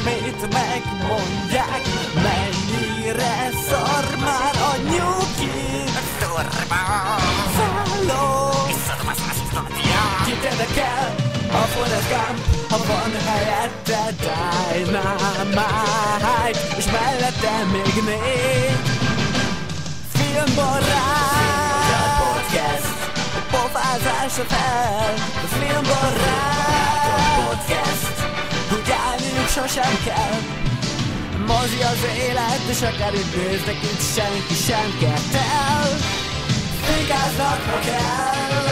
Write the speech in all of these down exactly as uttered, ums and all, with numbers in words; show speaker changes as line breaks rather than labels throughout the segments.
ismét megmondják, mennyire szar már a nyugi. Szorba! Szálló! Iszadom az asztalja! Kit érdekel a Forrest Gump, ha van helyette Dynamite, és mellette még négy filmbarát podcast, a pofázásra fel, a filmbarát podcast, úgy állniuk sosem kell. Mozi az élet, és akár itt néznek, itt senki sem kettel, fikáznak, ha kell.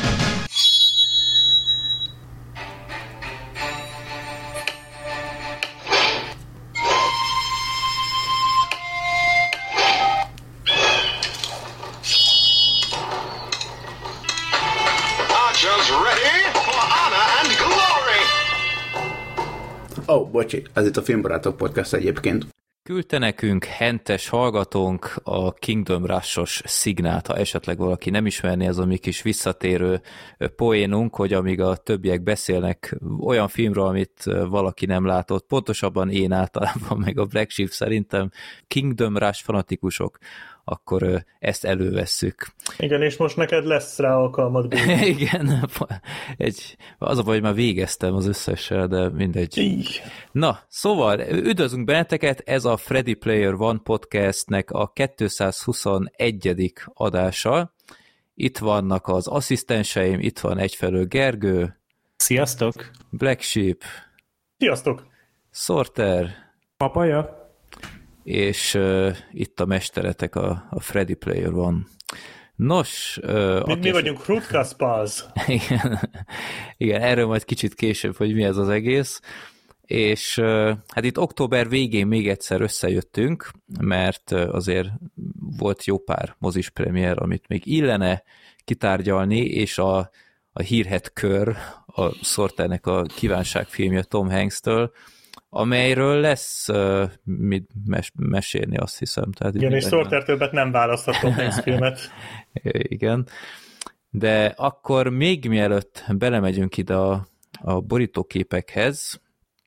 Ó, oh, bocsi, ez itt a Filmbarátok Podcast egyébként.
Küldte nekünk hentes hallgatónk a Kingdom Rush-os szignát, ha esetleg valaki nem ismerné, ez a mi kis visszatérő poénunk, hogy amíg a többiek beszélnek olyan filmről, amit valaki nem látott, pontosabban én általában, meg a Black Sheep szerintem Kingdom Rush fanatikusok, akkor ezt elővesszük.
Igen, és most neked lesz rá alkalmad.
Igen, egy, az a baj, hogy már végeztem az összessel, de mindegy.
Így.
Na, szóval üdvözlünk benneteket, ez a Freddy Player One podcastnek a kétszázhuszonegyedik adása. Itt vannak az asszisztenseim, itt van egyfelől Gergő.
Sziasztok!
Black Sheep.
Sziasztok!
Sorter.
Papaja.
És uh, itt a mesteretek, a, a Freddy Player One. Nos... Uh,
mi, mi vagyunk Rutkaspaz.
Igen, igen, erről majd kicsit később, hogy mi ez az egész. És uh, hát itt október végén még egyszer összejöttünk, mert uh, azért volt jó pár mozis premier, amit még illene kitárgyalni, és a, a hírhedt Kör, a Sorternek a kívánságfilmje Tom Hanks-től, amelyről lesz uh, mit mes- mesélni, azt hiszem. Tehát
igen, és Sorter többet nem választhatom Hanks filmet.
Igen, de akkor még mielőtt belemegyünk ide a, a borítóképekhez,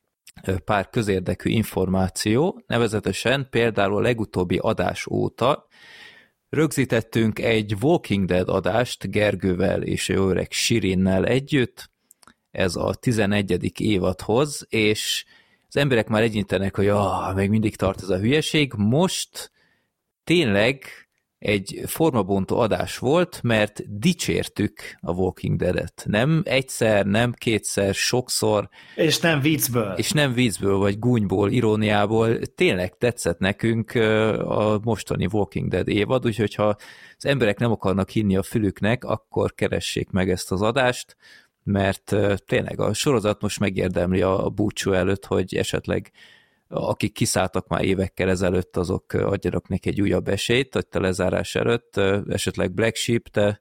pár közérdekű információ, nevezetesen például a legutóbbi adás óta rögzítettünk egy Walking Dead adást Gergővel és jó öreg Sirinnel együtt, ez a tizenegyedik évadhoz, és az emberek már egyintenek, hogy ah, még mindig tart ez a hülyeség. Most tényleg egy formabontó adás volt, mert dicsértük a Walking Dead-et. Nem egyszer, nem kétszer, sokszor.
És nem viccből.
És nem viccből, vagy gúnyból, iróniából. Tényleg tetszett nekünk a mostani Walking Dead évad, úgyhogy ha az emberek nem akarnak hinni a fülüknek, akkor keressék meg ezt az adást, mert tényleg a sorozat most megérdemli a búcsú előtt, hogy esetleg akik kiszálltak már évekkel ezelőtt, azok adjanak neki egy újabb esélyt, hogy a lezárás előtt, esetleg Black Sheep, te...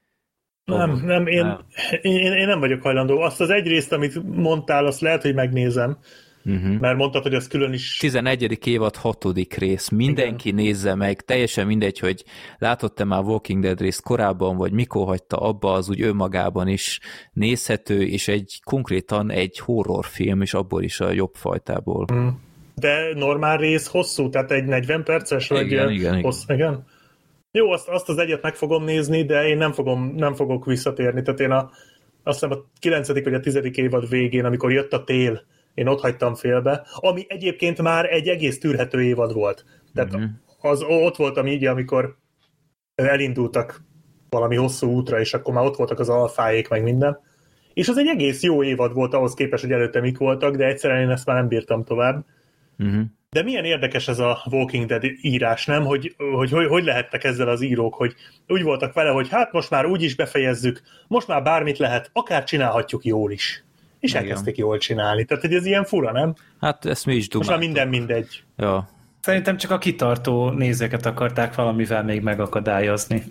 Nem, nem, én, nem. Én, én nem vagyok hajlandó. Azt az egy részt, amit mondtál, azt lehet, hogy megnézem, uh-huh. mert mondtad, hogy az külön is...
tizenegyedik évad hatodik rész. Mindenki igen. Nézze meg, teljesen mindegy, hogy látott-e már Walking Dead részt korábban, vagy mikor hagyta abba, az úgy önmagában is nézhető, és egy konkrétan egy horrorfilm, és abból is a jobb fajtából.
Hmm. De normál rész hosszú, tehát egy negyven perces, vagy
igen, igen,
hossz, igen. igen. Jó, azt, azt az egyet meg fogom nézni, de én nem, fogom, nem fogok visszatérni. Tehát én a, azt hiszem a kilencedik vagy a tizedik évad végén, amikor jött a tél, én ott hagytam félbe, ami egyébként már egy egész tűrhető évad volt. Tehát mm-hmm. az, ott voltam így, amikor elindultak valami hosszú útra, és akkor már ott voltak az alfáék, meg minden. És az egy egész jó évad volt ahhoz képest, hogy előtte mik voltak, de egyszerűen én ezt már nem bírtam tovább. Mm-hmm. De milyen érdekes ez a Walking Dead írás, nem? Hogy hogy, hogy hogy lehettek ezzel az írók, hogy úgy voltak vele, hogy hát most már úgy is befejezzük, most már bármit lehet, akár csinálhatjuk jól is. És igen. Elkezdték jól csinálni. Tehát, hogy ez ilyen fura, nem?
Hát ezt mi is dumáltuk.
Most már minden mindegy.
Ja.
Szerintem csak a kitartó nézőket akarták valamivel még megakadályozni.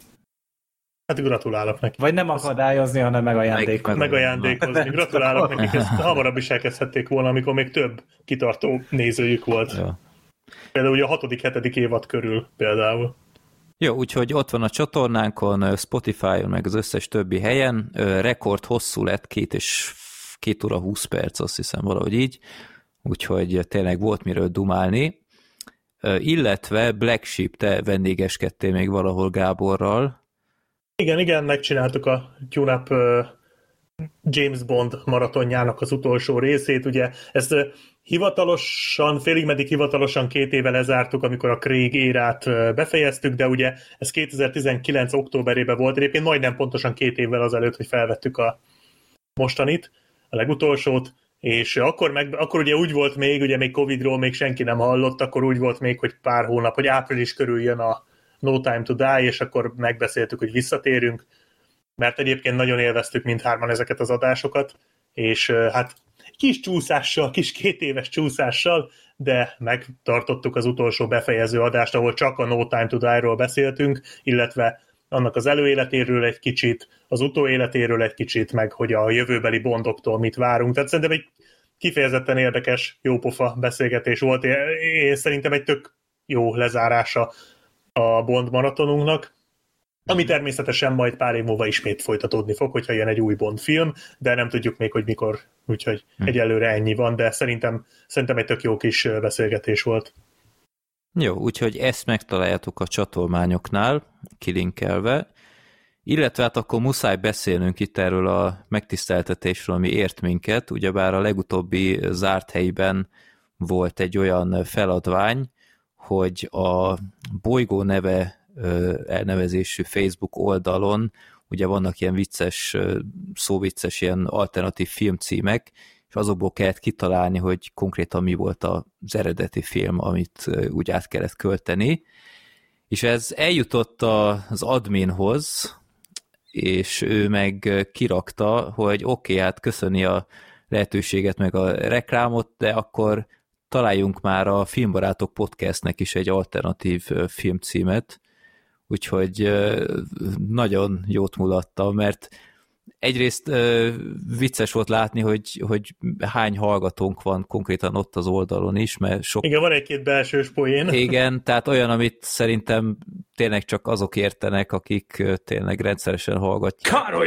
Hát gratulálok neki.
Vagy nem akadályozni, hanem megajándékozni.
Megajándékozni. Gratulálok nekik, ezt hamarabb is elkezdhették volna, amikor még több kitartó nézőjük volt. Ja. Például ugye a hatodik, hetedik évad körül például.
Jó, úgyhogy ott van a csatornánkon, Spotify-on, meg az összes többi helyen. Rekord hosszú lett, két és két óra húsz perc, azt hiszem valahogy így. úgyhogy tényleg volt miről dumálni. Illetve Black Sheep, te vendégeskedtél még valahol Gáborral.
Igen, igen, megcsináltuk a Tune-Up uh, James Bond maratonjának az utolsó részét, ugye ezt uh, hivatalosan, félig meddig hivatalosan két éve lezártuk, amikor a Craig érát uh, befejeztük, de ugye ez kétezer-tizenkilenc októberében volt, egyébként majdnem pontosan két évvel azelőtt, hogy felvettük a mostanit, a legutolsót, és akkor, meg, akkor ugye úgy volt még, ugye még Covidról még senki nem hallott, akkor úgy volt még, hogy pár hónap, hogy április körül jön a No Time to Die, és akkor megbeszéltük, hogy visszatérünk, mert egyébként nagyon élveztük mindhárman ezeket az adásokat, és hát kis csúszással, kis két éves csúszással, de megtartottuk az utolsó befejező adást, ahol csak a No Time to Die-ról beszéltünk, illetve annak az előéletéről egy kicsit, az utóéletéről egy kicsit, meg hogy a jövőbeli Bondoktól mit várunk. Tehát szerintem egy kifejezetten érdekes, jópofa beszélgetés volt. Én szerintem egy tök jó lezárása a Bond maratonunknak, ami természetesen majd pár év múlva ismét folytatódni fog, hogyha jön egy új Bond film, de nem tudjuk még, hogy mikor, úgyhogy hm. egyelőre ennyi van, de szerintem, szerintem egy tök jó kis beszélgetés volt.
Jó, úgyhogy ezt megtaláljátok a csatolmányoknál, kilinkelve, illetve hát akkor muszáj beszélnünk itt erről a megtiszteltetésről, ami ért minket, ugyebár a legutóbbi zárt helyben volt egy olyan feladvány, hogy a Bolygó neve elnevezésű Facebook oldalon, ugye vannak ilyen vicces, szóvicces, ilyen alternatív filmcímek, és azokból kellett kitalálni, hogy konkrétan mi volt az eredeti film, amit úgy át kellett költeni. És ez eljutott az adminhoz, és ő meg kirakta, hogy oké, okay, hát köszöni a lehetőséget, meg a reklámot, de akkor találjunk már a Filmbarátok podcastnek is egy alternatív filmcímet, úgyhogy nagyon jót mulatta, mert egyrészt uh, vicces volt látni, hogy, hogy hány hallgatónk van konkrétan ott az oldalon is, mert sok...
Igen, van egy-két belsős poén.
Igen, tehát olyan, amit szerintem tényleg csak azok értenek, akik tényleg rendszeresen hallgatják.
Károly!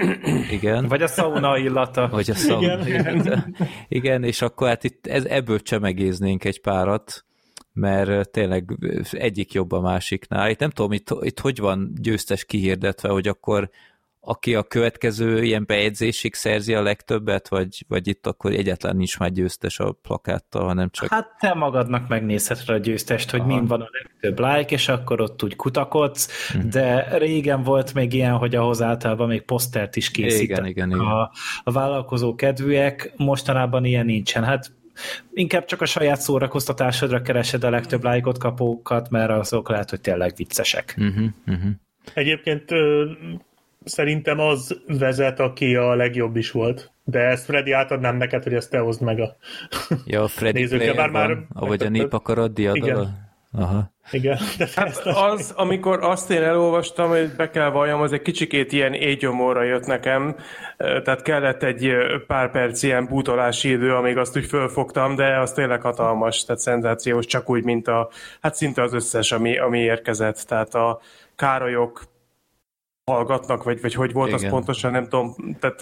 Igen.
Vagy a szauna illata.
Vagy a szauna
Igen.
illata. Igen, és akkor hát itt ez, ebből csemegéznénk egy párat, mert tényleg egyik jobb a másiknál. Itt nem tudom, itt, itt hogy van győztes kihirdetve, hogy akkor aki a következő ilyen bejegyzésig szerzi a legtöbbet, vagy, vagy itt akkor egyáltalán nincs már győztes a plakáttal, hanem csak...
Hát te magadnak megnézheted a győztest, hogy
Aha.
mind van a legtöbb like, és akkor ott úgy kutakodsz,
uh-huh.
de régen volt még ilyen, hogy ahhoz általában még posztert is készítettek
igen, igen, igen.
A, a vállalkozó kedvűek, mostanában ilyen nincsen. Hát inkább csak a saját szórakoztatásodra keresed a legtöbb lájkot kapókat, mert azok lehet, hogy tényleg viccesek.
Uh-huh, uh-huh.
Egyébként szerintem az vezet, aki a legjobb is volt. De ezt Freddy átadnám neked, hogy ezt te hozd meg a
ja, a Freddy
nézőkkel.
Player
Bár
van, ahogy a Népakarat diadala.
Igen. Igen. De
hát az, amikor azt én elolvastam, hogy be kell valljam, az egy kicsikét ilyen éjgyomorra jött nekem, tehát kellett egy pár perc ilyen bútolási idő, amíg azt úgy fölfogtam, de az tényleg hatalmas, tehát szenzációs, csak úgy, mint a, hát szinte az összes, ami, ami érkezett, tehát a Károlyok hallgatnak, vagy, vagy hogy volt, igen. Az pontosan nem tudom, tehát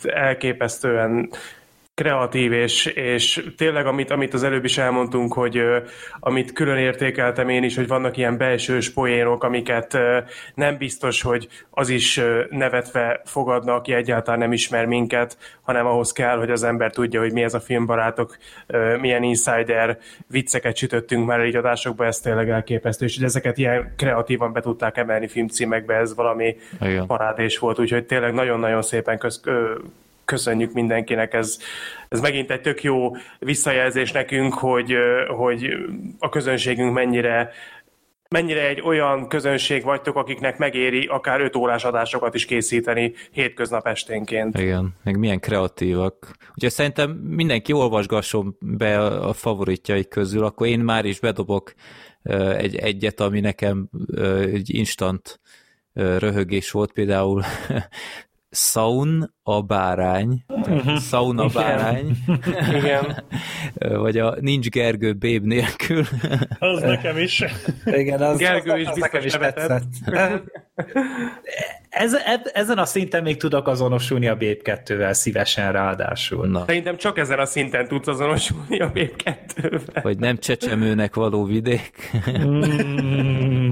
elképesztően kreatív, és, és tényleg, amit, amit az előbb is elmondtunk, hogy uh, amit külön értékeltem én is, hogy vannak ilyen belsős poénok, amiket uh, nem biztos, hogy az is uh, nevetve fogadna, aki egyáltalán nem ismer minket, hanem ahhoz kell, hogy az ember tudja, hogy mi ez a Filmbarátok, uh, milyen insider vicceket sütöttünk már egy adásokba, ez tényleg elképesztő, és hogy ezeket ilyen kreatívan be tudták emelni filmcímekbe, ez valami igen. Parádés volt, úgyhogy tényleg nagyon-nagyon szépen köz, uh, köszönjük mindenkinek, ez, ez megint egy tök jó visszajelzés nekünk, hogy, hogy a közönségünk mennyire, mennyire egy olyan közönség vagytok, akiknek megéri akár öt órás adásokat is készíteni hétköznap esténként.
Igen, meg milyen kreatívak. Úgyhogy szerintem mindenki olvasgasson be a favoritjai közül, akkor én már is bedobok egy, egyet, ami nekem egy instant röhögés volt, például Saun a bárány, Saun a bárány,
Igen.
vagy a Nincs Gergő Béb nélkül.
Az nekem is.
Igen, az,
Gergő
az,
is
az
biztos
nekem is
nevetett.
tetszett. Ez, e- ezen a szinten még tudok azonosulni a Babe kettővel szívesen ráadásul.
Na,
Szerintem csak ezen a szinten tudsz azonosulni a Babe kettővel.
vagy nem csecsemőnek való vidék.
Mm.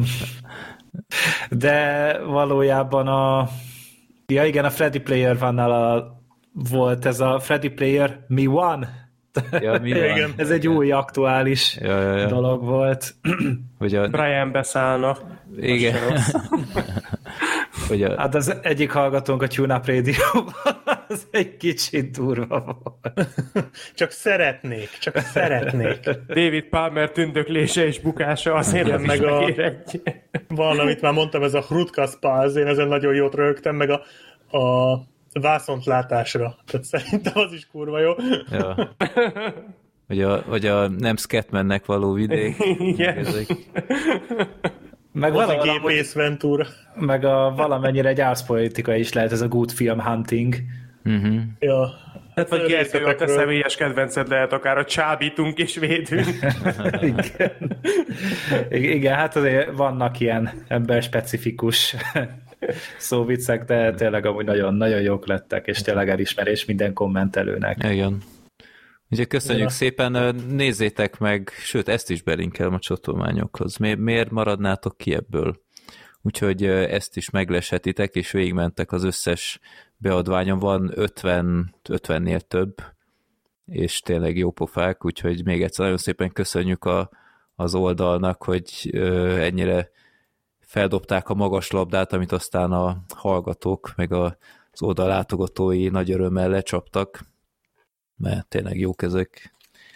De valójában a ja igen, a Freddy Player One-nál a... volt ez a Freddy Player Me One.
Ja, mi van?
Igen.
Ez egy új aktuális
Ja, ja, ja.
dolog volt.
Hogy a,
Brian beszállna.
igen. Hogy a,
Hát az egyik hallgatónk a Tune Up Radio-ban, az egy kicsit durva volt.
Csak szeretnék, csak szeretnék.
David Palmer tündöklése és bukása azért nem
meg
meg
a-
egy.
Van, amit már mondtam, ez a Hrutkaspaz, én ezen nagyon jót rögtem, meg a, a vászontlátásra. Tehát szerintem az is kurva jó.
ja. Hogy a, hogy a nem Scatmannek való vidék.
Igen.
Ezek.
Meg,
Az a
valahol amúgy-
gépész Ventura.
meg a valamennyire egy árszpolitika is lehet ez a Good Film Hunting.
Uh-huh.
Ja.
Hát vagy Gergő, a te
Részletekről.
személyes kedvenced lehet akár, a csábítunk és védünk.
Igen. Igen, hát azért vannak ilyen emberspecifikus szóviccek, de tényleg amúgy nagyon, nagyon jók lettek, és tényleg elismerés minden kommentelőnek.
Igen. Ugye köszönjük
Ja.
szépen, nézzétek meg, sőt, ezt is belinkelem a csatolmányokhoz. Mi, miért maradnátok ki ebből? Úgyhogy ezt is megleshetitek, és végigmentek az összes beadványon. Van ötven, ötvennél több, és tényleg jó pofák, úgyhogy még egyszer nagyon szépen köszönjük a, az oldalnak, hogy ö, ennyire feldobták a magas labdát, amit aztán a hallgatók, meg a, az oldal látogatói nagy örömmel lecsaptak, mert tényleg jók ezek.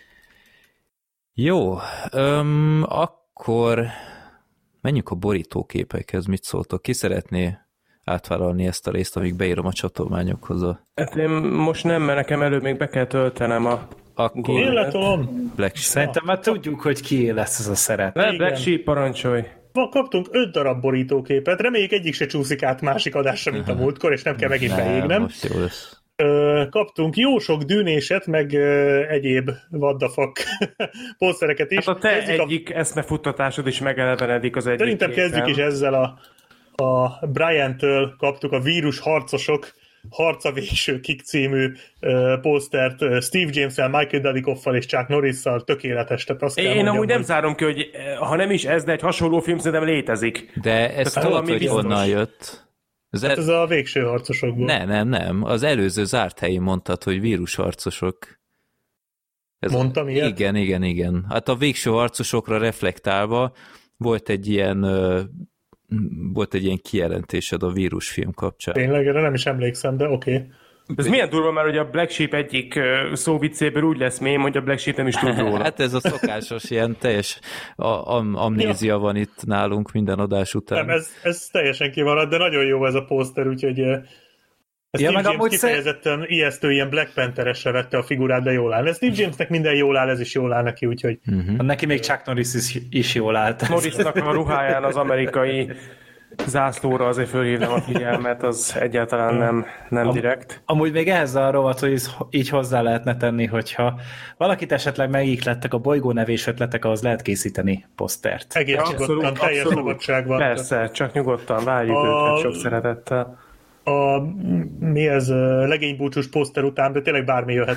Jó, öm, akkor menjünk a borítóképekhez, mit szóltok? Ki szeretné átvállalni ezt a részt, amíg beírom a csatolmányokhoz a
Hát én most nem, mert nekem előbb még be kell töltenem a...
akkor
Én letolom.
Black Sheep.
Szerintem már tudjuk, hogy kié lesz ez a szerep.
Ne,
Igen.
Black Sheep, parancsolj!
Va, kaptunk öt darab borítóképet, reméljük egyik se csúszik át másik adásra, mint a múltkor, és nem kell megint beégnem.
most jó lesz.
Ö, kaptunk jó sok dűnéset, meg ö, egyéb what the fuck pószereket is.
Hát a te
Kezdjük
egyik eszmefuttatásod is megelevenedik az egyik
Szerintem
képen.
kezdjük is ezzel a, a Brian-től kaptuk a Vírus harcosok Harca végső Kik című uh, posztert uh, Steve James-el, Michael Dudikoffal és Chuck Norris-szal, tökéletes, tehát azt kell
Én
mondjam,
amúgy nem
hogy-
zárom ki, hogy eh, ha nem is ez, de egy hasonló film szerintem létezik.
De ez
Tehát
tudod,
valami
hogy
biztos.
honnan jött? Az
Hát
el...
ez a végső harcosokból.
Nem, nem, nem. Az előző zárt helyén mondtad, hogy vírusharcosok. Ez...
Mondtam ilyet?
Igen, igen, igen. Hát a végső harcosokra reflektálva volt egy ilyen ö, volt egy ilyen kijelentésed a vírusfilm kapcsán.
Tényleg, erre nem is emlékszem, de oké. Okay.
Ez milyen durva, mert ugye a Black Sheep egyik ö, szóviccéből úgy lesz mém, hogy a Black Sheep nem is tud róla.
Hát ez a szokásos ilyen teljes a- am- amnézia van itt nálunk minden adás után.
Nem, ez, ez teljesen kimaradt, de nagyon jó ez a poszter, úgyhogy eh, ez
Ja,
Steve
meg
James
amúgy
kifejezetten ijesztő, ilyen Black Panther-esre vette a figurát, de jól áll. Ez Steve Jamesnek minden jól áll, ez is jól áll neki, úgyhogy
Uh-huh.
Neki még Chuck Norris is, is jól állt.
Norrisnak a ruháján az amerikai zászlóra azért fölhívnám a figyelmet, az egyáltalán nem, nem direkt.
Amúgy még ehhez a rovat, hogy ez így hozzá lehetne tenni, hogyha valakit esetleg megihlettek a bolygó nevés ötletek, ahhoz lehet készíteni posztert.
egész
Abszolút,
nyugodtan, teljes
abszolút.
szabadság van.
Persze, csak nyugodtan várjuk
A-
őket sok szeretettel.
A, mi ez, eh, legénybúcsús poszter után, de tényleg bármi jöhet.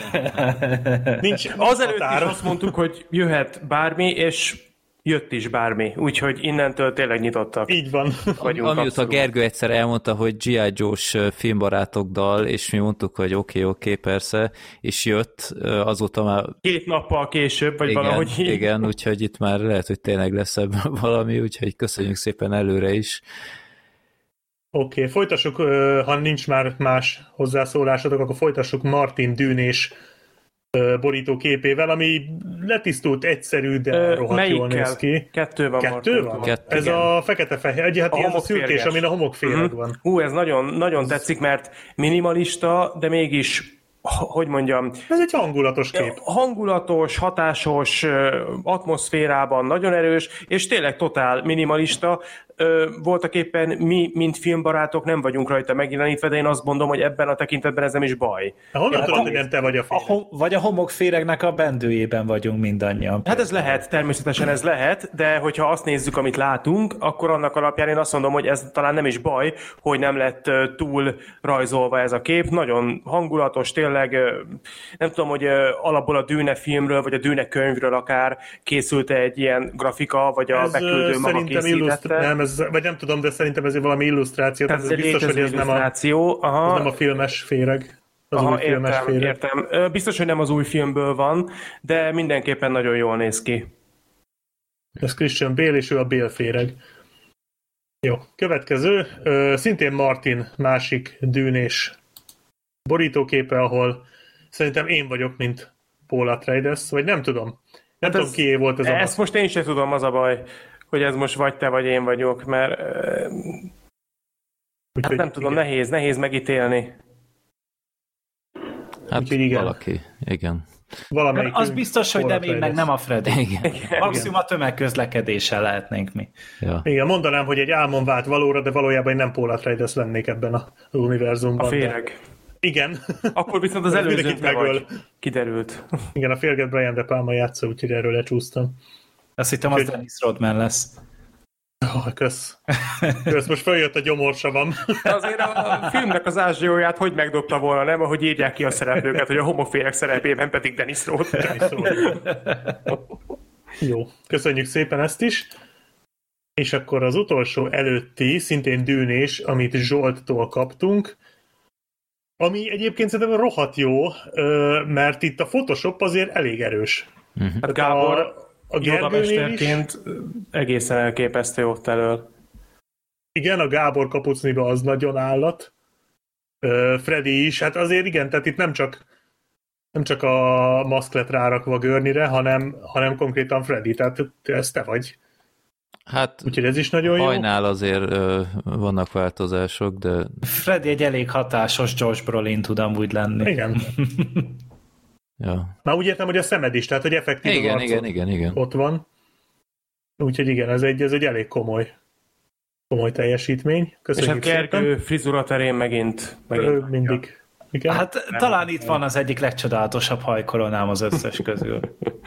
Nincs
Azelőtt is
határ.
azt mondtuk, hogy jöhet bármi, és jött is bármi, úgyhogy innentől tényleg nyitottak
Így van.
vagyunk.
Amióta
abszolút.
Gergő egyszer elmondta, hogy gé i. Joe-s filmbarátok dal, és mi mondtuk, hogy oké, okay, oké, okay, persze, és jött, azóta már
Két nappal később, vagy
igen,
valahogy így.
igen, úgyhogy itt már lehet, hogy tényleg lesz ebből valami, úgyhogy köszönjük szépen előre is.
Oké, okay, folytassuk, ö, ha nincs már más hozzászólásotok, akkor folytassuk Martin Dűnés ö, borító képével, ami letisztult, egyszerű, de
Ö,
rohadt jól
melyikkel?
néz ki.
Kettő van.
Kettő
Martin.
van?
Kettő,
Ez
igen.
a fekete-fehér, egy, hát
A
ilyen a szürkés,
homokférges.
amin a homokféreg
Mhm.
van.
Hú, ez nagyon, nagyon tetszik, mert minimalista, de mégis, h- hogy mondjam,
Ez egy hangulatos kép.
hangulatos, hatásos, ö, atmoszférában nagyon erős, és tényleg totál minimalista. ö, voltak éppen mi, mint filmbarátok nem vagyunk rajta megjelenítve, de én azt mondom, hogy ebben a tekintetben ez nem is baj.
Honnan
Hát,
tudod, hogy nem te vagy a
A
féreg?
hom- vagy a homokféregnek a bendőjében vagyunk mindannyian.
Hát ez lehet, természetesen ez lehet, de hogyha azt nézzük, amit látunk, akkor annak alapján én azt mondom, hogy ez talán nem is baj, hogy nem lett ö, túl rajzolva ez a kép. Nagyon hangulatos, tényleg, ö, nem tudom, hogy ö, alapból a Dűne filmről, vagy a Dűne könyvről akár készült egy ilyen grafika, vagy a
Ez
beküldő
ö,
maga
szerintem illusztr...
készítette.
nem, ez, vagy nem tudom, de szerintem ez valami illusztráció.
Tehát ez
ez
egy
biztos, hogy
létező
ez nem a,
illusztráció. Aha.
ez nem a filmes féreg. Az
Aha,
új filmes
értem,
féreg.
értem. Ö, Biztos, hogy nem az új filmből van, de mindenképpen nagyon jól néz ki.
Ez Christian Bale, és ő a Bale féreg. Jó, következő, ö, szintén Martin másik dűnés borítóképe, ahol szerintem én vagyok, mint Paul Atreides, vagy nem tudom. Nem
Hát
tudom,
ez-
kié volt ez a...
Ezt most én sem tudom, az a baj, hogy ez most vagy te, vagy én vagyok, mert ö, hát
Úgyhogy
nem tudom,
igen.
nehéz, nehéz megítélni.
Hát
Úgyhogy igen.
valaki, igen.
Valamelyik
Az biztos, hogy nem én, meg nem a Freddy.
Igen.
Maximum a tömegközlekedéssel lehetnénk mi.
Ja.
Igen, mondanám, hogy egy álmom vált valóra, de valójában én nem Paul Atreides lennék ebben az univerzumban.
A
de-
féreg.
Igen.
Akkor viszont az
Ez
előzőn
mindenkit
te
megöl.
vagy. Kiderült.
Igen, a férget Brian De Palma játsza, úgyhogy erről lecsúsztam.
Azt hittem, az
Úgyhogy-
Dennis Rodman lesz.
Oh, kösz. Kösz, most följött a gyomorsavam.
De azért a filmnek az ázsióját hogy megdobta volna, nem? Ahogy írják ki a szereplőket, hogy a homoférek szerepében pedig Dennis Rodman.
Jó, köszönjük szépen ezt is. És akkor az utolsó előtti, szintén dűnés, amit Zsolttól kaptunk, ami egyébként szerintem rohadt jó, ö, mert itt a Photoshop azért elég erős.
Hát Gábor
A, a Gergőnél is,
Yoda-mesterként egészen elképesztő ott elől.
igen, a Gábor kapucniba az nagyon állat. Ö, Freddy is, hát azért igen, tehát itt nem csak nem csak a maszk lett rárakva Görnire, hanem, hanem konkrétan Freddy, tehát ez te vagy.
Hát
Úgyhogy ez is nagyon jó.
hajnál azért ö, vannak változások, de
Freddy egy elég hatásos Josh Brolin tud amúgy lenni.
Igen.
ja.
Már úgy értem, hogy a szemed is, tehát hogy effektív az
Igen,
arcod
igen, igen, igen.
ott van. Úgyhogy igen, ez egy, ez egy elég komoly komoly teljesítmény.
És hát
Köszönjük
Gergő
szépen.
frizura terén megint.
Ö,
megint
mindig. Igen.
Hát talán itt van az egyik legcsodálatosabb hajkoronám az összes közül.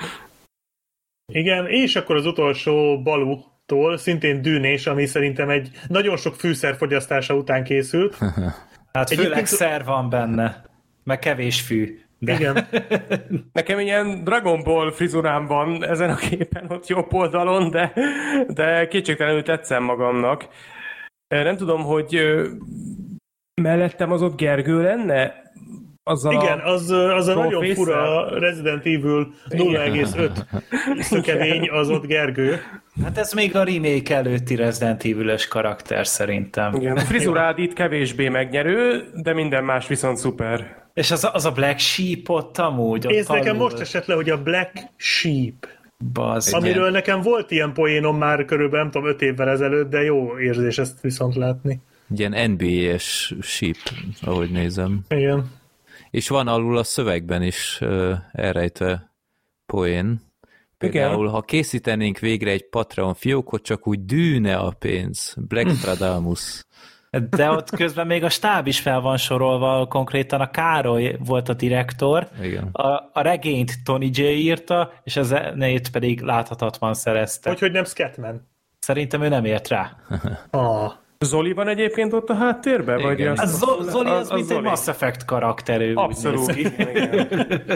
Igen, és akkor az utolsó Balú-tól szintén dűnés, ami szerintem egy nagyon sok fűszer fogyasztása után készült.
Hát
Egyébként-
főleg szer van benne, meg kevés fű. De
Igen.
Nekem ilyen Dragon Ball frizurám van ezen a képen ott jobb oldalon, de, de kétségtelenül tetszem magamnak. Nem tudom, hogy ö, mellettem az ott Gergő lenne? Azzal
Igen,
a...
az, az a nagyon
Trollface-szel?
fura Resident Evil nulla egész öt szökevény, az ott Gergő.
hát ez még a remake előtti Resident Evil-ös karakter szerintem.
Igen, a frizurád itt kevésbé megnyerő, de minden más viszont szuper.
És az a, az a Black Sheep ott amúgy. Ott
Ez nekem
alul-
most esett le, hogy a Black Sheep,
Bazd.
amiről nekem volt ilyen poénom már körülbelül, nem tudom, öt évvel ezelőtt, de jó érzés ezt viszont látni.
Egy ilyen en bé á-es sheep, ahogy nézem.
Igen.
És van alul a szövegben is uh, elrejtve poén. Például,
Igen.
ha készítenénk végre egy Patreon fiókot, csak úgy dűne a pénz. Black Stradamus.
De ott közben még a stáb is fel van sorolva, konkrétan a Károly volt a direktor,
Igen.
a, a regényt Tony J. írta, és a zenét pedig láthatatlan szerezte.
Hogy, hogy nem Scatman.
Szerintem ő nem ért rá.
Ah.
Zoli van egyébként ott a háttérben? Vagy
Igen.
azt-
Az Zo- Zoli az,
az
mint egy Mass Effect karakter, ő úgy
Abszolút.
néz ki.
Igen.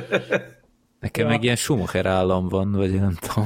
Nekem
Ja.
meg ilyen Schumacher állam van, vagy nem tudom.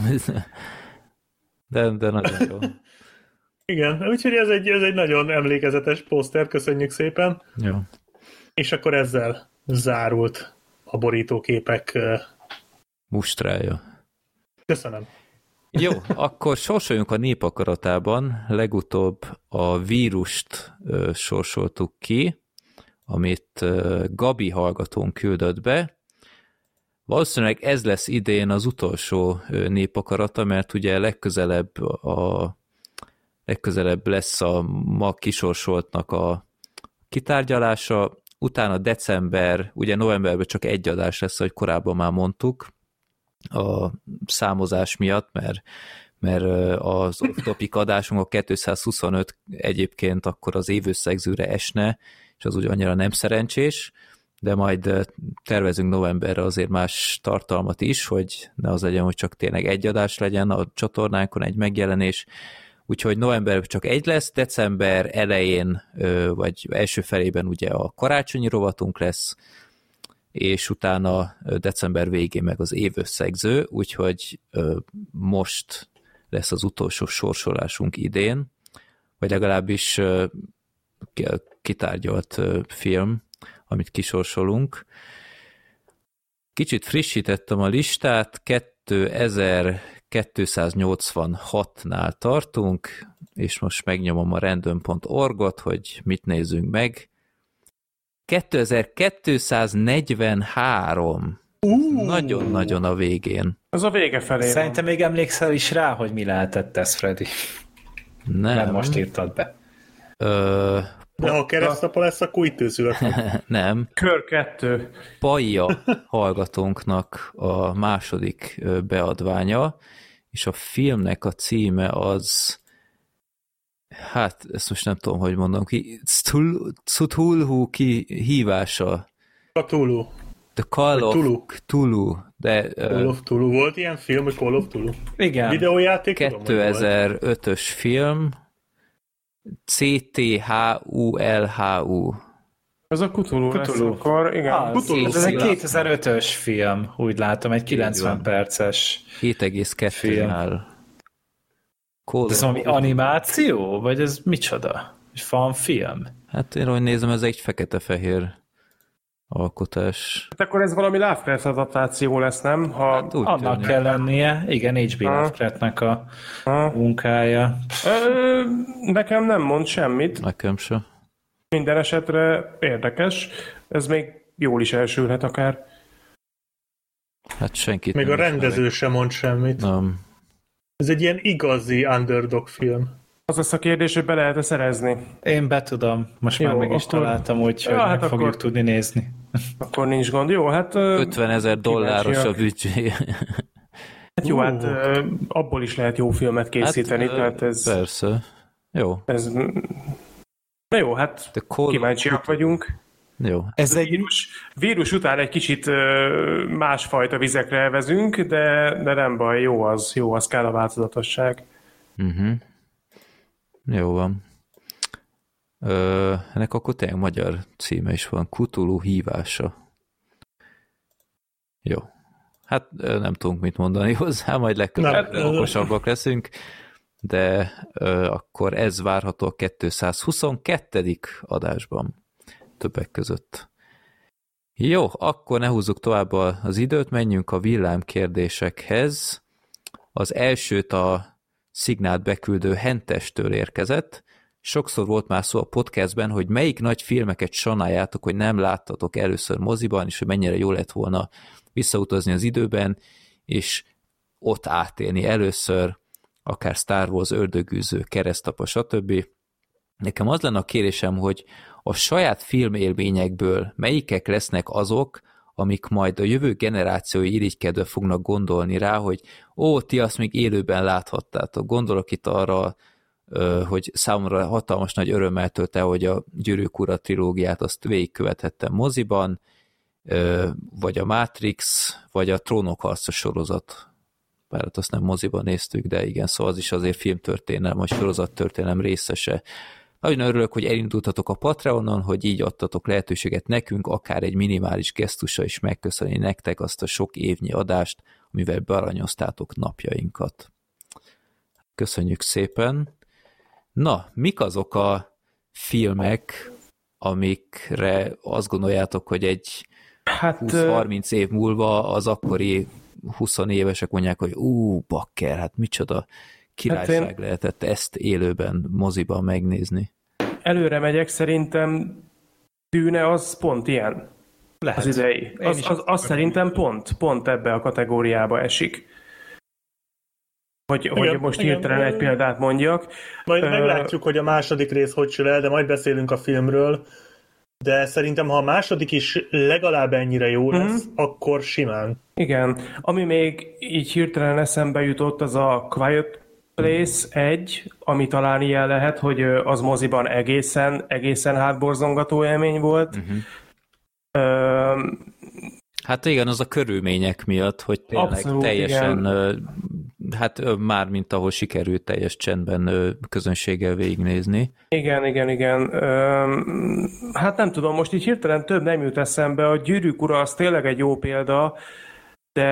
De, de nagyon jó.
Igen, úgyhogy ez egy, ez egy nagyon emlékezetes poszter, köszönjük szépen.
jó.
És akkor ezzel zárult a borítóképek. ö,
Mustrája.
Köszönöm.
Jó, akkor sorsoljunk a népakaratában. Legutóbb a vírust ö, sorsoltuk ki, amit ö, Gabi hallgatón küldött be. Valószínűleg ez lesz idén az utolsó ö, népakarata, mert ugye legközelebb, a, legközelebb lesz a ma kisorsoltnak a kitárgyalása, utána december, ugye novemberben csak egy adás lesz, ahogy korábban már mondtuk, a számozás miatt, mert, mert az off-topic adásunk a kétszázhuszonöt egyébként akkor az évösszegzőre esne, és az úgy annyira nem szerencsés, de majd tervezünk novemberre azért más tartalmat is, hogy ne az legyen, hogy csak tényleg egy adás legyen a csatornánkon, egy megjelenés, úgyhogy novemberben csak egy lesz, december elején, vagy első felében ugye a karácsonyi rovatunk lesz, és utána december végén meg az évösszegző, úgyhogy most lesz az utolsó sorsolásunk idén, vagy legalábbis kitárgyalt film, amit kisorsolunk. Kicsit frissítettem a listát, kétezer-kétszáznyolcvanhatnál tartunk, és most megnyomom a random pont org-ot, hogy mit nézzünk meg. kétezer-kétszáznegyvenhárom. Uh. Nagyon-nagyon a végén.
Az a vége felé.
Szerintem még emlékszel is rá, hogy mi lehetett ez, Freddy.
Nem.
Nem most írtad be.
Ö,
De ha keresztapa lesz, akkor itt születnek.
Nem.
Kör kettő.
Pajja hallgatónknak a második beadványa, és a filmnek a címe az, hát ezt most nem tudom, hogy mondom ki, Cthulhu kihívása.
Cthulhu.
The Call of
Tulu.
Cthulhu. De,
Call of Cthulhu. Volt ilyen film, hogy Call of Cthulhu?
Igen.
Videójáték?
kétezer-ötös film. C T H U L H U.
Ez a Cthulhu, Cthulhu. lesz akkor, igen.
Ah,
Cthulhu.
Ez egy kétezer-ötös film, úgy látom, egy kilencven perces
hét egész kettő áll.
De ez valami animáció? Vagy ez micsoda? Fan film?
Hát én, ahogy nézem, ez egy fekete-fehér alkotás.
Hát akkor ez valami Lovecraft adaptáció lesz, nem? Ha...
Hát
annak
tűnik.
kell lennie. Igen, há bé Lovecraftnek a ha. munkája.
Ö, nekem nem mond semmit.
Nekem se.
Minden esetre érdekes. Ez még jól is elsülhet akár.
Hát senkit
Még
nem
a rendező sem mond semmit.
Nem.
Ez egy ilyen igazi underdog film.
Az lesz a kérdés, hogy be lehet-e szerezni.
Én be tudom. Most
Jó,
már meg is
akkor...
találtam, úgyhogy
ja, hát
meg fogjuk
akkor...
tudni nézni.
Akkor nincs gond. Jó, hát...
ötvenezer dolláros a büdzsé.
Hát jó, uh. hát abból is lehet jó filmet készíteni, hát, tehát ez...
Persze. Jó.
Ez... Na jó, hát kíváncsiak vagyunk.
Jó.
Ez egy vírus, vírus után egy kicsit másfajta vizekre elvezünk, de, de nem baj, jó az, jó az, kell a változatosság.
Uh-huh. Jó van. Ö, ennek akkor tényleg magyar címe is van, Cthulhu hívása. Jó. Hát nem tudunk mit mondani hozzá, majd legközelebb okosabbak leszünk, de ö, akkor ez várható a kétszázhuszonkettő adásban. Többek között. Jó, akkor ne húzzuk tovább az időt, menjünk a villámkérdésekhez. Az elsőt a szignált beküldő Hentestől érkezett. Sokszor volt már szó a podcastben, hogy melyik nagy filmeket sanáljátok, hogy nem láttatok először moziban, és hogy mennyire jó lett volna visszautazni az időben, és ott átélni először, akár Star Wars, Ördögűző, Keresztapa, stb. Nekem az lenne a kérésem, hogy a saját filmélményekből melyikek lesznek azok, amik majd a jövő generációi irigykedve fognak gondolni rá, hogy ó, ti azt még élőben láthattátok. Gondolok itt arra, hogy számomra hatalmas nagy örömmel tölt el, hogy a Gyűrűk Ura trilógiát azt végigkövethettem moziban, vagy a Matrix, vagy a Trónok harca sorozat. Bár azt nem moziban néztük, de igen, szóval az is azért filmtörténelem, vagy sorozattörténelem részese. Nagyon örülök, hogy elindultatok a Patreonon, hogy így adtatok lehetőséget nekünk, akár egy minimális gesztusa is megköszönni nektek azt a sok évnyi adást, amivel bearanyoztátok napjainkat. Köszönjük szépen! Na, mik azok a filmek, amikre azt gondoljátok, hogy egy hát, húsz-harminc év múlva az akkori húsz évesek mondják, hogy ú, bakker, hát micsoda királyság hát én... lehetett ezt élőben, moziban megnézni.
Előre megyek, szerintem Dűne az pont ilyen. Lehet. Az idei. Az, az, az, az szerintem pont, pont ebbe a kategóriába esik. Hogy, igen, hogy most igen, hirtelen igen. egy példát mondjak.
Majd uh, meglátjuk, hogy a második rész hogy sül el, de majd beszélünk a filmről. De szerintem, ha a második is legalább ennyire jó lesz, uh-huh. akkor simán.
Igen. Ami még így hirtelen eszembe jutott, az a Quiet Place egy, ami talán ilyen lehet, hogy az moziban egészen, egészen hátborzongató élmény volt. Uh-huh. Ö,
Hát igen, az a körülmények miatt, hogy tényleg abszolút, teljesen, igen. Hát már mint ahol sikerült teljes csendben közönséggel végignézni.
Igen, igen, igen. Hát nem tudom, most így hirtelen több nem jut eszembe. A Gyűrűk ura az tényleg egy jó példa, de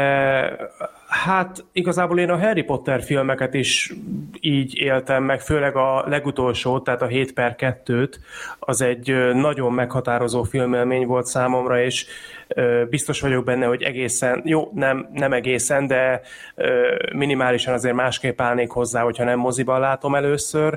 hát igazából én a Harry Potter filmeket is így éltem meg, főleg a legutolsó, tehát a hét per kettőt, az egy nagyon meghatározó filmélmény volt számomra, és biztos vagyok benne, hogy egészen, jó, nem, nem egészen, de minimálisan azért másképp állnék hozzá, hogyha nem moziban látom először.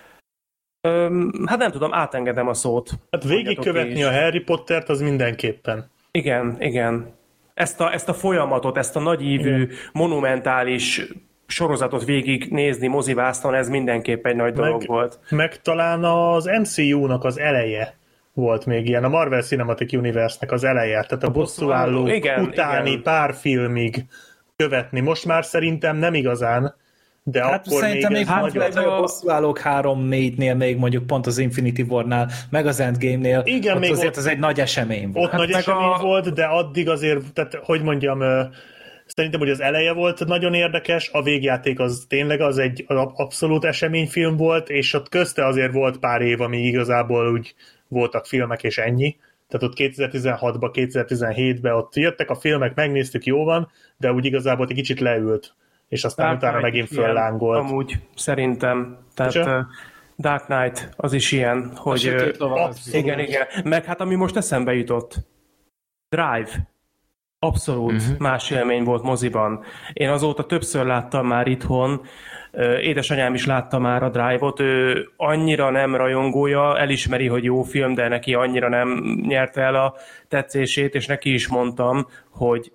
Hát nem tudom, átengedem a szót.
Hát végigkövetni a Harry Pottert az mindenképpen.
Igen, igen. Ezt a, ezt a folyamatot, ezt a nagyívű, igen. monumentális sorozatot végig nézni mozivászton, ez mindenképp egy nagy meg, dolog volt.
Meg talán az em cé u-nak az eleje volt még ilyen, a Marvel Cinematic Universe-nek az eleje, tehát a, a bosszúállók utáni igen. pár filmig követni. Most már szerintem nem igazán, de
hát
akkor
szerintem még, még
nagyon...
Hát a bosszúállók három-négynél, még mondjuk pont az Infinity War-nál, meg az Endgame-nél, igen, ott még azért ott, az egy nagy esemény volt.
Ott hát nagy esemény a... volt, de addig azért, tehát hogy mondjam, szerintem, hogy az eleje volt nagyon érdekes, a végjáték az tényleg az egy abszolút eseményfilm volt, és ott közte azért volt pár év, amíg igazából úgy voltak filmek, és ennyi. Tehát ott kétezer-tizenhatban, kétezer-tizenhétben ott jöttek a filmek, megnéztük, jó van, de úgy igazából egy kicsit leült, és aztán Dark utána Knight megint föllángolt.
Amúgy szerintem. Tehát uh, Dark Knight az is ilyen, hogy... Uh, igen, igen. Meg hát ami most eszembe jutott. Drive. Abszolút uh-huh. más élmény volt moziban. Én azóta többször láttam már itthon, édesanyám is látta már a Drive-ot, ő annyira nem rajongója, elismeri, hogy jó film, de neki annyira nem nyerte el a tetszését, és neki is mondtam, hogy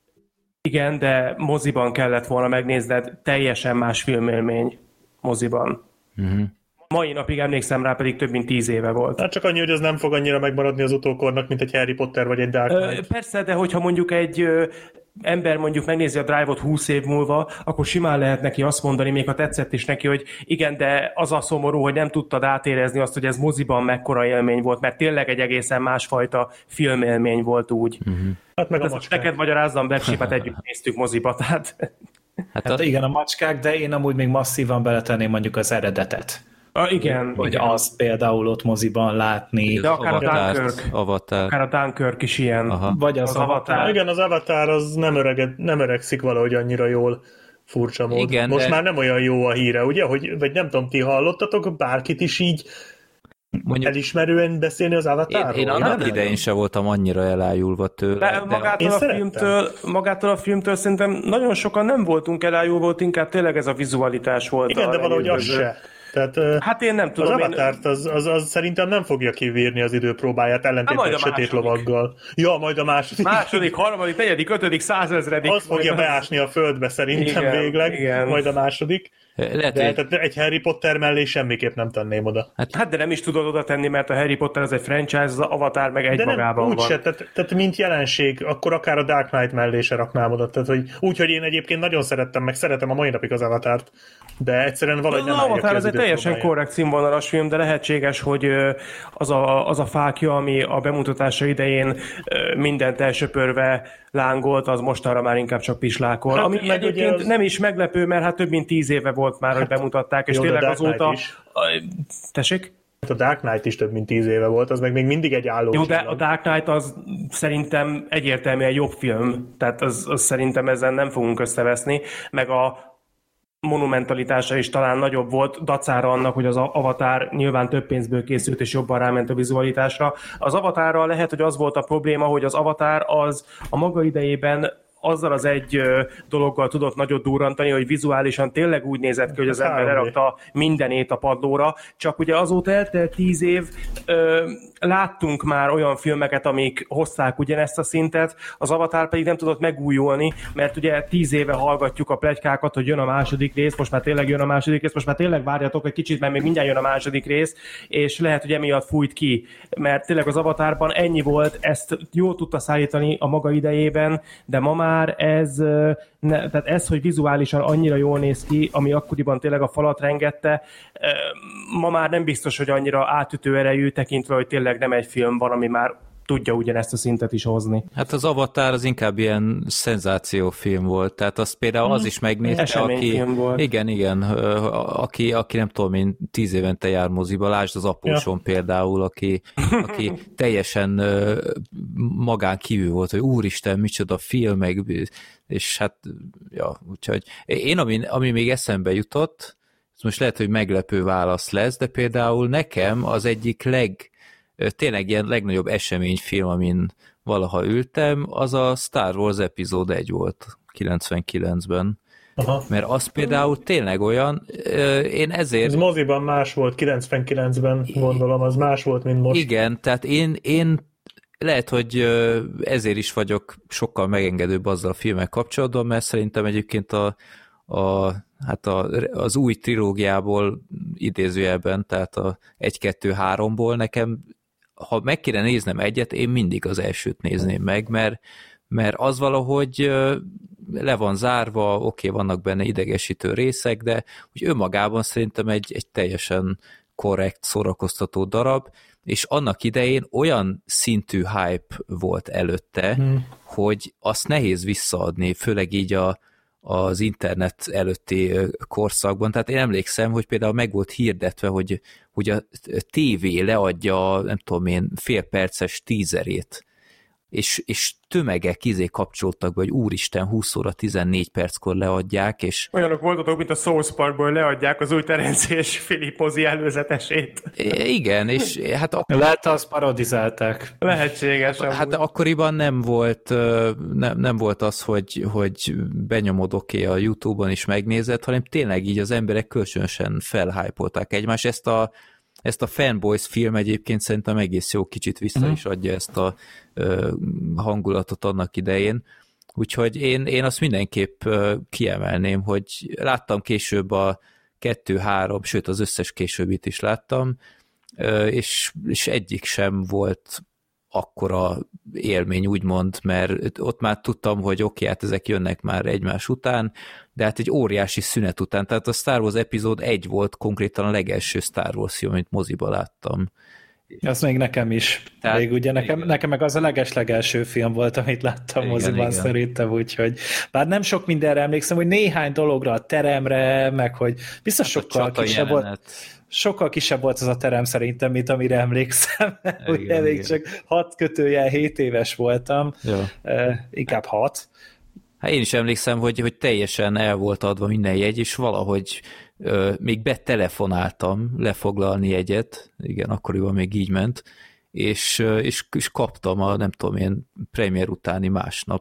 igen, de moziban kellett volna megnézned, teljesen más filmélmény moziban. Uh-huh. Mai napig emlékszem rá, pedig több mint tíz éve volt.
Hát csak annyi, hogy ez nem fog annyira megmaradni az utókornak, mint egy Harry Potter vagy egy Dark Knight.
Persze, de hogyha mondjuk egy ö, ember mondjuk megnézi a Drive-ot húsz év múlva, akkor simán lehet neki azt mondani, még ha tetszett is neki, hogy igen, de az a szomorú, hogy nem tudtad átérezni azt, hogy ez moziban mekkora élmény volt, mert tényleg egy egészen másfajta filmélmény volt úgy. Uh-huh.
Hát meg a
macskák. Neked magyarázzam, Black együtt néztük moziba, tehát...
Hát, hát a... igen, a macskák, de én amúgy még masszívan beletenném mondjuk az eredetet.
Ah, igen.
Hogy
igen.
azt például ott moziban látni.
De akár a Dunkirk.
Avatar.
Akár a Dunkirk is ilyen.
Aha.
Vagy az, az Avatar.
Avatar. Igen, az Avatar az nem, öreged, nem öregszik valahogy annyira jól, furcsa mód. Igen, most de... már nem olyan jó a híre, ugye? Hogy, vagy nem tudom, ti hallottatok bárkit is így mondjuk, elismerően beszélni az Avatarról?
Én, én annak én idején sem voltam annyira elájulva tőle.
De, de magától, a filmtől, magától a filmtől szerintem nagyon sokan nem voltunk elájulva, volt inkább tényleg ez a vizualitás volt.
Igen, de valahogy az se. Tehát,
hát én nem tudom.
Az Avatárt az, az, az szerintem nem fogja kivírni az időpróbáját, ellentétben egy sötét lovaggal. Ja, majd a második.
Második, harmadik, negyedik, ötödik, százezredik.
Azt fogja az... beásni a földbe szerintem igen, végleg, igen. Majd a második. Lehet, de hogy... tehát egy Harry Potter mellé semmiképp nem tenném oda.
Hát, hát de nem is tudod oda tenni, mert a Harry Potter az egy franchise, az Avatar meg egy de magában
nem,
van.
Se, tehát, tehát mint jelenség, akkor akár a Dark Knight mellé se raknám oda. Tehát, hogy úgy, hogy én egyébként nagyon szerettem, meg szeretem a mai napig az Avatart, de egyszerűen valahogy
az
nem állja
Avatar
ki
az egy teljesen korrekt színvonalas film, de lehetséges, hogy az a, az a fákja, ami a bemutatása idején mindent elsöpörve lángolt, az mostanra már inkább csak pislákol. Hát, ami egyébként az... nem is meglepő, mert hát több mint tíz éve volt már, hát, hogy bemutatták, és jó, tényleg azóta... Tessék?
A Dark Knight is több mint tíz éve volt, az meg még mindig egy álló.
Jó, de a Dark Knight az szerintem egyértelműen jobb film, tehát az, az szerintem ezen nem fogunk összeveszni, meg a monumentalitása is talán nagyobb volt, dacára annak, hogy az Avatar nyilván több pénzből készült, és jobban ráment a vizualitásra. Az Avatarral lehet, hogy az volt a probléma, hogy az Avatar az a maga idejében azzal az egy dologgal tudott nagyot durrantani, hogy vizuálisan tényleg úgy nézett ki, hogy az ember lerakta mindenét a padlóra, csak ugye azóta eltelt tíz év, ö, láttunk már olyan filmeket, amik hozták ugyanezt a szintet, az Avatar pedig nem tudott megújulni, mert ugye tíz éve hallgatjuk a pletykákat, hogy jön a második rész, most már tényleg jön a második rész, most már tényleg várjatok egy kicsit, mert még mindjárt jön a második rész, és lehet, hogy emiatt fújt ki, mert tényleg az Avatarban ennyi volt, ezt jól tudta szállítani a maga idejében, de ma már már ez, ne, tehát ez, hogy vizuálisan annyira jól néz ki, ami akkoriban tényleg a falat rengette, ma már nem biztos, hogy annyira átütő erejű, tekintve, hogy tényleg nem egy film van, ami már tudja ugyanezt a szintet is hozni.
Hát az Avatar az inkább ilyen szenzációfilm volt, tehát azt például az is megnézte, aki...
volt.
Igen, igen, aki, aki nem tudom én, tíz évente jár moziba, lásd az Apóson ja. például, aki, aki teljesen magán kívül volt, hogy úristen, micsoda film, meg, és hát, ja, úgyhogy én, ami, ami még eszembe jutott, ez most lehet, hogy meglepő válasz lesz, de például nekem az egyik leg tényleg ilyen legnagyobb eseményfilm, amin valaha ültem, az a Star Wars epizód egy volt kilencvenkilencben. Aha. Mert az például tényleg olyan, én ezért...
Ez moziban más volt, kilencvenkilencben gondolom, az más volt, mint most.
Igen, tehát én, én lehet, hogy ezért is vagyok sokkal megengedőbb azzal a filmek kapcsolatban, mert szerintem egyébként a, a hát a, az új trilógiából idézőjelben, tehát a egy kettő háromból nekem, ha meg kéne néznem egyet, én mindig az elsőt nézném meg, mert, mert az valahogy le van zárva, oké, okay, vannak benne idegesítő részek, de úgy önmagában szerintem egy, egy teljesen korrekt, szórakoztató darab, és annak idején olyan szintű hype volt előtte, hmm. hogy azt nehéz visszaadni, főleg így a az internet előtti korszakban. Tehát én emlékszem, hogy például meg volt hirdetve, hogy, hogy a tévé leadja, nem tudom én, félperces tízerét, és, és tömegek izé kapcsoltak be, hogy úristen, húsz óra tizennégy perckor leadják, és...
Olyanok voltatok, mint a South Parkból leadják az új Terence és Philip Mozi előzetesét.
Igen, és hát... Ak-
Lehet, azt parodizálták.
Lehetséges.
Hát, hát akkoriban nem volt, nem, nem volt az, hogy, hogy benyomod oké a YouTube-on is megnézed, hanem tényleg így az emberek kölcsönösen felhypolták egymást. Ezt a Ezt a Fanboys film egyébként szerintem egész jó kicsit vissza uh-huh. is adja ezt a uh, hangulatot annak idején. Úgyhogy én, én azt mindenképp uh, kiemelném, hogy láttam később a kettő három, sőt az összes későbbit is láttam, uh, és, és egyik sem volt akkora élmény, úgymond, mert ott már tudtam, hogy oké, hát ezek jönnek már egymás után, de hát egy óriási szünet után, tehát a Star Wars epizód egy volt konkrétan a legelső Star Wars film, amit moziba láttam.
Az még nekem is. Tehát, még ugye nekem, nekem meg az a leges-legelső film volt, amit láttam igen, moziban igen. szerintem, úgyhogy bár nem sok mindenre emlékszem, hogy néhány dologra, a teremre, meg hogy biztos hát sokkal kisebb volt. Sokkal kisebb volt az a terem szerintem, mint amire emlékszem. Ugye még csak hat kötőjel hét éves voltam, ja. uh, inkább hat.
Hát én is emlékszem, hogy, hogy teljesen el volt adva minden jegy, és valahogy uh, még betelefonáltam lefoglalni jegyet, igen, akkoriban még így ment, és, uh, és, és kaptam a, nem tudom én, premier utáni másnap.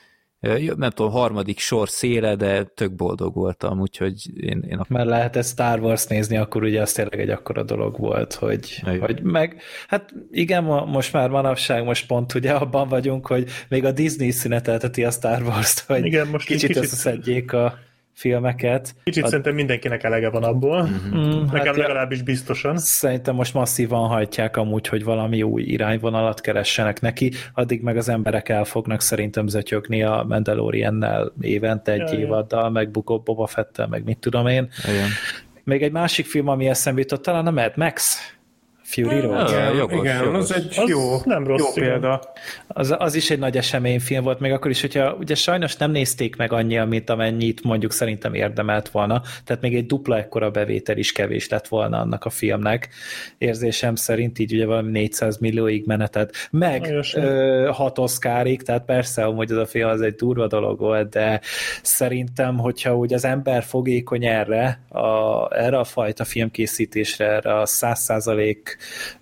Nem tudom, harmadik sor széle, de tök boldog voltam, úgyhogy én... én
Mert lehet ezt Star Wars nézni, akkor ugye az tényleg egy akkora dolog volt, hogy, hogy meg... Hát igen, most már manapság, most pont ugye abban vagyunk, hogy még a Disney szünetelteti a Star Wars-t, hogy igen, most kicsit, kicsit összeszedjék a filmeket.
Kicsit a... szerintem mindenkinek elege van abból. Mm-hmm. Nekem hát legalábbis biztosan.
Szerintem most masszívan hajtják amúgy, hogy valami új irányvonalat keressenek neki, addig meg az emberek el fognak szerintem zötyögni a Mandaloriannel évente egy ja, évaddal, ja. meg Boba Fettel, meg mit tudom én.
Igen.
Még egy másik film, ami eszembe jutott, talán a Mad Max. Fury Road.
Igen, jogos, igen jogos. Az egy az jó, nem rossz jó példa.
Az, az is egy nagy eseményfilm volt, még akkor is, hogyha ugye sajnos nem nézték meg annyi, mint amennyit mondjuk szerintem érdemelt volna, tehát még egy dupla ekkora bevétel is kevés lett volna annak a filmnek. Érzésem szerint így ugye valami négyszáz millióig menetett, meg ö, hat Oscarig, tehát persze, hogy az a film az egy durva dolog volt, de szerintem, hogyha úgy az ember fogékony erre, a, erre a fajta filmkészítésre, erre a száz százalék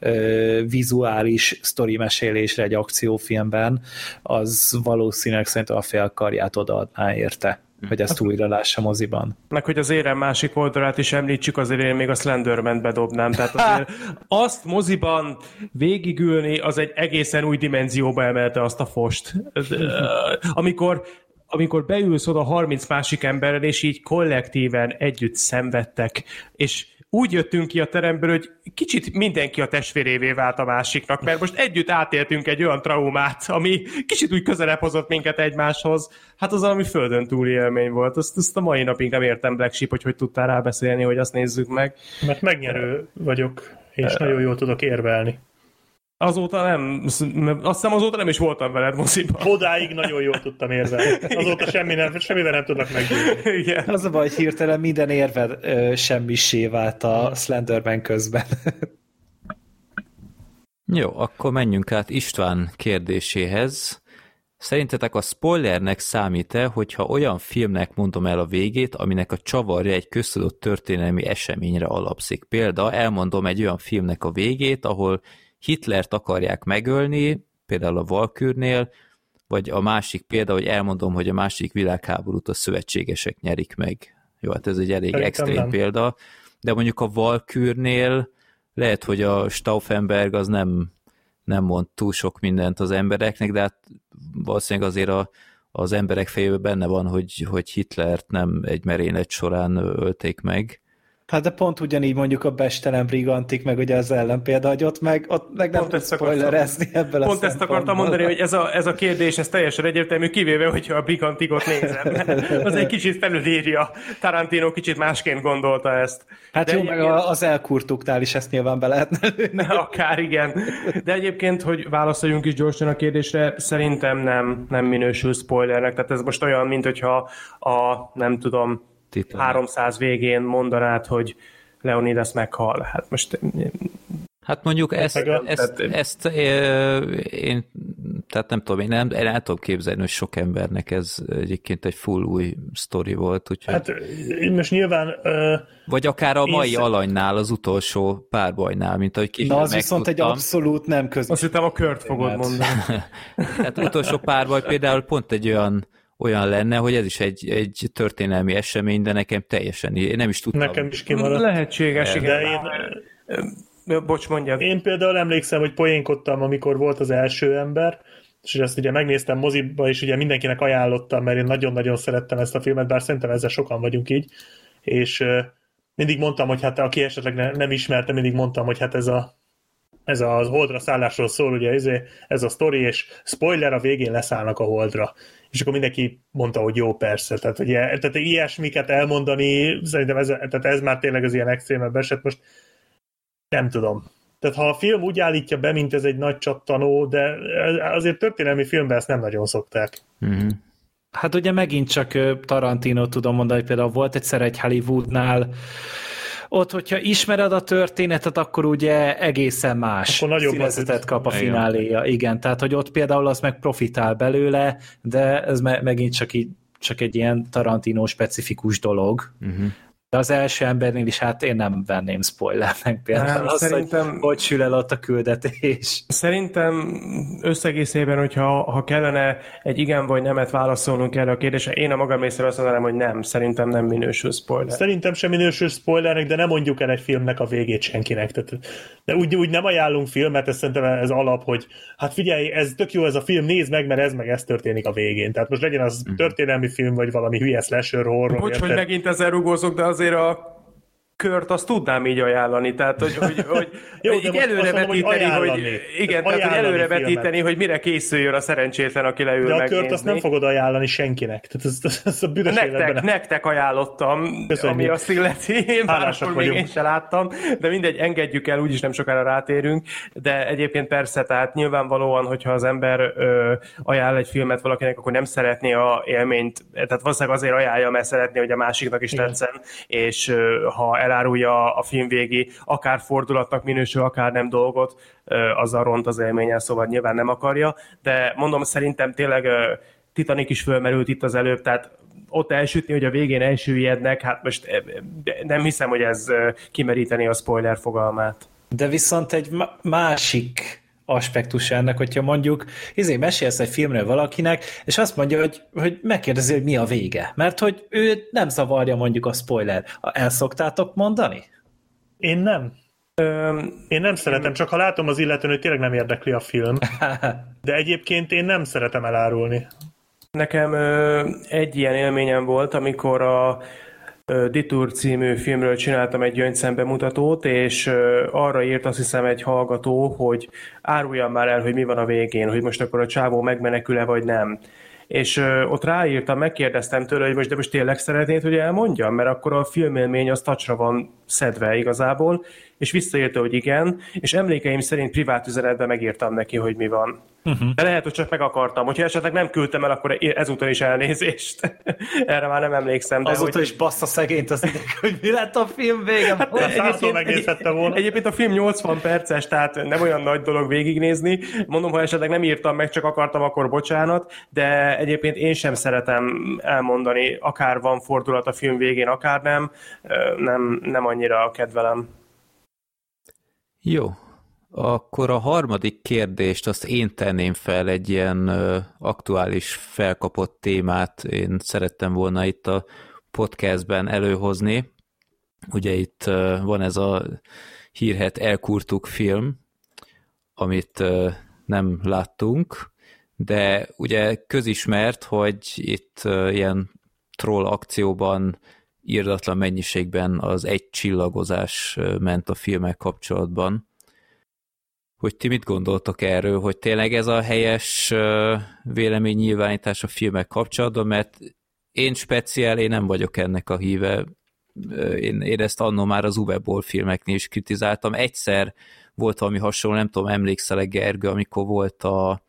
vizuális sztori mesélésre egy akciófilmben, az valószínűleg szerintem a fél karját odaadná érte, hogy ezt újra lássa moziban.
Meg hogy az érem másik oldalát is említsük, azért én még a Slenderman bedobnám. Tehát azért azt moziban végigülni, az egy egészen új dimenzióba emelte azt a fost. Amikor amikor beülsz oda harminc másik emberrel, és így kollektíven együtt szenvedtek, és úgy jöttünk ki a teremből, hogy kicsit mindenki a testvérévé vált a másiknak, mert most együtt átéltünk egy olyan traumát, ami kicsit úgy közelebb hozott minket egymáshoz. Hát az valami földön túli élmény volt. Azt, azt a mai napig nem értem, Black Sheep, hogy hogy tudtál rábeszélni, hogy azt nézzük meg.
Mert megnyerő vagyok, és nagyon jól tudok érvelni.
Azóta nem, azt hiszem azóta nem is voltam veled moziban.
Odáig nagyon jól tudtam érvelni. Azóta semmi nem, semmivel nem tudnak meggyőzni.
Igen.
Az a baj, hogy hirtelen minden érved ö, semmissé vált a Slenderman közben.
Jó, akkor menjünk át István kérdéséhez. Szerintetek a spoilernek számít-e, hogyha olyan filmnek mondom el a végét, aminek a csavarja egy köztudott történelmi eseményre alapszik? Például elmondom egy olyan filmnek a végét, ahol Hitlert akarják megölni, például a Valkürnél, vagy a másik példa, hogy elmondom, hogy a második világháborút a szövetségesek nyerik meg. Jó, hát ez egy elég
Szerintem
extrém
nem.
példa, de mondjuk a Valkürnél lehet, hogy a Stauffenberg az nem, nem mond túl sok mindent az embereknek, de hát valószínűleg azért a, az emberek fejében benne van, hogy, hogy Hitlert nem egy merénylet során ölték meg.
Hát de pont ugyanígy mondjuk a Bestelen Brigantik, meg ugye az ellenpélda, hogy ott meg, ott meg nem tud spoilerezni ebből a
Pont ezt akartam mondani, hogy ez a, ez a kérdés, ez teljesen egyértelmű, kivéve, hogyha a Brigantikot nézem. Az egy kicsit felülírja. Tarantino kicsit másként gondolta ezt.
Hát
de
jó, meg az elkurtuknál is ezt nyilván be lehetne lőni.
Akár igen. De egyébként, hogy válaszoljunk is gyorsan a kérdésre, szerintem nem, nem minősül spoilernek. Tehát ez most olyan, mint hogyha a, nem tudom, Titan. háromszáz végén mondanád, hogy Leonidas meghal. Hát most...
Hát mondjuk ezt,
a,
ezt,
tehát,
ezt én, tehát nem tudom, én nem, én nem tudom képzelni, hogy sok embernek ez egyébként egy full új sztori volt. Úgyhogy...
Hát most nyilván... Uh,
Vagy akár a mai
szer...
alanynál, az utolsó párbajnál, mint ahogy később
Na az
megtudtam.
viszont egy abszolút nem közös.
Azt hittem a Kört fogod mondani.
Tehát utolsó párbaj például pont egy olyan olyan lenne, hogy ez is egy, egy történelmi esemény, de nekem teljesen, én nem is tudtam.
Nekem is kimaradt.
Lehetséges,
de
igen.
Én,
Bocs, mondjad.
Én például emlékszem, hogy poénkodtam, amikor volt az első ember, és ezt ugye megnéztem moziba, és ugye mindenkinek ajánlottam, mert én nagyon-nagyon szerettem ezt a filmet, bár szerintem ezzel sokan vagyunk így, és uh, mindig mondtam, hogy hát aki esetleg ne, nem ismerte, mindig mondtam, hogy hát ez a ez a holdra szállásról szól, ugye ez, ez a sztori, és spoiler, a végén leszállnak a holdra. És akkor mindenki mondta, hogy jó, persze. Tehát, ugye, tehát ilyesmiket elmondani, szerintem ez, tehát ez már tényleg az ilyen extrémebb eset. Most nem tudom. Tehát ha a film úgy állítja be, mint ez egy nagy csattanó, de azért történelmi filmben ezt nem nagyon szokták.
Mm-hmm.
Hát ugye megint csak Tarantino tudom mondani, hogy például volt egyszer egy Hollywoodnál, ott, hogyha ismered a történetet, akkor ugye egészen más színezetet kap a fináléja. Igen, tehát, hogy ott például az meg profitál belőle, de ez me- megint csak, így, csak egy ilyen Tarantino specifikus dolog. Uh-huh. De az első embernél is, hát én nem venném spoilernek például nem, azt, szerintem, hogy hogy sül el ott a küldetés.
Szerintem összegészében, hogyha ha kellene egy igen vagy nemet válaszolnunk erre a kérdésre, én a magam részéről azt mondanám, hogy nem, szerintem nem minősül spoiler.
Szerintem sem minősül spoilernek, de nem mondjuk el egy filmnek a végét senkinek. Tehát, de úgy, úgy nem ajánlunk filmet, ez szerintem ez alap, hogy hát figyelj, ez tök jó ez a film, nézd meg, mert ez meg ez történik a végén. Tehát most legyen az történelmi film, vagy valami hülye slasher horror.
Bocs, hogy megint ezzel rugózok, de azért a Kört azt tudnám így ajánlani, tehát hogy, hogy, hogy,
jó,
hogy előrevetíteni, hogy, hogy igen, tehát hogy előrevetíteni, hogy mire készüljön a szerencsétlen, aki leül
megnézni.
megnézni.
De a Kört azt nem fogod ajánlani senkinek. Tehát ez, ez, ez a büdös
nektek,
életben.
nektek ajánlottam,
köszönjük.
Ami azt illeti, én máskor még én sem láttam, de mindegy, engedjük el, úgyis nem sokára rátérünk, de egyébként persze, tehát nyilvánvalóan, hogyha az ember ö, ajánl egy filmet valakinek, akkor nem szeretné a élményt, tehát valószínűleg azért ajánlja, mert szeretné, hogy a másiknak is tetszen, és ö, ha elárulja a film végi, akár fordulatnak minősül, akár nem dolgot, azzal ront az élményen, szóval nyilván nem akarja, de mondom, szerintem tényleg Titanic is fölmerült itt az előbb, tehát ott elsütni, hogy a végén elsüllyednek, hát most nem hiszem, hogy ez kimeríteni a spoiler fogalmát.
De viszont egy másik aspektus ennek, hogyha mondjuk izé mesélsz egy filmről valakinek, és azt mondja, hogy, hogy megkérdezi, hogy mi a vége. Mert hogy ő nem zavarja mondjuk a spoiler. El szoktátok mondani?
Én nem. Én nem szeretem, csak ha látom az illetőn, hogy tényleg nem érdekli a film. De egyébként én nem szeretem elárulni.
Nekem ö, egy ilyen élményem volt, amikor a Detour című filmről csináltam egy gyöngyszembemutatót, és arra írt azt hiszem egy hallgató, hogy áruljam már el, hogy mi van a végén, hogy most akkor a csávó megmenekül-e vagy nem. És ott ráírtam, megkérdeztem tőle, hogy most, de most tényleg szeretnéd, hogy elmondjam, mert akkor a filmélmény az tacsra van szedve igazából, és visszaírta, hogy igen, és emlékeim szerint privát üzenetben megírtam neki, hogy mi van. Uh-huh. De lehet, hogy csak meg akartam. Hogyha esetleg nem küldtem el, akkor ezúton is elnézést. Erre már nem emlékszem. De
azóta
hogy...
is bassza szegényt az ideg, hogy mi lett a film vége.
Hát, egyébként, megnézhette volna.
Egyébként a film nyolcvan perces, tehát nem olyan nagy dolog végignézni. Mondom, ha esetleg nem írtam meg, csak akartam, akkor bocsánat, de egyébként én sem szeretem elmondani, akár van fordulat a film végén, akár nem. Nem, nem annyira kedvelem.
Jó. Akkor a harmadik kérdést azt én tenném fel, egy ilyen ö, aktuális felkapott témát én szerettem volna itt a podcastben előhozni. Ugye itt ö, van ez a hírhedt Elkurtuk film, amit ö, nem láttunk, de ugye közismert, hogy itt ö, ilyen troll akcióban irdatlan mennyiségben az egy csillagozás ö, ment a filmek kapcsolatban. Hogy ti mit gondoltok erről, hogy tényleg ez a helyes véleménynyilvánítás a filmek kapcsolatban, mert én speciál, én nem vagyok ennek a híve. Én, én ezt annó már az Uwe Boll filmeknél is kritizáltam. Egyszer volt valami hasonló, nem tudom, emlékszel-e Gergő, amikor volt a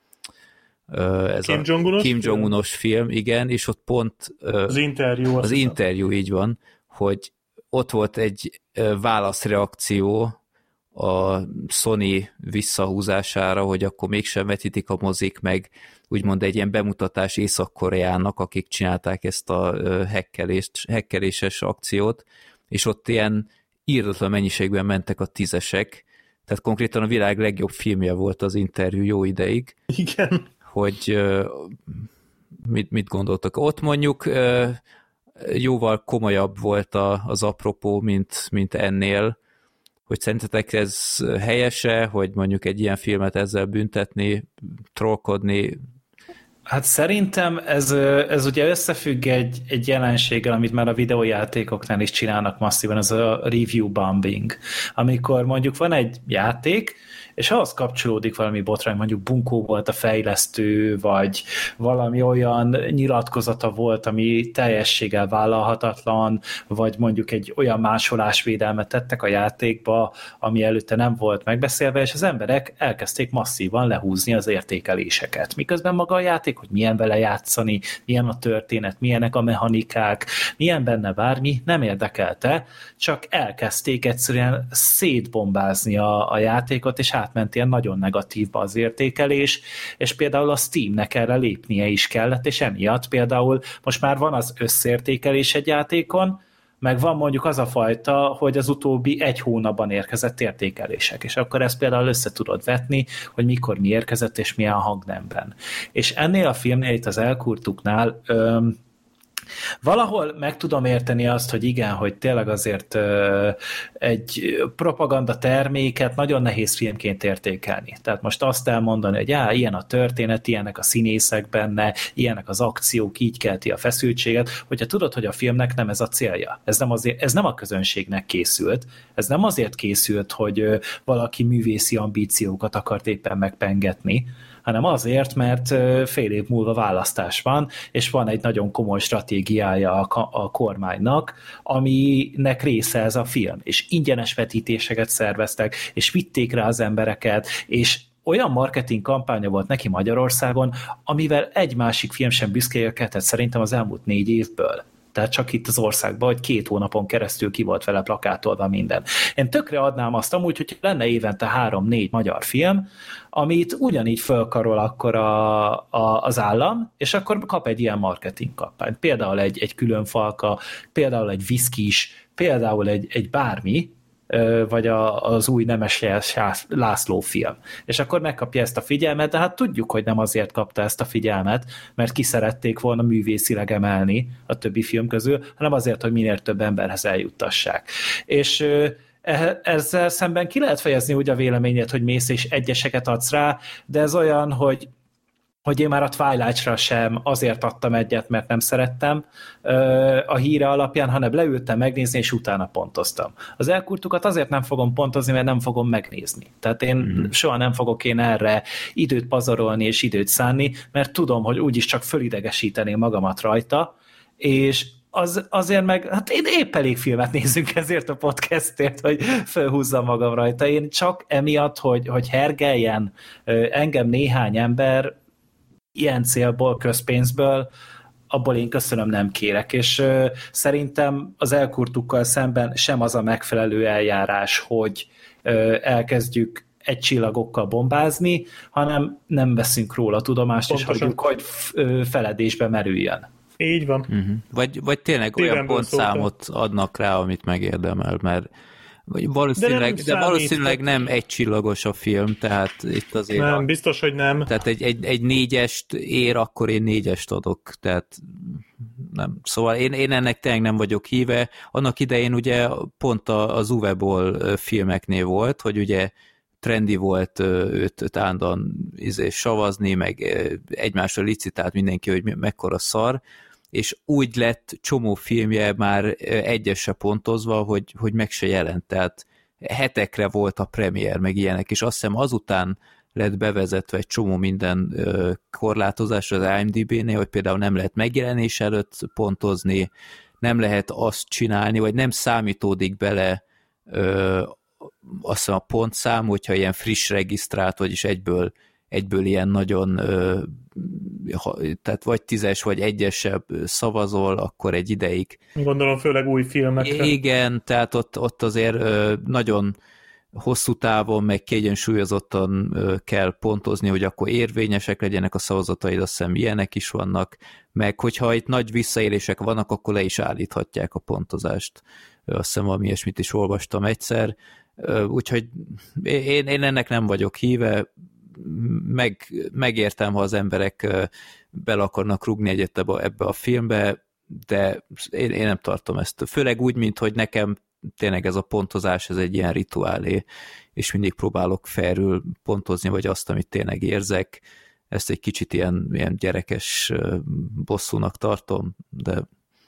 ez
Kim Jong-unos,
Kim Jong-unos film? film, igen, és ott pont
az interjú,
az interjú, így van, hogy ott volt egy válaszreakció a Sony visszahúzására, hogy akkor mégsem vetítik a mozik, meg úgymond egy ilyen bemutatás Észak-Koreának, akik csinálták ezt a hekkelést, hekkeléses akciót, és ott ilyen írdatlan mennyiségben mentek a tízesek, tehát konkrétan a világ legjobb filmje volt az interjú jó ideig.
Igen.
Hogy mit, mit gondoltok? Ott mondjuk jóval komolyabb volt az apropó, mint, mint ennél, hogy szerintetek ez helyese, hogy mondjuk egy ilyen filmet ezzel büntetni, trollkodni?
Hát szerintem ez, ez ugye összefügg egy, egy jelenséggel, amit már a videójátékoknál is csinálnak masszívan, ez a review bombing. Amikor mondjuk van egy játék, és ahhoz kapcsolódik valami botrány, mondjuk bunkó volt a fejlesztő, vagy valami olyan nyilatkozata volt, ami teljességgel vállalhatatlan, vagy mondjuk egy olyan másolásvédelmet tettek a játékba, ami előtte nem volt megbeszélve, és az emberek elkezdték masszívan lehúzni az értékeléseket. Miközben maga a játék, hogy milyen vele játszani, milyen a történet, milyenek a mechanikák, milyen benne bármi, nem érdekelte, csak elkezdték egyszerűen szétbombázni a, a játékot, és átment ilyen nagyon negatívba az értékelés, és például a Steamnek erre lépnie is kellett, és emiatt például most már van az összértékelés egy játékon, meg van mondjuk az a fajta, hogy az utóbbi egy hónapban érkezett értékelések, és akkor ezt például össze tudod vetni, hogy mikor mi érkezett, és milyen hangnemben. És ennél a filmnél, itt az Elkurtuknál öm, valahol meg tudom érteni azt, hogy igen, hogy tényleg azért ö, egy propaganda terméket nagyon nehéz filmként értékelni. Tehát most azt elmondani, hogy já, ilyen a történet, ilyenek a színészek benne, ilyenek az akciók, így kelti a feszültséget, hogyha tudod, hogy a filmnek nem ez a célja. Ez nem, azért, ez nem a közönségnek készült, ez nem azért készült, hogy ö, valaki művészi ambíciókat akart éppen megpengetni, hanem azért, mert fél év múlva választás van, és van egy nagyon komoly stratégiája a, a kormánynak, aminek része ez a film. És ingyenes vetítéseket szerveztek, és vitték rá az embereket, és olyan marketing kampánya volt neki Magyarországon, amivel egy másik film sem büszkélkedett szerintem az elmúlt négy évből. Tehát csak itt az országban, hogy két hónapon keresztül ki volt vele plakátolva minden. Én tökre adnám azt amúgy, hogy lenne évente három-négy magyar film, amit ugyanígy fölkarol akkor a, a, az állam, és akkor kap egy ilyen marketing kampányt. Például egy, egy külön falka, például egy viszkis, például egy, egy bármi, vagy a, az új Nemes László film. És akkor megkapja ezt a figyelmet, de hát tudjuk, hogy nem azért kapta ezt a figyelmet, mert ki szerették volna művészileg emelni a többi film közül, hanem azért, hogy minél több emberhez eljuttassák. És ezzel szemben ki lehet fejezni úgy a véleményét, hogy mész és egyeseket adsz rá, de ez olyan, hogy hogy én már a Twilight-ra sem azért adtam egyet, mert nem szerettem a híre alapján, hanem leültem megnézni, és utána pontoztam. Az elkurtukat azért nem fogom pontozni, mert nem fogom megnézni. Tehát én mm. soha nem fogok én erre időt pazarolni és időt szánni, mert tudom, hogy úgyis csak fölidegesíteném magamat rajta, és az, azért meg, hát én épp elég filmet nézzünk ezért a podcastért, hogy felhúzzam magam rajta. Én csak emiatt, hogy, hogy hergeljen engem néhány ember ilyen célból, közpénzből, abból én köszönöm, nem kérek, és ö, szerintem az elkurtukkal szemben sem az a megfelelő eljárás, hogy ö, elkezdjük egy csillagokkal bombázni, hanem nem veszünk róla tudomást, pontosan. És hagyjuk, hogy feledésbe merüljön.
Így van.
Uh-huh. Vagy, vagy tényleg
Szívemből
olyan pontszámot szóltam. Adnak rá, amit megérdemel, mert valószínűleg, de, de valószínűleg nem egy csillagos a film, tehát itt azért...
Nem,
a,
biztos, hogy nem.
Tehát egy, egy, egy négyest ér, akkor én négyest adok, tehát nem. Szóval én, én ennek tényleg nem vagyok híve. Annak idején ugye pont az Uwe Boll filmeknél volt, hogy ugye trendi volt őt, őt állandóan izé, savazni, meg egymásra licitált mindenki, hogy mekkora szar, és úgy lett csomó filmje már egyesre pontozva, hogy, hogy meg se jelent, tehát hetekre volt a premier, meg ilyenek, és azt hiszem azután lett bevezetve egy csomó minden korlátozás az IMDb-nél, hogy például nem lehet megjelenés előtt pontozni, nem lehet azt csinálni, vagy nem számítódik bele azt hiszem a pontszám, hogyha ilyen friss regisztrált, vagyis egyből, egyből ilyen nagyon, tehát vagy tízes, vagy egyesebb szavazol, akkor egy ideig.
Gondolom főleg új filmekre.
Igen, tehát ott, ott azért nagyon hosszú távon, meg kiegyensúlyozottan kell pontozni, hogy akkor érvényesek legyenek a szavazataid, azt hiszem ilyenek is vannak, meg hogyha itt nagy visszaélések vannak, akkor le is állíthatják a pontozást. Azt hiszem valami ilyesmit is olvastam egyszer, úgyhogy én, én ennek nem vagyok híve, meg, megértem, ha az emberek bele akarnak rúgni egyet ebbe, ebbe a filmbe, de én, én nem tartom ezt. Főleg úgy, mint hogy nekem tényleg ez a pontozás, ez egy ilyen rituálé, és mindig próbálok felül pontozni, vagy azt, amit tényleg érzek. Ezt egy kicsit ilyen, ilyen gyerekes bosszúnak tartom, de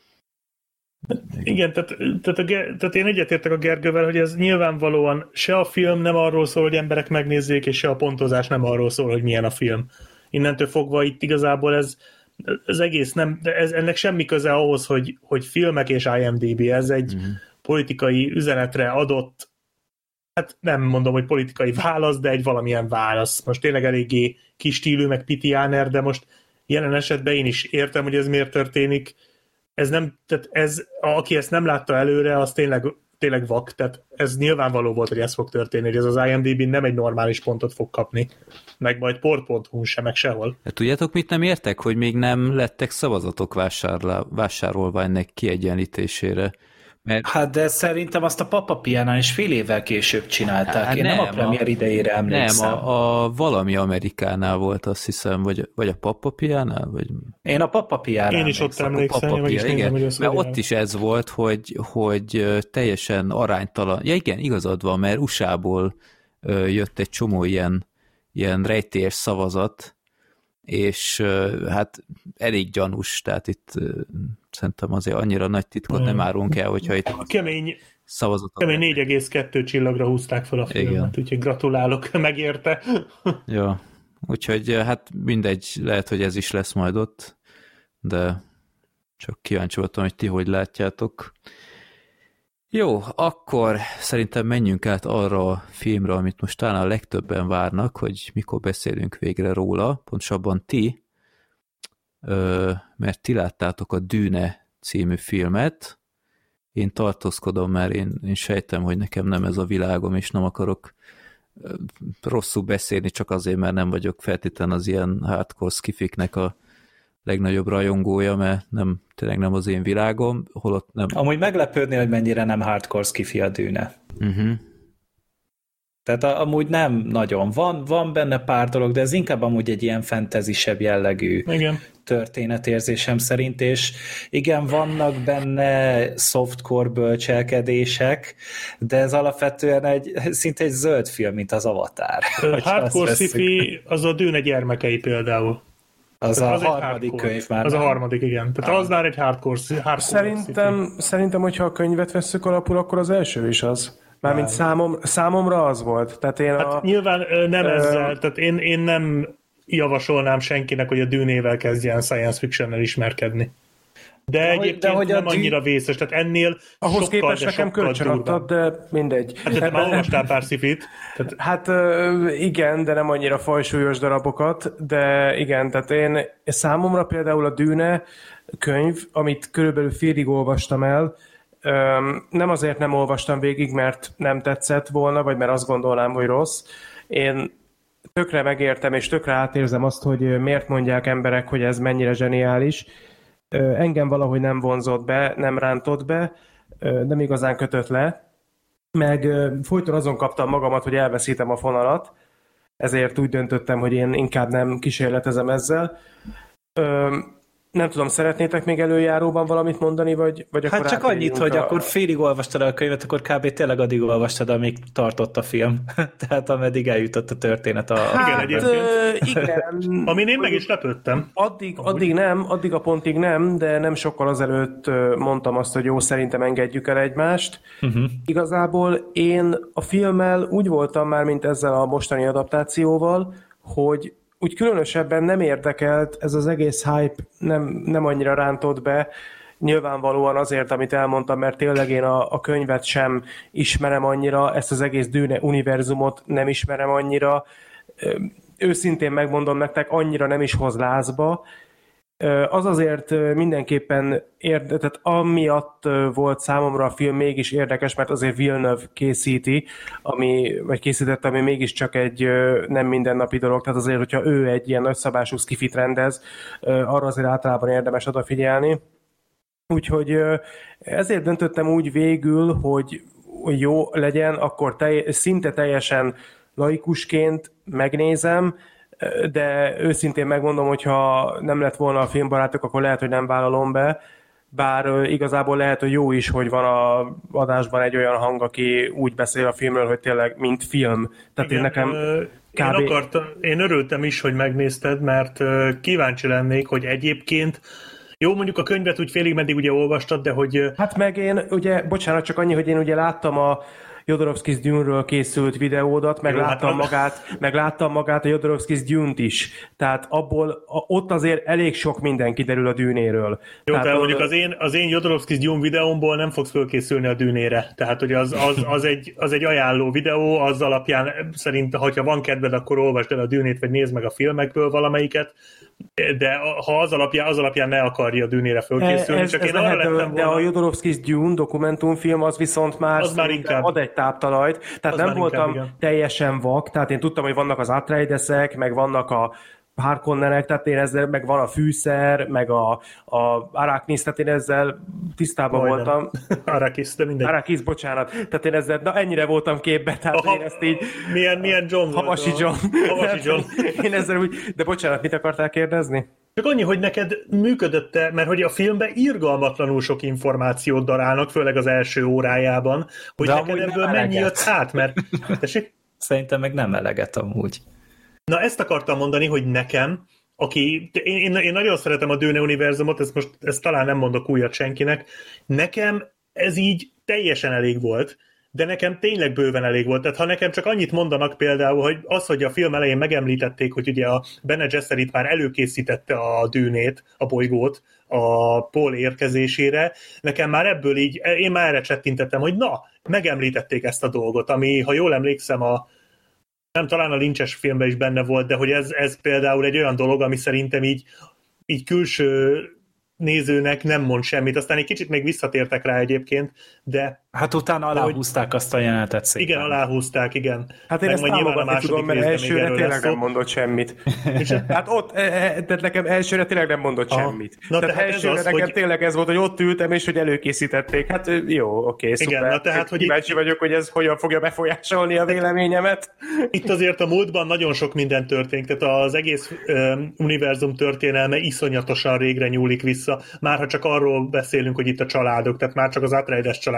igen, tehát, tehát, a, tehát én egyetértek a Gergővel, hogy ez nyilvánvalóan se a film nem arról szól, hogy emberek megnézzék, és se a pontozás nem arról szól, hogy milyen a film. Innentől fogva itt igazából ez, ez egész nem, ez, ennek semmi köze ahhoz, hogy, hogy filmek és IMDb, ez egy mm. politikai üzenetre adott, hát nem mondom, hogy politikai válasz, de egy valamilyen válasz. Most tényleg eléggé kis stílű, meg pitiáner, de most jelen esetben én is értem, hogy ez miért történik. Ez nem, tehát ez, aki ezt nem látta előre, az tényleg, tényleg vak, tehát ez nyilvánvaló volt, hogy ez fog történni, hogy ez az IMDb nem egy normális pontot fog kapni, meg majd port pont hu sem, meg sehol.
Tudjátok, mit nem értek? Hogy még nem lettek szavazatok vásárlá, vásárolva ennek kiegyenlítésére. Mert... Hát
de szerintem azt a Papa Piánál is fél évvel később csinálták. Hát én nem, nem a premier idejére emlékszem.
Nem, a, a valami Amerikánál volt, azt hiszem, vagy, vagy a Papa Piánál? Vagy...
Én a Papa Piánál
Én is ott emlékszem. Papa Pián,
igen, nézem, mert ott is ez volt, hogy, hogy teljesen aránytalan. Ja igen, igazad van, mert u es á-ból jött egy csomó ilyen, ilyen rejtélyes szavazat, és hát elég gyanús, tehát itt szerintem azért annyira nagy titkot nem árulunk el, hogyha itt
kemény,
szavazatot...
Kemény négy egész kettő csillagra húzták fel a filmet, úgyhogy gratulálok, megérte.
Ja, úgyhogy hát mindegy, lehet, hogy ez is lesz majd ott, de csak kíváncsi voltam, hogy ti hogy látjátok. Jó, akkor szerintem menjünk át arra a filmre, amit most talán a legtöbben várnak, hogy mikor beszélünk végre róla, pontosabban ti, mert ti láttátok a Dűne című filmet. Én tartózkodom, mert én, én sejtem, hogy nekem nem ez a világom, és nem akarok rosszul beszélni, csak azért, mert nem vagyok feltétlenül az ilyen hardcore skifiknek a legnagyobb rajongója, mert nem, tényleg nem az én világom, holott nem...
Amúgy meglepődnél, hogy mennyire nem hardcore skifi a Dűne.
Uh-huh.
Tehát a, amúgy nem nagyon. Van, van benne pár dolog, de ez inkább amúgy egy ilyen fantasy-sebb jellegű
igen.
történetérzésem szerint, és igen, vannak benne softcore bölcselkedések, de ez alapvetően egy, szinte egy zöld film, mint az Avatar.
Hardcore sci-fi az a Dűne gyermekei például.
Az a
az
harmadik könyv már.
Az
nem?
a harmadik, igen. Tehát az már egy hardcore, hardcore
Szerintem, szerintem, hogyha a könyvet vesszük alapul, akkor az első is az. Mármint számom, számomra az volt. Tehát én
Hát
a,
nyilván ö, nem
ö,
ezzel, tehát én, én nem javasolnám senkinek, hogy a Dűnével kezdjen science fictionnel ismerkedni. De, de egyébként
de hogy
nem
a dű...
annyira vészes, tehát ennél
ahhoz
sokkal,
képest
de
nekem
sokkal
kölcsönadtad,
durvább.
de mindegy.
Hát te már olvastál pár szifit. Tehát
Hát ö, igen, de nem annyira fajsúlyos darabokat, de igen, tehát én számomra például a Dűne könyv, amit körülbelül félig olvastam el, ö, nem azért nem olvastam végig, mert nem tetszett volna, vagy mert azt gondolnám, hogy rossz. Én tökre megértem, és tökre átérzem azt, hogy miért mondják emberek, hogy ez mennyire zseniális. Ö, engem valahogy nem vonzott be, nem rántott be, ö, nem igazán kötött le, meg ö, folyton azon kaptam magamat, hogy elveszítem a fonalat, ezért úgy döntöttem, hogy én inkább nem kísérletezem ezzel. Ö, nem tudom, szeretnétek még előjáróban valamit mondani, vagy, vagy
Hát
akkor
csak annyit,
átérjünk
hogy
a...
akkor félig olvastad a könyvet, akkor kb. Tényleg addig olvastad, amíg tartott a film. Tehát ameddig eljutott a történet. A...
Igen,
Hát,
egyébként.
ö, igen.
Amin én meg is lepődtem.
Addig, addig nem, addig a pontig nem, de nem sokkal azelőtt ö, mondtam azt, hogy jó, szerintem engedjük el egymást. Uh-huh. Igazából én a filmmel úgy voltam már, mint ezzel a mostani adaptációval, hogy úgy különösebben nem érdekelt, ez az egész hype nem, nem annyira rántott be, nyilvánvalóan azért, amit elmondtam, mert tényleg én a, a könyvet sem ismerem annyira, ezt az egész Dűne univerzumot nem ismerem annyira, őszintén megmondom nektek, annyira nem is hoz lázba. Az azért mindenképpen érde, tehát amiatt volt számomra a film mégis érdekes, mert azért Villeneuve készíti, ami, vagy készített, ami mégiscsak egy nem mindennapi dolog, tehát azért, hogyha ő egy ilyen nagyszabású skifit rendez, arra azért általában érdemes odafigyelni. Úgyhogy ezért döntöttem úgy végül, hogy jó legyen, akkor telj, szinte teljesen laikusként megnézem, de őszintén megmondom, hogyha nem lett volna a filmbarátok, akkor lehet, hogy nem vállalom be, bár igazából lehet, hogy jó is, hogy van a adásban egy olyan hang, aki úgy beszél a filmről, hogy tényleg mint film. Tehát
Igen,
én nekem
kb...
Én,
akartam, én örültem is, hogy megnézted, mert kíváncsi lennék, hogy egyébként jó, mondjuk a könyvet úgy félig meddig ugye olvastad, de hogy...
Hát meg én, ugye, bocsánat, csak annyi, hogy én ugye láttam a Jodorowsky's Dune-ről készült videódat, meg,
Jó,
láttam,
hát...
magát, meg láttam magát a Jodorowsky's Dune-t is. Tehát abból, a, ott azért elég sok minden kiderül a Dűnéről.
Jó,
tehát
de
a...
mondjuk az én, az én Jodorowsky's Dune videómból nem fogsz fölkészülni a Dűnére. Tehát, hogy az, az, az, egy, az egy ajánló videó, az alapján szerint, ha van kedved, akkor olvasd el a Dűnét, vagy nézd meg a filmekből valamelyiket, de ha az alapján, az alapján ne akarja a Dűnére fölkészülni,
ez,
csak
ez
én arra lettem volna...
De a Jodorowsky's Dune dokumentumfilm az viszont már,
az már inkább...
ad egy táptalajt, tehát
az
nem voltam
inkább,
teljesen vak, tehát én tudtam, hogy vannak az Atreidesek, meg vannak a Harkonnenek, tehát én ezzel, meg van a fűszer, meg a, a Arrakis, tehát én ezzel tisztában
Majdnem.
voltam.
Arrakis, de mindegy.
Arrakis, bocsánat. Tehát én ezzel, na ennyire voltam képben, tehát
Aha,
én ezt így...
Milyen, milyen John
Havasi
volt?
John.
Havasi John.
Én ezzel úgy... De bocsánat, mit akartál kérdezni?
Csak annyi, hogy neked működött-e, mert hogy a filmben irgalmatlanul sok információt darálnak, főleg az első órájában, hogy
de
neked ebből mennyi jött át, mert... Tessék?
Szerintem meg nem eleget amúgy.
Na ezt akartam mondani, hogy nekem, aki, én, én, én nagyon szeretem a Dune univerzumot, ezt most ezt talán nem mondok újat senkinek, nekem ez így teljesen elég volt, de nekem tényleg bőven elég volt. Tehát ha nekem csak annyit mondanak például, hogy az, hogy a film elején megemlítették, hogy ugye a Bene Gesserit már előkészítette a Dűnét, a bolygót a Paul érkezésére, nekem már ebből így, én már erre csettintettem, hogy na, megemlítették ezt a dolgot, ami, ha jól emlékszem, a nem, talán a Lynch-es filmben is benne volt, de hogy ez, ez például egy olyan dolog, ami szerintem így, így külső nézőnek nem mond semmit. Aztán egy kicsit még visszatértek rá egyébként, de...
Hát utána aláhúzták azt a jelenetet szépen.
Igen, aláhúzták, igen.
Hát én
meg
ezt támogatni tudom, mert elsőre tényleg nem mondott semmit. Hát ott, tehát nekem elsőre tényleg nem mondott
Aha.
semmit.
Na,
tehát
tehát
elsőre
az,
nekem
hogy...
tényleg ez volt, hogy ott ültem, és hogy előkészítették. Hát jó, oké, szuper.
Igen, na, tehát, hogy
kíváncsi
itt...
vagyok, hogy ez hogyan fogja befolyásolni a véleményemet.
Itt azért a múltban nagyon sok minden történt, tehát az egész um, univerzum történelme iszonyatosan régre nyúlik vissza. Már ha csak arról beszélünk, hogy itt a családok, tehát már csak az Atreides család történet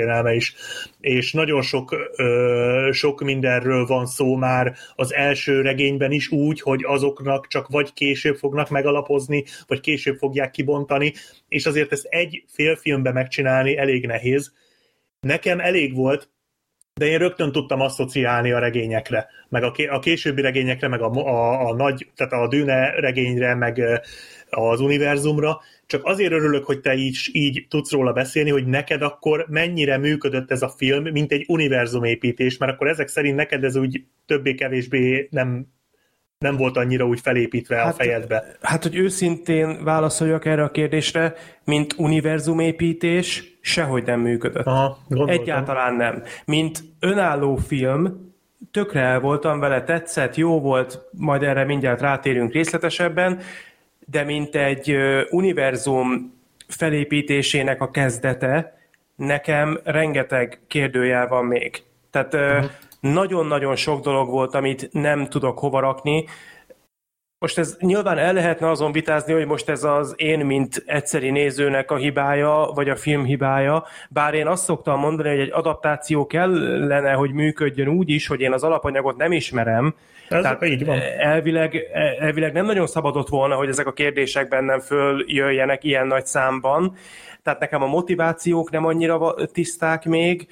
történelme is. És nagyon sok, ö, sok mindenről van szó már az első regényben is úgy, hogy azoknak csak vagy később fognak megalapozni, vagy később fogják kibontani, és azért ezt egy félfilmbe megcsinálni elég nehéz. Nekem elég volt, de én rögtön tudtam asszociálni a regényekre, meg a későbbi regényekre, meg a, a, a nagy, tehát a Dune regényre, meg az univerzumra, csak azért örülök, hogy te így, így tudsz róla beszélni, hogy neked akkor mennyire működött ez a film, mint egy univerzumépítés, mert akkor ezek szerint neked ez úgy többé-kevésbé nem, nem volt annyira úgy felépítve hát, a fejedbe.
Hát, hogy őszintén válaszoljak erre a kérdésre, mint univerzumépítés, sehogy nem működött.
Aha,
egyáltalán nem. Mint önálló film, tökre el voltam vele, tetszett, jó volt, majd erre mindjárt rátérünk részletesebben, de mint egy univerzum felépítésének a kezdete, nekem rengeteg kérdőjel van még. Tehát uh-huh. nagyon-nagyon sok dolog volt, amit nem tudok hova rakni. Most ez nyilván el lehetne azon vitázni, hogy most ez az én, mint egyszeri nézőnek a hibája, vagy a film hibája, bár én azt szoktam mondani, hogy egy adaptáció kellene, hogy működjön úgy is, hogy én az alapanyagot nem ismerem.
Ez
Tehát
így van.
Elvileg, elvileg nem nagyon szabadott volna, hogy ezek a kérdések bennem följöjjenek ilyen nagy számban. Tehát nekem a motivációk nem annyira tiszták még.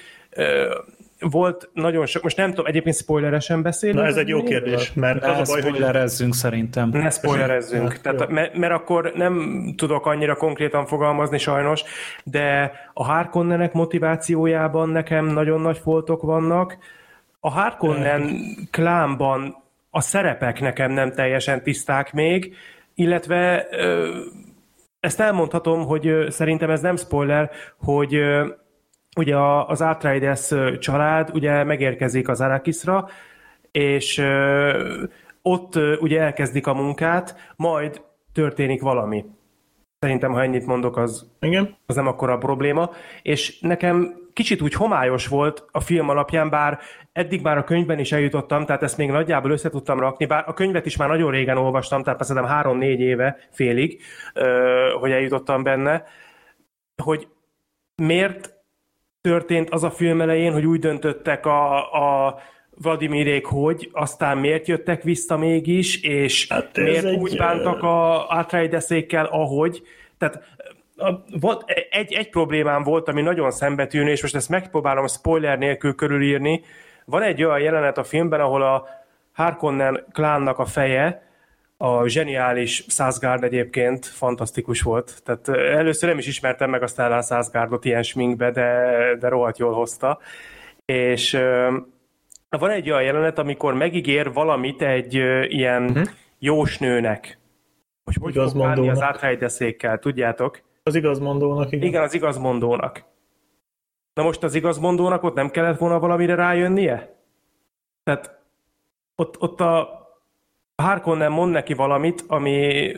Volt nagyon sok, most nem tudom, egyébként spoileresen beszélünk.
Na ez egy jó kérdés, mert
ne
az a baj, hogy...
spoilerezzünk szerintem.
Ne spoilerezzünk, tehát, mert, mert akkor nem tudok annyira konkrétan fogalmazni sajnos, de a Harkonnenek motivációjában nekem nagyon nagy foltok vannak. A Harkonnen klánban a szerepek nekem nem teljesen tiszták még, illetve ezt elmondhatom, hogy szerintem ez nem spoiler, hogy ugye az Atreides család ugye megérkezik az Arrakisra, és ott ugye elkezdik a munkát, majd történik valami. Szerintem, ha ennyit mondok, az,
Igen.
az nem akkora probléma. És nekem kicsit úgy homályos volt a film alapján, bár eddig már a könyvben is eljutottam, tehát ezt még nagyjából össze tudtam rakni, bár a könyvet is már nagyon régen olvastam, tehát szerintem három-négy éve, félig, hogy eljutottam benne, hogy miért történt az a film elején, hogy úgy döntöttek a, a Vladimirék, hogy aztán miért jöttek vissza mégis, és hát miért egy... úgy bántak a Atreidesékkel, ahogy. Tehát volt, egy, egy problémám volt, ami nagyon szembetűnő, és most ezt megpróbálom spoiler nélkül körülírni. Van egy olyan jelenet a filmben, ahol a Harkonnen klánnak a feje, a zseniális Szászgárd egyébként fantasztikus volt. Tehát először nem is ismertem meg a Stellan Szászgárdot ilyen sminkbe, de, de rohadt jól hozta. És uh, van egy olyan jelenet, amikor megígér valamit egy uh, ilyen uh-huh. jósnőnek. Hogy hogy fog bánni az Atreideszékkel, tudjátok?
Az igazmondónak, igen.
Igen, az igazmondónak. Na most az igazmondónak ott nem kellett volna valamire rájönnie? Tehát ott, ott a Harkonnen mond neki valamit, ami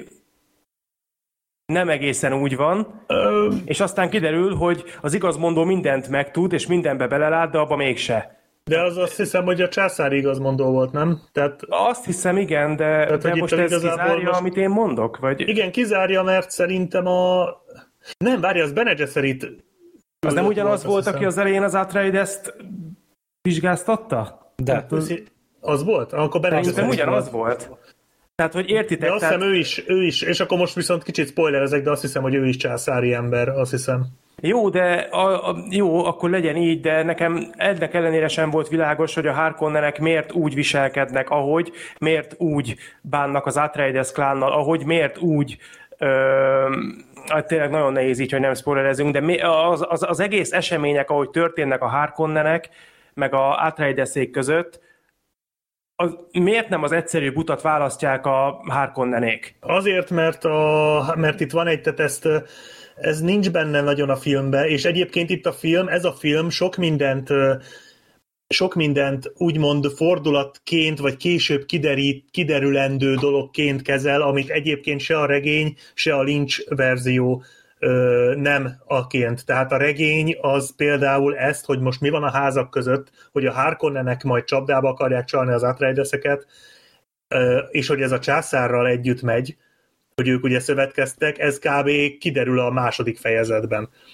nem egészen úgy van, Ö... és aztán kiderül, hogy az igazmondó mindent megtud, és mindenbe belelát, de abba mégse.
De az azt hiszem, hogy a császári igazmondó volt, nem? Tehát...
Azt hiszem, igen, de, Tehát, de most ez kizárja, most... amit én mondok? Vagy...
Igen, kizárja, mert szerintem a... Nem, várja, az Bene Gesserit...
Az nem ugyanaz volt, aki az elején az Atreidest vizsgáztatta?
De...
Hát az...
Az volt? Akkor Bene
Gesserit ugyanaz volt. volt. Tehát, hogy értitek?
De azt
tehát...
hiszem ő is, ő is, és akkor most viszont kicsit spoilerezek, de azt hiszem, hogy ő is császári ember, azt hiszem.
Jó, de a, a, jó, akkor legyen így, de nekem ennek ellenére sem volt világos, hogy a Harkonnenek miért úgy viselkednek, ahogy, miért úgy bánnak az Atreides klánnal, ahogy, miért úgy, ö, hát tényleg nagyon nehéz így, hogy nem spoilerezünk, de az, az, az egész események, ahogy történnek a Harkonnenek, meg a Atreidesék között, az, miért nem az egyszerűbb utat választják a Harkonnenék?
Azért, mert, a, mert itt van egy, tehát ezt ez nincs benne nagyon a filmben, és egyébként itt a film, ez a film sok mindent, sok mindent úgymond fordulatként, vagy később kiderít, kiderülendő dologként kezel, amit egyébként se a regény, se a Lynch verzió ö, nem aként. Tehát a regény az például ezt, hogy most mi van a házak között, hogy a Harkonnenek majd csapdába akarják csalni az Atreideseket, ö, és hogy ez a császárral együtt megy, hogy ők ugye szövetkeztek, ez kb. Kiderül a második fejezetben.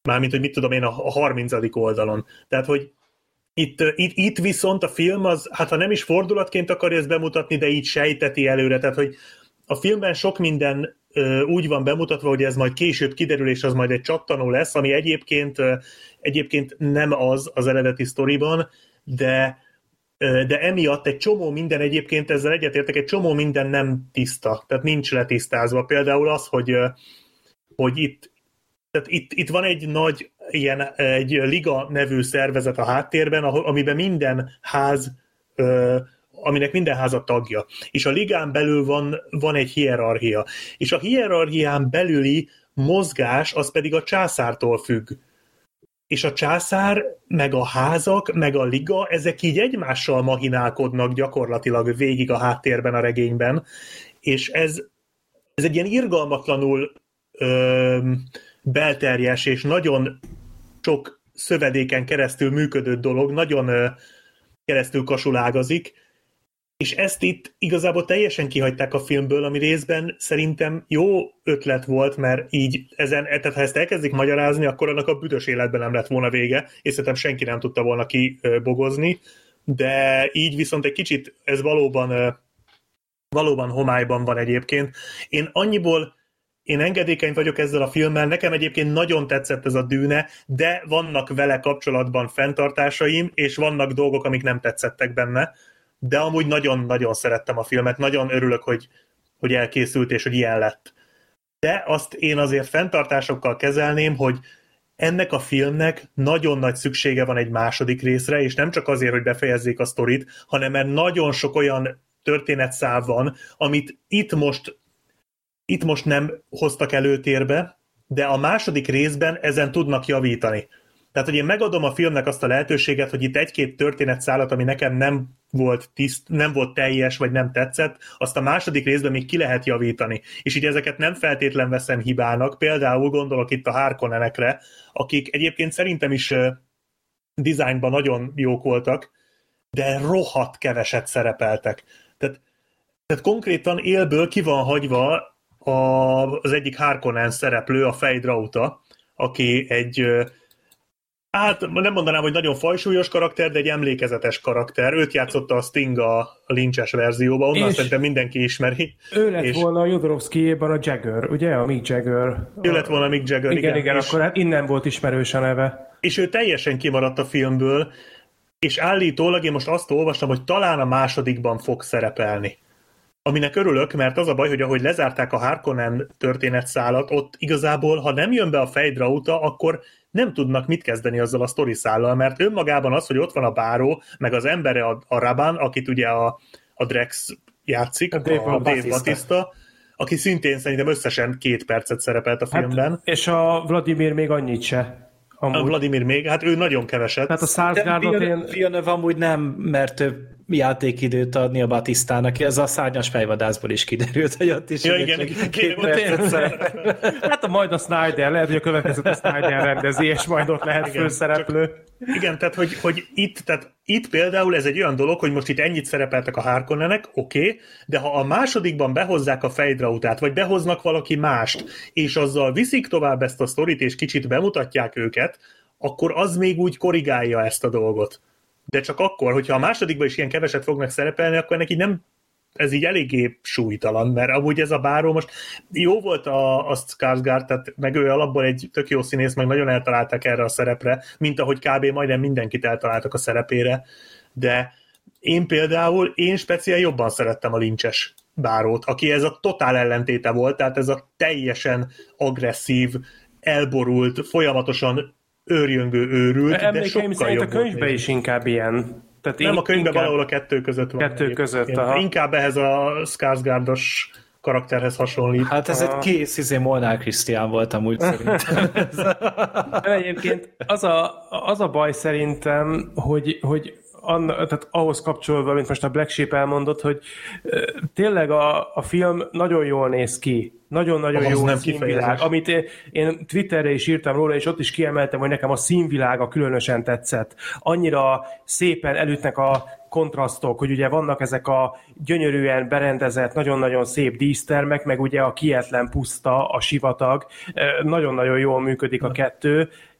Mármint, hogy mit tudom én, a harmincadik oldalon. Tehát, hogy itt, itt, itt viszont a film az, hát ha nem is fordulatként akarja ezt bemutatni, de így sejteti előre. Tehát, hogy a filmben sok minden ö, úgy van bemutatva, hogy ez majd később kiderül, és az majd egy csattanó lesz, ami egyébként, ö, egyébként nem az az eredeti sztoriban, de, ö, de emiatt egy csomó minden egyébként, ezzel egyetértek, egy csomó minden nem tiszta, tehát nincs letisztázva. Például az, hogy, ö, hogy itt, tehát itt, itt van egy nagy ilyen, egy liga nevű szervezet a háttérben, amiben minden ház, ö, aminek minden háza tagja. És a ligán belül van, van egy hierarchia. És a hierarchián belüli mozgás az pedig a császártól függ. És a császár, meg a házak, meg a liga, ezek így egymással mahinálkodnak gyakorlatilag végig a háttérben a regényben. És ez, ez egy ilyen irgalmatlanul ö, belterjes és nagyon sok szövedéken keresztül működő dolog, nagyon ö, keresztül kasulágazik, és ezt itt igazából teljesen kihagyták a filmből, ami részben szerintem jó ötlet volt, mert így ezen, tehát ha ezt elkezdik magyarázni, akkor annak a büdös életben nem lett volna vége, és szerintem senki nem tudta volna kibogozni, de így viszont egy kicsit ez valóban, valóban homályban van egyébként. Én annyiból Én engedékeny vagyok ezzel a filmmel, nekem egyébként nagyon tetszett ez a Dűne, de vannak vele kapcsolatban fenntartásaim, és vannak dolgok, amik nem tetszettek benne, de amúgy nagyon-nagyon szerettem a filmet, nagyon örülök, hogy, hogy elkészült, és hogy ilyen lett. De azt én azért fenntartásokkal kezelném, hogy ennek a filmnek nagyon nagy szüksége van egy második részre, és nem csak azért, hogy befejezzék a sztorit, hanem mert nagyon sok olyan történetszál van, amit itt most itt most nem hoztak előtérbe, de a második részben ezen tudnak javítani. Tehát, hogy én megadom a filmnek azt a lehetőséget, hogy itt egy-két történetszálat, ami nekem nem volt tiszt, nem volt teljes, vagy nem tetszett, azt a második részben még ki lehet javítani. És így ezeket nem feltétlen veszem hibának. Például gondolok itt a Harkonnenekre, akik egyébként szerintem is uh, dizájnban nagyon jók voltak, de rohadt keveset szerepeltek. Tehát, tehát konkrétan élből ki van hagyva a, az egyik Harkonnen szereplő, a Feyd-Rauta, aki egy, hát nem mondanám, hogy nagyon fajsúlyos karakter, de egy emlékezetes karakter. Őt játszotta a Sting a Lynch-es verzióban, onnan és szerintem mindenki ismeri.
Ő lett
és
volna a Jodorowskyjéban a Jagger, ugye? A Mick Jagger.
Ő lett volna a Mick Jagger, igen.
Igen, igen,
és,
akkor hát innen volt ismerős a neve.
És ő teljesen kimaradt a filmből, és állítólag én most azt olvastam, hogy talán a másodikban fog szerepelni. Aminek örülök, mert az a baj, hogy ahogy lezárták a Harkonnen történetszálat, ott igazából, ha nem jön be a Feyd-Rauta, akkor nem tudnak mit kezdeni azzal a sztoriszállal, mert önmagában az, hogy ott van a báró, meg az embere a, a Raban, akit ugye a, a Drex játszik, a Dave, a Dave Bautista, aki szintén szerintem összesen két percet szerepelt a filmben.
Hát, és a Vladimir még annyit se.
Amúgy. A Vladimir még, hát ő nagyon keveset.
Tehát a Sarsgaardot én...
Villeneuve amúgy nem, mert ő játékidőt adni a Batistának, ez a Szárnyas fejvadászból is kiderült, hogy ott is
ja, igen, igen,
két percet szerepel.
Hát a majd a Snyder, lehet, hogy a következőt a Snyder rendezi, és majd ott lehet igen, főszereplő.
Csak, igen, tehát hogy, hogy itt, tehát itt például ez egy olyan dolog, hogy most itt ennyit szerepeltek a Harkonnenek, oké, okay, de ha a másodikban behozzák a Feyd-Rautát, vagy behoznak valaki mást, és azzal viszik tovább ezt a sztorit, és kicsit bemutatják őket, akkor az még úgy korrigálja ezt a dolgot. De csak akkor, hogyha a másodikban is ilyen keveset fognak szerepelni, akkor neki nem, ez így eléggé súlytalan, mert amúgy ez a báró most jó volt a, a Skarsgård, tehát meg ő alapból egy tök jó színész, meg nagyon eltalálták erre a szerepre, mint ahogy kb. Majdnem mindenkit eltaláltak a szerepére, de én például, én speciál jobban szerettem a Lynch-es bárót, aki ez a totál ellentéte volt, tehát ez a teljesen agresszív, elborult, folyamatosan őrjöngő őrült, de sokkal jobb
a könyvben is inkább ilyen.
Tehát nem, a könyvben inkább... valahol a kettő között van.
Kettő között, aha.
Inkább ehhez a Skarsgårdos karakterhez hasonlít.
Hát ez aha. egy kész izé Molnár Krisztián volt amúgy szerintem.
Egyébként az a, az a baj szerintem, hogy, hogy Anna, tehát ahhoz kapcsolódva, mint most a Black Sheep elmondott, hogy uh, tényleg a, a film nagyon jól néz ki. Nagyon-nagyon jó a színvilág. Amit én, én Twitterre is írtam róla, és ott is kiemeltem, hogy nekem a színvilága különösen tetszett. Annyira szépen elütnek a kontrasztok, hogy ugye vannak ezek a gyönyörűen berendezett, nagyon-nagyon szép dísztermek, meg ugye a kietlen puszta, a sivatag. Nagyon-nagyon jól működik a kettő,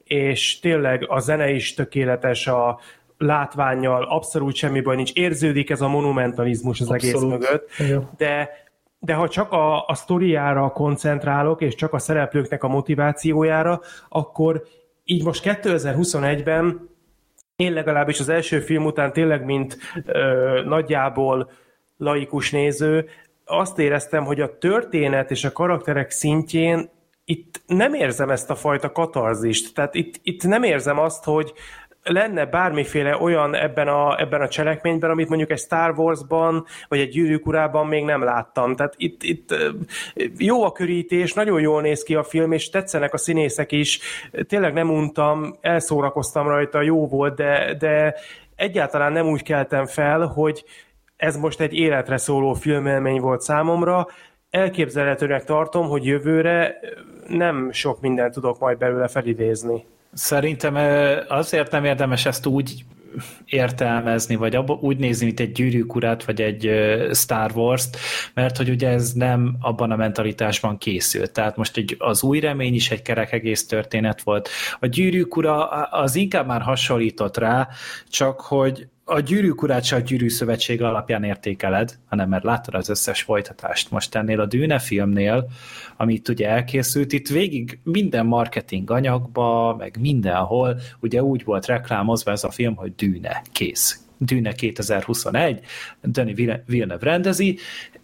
és tényleg a zene is tökéletes, a látvánnyal abszolút semmi baj nincs, érződik ez a monumentalizmus az abszolút. Egész mögött, igen. de de ha csak a, a sztoriára koncentrálok, és csak a szereplőknek a motivációjára, akkor így most kétezer-huszonegyben én legalábbis az első film után tényleg, mint ö, nagyjából laikus néző, azt éreztem, hogy a történet és a karakterek szintjén itt nem érzem ezt a fajta katarzist. Tehát itt, itt nem érzem azt, hogy lenne bármiféle olyan ebben a, ebben a cselekményben, amit mondjuk egy Star Wars-ban, vagy egy Gyűrűk urában még nem láttam. Tehát itt, itt jó a körítés, nagyon jól néz ki a film, és tetszenek a színészek is. Tényleg nem untam, elszórakoztam rajta, jó volt, de, de egyáltalán nem úgy keltem fel, hogy ez most egy életre szóló filmélmény volt számomra. Elképzelhetőnek tartom, hogy jövőre nem sok mindent tudok majd belőle felidézni.
Szerintem azért nem érdemes ezt úgy értelmezni, vagy abba, úgy nézni, mint egy Gyűrűk urát, vagy egy Star Wars-t, mert hogy ugye ez nem abban a mentalitásban készült. Tehát most egy, az Új remény is egy kerek egész történet volt. A Gyűrűk ura az inkább már hasonlított rá, csak hogy a Gyűrűk urát csak a Gyűrűszövetség alapján értékeled, hanem mert láttad az összes folytatást. Most ennél a Dűne filmnél, amit ugye elkészült, itt végig minden marketing anyagba, meg mindenhol, ugye úgy volt reklámozva ez a film, hogy Dűne, kész. Dűne kétezer-huszonegy, Denis Villeneuve rendezi,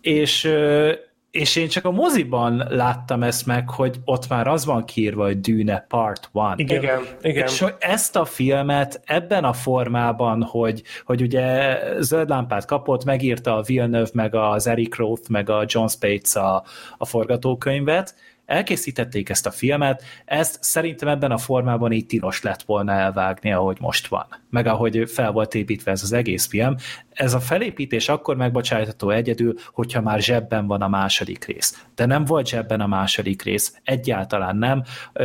és és én csak a moziban láttam ezt meg, hogy ott már az van kiírva, hogy Dűne Part egy.
Igen, igen. igen.
És ezt a filmet ebben a formában, hogy, hogy ugye zöld lámpát kapott, megírta a Villeneuve, meg az Eric Roth, meg a John Spates a, a forgatókönyvet, elkészítették ezt a filmet, ezt szerintem ebben a formában így tilos lett volna elvágni, ahogy most van. Meg ahogy fel volt építve ez az egész film. Ez a felépítés akkor megbocsájtható egyedül, hogyha már zsebben van a második rész. De nem volt zsebben a második rész, egyáltalán nem.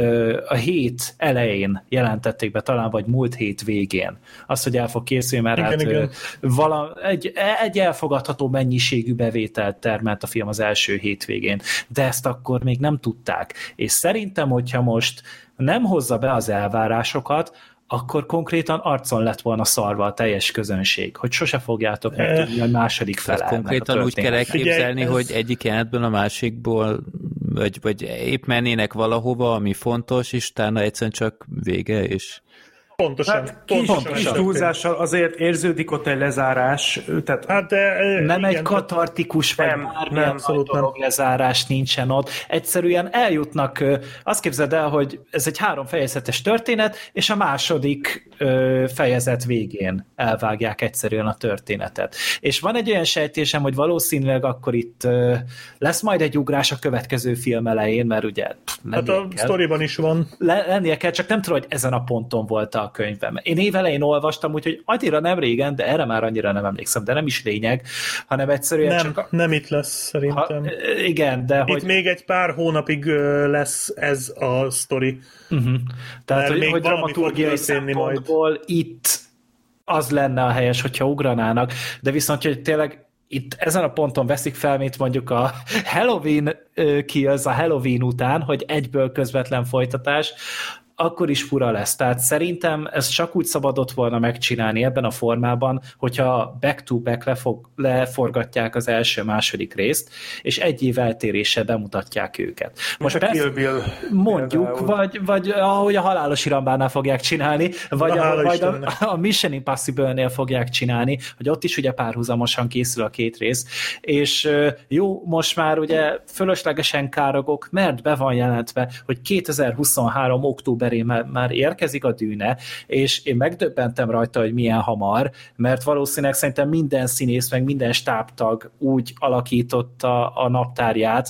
A hét elején jelentették be, talán vagy múlt hét végén. Azt, hogy el fog készülni, mert igen, hát igen. Vala, egy, egy elfogadható mennyiségű bevételt termelt a film az első hétvégén. De ezt akkor még nem tudták. És szerintem, hogyha most nem hozza be az elvárásokat, akkor konkrétan arcon lett volna szarva a teljes közönség, hogy sose fogjátok megtudni a második fele.
Konkrétan úgy kell elképzelni, ez... hogy egyik jelentből a másikból, vagy, vagy épp mennének valahova, ami fontos, és utána egyszerűen csak vége, és...
Pontosan.
Hát, kis,
pontosan
kis túlzással azért érződik ott egy lezárás. Tehát,
hát de,
nem
igen,
egy katartikus, vagy
nem,
bármilyen
nem,
dolog lezárás nincsen ott. Egyszerűen eljutnak, azt képzeld el, hogy ez egy három fejezetes történet, és a második fejezet végén elvágják egyszerűen a történetet. És van egy olyan sejtésem, hogy valószínűleg akkor itt lesz majd egy ugrás a következő film elején, mert ugye
hát a kell. Sztoriban is van.
Lennie kell, csak nem tudom, hogy ezen a ponton volt a könyvem. Én évelején olvastam, úgyhogy annyira nem régen, de erre már annyira nem emlékszem, de nem is lényeg, hanem egyszerűen
nem,
csak... A...
Nem itt lesz, szerintem.
Ha, igen, de
itt
hogy...
még egy pár hónapig lesz ez a sztori.
Uh-huh. Tehát,
hogy,
hogy dramaturgiai szempontból majd... itt az lenne a helyes, hogyha ugranának, de viszont, hogy tényleg itt ezen a ponton veszik fel, mint mondjuk a Halloween Kills a Halloween után, hogy egyből közvetlen folytatás, akkor is fura lesz. Tehát szerintem ez csak úgy szabadott volna megcsinálni ebben a formában, hogyha back-to-back lefog, leforgatják az első-második részt, és egy év eltéréssel bemutatják őket. Most
persze, Kill Bill
mondjuk, vagy, vagy ahogy a Halálos Irambánál fogják csinálni, vagy a, vagy a, a Mission Impossible-nél fogják csinálni, hogy ott is ugye párhuzamosan készül a két rész, és jó, most már ugye fölöslegesen károgok, mert be van jelentve, hogy kétezer-huszonhárom október már, már érkezik a Dűne, és én megdöbbentem rajta, hogy milyen hamar, mert valószínűleg szerintem minden színész, meg minden stábtag úgy alakította a naptárját,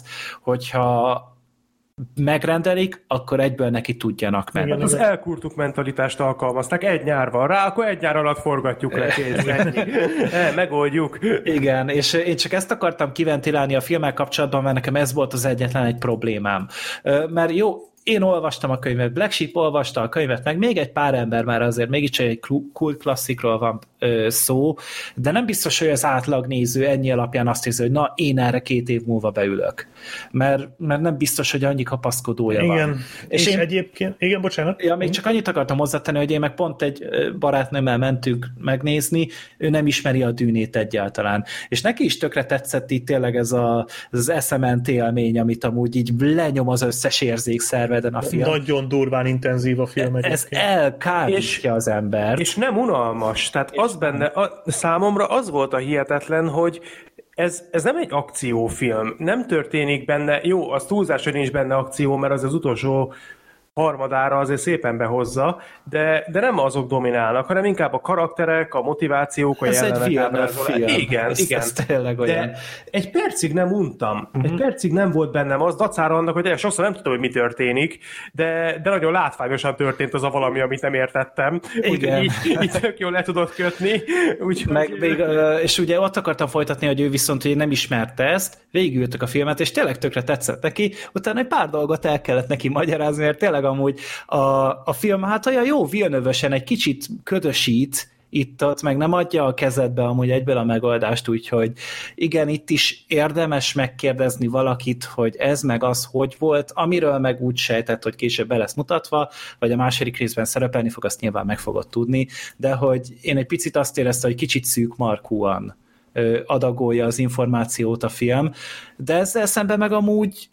hogyha megrendelik, akkor egyből neki tudjanak menni.
Igen, az elkurtuk mentalitást alkalmazták, egy nyár van rá, akkor egy nyár alatt forgatjuk le, kész, e, megoldjuk.
Igen, és én csak ezt akartam kiventilálni a filmmel kapcsolatban, mert nekem ez volt az egyetlen egy problémám. Mert jó, én olvastam a könyvet, Black Sheep olvasta a könyvet, meg még egy pár ember már azért mégiscsak egy kult klasszikról van ö, szó, de nem biztos, hogy az átlag néző ennyi alapján azt érzi, hogy na, én erre két év múlva beülök. Mert, mert nem biztos, hogy annyi kapaszkodója
igen.
van.
És, és én, egyébként, igen, bocsánat.
Ja, még csak annyit akartam hozzátenni, hogy én meg pont egy barátnőmmel mentünk megnézni, ő nem ismeri a Dűnét egyáltalán. És neki is tökre tetszett itt tényleg ez a, az es em en té élmény, amit amúgy így lenyom az összes érzékszerveden a film.
Nagyon durván intenzív a film egyébként.
Ez elkábítja az embert.
És nem unalmas. Tehát az benne, a, számomra az volt a hihetetlen, hogy Ez, ez nem egy akciófilm, nem történik benne, jó, az túlzás, hogy nincs benne akció, mert az az utolsó harmadára azért szépen behozza, de, de nem azok dominálnak, hanem inkább a karakterek, a motivációk, a
ez
jelenetek.
egy Villeneuve film.
Igen,
ez,
igen.
Ez tényleg olyan.
De egy percig nem untam. Uh-huh. Egy
Mhm.
percig nem volt bennem az, dacára annak, hogy sokszor nem tudom, hogy mi történik, de, de nagyon látványosan történt az a valami, amit nem értettem.
Igen.
Úgyhogy így, így tök jól le tudott kötni. Úgyhogy...
Meg még, és ugye ott akartam folytatni, hogy ő viszont hogy nem ismerte ezt, végigültük a filmet, és tényleg tökre tetszett neki, utána egy pár dolgot el kellett neki magyarázni, mert tényleg amúgy a, a film hát olyan jó Villeneuve-ösen egy kicsit ködösít, itt-ott, meg nem adja a kezedbe amúgy egyből a megoldást, úgyhogy igen, itt is érdemes megkérdezni valakit, hogy ez meg az hogy volt, amiről meg úgy sejtett, hogy később be lesz mutatva, vagy a második részben szerepelni fog, azt nyilván meg fogod tudni, de hogy én egy picit azt éreztem, hogy kicsit szűk markúan adagolja az információt a film, de ezzel szemben meg amúgy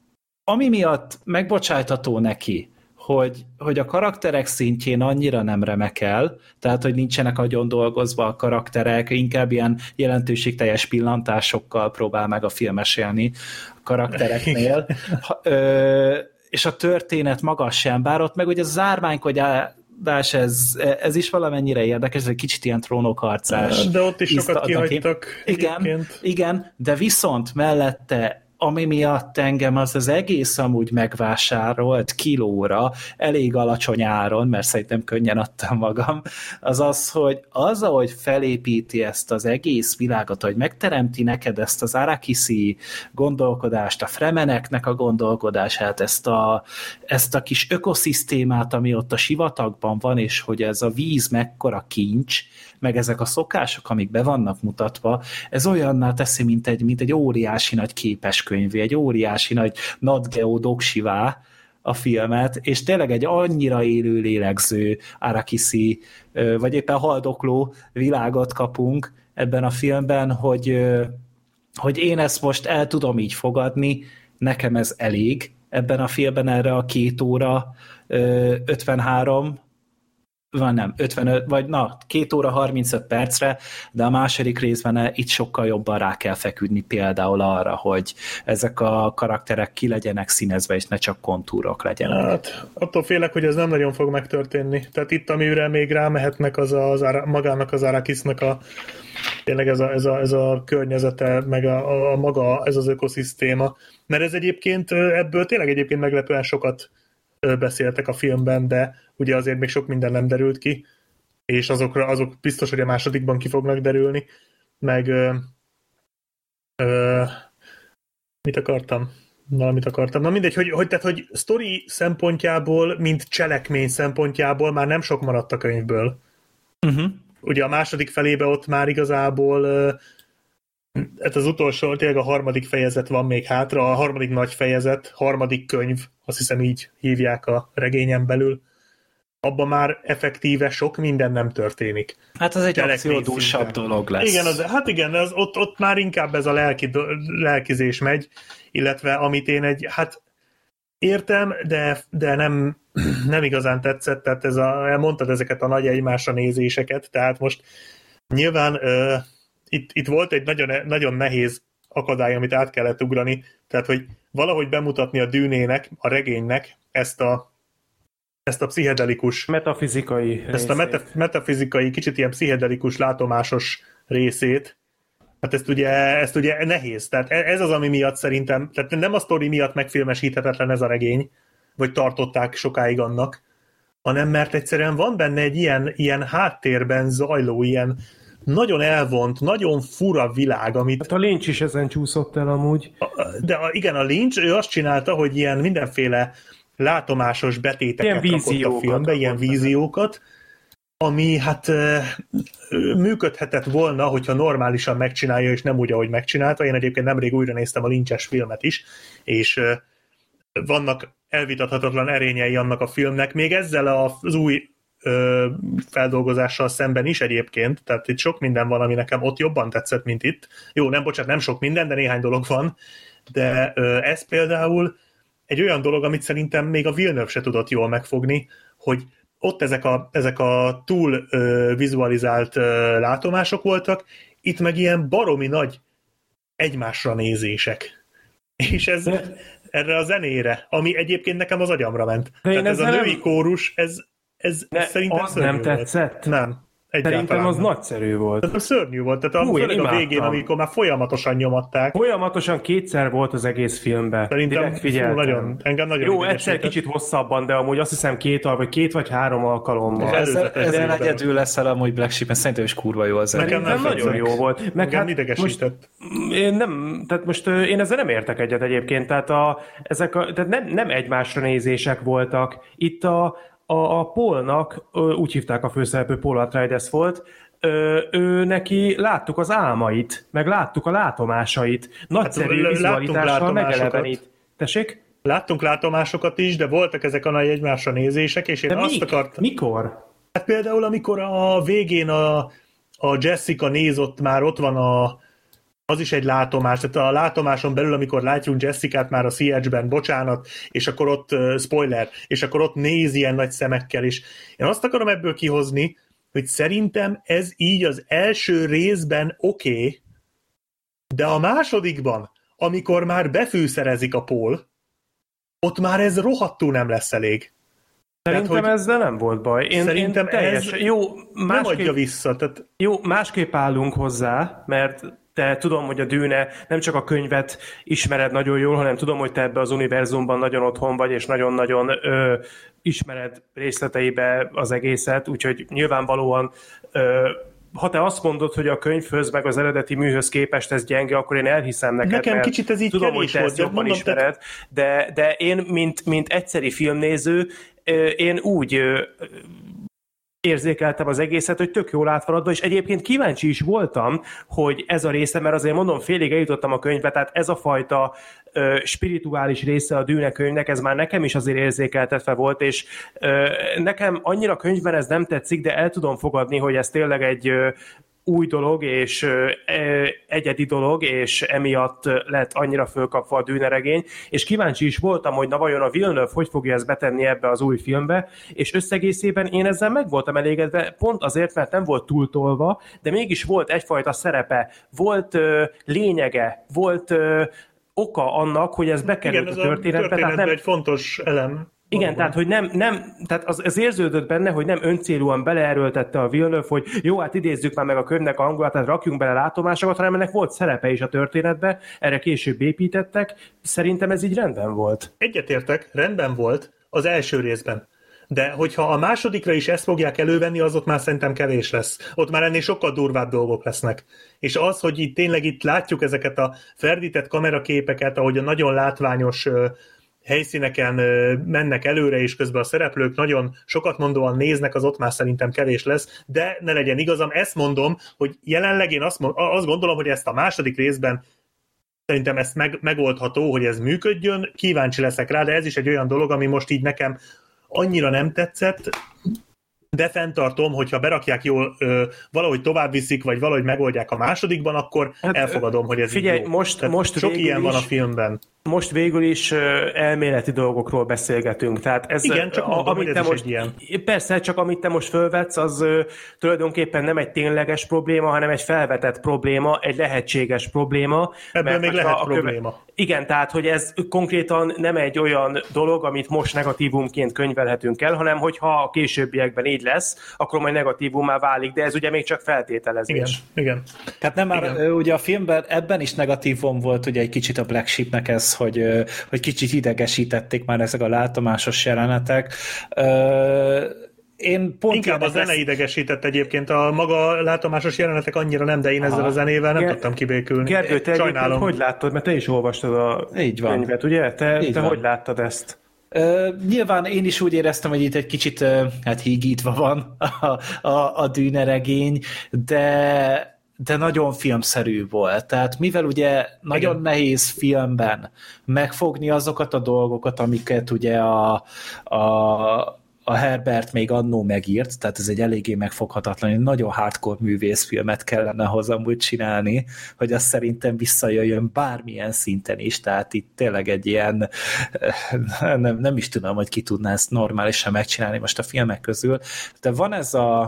ami miatt megbocsájtható neki, hogy, hogy a karakterek szintjén annyira nem remekel, tehát, hogy nincsenek agyon dolgozva a karakterek, inkább ilyen jelentőségteljes pillantásokkal próbál meg a film mesélni a karaktereknél. Ha, ö, és a történet maga sem, bár ott meg ugye az árványkodás, ez, ez is valamennyire érdekes, ez egy kicsit ilyen trónokharcás.
De ott is sokat kihagytak.
Igen, igen, de viszont mellette ami miatt engem az az egész amúgy megvásárolt kilóra, elég alacsony áron, mert szerintem könnyen adtam magam, az az, hogy az, ahogy felépíti ezt az egész világot, hogy megteremti neked ezt az Arrakiszi gondolkodást, a Fremeneknek a gondolkodását, ezt a, ezt a kis ökoszisztémát, ami ott a sivatagban van, és hogy ez a víz mekkora kincs, meg ezek a szokások, amik be vannak mutatva, ez olyanná teszi, mint egy, mint egy óriási nagy képeskönyvé, egy óriási nagy Nat Geo doksivá a filmet, és tényleg egy annyira élő lélegző Arrakiszi, vagy éppen haldokló világot kapunk ebben a filmben, hogy, hogy én ezt most el tudom így fogadni, nekem ez elég ebben a filmben erre a két óra ötvenhárom van nem, ötvenöt, vagy na, két óra harmincöt percre, de a második részben itt sokkal jobban rá kell feküdni például arra, hogy ezek a karakterek ki legyenek színezve, és ne csak kontúrok legyenek.
Hát, attól félek, hogy ez nem nagyon fog megtörténni. Tehát itt, amire még rámehetnek, az, a, az magának az Arrakisnak a tényleg ez a, ez a, ez a környezete, meg a, a, a maga, ez az ökoszisztéma. Mert ez egyébként, ebből tényleg egyébként meglepően sokat beszéltek a filmben, de ugye azért még sok minden nem derült ki, és azokra, azok biztos, hogy a másodikban ki fognak derülni, meg ö, ö, mit akartam? Valamit akartam. Na mindegy, hogy, hogy, tehát, hogy sztori szempontjából, mint cselekmény szempontjából már nem sok maradt a könyvből. Uh-huh. Ugye a második felébe ott már igazából ö, hát az utolsó, tényleg a harmadik fejezet van még hátra, a harmadik nagy fejezet, harmadik könyv, azt hiszem így hívják a regényen belül, abban már effektíve sok minden nem történik.
Hát az egy akciódúsabb dolog lesz.
Igen, az, hát igen, az, ott, ott már inkább ez a lelki, lelkizés megy, illetve amit én egy, hát értem, de, de nem, nem igazán tetszett, tehát ez a, mondtad ezeket a nagy egymásra nézéseket, tehát most nyilván uh, itt, itt volt egy nagyon, nagyon nehéz akadály, amit át kellett ugrani, tehát hogy valahogy bemutatni a Dűnének, a regénynek ezt a ezt a pszichedelikus
metafizikai
ezt a meta, metafizikai, kicsit ilyen pszichedelikus, látomásos részét. Hát ezt ugye, ezt ugye nehéz. Tehát ez az, ami miatt szerintem, tehát nem a sztori miatt megfilmesíthetetlen ez a regény, vagy tartották sokáig annak, hanem mert egyszerűen van benne egy ilyen, ilyen háttérben zajló, ilyen nagyon elvont, nagyon fura világ, amit...
Hát a Lynch is ezen csúszott el amúgy.
De a, igen, a Lynch, ő azt csinálta, hogy ilyen mindenféle látomásos betéteket
ilyen
rakott a filmbe, ilyen víziókat, ami hát működhetett volna, hogyha normálisan megcsinálja, és nem úgy, ahogy megcsinálta. Én egyébként nemrég újra néztem a Lynch-es filmet is, és vannak elvitathatatlan erényei annak a filmnek, még ezzel az új ö, feldolgozással szemben is egyébként, tehát itt sok minden van, ami nekem ott jobban tetszett, mint itt. Jó, nem, bocsánat, nem sok minden, de néhány dolog van, de ö, ez például egy olyan dolog, amit szerintem még a Villeneuve se tudott jól megfogni, hogy ott ezek a, ezek a túl ö, vizualizált ö, látomások voltak, itt meg ilyen baromi nagy egymásra nézések. És ez de... erre a zenére, ami egyébként nekem az agyamra ment. De tehát ez a női nem... kórus, ez, ez
de
szerintem
az nem tetszett?
Volt. Nem.
Szerintem az nagyszerű volt.
Tehát szörnyű volt, tehát Hú, a, a végén, amikor már folyamatosan nyomatták.
Folyamatosan kétszer volt az egész filmben.
Szerintem fú, nagyon, engem nagyon
Jó, egyszer kicsit hosszabban, de amúgy azt hiszem két, vagy két vagy három alkalommal.
Ezzel, ezzel egyedül leszel amúgy Black Sheep, mert szerintem is kurva jó az.
Nekem nem nagyon jó volt.
Meg hát idegesített.
Most, én nem, tehát most én ezzel nem értek egyet egyébként, tehát, a, ezek a, tehát nem, nem egymásra nézések voltak. Itt a A, a Paulnak, úgy hívták a főszereplő, Paul Atreides volt, ő, ő neki láttuk az álmait, meg láttuk a látomásait. Nagyszerű hát, vizualitással megelevenít. Tessék?
Láttunk látomásokat is, de voltak ezek a nagy egymásra nézések, és én de azt mik? akartam...
Mikor?
Hát például, amikor a végén a, a Jessica néz, ott már ott van a az is egy látomás, tehát a látomáson belül, amikor látjuk Jessicát már a Siege-ben, bocsánat, és akkor ott, uh, spoiler, és akkor ott néz ilyen nagy szemekkel is. Én azt akarom ebből kihozni, hogy szerintem ez így az első részben oké, okay, de a másodikban, amikor már befűszerezik a Paul, ott már ez rohadtul nem lesz elég.
Szerintem tehát, ezzel nem volt baj. Én,
szerintem
én teljes,
ez
jó,
másképp, nem adja vissza. Tehát...
Jó, másképp állunk hozzá, mert te tudom, hogy a Dűne nem csak a könyvet ismered nagyon jól, hanem tudom, hogy te ebbe az univerzumban nagyon otthon vagy, és nagyon-nagyon ö, ismered részleteibe az egészet, úgyhogy nyilvánvalóan ö, ha te azt mondod, hogy a könyvhöz meg az eredeti műhöz képest ez gyenge, akkor én elhiszem neked,
nekem
mert
kicsit ez így
tudom, hogy te ezt jobban ismered, de, de én, mint, mint egyszeri filmnéző, én úgy érzékeltem az egészet, hogy tök jól át van adva, és egyébként kíváncsi is voltam, hogy ez a része, mert azért mondom, félig eljutottam a könyvbe, tehát ez a fajta ö, spirituális része a Dűne könyvnek, ez már nekem is azért érzékeltetve volt, és ö, nekem annyira könyvben ez nem tetszik, de el tudom fogadni, hogy ez tényleg egy ö, új dolog, és ö, egyedi dolog, és emiatt lett annyira fölkapva a Dűne regény, és kíváncsi is voltam, hogy na vajon a Villeneuve hogy fogja ezt betenni ebbe az új filmbe, és összegészében én ezzel meg voltam elégedve, pont azért, mert nem volt túltolva, de mégis volt egyfajta szerepe, volt ö, lényege, volt ö, oka annak, hogy ez bekerült
igen,
a történetbe.
történetbe
tehát nem...
egy fontos elem.
Igen, valóban. Tehát, hogy nem, nem, tehát az, az érződött benne, hogy nem öncélúan beleerőltette a Villeneuve, hogy jó, hát idézzük már meg a könyvnek a hangulatát, rakjunk bele látomásokat, hanem ennek volt szerepe is a történetbe, erre később építettek. Szerintem ez így rendben volt.
Egyetértek, rendben volt az első részben. De hogyha a másodikra is ezt fogják elővenni, az ott már szerintem kevés lesz. Ott már ennél sokkal durvább dolgok lesznek. És az, hogy itt tényleg itt látjuk ezeket a ferdített kameraképeket, ahogy a nagyon látványos helyszíneken mennek előre, és közben a szereplők nagyon sokat mondóan néznek, az ott már szerintem kevés lesz, de ne legyen igazam, ezt mondom, hogy jelenleg én azt, mond, azt gondolom, hogy ezt a második részben szerintem ezt meg, megoldható, hogy ez működjön, kíváncsi leszek rá, de ez is egy olyan dolog, ami most így nekem annyira nem tetszett, de fenntartom, hogyha berakják jól, ö, valahogy tovább viszik, vagy valahogy megoldják a másodikban, akkor hát, elfogadom, hogy ez
figyelj,
így jó.
most, most
sok ilyen
is,
van a filmben.
Most végül is elméleti dolgokról beszélgetünk. Tehát ez,
igen, csak mondom,
amit
hogy
te
ez
most,
is egy ilyen.
Persze, csak amit te most fölvetsz, az tulajdonképpen nem egy tényleges probléma, hanem egy felvetett probléma, egy lehetséges probléma.
Ebből még lehet
a
probléma.
Köve... Igen, tehát, hogy ez konkrétan nem egy olyan dolog, amit most negatívumként könyvelhetünk el, hanem hogyha a későbbiekben így lesz, akkor majd negatívummá válik, de ez ugye még csak feltételezés.
Igen, igen.
Tehát nem már, igen. Ugye a filmben ebben is negatívum volt ugye egy kicsit a Black Sheepnek ez, hogy, hogy kicsit idegesítették már ezek a látomásos jelenetek. Én pont
inkább a zene lesz... idegesített egyébként, a maga látomásos jelenetek annyira nem, de én ezzel Aha. a zenével nem Ger- tudtam kibékülni.
Gergő, te Sajnálom. Hogy láttad, mert te is olvastad a
Így van.
könyvet, ugye? Te,
Így
te
van.
Hogy láttad ezt?
Uh, nyilván én is úgy éreztem, hogy itt egy kicsit uh, hát hígítva van a, a, a Dűne-regény, de, de nagyon filmszerű volt. Tehát mivel ugye nagyon Igen. nehéz filmben megfogni azokat a dolgokat, amiket ugye a, a a Herbert még annó megírt, tehát ez egy eléggé megfoghatatlan, egy nagyon hardcore művészfilmet kellene hozzá amúgy csinálni, hogy az szerintem visszajöjjön bármilyen szinten is, tehát itt tényleg egy ilyen, nem, nem is tudom, hogy ki tudná ezt normálisan megcsinálni most a filmek közül, de van ez a,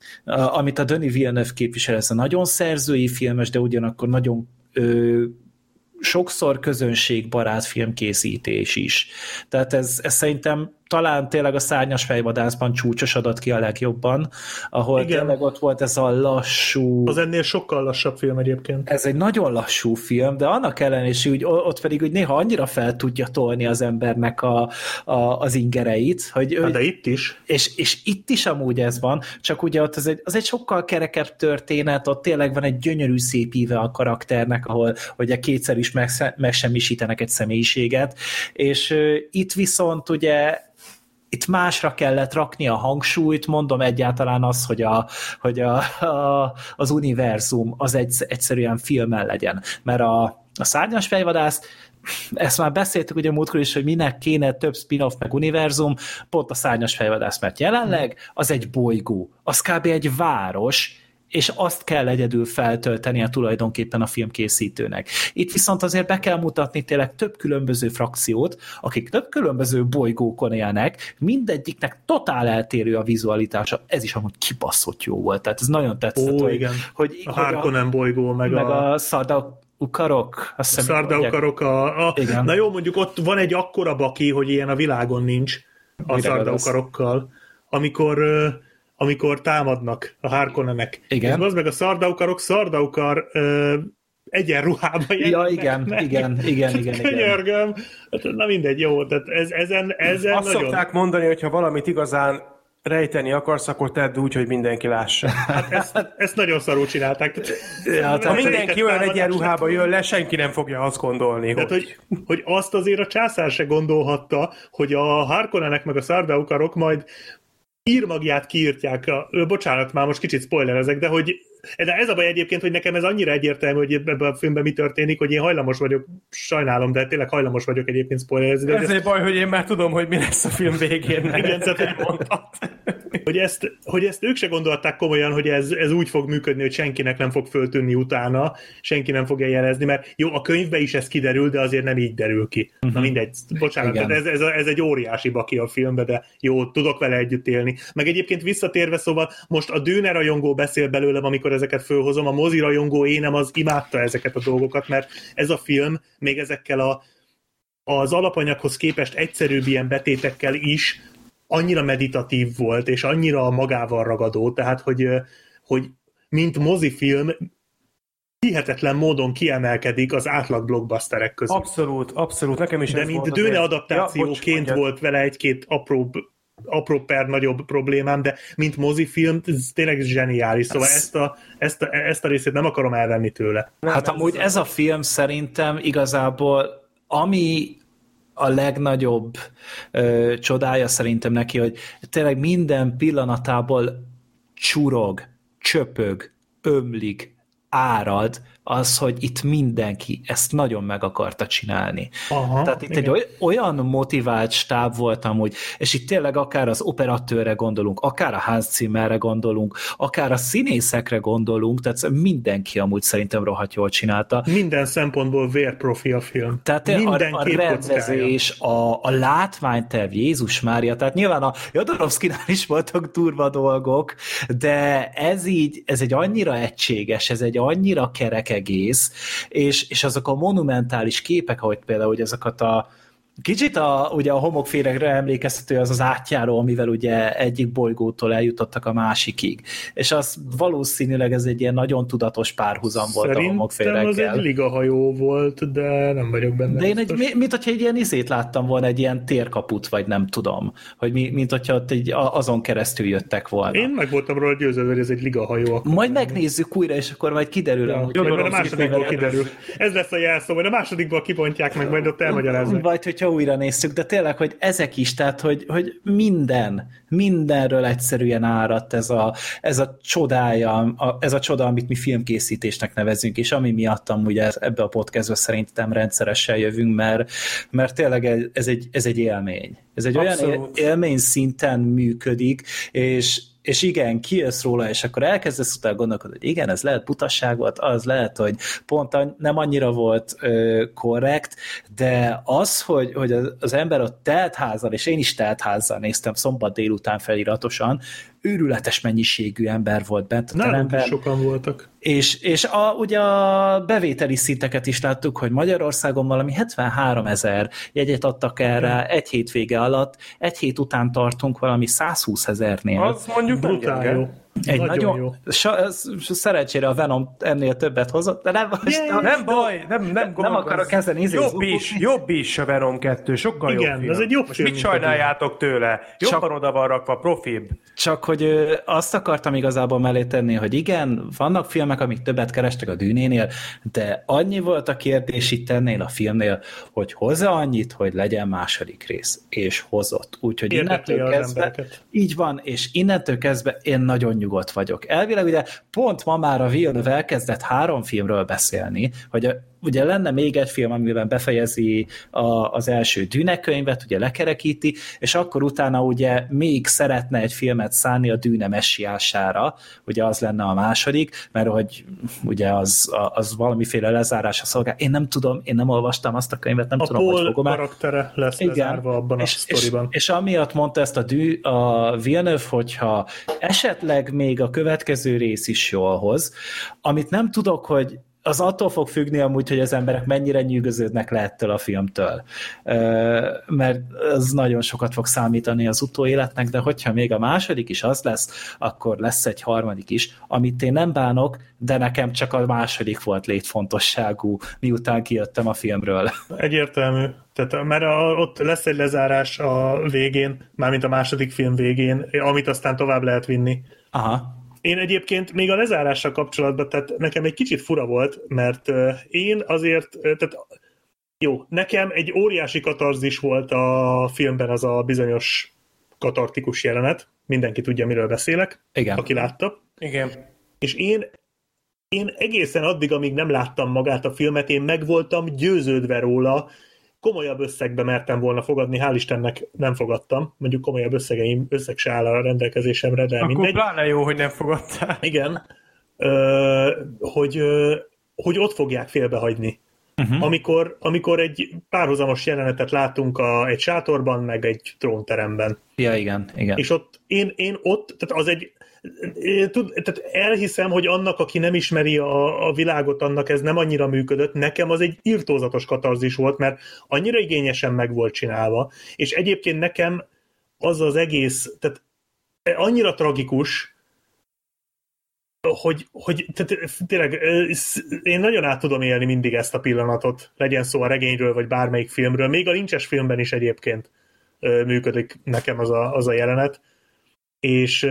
a amit a Denis Villeneuve képvisel, ez a nagyon szerzői filmes, de ugyanakkor nagyon ö, sokszor közönségbarát filmkészítés is. Tehát ez, ez szerintem talán tényleg a Szárnyas fejvadászban csúcsosodott ki a legjobban, ahol Igen. tényleg ott volt ez a lassú...
Az ennél sokkal lassabb film egyébként.
Ez egy nagyon lassú film, de annak ellenére is, hogy ott pedig hogy néha annyira fel tudja tolni az embernek a, a, az ingereit, hogy...
Hát de itt is.
És, és itt is amúgy ez van, csak ugye ott az egy, az egy sokkal kerekebb történet, ott tényleg van egy gyönyörű szép íve a karakternek, ahol ugye kétszer is megsemmisítenek egy személyiséget, és uh, itt viszont ugye itt másra kellett rakni a hangsúlyt, mondom egyáltalán az, hogy, a, hogy a, a, az univerzum az egy, egyszerűen filmen legyen. Mert a, a Szárnyas fejvadász, ezt már beszéltük ugye múltkor is, hogy minek kéne több spin-off meg univerzum, pont a Szárnyas fejvadász, mert jelenleg az egy bolygó, az kb. Egy város, és azt kell egyedül feltöltenie tulajdonképpen a filmkészítőnek. Itt viszont azért be kell mutatni tényleg több különböző frakciót, akik több különböző bolygókon élnek, mindegyiknek totál eltérő a vizualitása. Ez is amúgy kibaszott jó volt. Tehát ez nagyon tetszett,
Ó,
hogy,
igen.
hogy...
A Harkonnen bolygó, meg,
meg
a...
a Sardaukarok.
A Sardaukarok, a... a... Na jó, mondjuk ott van egy akkora baki, hogy ilyen a világon nincs a Sardaukarokkal, amikor... amikor támadnak a Harkonnenek.
Igen.
És az meg a Sardaukarok, Sardaukar ö, egyenruhában
jelennek. Ja, igen, meg. igen, igen, igen.
Könyörgöm. Igen. Na mindegy, jó, tehát ez, ezen, ezen
Azt
nagyon...
szokták mondani, hogy ha valamit igazán rejteni akarsz, akkor tedd úgy, hogy mindenki lássa.
Hát ezt, ezt nagyon szarul csinálták.
Ja, ha mindenki olyan egyenruhába jön le, senki nem fogja azt gondolni.
Tehát,
hogy...
hogy, hogy azt azért a császár se gondolhatta, hogy a Harkonnenek meg a Sardaukarok majd írmagját kiírtják, a, bocsánat, már most kicsit spoilerezek, de hogy de ez a baj egyébként, hogy nekem ez annyira egyértelmű, hogy ebben a filmben mi történik, hogy én hajlamos vagyok, sajnálom, de tényleg hajlamos vagyok egyébként spoilerezni.
Ez egy baj, hogy én már tudom, hogy mi lesz a film végén.
Igen, tehát, hogy, hogy, ezt, hogy ezt ők se gondolták komolyan, hogy ez, ez úgy fog működni, hogy senkinek nem fog föltűnni utána, senki nem fogja jelezni, mert jó, a könyvben is ez kiderül, de azért nem így derül ki. Uh-huh. Na mindegy, bocsánat, ez, ez, ez egy óriási baki a filmbe, de jó, tudok vele együtt élni. Meg egyébként visszatérve, szóval most a Dűne rajongó beszél belőlem, amikor ezeket fölhozom, a mozi rajongó énem az imádta ezeket a dolgokat, mert ez a film még ezekkel a, az alapanyaghoz képest egyszerűbb ilyen betétekkel is annyira meditatív volt, és annyira magával ragadó, tehát, hogy, hogy mint mozifilm hihetetlen módon kiemelkedik az átlag blockbusterek közül.
Abszolút, abszolút, nekem is
de
ez
mint
volt
Dűne
azért.
adaptációként ja, volt vele egy-két apró apró per nagyobb problémám, de mint mozifilm, ez tényleg zseniális, szóval ez... ezt, a, ezt, a, ezt a részét nem akarom elvenni tőle.
Nem, hát amúgy ez a film szerintem igazából, ami a legnagyobb ö, csodája szerintem neki, hogy tényleg minden pillanatából csurog, csöpög, ömlik, árad az, hogy itt mindenki ezt nagyon meg akarta csinálni. Aha, Tehát itt igen. egy olyan motivált stáb volt amúgy, és itt tényleg akár az operatőrre gondolunk, akár a Hans Zimmerre gondolunk, akár a színészekre gondolunk, tehát mindenki amúgy szerintem rohadt jól csinálta.
Minden szempontból vérprofi a film.
Tehát Minden a, a rendezés, a, a látványterv, Jézus Mária, tehát nyilván a Jodorowskynál is voltak durva dolgok, de ez így, ez egy annyira egységes, ez egy annyira kerek egész, és, és azok a monumentális képek, ahogy például hogy azokat a kicsit a, ugye a homokféregre emlékeztető az az átjáró, amivel ugye egyik bolygótól eljutottak a másikig. És az valószínűleg ez egy ilyen nagyon tudatos párhuzam volt
Szerintem
a homokféreggel.
Szerintem az egy ligahajó volt, de nem vagyok benne.
De én egy, mint hogyha egy ilyen izét láttam volna, egy ilyen térkaput, vagy nem tudom, hogy mi, mint hogyha ott egy, azon keresztül jöttek volna.
Én meg voltam róla győződve, hogy ez egy ligahajó.
Majd megnézzük újra, és akkor majd kiderül.
Ja,
hogy
majd a másodikból kiderül. Ez lesz a jelszó, majd a másodikból kibontják meg, majd ott elmagyarázzák.
Vagy hogyha újra néztük, de tényleg, hogy ezek is, tehát, hogy, hogy minden, mindenről egyszerűen áradt ez a, ez a csodája, a, ez a csoda, amit mi filmkészítésnek nevezünk, és ami miatt amúgy ez, ebbe a podcastba szerintem rendszeresen jövünk, mert, mert tényleg ez egy, ez egy élmény. Ez egy Abszolút. olyan élmény szinten működik, és és igen, kijössz róla, és akkor elkezdesz utána gondolkodni, hogy igen, ez lehet butasság volt, az lehet, hogy pont nem annyira volt ö, korrekt, de az, hogy, hogy az ember ott teltházzal, és én is teltházzal néztem szombat délután feliratosan, őrületes mennyiségű ember volt bent a teremben.
Sokan voltak.
És, és a, ugye a bevételi szinteket is láttuk, hogy Magyarországon valami hetvenhárom ezer jegyet adtak erre egy hétvége alatt, egy hét után tartunk valami százhúsz ezernél.
Az mondjuk
brutál jó.
Egy
nagyon,
nagyon
jó.
Szerencsére a Venom ennél többet hozott, de nem,
yeah, nem baj, nem, nem,
nem akarok ezen ízni.
Jobb is, jobb is a Venom kettő, sokkal
igen,
jobb film.
Ez egy jobb
Most
film,
mit sajnáljátok tőle? Jobban csak, oda van rakva, profibb.
Csak, hogy azt akartam igazából mellé tenni, hogy igen, vannak filmek, amik többet kerestek a Dűnénél, de annyi volt a kérdés itt ennél a filmnél, hogy hozza annyit, hogy legyen második rész, és hozott. Úgyhogy innentől kezdve, így van, és innentől kezdve én nagyon nyugodt vagyok. Elvileg ugye pont ma már a Villeneuve elkezdett három filmről beszélni, hogy a, ugye lenne még egy film, amiben befejezi a, az első Dűne könyvet, ugye lekerekíti, és akkor utána ugye még szeretne egy filmet szánni a Dűne messiására, ugye az lenne a második, mert hogy ugye az, az valamiféle lezárásra szolgál. Én nem tudom, én nem olvastam azt a könyvet, nem
a
tudom, hogy fogom
el. A Paul karaktere lesz igen, lezárva abban és, a sztoriban.
És, és amiatt mondta ezt a, dű, a Villeneuve, hogyha esetleg még a következő rész is jól hoz, amit nem tudok, hogy az attól fog függni amúgy, hogy az emberek mennyire nyűgöződnek le ettől a filmtől. Mert az nagyon sokat fog számítani az utóéletnek, de hogyha még a második is az lesz, akkor lesz egy harmadik is, amit én nem bánok, de nekem csak a második volt létfontosságú, miután kijöttem a filmről.
Egyértelmű. Tehát, mert a, ott lesz egy lezárás a végén, mármint a második film végén, amit aztán tovább lehet vinni.
Aha.
Én egyébként még a lezárással kapcsolatban, tehát nekem egy kicsit fura volt, mert én azért, tehát jó, nekem egy óriási katarzis volt a filmben az a bizonyos katartikus jelenet, mindenki tudja, miről beszélek,
igen.
Aki látta.
Igen.
És én, én egészen addig, amíg nem láttam magát a filmet, én meg voltam győződve róla, komolyabb összegbe mertem volna fogadni, hál' Istennek nem fogadtam, mondjuk komolyabb összegeim, összeg se áll a rendelkezésemre, de
akkor
mindegy.
Akkor pláne jó, hogy nem fogadtál.
Igen, ö, hogy, ö, hogy ott fogják félbehagyni. Uh-huh. Amikor, amikor egy párhuzamos jelenetet látunk a, egy sátorban, meg egy trónteremben.
Ja, igen, igen.
És ott, én, én ott, tehát az egy, tud, tehát elhiszem, hogy annak, aki nem ismeri a, a világot, annak ez nem annyira működött, nekem az egy irtózatos katarzis volt, mert annyira igényesen meg volt csinálva, és egyébként nekem az az egész, tehát annyira tragikus, hogy, hogy tehát tényleg én nagyon át tudom élni mindig ezt a pillanatot, legyen szó a regényről, vagy bármelyik filmről, még a Lynch-es filmben is egyébként működik nekem az a, az a jelenet, és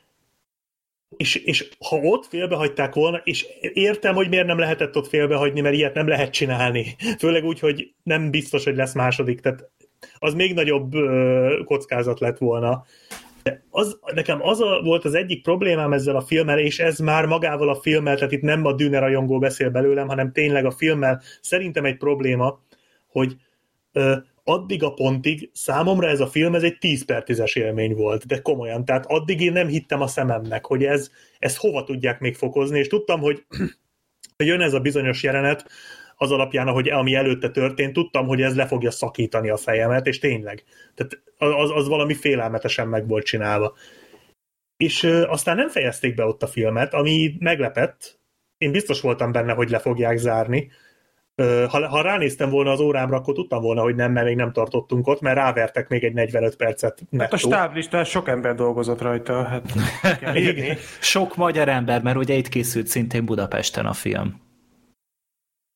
És, és ha ott félbehagyták volna, és értem, hogy miért nem lehetett ott félbehagyni, mert ilyet nem lehet csinálni. Főleg úgy, hogy nem biztos, hogy lesz második, tehát az még nagyobb ö, kockázat lett volna. De az, nekem az a, volt az egyik problémám ezzel a filmmel, és ez már magával a filmmel, tehát itt nem a Dűne rajongó beszél belőlem, hanem tényleg a filmmel szerintem egy probléma, hogy ö, addig a pontig számomra ez a film, ez egy tíz per tízes élmény volt, de komolyan, tehát addig én nem hittem a szememnek, hogy ez, ezt hova tudják még fokozni, és tudtam, hogy, hogy jön ez a bizonyos jelenet, az alapján, ahogy, ami előtte történt, tudtam, hogy ez le fogja szakítani a fejemet, és tényleg, tehát az, az valami félelmetesen meg volt csinálva. És ö, aztán nem fejezték be ott a filmet, ami meglepett, én biztos voltam benne, hogy le fogják zárni. Ha, ha ránéztem volna az órámra, akkor tudtam volna, hogy nem, mert még nem tartottunk ott, mert rávertek még egy negyvenöt percet nettó.
Hát a stáblistán sok ember dolgozott rajta. Hát kell írni.
Sok magyar ember, mert ugye itt készült szintén Budapesten a film.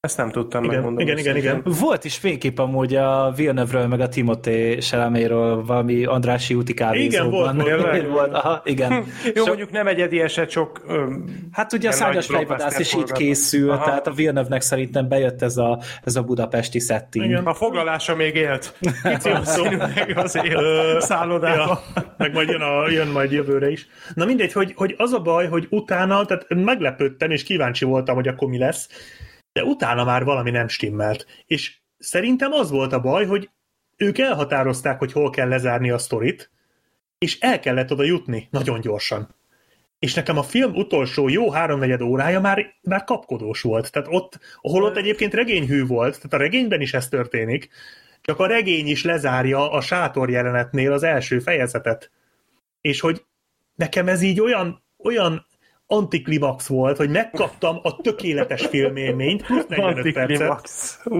Ezt nem tudtam,
igen,
megmondom.
Igen, igen, igen.
Volt is fénykép amúgy a Villeneuve-ről, meg a Timothée Chalametről valami Andrássy úti kávézóban.
Igen, volt,
volt. volt. Aha, igen.
Jó,
so,
mondjuk nem egyedi eset, sok... Öm,
hát ugye a Szárnyas fejvadász is így készül, aha. Tehát a Villeneuve-nek szerintem bejött ez a, ez a budapesti setting.
Igen. A foglalása még élt. Valószínűleg az él szállodába.
Ja, meg majd jön, a, jön majd jövőre is. Na mindegy, hogy, hogy az a baj, hogy utána, tehát meglepődtem, és kíváncsi voltam, hogy akkor mi lesz, de utána már valami nem stimmelt. És szerintem az volt a baj, hogy ők elhatározták, hogy hol kell lezárni a sztorit, és el kellett oda jutni nagyon gyorsan. És nekem a film utolsó jó háromnegyed órája már, már kapkodós volt. Tehát ott, ahol ott egyébként regényhű volt, tehát a regényben is ez történik, csak a regény is lezárja a sátor jelenetnél az első fejezetet. És hogy nekem ez így olyan, olyan antiklimax volt, hogy megkaptam a tökéletes filmélményt, plusz negyvenöt percet.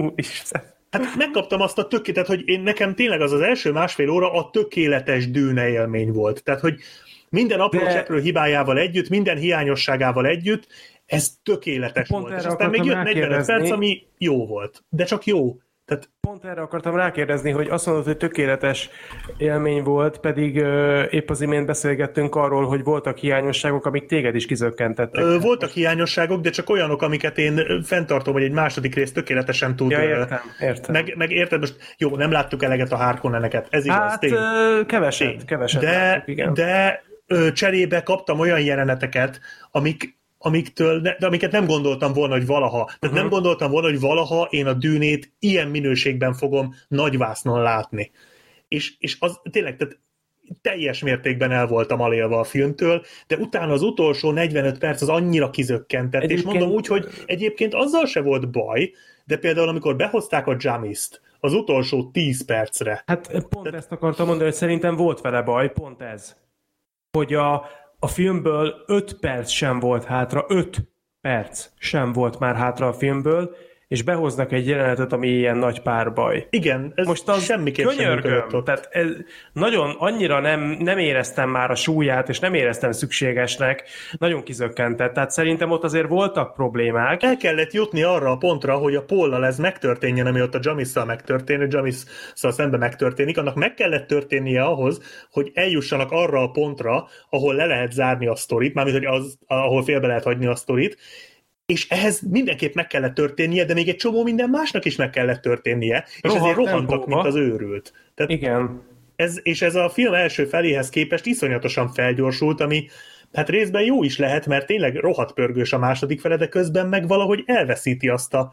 Hát megkaptam azt a tökéletet, hogy én, nekem tényleg az az első másfél óra a tökéletes Dűne élmény volt. Tehát, hogy minden apró De... cseprő hibájával együtt, minden hiányosságával együtt, ez tökéletes Pont volt. És aztán még jött negyvenöt perc, ami jó volt. De csak jó. Tehát...
Pont erre akartam rákérdezni, hogy azt mondod, hogy tökéletes élmény volt, pedig ö, épp az imént beszélgettünk arról, hogy voltak hiányosságok, amik téged is kizökkentettek.
Ö, voltak hiányosságok, de csak olyanok, amiket én fenntartom, hogy egy második rész tökéletesen tud.
Ja, értem, értem.
Meg, meg érted, most jó, nem láttuk eleget a Harkonneneket, ez igaz,
hát,
tény.
Ö, keveset, tény. keveset
de,
láttuk, igen.
De ö, cserébe kaptam olyan jeleneteket, amik amiktől, de amiket nem gondoltam volna, hogy valaha. Tehát uh-huh. nem gondoltam volna, hogy valaha én a Dűnét ilyen minőségben fogom nagyvásznon látni. És, és az tényleg, tehát teljes mértékben el voltam alélve a filmtől, de utána az utolsó negyvenöt perc az annyira kizökkentett, egyébként... és mondom úgy, hogy egyébként azzal se volt baj, de például amikor behozták a Jamis-t az utolsó tíz percre.
Hát pont
tehát...
ezt akartam mondani, hogy szerintem volt vele baj, pont ez. Hogy a A filmből öt perc sem volt hátra, öt perc sem volt már hátra a filmből, és behoznak egy jelenetet, ami ilyen nagy párbaj.
Igen, ez most az semmiképp sem működött ott.
Tehát ez nagyon annyira nem, nem éreztem már a súlyát, és nem éreztem szükségesnek, nagyon kizökkentett. Tehát szerintem ott azért voltak problémák.
El kellett jutni arra a pontra, hogy a Paullal ez megtörténjen, ami ott a Jamisszal megtörténik, Jamisszal szemben megtörténik, annak meg kellett történnie ahhoz, hogy eljussanak arra a pontra, ahol le lehet zárni a sztorit, mármint, hogy az, ahol félbe lehet hagyni a sztorit, és ehhez mindenképp meg kellett történnie, de még egy csomó minden másnak is meg kellett történnie, és
Rohadt
ezért rohantak,
tempóba.
mint az őrült. Tehát
Igen.
Ez, és ez a film első feléhez képest iszonyatosan felgyorsult, ami hát részben jó is lehet, mert tényleg rohadt pörgős a második fele, de közben meg valahogy elveszíti azt a,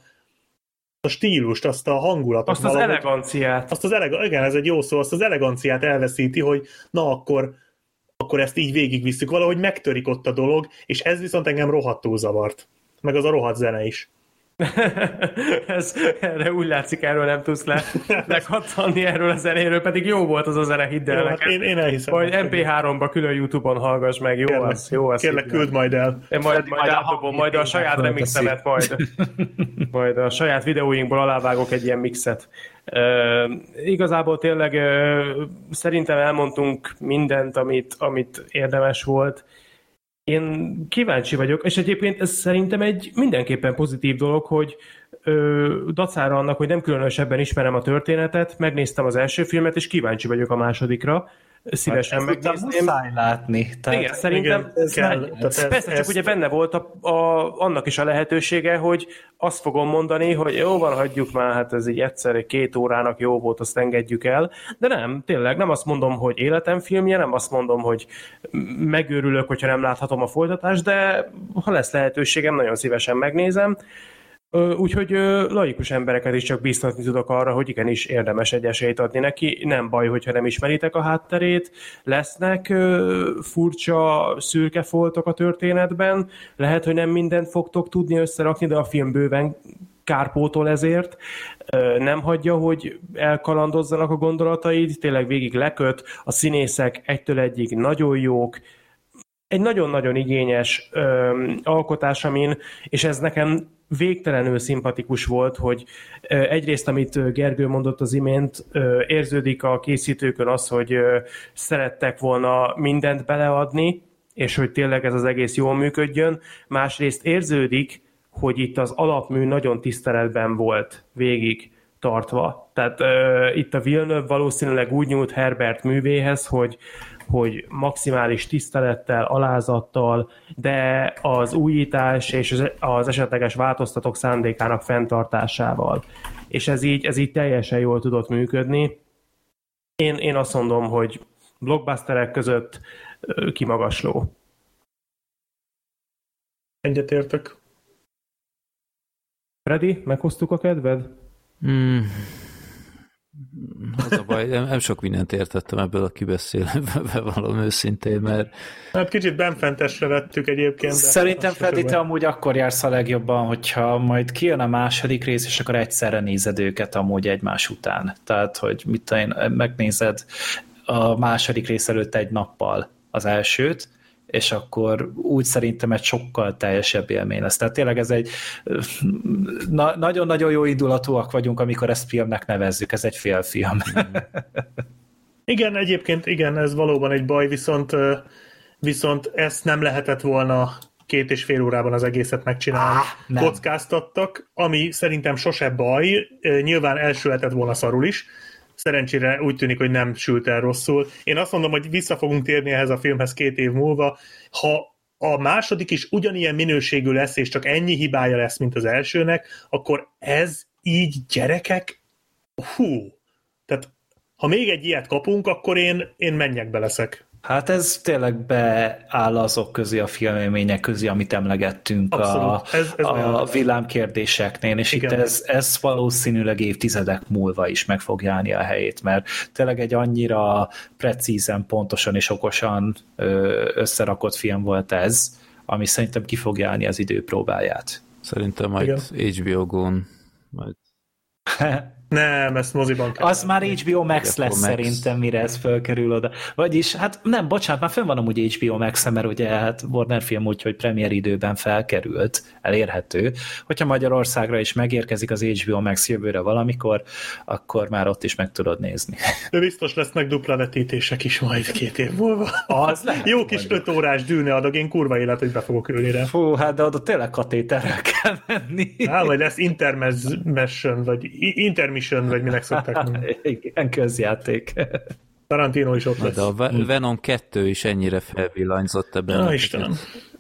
a stílust, azt a hangulatot.
Azt az
valahogy,
eleganciát.
Azt az eleg- igen, ez egy jó szó, azt az eleganciát elveszíti, hogy na akkor, akkor ezt így végigvisszük, valahogy megtörik ott a dolog, és ez viszont engem rohadtul zavart. Meg az a rohadt zene is.
Ez, erre úgy látszik, erről nem tudsz le, lekattanni erről a zenéről, pedig jó volt az a zene, hidd el
jó,
neked.
Hát én, én elhiszem.
Majd em pé három-ba külön YouTube-on hallgass meg, jó
kérlek,
az, jó az.
Kérlek, küld majd el.
Én majd, majd átdobom, majd a saját remixemet, majd, majd a saját videóinkból alávágok egy ilyen mixet. Uh, igazából tényleg uh, szerintem elmondtunk mindent, amit, amit érdemes volt. Én kíváncsi vagyok, és egyébként ez szerintem egy mindenképpen pozitív dolog, hogy ö, dacára annak, hogy nem különösebben ismerem a történetet, megnéztem az első filmet, és kíváncsi vagyok a másodikra. Szívesen
hát
megnézném.
Muszáj látni. Tehát,
igen, szerintem
igen, ez
kell.
kell, ez,
Persze, csak
ez,
ugye benne volt a, a, annak is a lehetősége, hogy azt fogom mondani, hogy jó van, hagyjuk már, hát ez így egyszer, két órának jó volt, azt engedjük el. De nem, tényleg nem azt mondom, hogy életem filmje, nem azt mondom, hogy megőrülök, hogyha nem láthatom a folytatást, de ha lesz lehetőségem, nagyon szívesen megnézem. Úgyhogy laikus embereket is csak bíztatni tudok arra, hogy igenis érdemes egy esélyt adni neki. Nem baj, hogyha nem ismeritek a hátterét. Lesznek furcsa, szürke foltok a történetben. Lehet, hogy nem mindent fogtok tudni összerakni, de a film bőven kárpótol ezért. Nem hagyja, hogy elkalandozzanak a gondolataid. Tényleg végig leköt. A színészek egytől egyig nagyon jók. Egy nagyon-nagyon igényes ö, alkotás, amin, és ez nekem végtelenül szimpatikus volt, hogy ö, egyrészt, amit Gergő mondott az imént, ö, érződik a készítőkön az, hogy ö, szerettek volna mindent beleadni, és hogy tényleg ez az egész jól működjön. Másrészt érződik, hogy itt az alapmű nagyon tiszteletben volt végig tartva. Tehát uh, itt a Villeneuve valószínűleg úgy nyúlt Herbert művéhez, hogy, hogy maximális tisztelettel, alázattal, de az újítás és az, az esetleges változtatók szándékának fenntartásával. És ez így, ez így teljesen jól tudott működni. Én, én azt mondom, hogy blockbusterek között uh, kimagasló.
Egyetértek.
Freddy, meghoztuk a kedved?
Hmm. Az a baj, nem, nem sok mindent értettem ebből a kibeszélőből, valami őszintén, mert...
Hát kicsit benfentesre vettük egyébként.
Szerintem, Freddy, te amúgy akkor jársz a legjobban, hogyha majd kijön a második rész, és akkor egyszerre nézed őket amúgy egymás után. Tehát, hogy mit tudom én, megnézed a második rész előtt egy nappal az elsőt, és akkor úgy szerintem egy sokkal teljesebb élmény lesz. Tehát tényleg ez egy na- nagyon-nagyon jó indulatúak vagyunk, amikor ezt filmnek nevezzük, ez egy félfilm.
Igen, egyébként igen, ez valóban egy baj, viszont, viszont ezt nem lehetett volna két és fél órában az egészet megcsinálni. Ah, kockáztattak, ami szerintem sose baj, nyilván elsülhetett volna szarul is, szerencsére úgy tűnik, hogy nem sült el rosszul. Én azt mondom, hogy vissza fogunk térni ehhez a filmhez két év múlva. Ha a második is ugyanilyen minőségű lesz, és csak ennyi hibája lesz, mint az elsőnek, akkor ez így gyerekek, hú, tehát ha még egy ilyet kapunk, akkor én, én mennyekbe leszek.
Hát ez tényleg beáll azok közé, a filmélmények közé, amit emlegettünk a, ez, ez a villámkérdéseknél, és igen. Itt ez, ez valószínűleg évtizedek múlva is meg fog állni a helyét, mert tényleg egy annyira precízen, pontosan és okosan összerakott film volt ez, ami szerintem ki fog állni az idő próbáját.
Szerintem majd igen. há bé o Go-n majd...
Nem, ezt moziban kell.
Az már há bé o Max lesz Max. Szerintem, mire ez fölkerül oda. Vagyis, hát nem, bocsánat, már fönn van amúgy há bé o Max, mert ugye hát Warner film úgy, hogy premier időben felkerült, elérhető. Hogyha Magyarországra is megérkezik az há bé o Max jövőre valamikor, akkor már ott is meg tudod nézni.
De biztos lesznek dupla vetítések is majd két év múlva.
Az lehet.
Jó kis öt órás Dűne adag, én kurva élet, hogy be fogok ülni rá.
Fú, hát de oda tényleg katéterrel kell menni.
Á, vagy lesz intermission, vagy intermission, vagy minek szokták mondani.
Igen, közjáték.
Tarantino is ott lesz.
De a Venom kettő is ennyire felvillanyzott ebben.
Na, Istenem.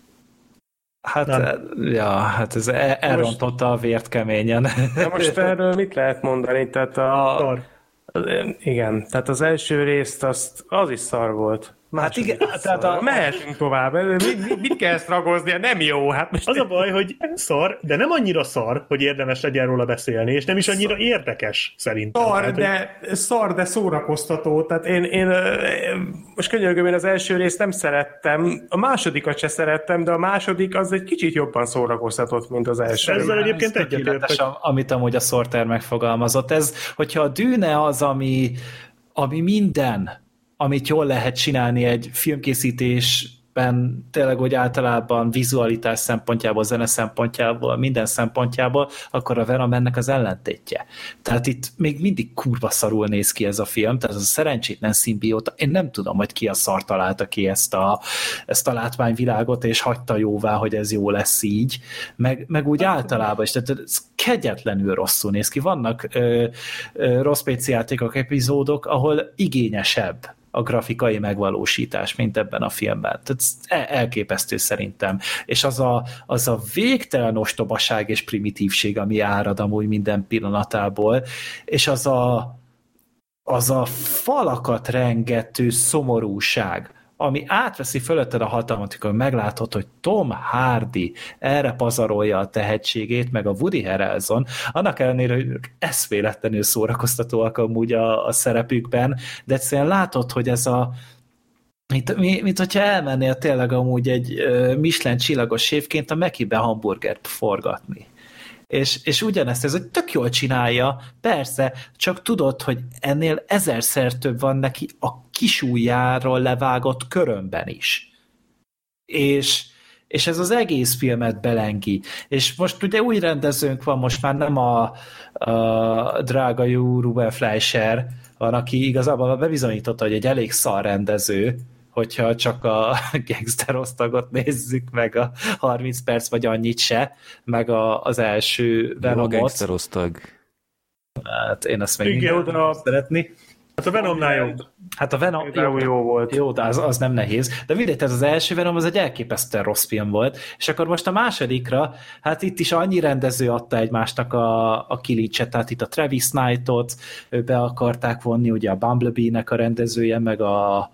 Hát, nem. ja, hát ez elrontotta a vért keményen.
De most erről mit lehet mondani? Tehát a...
Szar.
Igen, tehát az első részt azt, az is szar volt.
Hát igen, tehát a...
mehetünk tovább. Mit, mit kell ezt ragozni? Nem jó. Hát most...
Az a baj, hogy szar, de nem annyira szar, hogy érdemes legyen róla beszélni, és nem is annyira szar. Érdekes, szerintem.
Szar,
hát,
de, hogy... szar, de szórakoztató. Tehát én, én most könyörgöm, én az első részt nem szerettem, a másodikat se szerettem, de a második az egy kicsit jobban szórakoztatott, mint az első.
Ezzel egyébként egyetértek.
Amit amúgy a Sorter megfogalmazott. Ez, hogyha a Dűne az, ami, ami minden, amit jól lehet csinálni egy filmkészítésben, tényleg, hogy általában vizualitás szempontjából, zene szempontjából, minden szempontjából, akkor a Venom ennek az ellentétje. Tehát itt még mindig kurva szarul néz ki ez a film, tehát ez a szerencsétlen szimbióta, én nem tudom, hogy ki a szar találta ki ezt a, ezt a látványvilágot, és hagyta jóvá, hogy ez jó lesz így, meg, meg úgy általában is, tehát ez kegyetlenül rosszul néz ki. Vannak ö, ö, rossz pé cé játékok, epizódok, ahol igényesebb a grafikai megvalósítás, mint ebben a filmben. Tehát elképesztő szerintem. És az a, az a végtelen ostobaság és primitívség, ami árad amúgy minden pillanatából, és az a, az a falakat rengető szomorúság, ami átveszi fölötted a hatalmat, amikor meglátod, hogy Tom Hardy erre pazarolja a tehetségét, meg a Woody Harrelson, annak ellenére, hogy eszméletlenül szórakoztatóak amúgy a, a szerepükben, de egyszerűen látod, hogy ez a mint, mint hogyha elmennél tényleg amúgy egy uh, Michelin csillagos séfként a Mekibe hamburgert forgatni. És, és ugyanezt ez, hogy tök jól csinálja, persze, csak tudod, hogy ennél ezerszer több van neki a kisujjáról levágott körömben is. És, és ez az egész filmet belengi. És most ugye új rendezőnk van, most már nem a, a drága jó Ruben Fleischer van, aki igazából bebizonyította, hogy egy elég szar rendező, hogyha csak a gangster osztagot nézzük, meg a harminc perc, vagy annyit se, meg a, az első Venomot.
Jó a gangster osztag.
Hát én azt még
Igen,
mindig
a...
szeretni.
Hát a Venomnál jobb.
Hát a Venom
jó, jó volt.
Jó, de az, az nem nehéz. De mindegy, ez az első Venom, az egy elképesztően rossz film volt. És akkor most a másodikra, hát itt is annyi rendező adta egymásnak a, a kilicset, tehát itt a Travis Knightot be akarták vonni, ugye a Bumblebee-nek a rendezője, meg a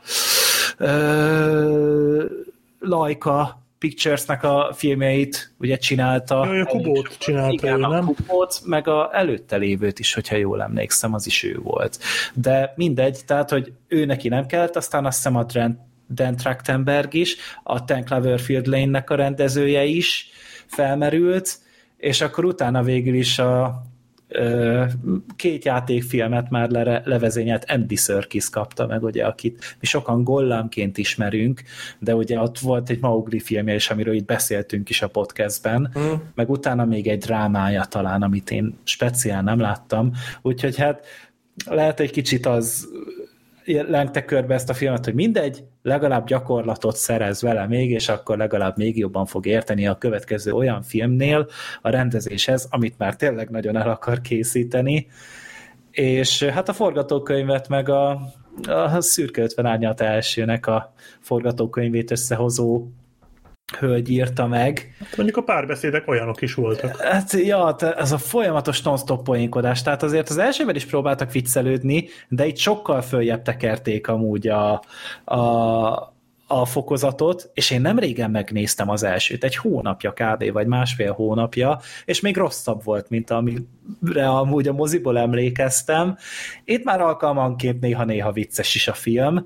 ö, Laika Pictures-nek a filmjeit ugye csinálta.
Jó, a Kubót csinálta
igen,
ő, nem?
a Kubót, meg a előtte lévőt is, hogyha jól emlékszem, az is ő volt. De mindegy, tehát, hogy ő neki nem kellett, aztán azt hiszem a Dan Trachtenberg is, a ten Cloverfield Lane-nek a rendezője is felmerült, és akkor utána végül is a két játékfilmet már le, levezényelt Andy Serkis kapta meg, ugye, akit mi sokan Gollamként ismerünk, de ugye ott volt egy Mowgli filmje is, amiről itt beszéltünk is a podcastben, mm. meg utána még egy drámája talán, amit én speciál nem láttam, úgyhogy hát lehet egy kicsit az lengte körbe ezt a filmet, hogy mindegy, legalább gyakorlatot szerez vele még, és akkor legalább még jobban fog érteni a következő olyan filmnél a rendezéshez, amit már tényleg nagyon el akar készíteni, és hát a forgatókönyvet meg a, a Szürke ötven árnyalata elsőnek a forgatókönyvét összehozó hölgy írta meg.
Hát mondjuk a párbeszédek olyanok is voltak.
Hát ja, ez a folyamatos non-stop poénkodás, tehát azért az elsőben is próbáltak viccelődni, de itt sokkal följebb tekerték amúgy a, a, a fokozatot, és én nem régen megnéztem az elsőt, egy hónapja kb. Vagy másfél hónapja, és még rosszabb volt, mint amire amúgy a moziból emlékeztem. Itt már alkalmanként néha-néha vicces is a film,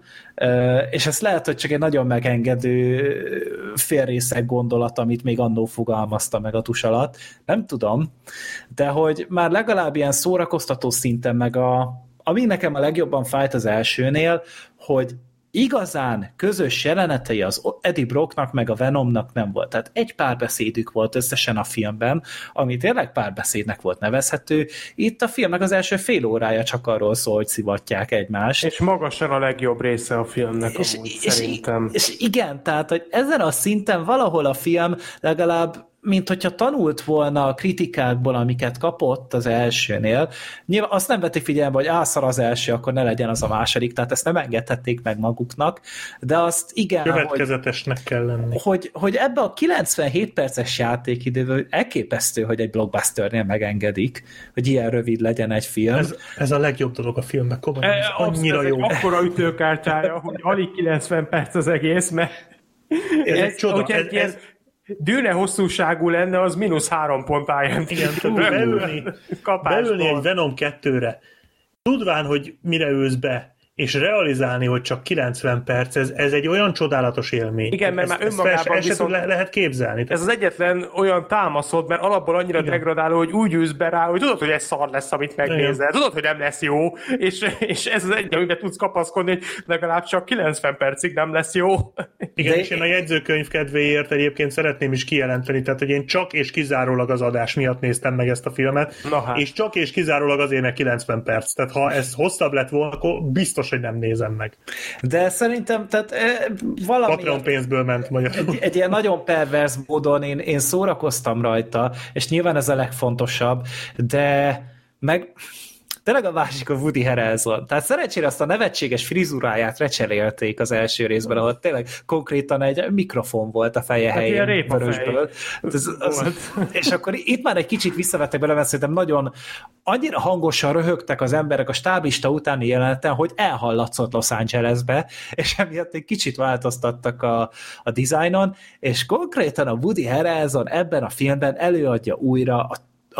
és ez lehet, hogy csak egy nagyon megengedő félrészeg gondolat, amit még annó fogalmazta meg a tus alatt. Nem tudom, de hogy már legalább ilyen szórakoztató szinten, meg a, ami nekem a legjobban fájt az elsőnél, hogy igazán közös jelenetei az Eddie Brocknak meg a Venomnak nem volt. Tehát egy párbeszédük volt összesen a filmben, ami tényleg párbeszédnek volt nevezhető. Itt a filmnek az első fél órája csak arról szól, hogy szivatják egymást.
És magasan a legjobb része a filmnek
és,
amúgy,
és,
szerintem.
És, és igen, tehát hogy ezen a szinten valahol a film legalább mint hogyha tanult volna a kritikákból, amiket kapott az elsőnél. Nyilván azt nem vették figyelembe, hogy ászar az első, akkor ne legyen az a második, tehát ezt nem engedhették meg maguknak, de azt igen,
következetesnek hogy, kell lenni.
Hogy, hogy ebbe a kilencvenhét perces játékidőből elképesztő, hogy egy blockbusternél megengedik, hogy ilyen rövid legyen egy film.
Ez, ez a legjobb dolog a filmben, komolyan, ez
e,
annyira
ez
jó.
Ez akkora ütőkártyája, hogy alig kilencven perc az egész, mert
ez, ez egy csoda. Ez, ez,
Dűne hosszúságú lenne, az mínusz három pont álljon.
Igen, beülni, beülni egy Venom kettőre, tudván, hogy mire ülsz be, és realizálni, hogy csak kilencven perc, ez, ez egy olyan csodálatos élmény.
Igen, mert
ezt,
már önmagában
ezt
viszont
le, lehet képzelni.
Ez az egyetlen olyan támaszod, mert alapból annyira
igen.
degradáló, hogy úgy ülsz be rá, hogy tudod, hogy ez szar lesz, amit megnézel. Igen. Tudod, hogy nem lesz jó, és, és ez az egy, amiben tudsz kapaszkodni, hogy legalább csak kilencven percig nem lesz jó.
Igen, de és én a jegyzőkönyv kedvéért egyébként szeretném is kijelenteni, tehát, hogy én csak és kizárólag az adás miatt néztem meg ezt a filmet, hát. És csak és kizárólag azért, mert kilencven perc. Tehát ha ez hosszabb lett volna, akkor biztos, hogy nem nézem meg.
De szerintem, tehát e, valami...
Patreon pénzből ment magyarul.
Egy, egy ilyen nagyon pervers módon én, én szórakoztam rajta, és nyilván ez a legfontosabb, de meg... Tényleg a másik a Woody Harrelson. Tehát szerencsére azt a nevetséges frizuráját recserélték az első részben, ahol tényleg konkrétan egy mikrofon volt a feje hát helyén vörösből. Az, az, és akkor itt már egy kicsit visszavettek bele, mert szerintem nagyon annyira hangosan röhögtek az emberek a stáblista utáni jeleneten, hogy elhallatszott Los Angelesbe, és emiatt egy kicsit változtattak a, a dizájnon, és konkrétan a Woody Harrelson ebben a filmben előadja újra a,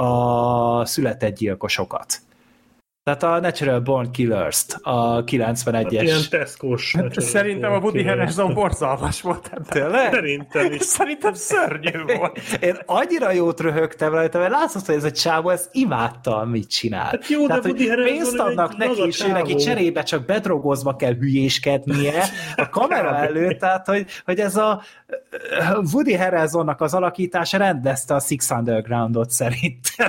a született gyilkosokat. Tehát a Natural Born Killers-t, a kilencvenegyes. Hát
ilyen Tesco-s.
Szerintem a Woody Harrelson borzalmas volt ebben.
Tényleg?
Szerintem is.
Szerintem szörnyű volt.
Én annyira jót röhögtem rajta, mert látszott, hogy ez a csávó, ez imádta, amit csinál.
Hát jó,
tehát,
de Woody Harrelson
pénzt adnak neki, és ő neki cserébe csak bedrogozva kell hülyéskednie a kamera előtt, tehát, hogy, hogy ez a Woody Harrelsonnak az alakítása rendezte a Six Underground-ot szerintem.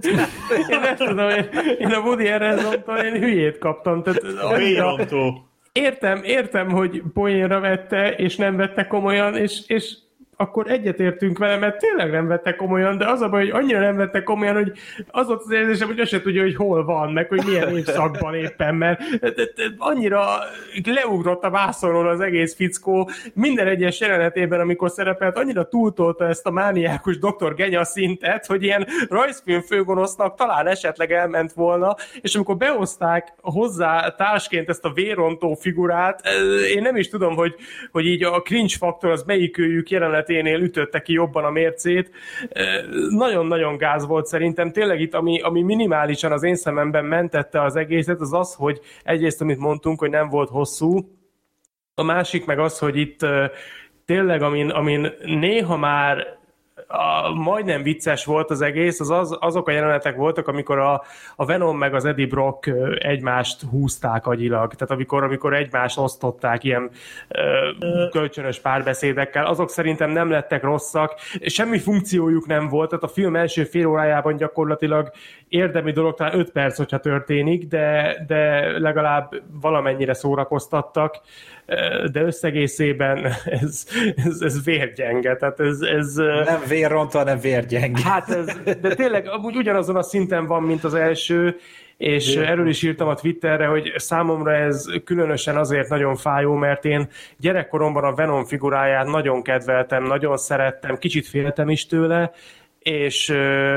Én nem tudom, én, én a Woody Harrelsontól én hülyét kaptam. Tehát
a vérontó.
értem, értem, hogy poénra vette, és nem vette komolyan, és, és akkor egyetértünk vele, mert tényleg nem vette komolyan, de az a baj, hogy annyira nem vette komolyan, hogy az volt az érzésem, hogy azt se tudja, hogy hol van, meg hogy milyen évszakban éppen, mert annyira leugrott a vászonról az egész fickó, minden egyes jelenetében, amikor szerepelt, annyira túltolta ezt a mániákus doktor Genya szintet, hogy ilyen rajzfilm főgonosznak talán esetleg elment volna, és amikor behozták hozzá társként ezt a vérontó figurát, én nem is tudom, hogy, hogy így a cringe faktor az melyikőjük jelenet énél ütötte ki jobban a mércét. Nagyon-nagyon gáz volt szerintem. Tényleg itt, ami, ami minimálisan az én szememben mentette az egészet, az az, hogy egyrészt, amit mondtunk, hogy nem volt hosszú, a másik meg az, hogy itt tényleg, amin, amin néha már a, majdnem vicces volt az egész, az, az azok a jelenetek voltak, amikor a, a Venom meg az Eddie Brock egymást húzták agyilag, tehát amikor, amikor egymást osztották ilyen ö, kölcsönös párbeszédekkel, azok szerintem nem lettek rosszak, semmi funkciójuk nem volt, tehát a film első fél órájában gyakorlatilag érdemi dolog, talán öt perc, hogyha történik, de, de legalább valamennyire szórakoztattak, de összegészében ez, ez, ez vérgyenge, tehát ez, ez...
Nem vérrontó, hanem vérgyenge.
Hát ez, de tényleg amúgy ugyanazon a szinten van, mint az első, és Vérgyenge. Erről is írtam a Twitterre, hogy számomra ez különösen azért nagyon fájó, mert én gyerekkoromban a Venom figuráját nagyon kedveltem, nagyon szerettem, kicsit féltem is tőle, és,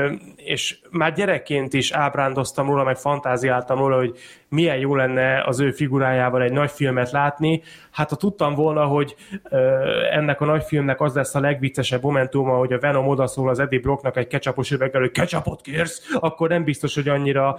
és már gyerekként is ábrándoztam róla, meg fantáziáltam róla, hogy milyen jó lenne az ő figurájával egy nagy filmet látni. Hát ha tudtam volna, hogy ennek a nagy filmnek az lesz a legviccesebb momentuma, hogy a Venom odaszól az Eddie Brocknak egy ketchupos üveggel, hogy ketchupot kérsz, akkor nem biztos, hogy annyira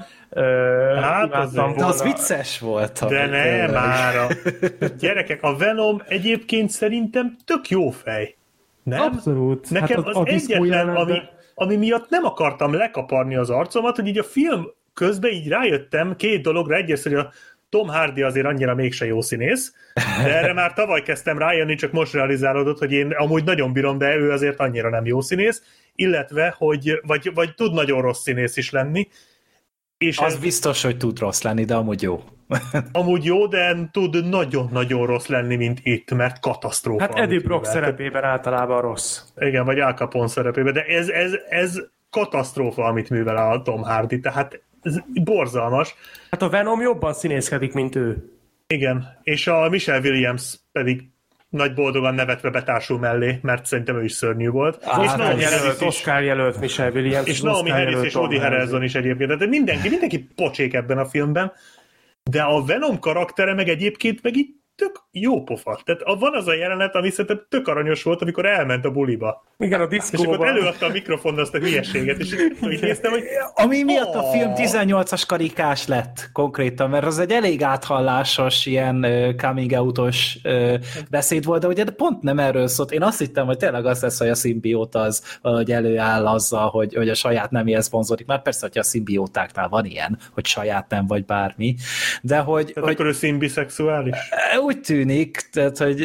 hát
imádtam volna.
De az vicces volt.
De nem már. A gyerekek, a Venom egyébként szerintem tök jó fej. Nem?
Abszolút.
Nekem hát az, az egyetlen, ami, ami miatt nem akartam lekaparni az arcomat, hogy így a film közben így rájöttem két dologra. Egyrészt, hogy a Tom Hardy azért annyira mégse jó színész, de erre már tavaly kezdtem rájönni, csak most realizálódott, hogy én amúgy nagyon bírom, de ő azért annyira nem jó színész, illetve, hogy vagy, vagy tud nagyon rossz színész is lenni. És
az
ez,
biztos, hogy tud rossz lenni, de amúgy jó.
Amúgy jó, de tud nagyon-nagyon rossz lenni, mint itt, mert katasztrófa.
Hát Eddie Brock szerepében általában rossz.
Igen, vagy Al Capone szerepében, de ez, ez, ez katasztrófa, amit művel a Tom Hardy, tehát ez borzalmas.
Hát a Venom jobban színészkedik, mint ő.
Igen, és a Michelle Williams pedig nagy boldogan nevetve betársul mellé, mert szerintem ő is szörnyű volt.
Ah,
és
hát
Naomi
jelölt, Oscar jelölt Michelle Williams.
És Naomi Harris és Woody Harrelson is egyébként. Tehát mindenki, mindenki pocsék ebben a filmben, de a Venom karaktere meg egyébként meg így tök jó pofa. Tehát van az a jelenet, ami szerintem tök aranyos volt, amikor elment a buliba.
Igen, a
diszkóban. És akkor előadta a mikrofon azt a hülyeséget, és így néztem, hogy...
Ami miatt a film tizennyolcas karikás lett konkrétan, mert az egy elég áthallásos, ilyen uh, coming out-os uh, beszéd volt, de ugye pont nem erről szólt. Én azt hittem, hogy tényleg az lesz, hogy a szimbióta az valahogy előáll azzal, hogy, hogy a saját neméhez vonzódik. Már persze, hogy a szimbiótáknál van ilyen, hogy saját nem vagy bármi, de hogy...
Tehát
hogy
akkor ő szimbiszexuális?
úgy tűnik, tehát, hogy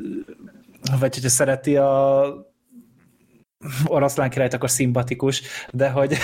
vagy hogyha szereti a oroszlán királyt, akkor szimpatikus, de hogy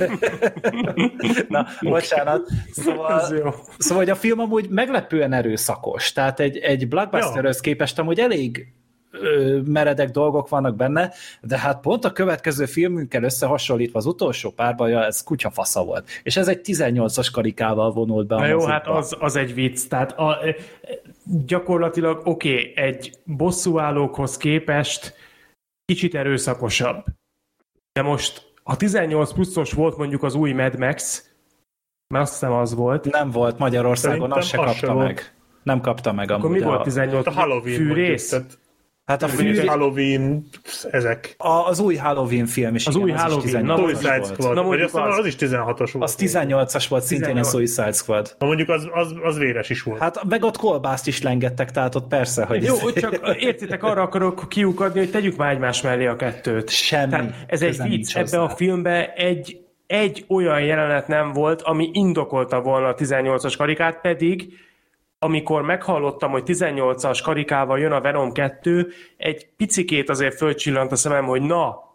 na, bocsánat. Szóval, szóval, hogy a film amúgy meglepően erőszakos, tehát egy, egy blockbusterhez képest amúgy elég ö, meredek dolgok vannak benne, de hát pont a következő filmünkkel összehasonlítva az utolsó párbaja, ez kutyafasza volt. És ez egy tizennyolcas karikával vonult be a
Na jó,
mozikba.
hát az, az egy vicc. Tehát a, gyakorlatilag oké, okay, egy bosszúállókhoz képest kicsit erőszakosabb. De most, ha tizennyolc pluszos volt mondjuk az új Mad Max, mert azt hiszem az volt.
Nem volt Magyarországon, azt se
az
kapta
se
meg.
volt.
Nem kapta meg
Akkor
amúgy.
mi volt
a...
tizennyolc?
A Halloween.
Fűrész?
Mondjuk,
Hát a
fűrész.
fűrész...
Halloween, ezek.
A, az új Halloween film is.
Az
igen,
új
az
Halloween. Na,
Suicide Squad.
Na,
Vagy azt
az.
az is tizenhatos volt.
Az tizennyolcas volt, szintén
tizennyolc.
a Suicide Squad.
Na mondjuk az, az, az véres is volt.
Hát meg ott kolbászt is lengettek, tehát ott persze, hogy...
Jó, csak értitek, arra akarok kiukadni, hogy tegyük már egymás mellé a kettőt.
Semmi.
Tehát ez egy
köze
vicc.
nincs
Ebbe
hozzá.
a filmben egy, egy olyan jelenet nem volt, ami indokolta volna a tizennyolcas karikát, pedig amikor meghallottam, hogy tizennyolcas karikával jön a Venom kettő, egy picikét azért fölcsillant a szemem, hogy na,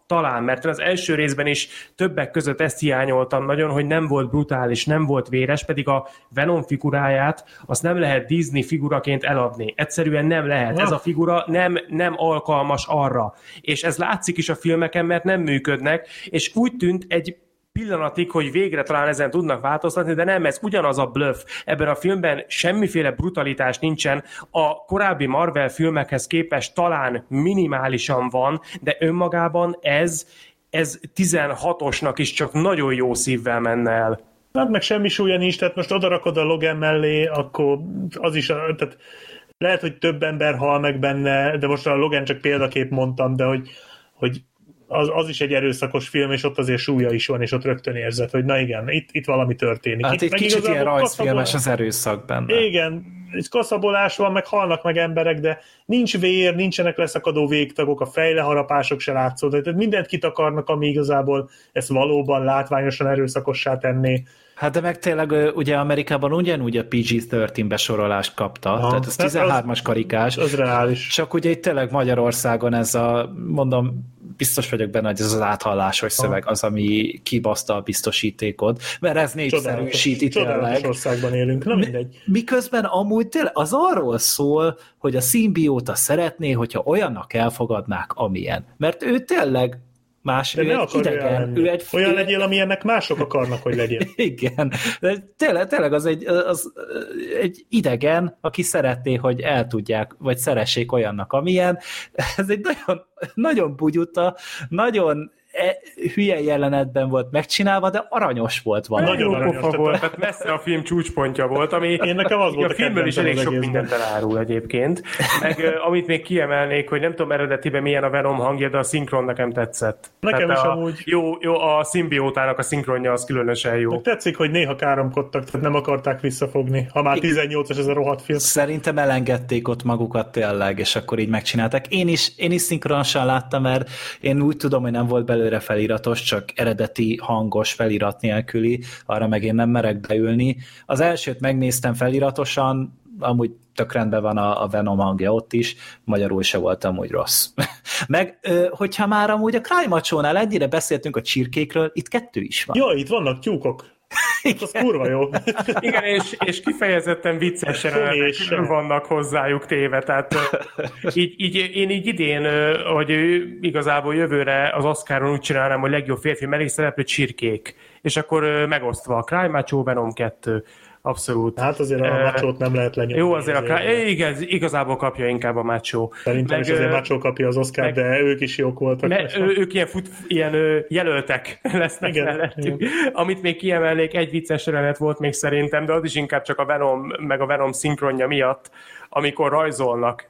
talán, mert az első részben is többek között ezt hiányoltam nagyon, hogy nem volt brutális, nem volt véres, pedig a Venom figuráját azt nem lehet Disney figuraként eladni. Egyszerűen nem lehet. Ez a figura nem, nem alkalmas arra. És ez látszik is a filmeken, mert nem működnek, és úgy tűnt egy pillanatig, hogy végre talán ezen tudnak változtatni, de nem, ez ugyanaz a bluff. Ebben a filmben semmiféle brutalitás nincsen, a korábbi Marvel filmekhez képest talán minimálisan van, de önmagában ez, ez tizenhatosnak is csak nagyon jó szívvel menne el.
Hát meg semmi súlya nincs, tehát most odarakod a Logan mellé, akkor az is, tehát lehet, hogy több ember hal meg benne, de most a Logan csak példakép mondtam, de hogy, hogy Az, az is egy erőszakos film, és ott azért súlya is van, és ott rögtön érzed, hogy na igen, itt, itt valami történik.
Hát
itt
egy kicsit ilyen rajzfilmes az erőszak benne. Igen, egy kaszabolás van, meg halnak meg emberek, de nincs vér, nincsenek leszakadó végtagok, a fejleharapások se látszódnak, tehát mindent kitakarnak, ami igazából ezt valóban látványosan erőszakossá tenné. Hát de meg tényleg ugye Amerikában ugyanúgy a pé gé tizenhárom besorolást kapta, ha, tehát ez tizenhármas karikás.
Az reális.
Csak ugye itt tényleg Magyarországon ez a, mondom, biztos vagyok benne, hogy ez az áthallásos szöveg az, ami kibaszta a biztosítékot, mert ez népszerűsíti tényleg.
Csodálatos országban élünk, na mindegy.
Miközben amúgy tényleg az arról szól, hogy a szimbióta szeretné, hogyha olyannak elfogadnák, amilyen. Mert ő tényleg más,
de
ő egy idegen. Ő egy,
olyan legyél, amilyennek mások akarnak, hogy legyél.
Igen, de tényleg, tényleg az, egy, az egy idegen, aki szeretné, hogy el tudják, vagy szeressék olyannak, amilyen. Ez egy nagyon, nagyon bugyuta, nagyon hülye jelenetben volt megcsinálva, de aranyos volt valami.
Nagyon aranyos volt, tehát messze a film csúcspontja volt, ami
én nekem az volt
a filmből is elég sok mindent elárul egyébként. Meg amit még kiemelnék, hogy nem tudom eredetiben milyen a Venom hangja, de a szinkron nekem tetszett.
Nekem
tehát
is
a,
amúgy.
Jó, jó, a szimbiótának a szinkronja az különösen jó.
Meg tetszik, hogy néha káromkodtak, tehát nem akarták visszafogni, ha már tizennyolcas ez a rohadt film.
Szerintem elengedték ott magukat tényleg, és akkor így megcsinálták. Én is, én is szinkronosan láttam, mert én úgy tudom, hogy nem volt belőle feliratos, csak eredeti hangos felirat nélküli, arra meg én nem merek beülni. Az elsőt megnéztem feliratosan, amúgy tök rendben van a, a Venom hangja ott is, magyarul se volt amúgy rossz. Meg, hogyha már amúgy a Cry Macho-nál ennyire beszéltünk a csirkékről, itt kettő is van.
Ja, itt vannak tyúkok. Az kurva jó.
Igen, és, és kifejezetten viccesen vannak hozzájuk téve, tehát így, így, én így idén, hogy igazából jövőre az Oscaron úgy csinálnám, hogy legjobb férfi mellékszereplő csirkék, és akkor megosztva a Cry Macho, Venom kettő. Abszolút.
Hát azért a Machót nem lehet lenyomni.
Jó, azért, azért a igen, igazából kapja inkább a Macho.
Szerintem meg, is azért Macho kapja az Oscar, de ők is jók voltak.
Me, ő, ők ilyen, fut, ilyen jelöltek lesznek igen, mellettük. Igen. Amit még kiemelnék, egy vicces jelenet volt még szerintem, de az is inkább csak a Venom, meg a Venom szinkronja miatt, amikor rajzolnak.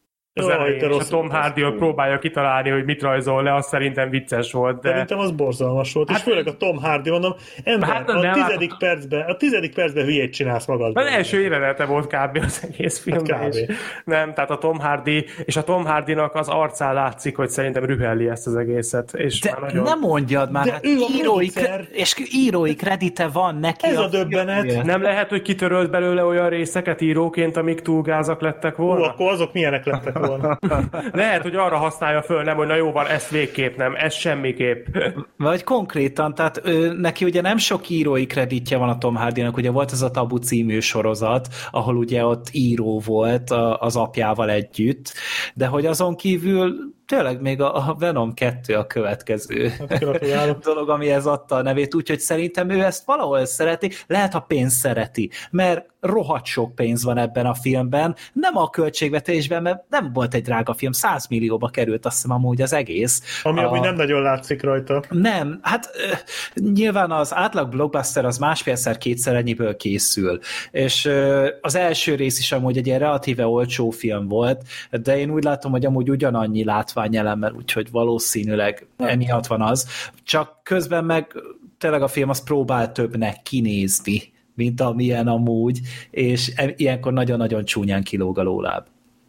Az elején, és a Tom Hardy ott próbálja kitalálni, hogy mit rajzol le, az szerintem vicces volt. De...
Szerintem az borzalmas volt, hát, és főleg a Tom Hardy, mondom, ember, hát, a, tizedik hát... percben, a tizedik percben hülyét csinálsz magadban.
Az első jelenete volt kb. Az egész filmben. Hát nem, tehát a Tom Hardy, és a Tom Hardynak az arcán látszik, hogy szerintem rühelli ezt az egészet. És
de
már nagyon...
nem mondjad már, hát írói, kre... és írói kredite van neki.
Ez a,
a
döbbenet.
Nem lehet, hogy kitörölt belőle olyan részeket íróként, amik túl gázak lettek volna?
Ó, akkor azok milyenek lettek volna?
Lehet, hogy arra használja föl, nem, hogy na jó van, ezt végképp nem, ez semmiképp.
Vagy konkrétan, tehát ő, neki ugye nem sok írói kreditje van a Tom Hardynak, ugye volt ez a Tabu című sorozat, ahol ugye ott író volt a, az apjával együtt, de hogy azon kívül tényleg még a Venom kettő a következő hát, dolog, amihez adta a nevét, úgyhogy szerintem ő ezt valahol szereti, lehet a pénz szereti, mert rohadt sok pénz van ebben a filmben, nem a költségvetésben, mert nem volt egy drága film, száz millióba került azt hiszem amúgy az egész.
Ami
a...
amúgy nem nagyon látszik rajta.
Nem, hát nyilván az átlag blockbuster az másfélszer, kétszer ennyiből készül, és az első rész is amúgy egy ilyen relatíve olcsó film volt, de én úgy látom, hogy amúgy ugyanannyi látványelemmel, úgyhogy valószínűleg emiatt van az, csak közben meg tényleg a film az próbál többnek kinézni, mint amilyen amúgy, és ilyenkor nagyon-nagyon csúnyán kilóg a lóláb.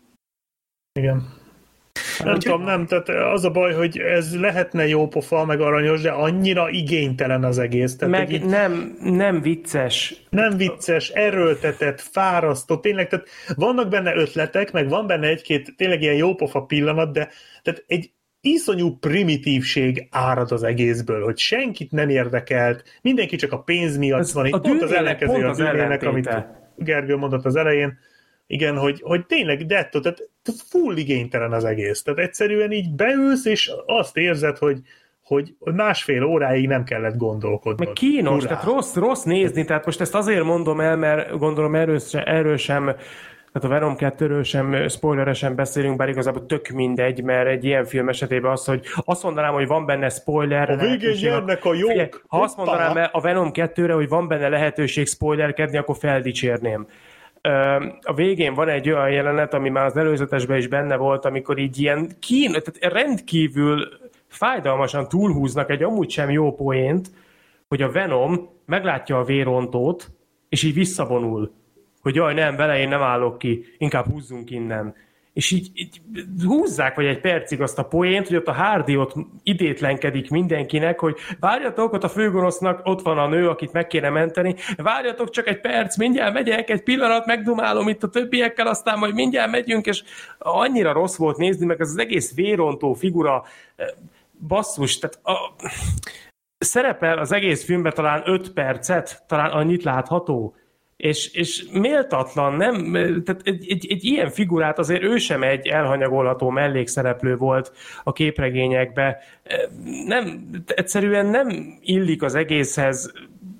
Igen. Nem Úgy, tudom, nem, tehát az a baj, hogy ez lehetne jó pofa, meg aranyos, de annyira igénytelen az egész. Tehát
meg így, nem, nem vicces.
Nem vicces, erőltetett, fárasztó, tényleg, tehát vannak benne ötletek, meg van benne egy-két tényleg ilyen jó pofa pillanat, de tehát egy iszonyú primitívség árad az egészből, hogy senkit nem érdekelt, mindenki csak a pénz miatt
Ez
van. Itt
a
pont az
dűnének
ellenkező
pont
a
az
dűnének, amit
ellentéte.
Gergő mondott az elején. Igen, hogy, hogy tényleg dettó, tehát full igénytelen az egész. Tehát egyszerűen így beülsz, és azt érzed, hogy, hogy másfél óráig nem kellett gondolkodnod.
Meg kínos,
Urá.
tehát rossz, rossz nézni, tehát most ezt azért mondom el, mert gondolom erről, erről sem, tehát a Venom kettőről sem spoileresen beszélünk, bár igazából tök mindegy, mert egy ilyen film esetében az, hogy azt mondanám, hogy van benne spoiler.
A végén nyernek a jók.
Figyelj, ha azt mondanám a Venom kettőre, hogy van benne lehetőség spoilerkedni, akkor feldicsérném. A végén van egy olyan jelenet, ami már az előzetesben is benne volt, amikor így ilyen kín, tehát rendkívül fájdalmasan túlhúznak egy amúgy sem jó poént, hogy a Venom meglátja a vérontót, és így visszavonul, hogy jaj, nem, vele én nem állok ki, inkább húzzunk innen. És így, így húzzák vagy egy percig azt a poént, hogy ott a Hardy ott idétlenkedik mindenkinek, hogy várjatok, ott a főgonosznak ott van a nő, akit meg kéne menteni, várjatok csak egy perc, mindjárt megyek, egy pillanat, megdumálom itt a többiekkel, aztán majd mindjárt megyünk, és annyira rossz volt nézni, meg az, az egész vérontó figura, basszus, tehát a... szerepel az egész filmben talán öt percet, talán annyit látható, És, és méltatlan, nem? Tehát egy, egy, egy ilyen figurát azért ő sem egy elhanyagolható mellékszereplő volt a képregényekbe. Nem, egyszerűen nem illik az egészhez,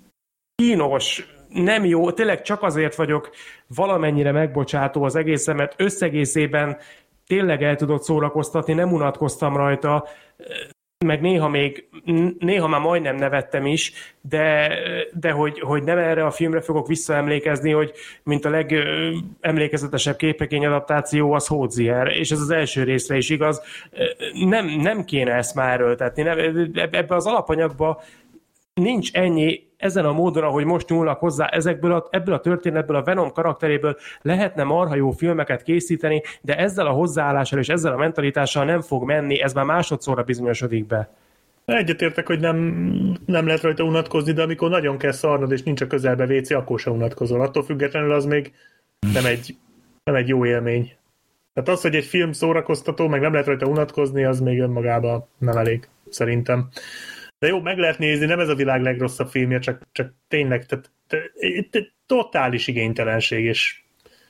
kínos, nem jó, tényleg csak azért vagyok valamennyire megbocsátó az egészen, mert összegészében tényleg el tudott szórakoztatni, nem unatkoztam rajta, meg néha még, néha már majdnem nevettem is, de, de hogy, hogy nem erre a filmre fogok visszaemlékezni, hogy mint a legemlékezetesebb képregény adaptáció az Hozier, és ez az első részre is igaz. Nem, nem kéne ezt már erőltetni. Ebbe az alapanyagba nincs ennyi, ezen a módon, ahogy most nyúlnak hozzá, ezekből a, ebből a történetből, a Venom karakteréből lehetne marha jó filmeket készíteni, de ezzel a hozzáállással és ezzel a mentalitással nem fog menni, ez már másodszorra bizonyosodik be.
Egyetértek, hogy nem, nem lehet rajta unatkozni, de amikor nagyon kell szarnod, és nincs a közelbe vécé, akkor sem unatkozol. Attól függetlenül az még nem egy, nem egy jó élmény. Tehát az, hogy egy film szórakoztató, meg nem lehet rajta unatkozni, az még önmagában nem elég, szerintem. De jó, meg lehet nézni, nem ez a világ legrosszabb filmje, csak, csak tényleg tehát, tehát, totális igénytelenség, és,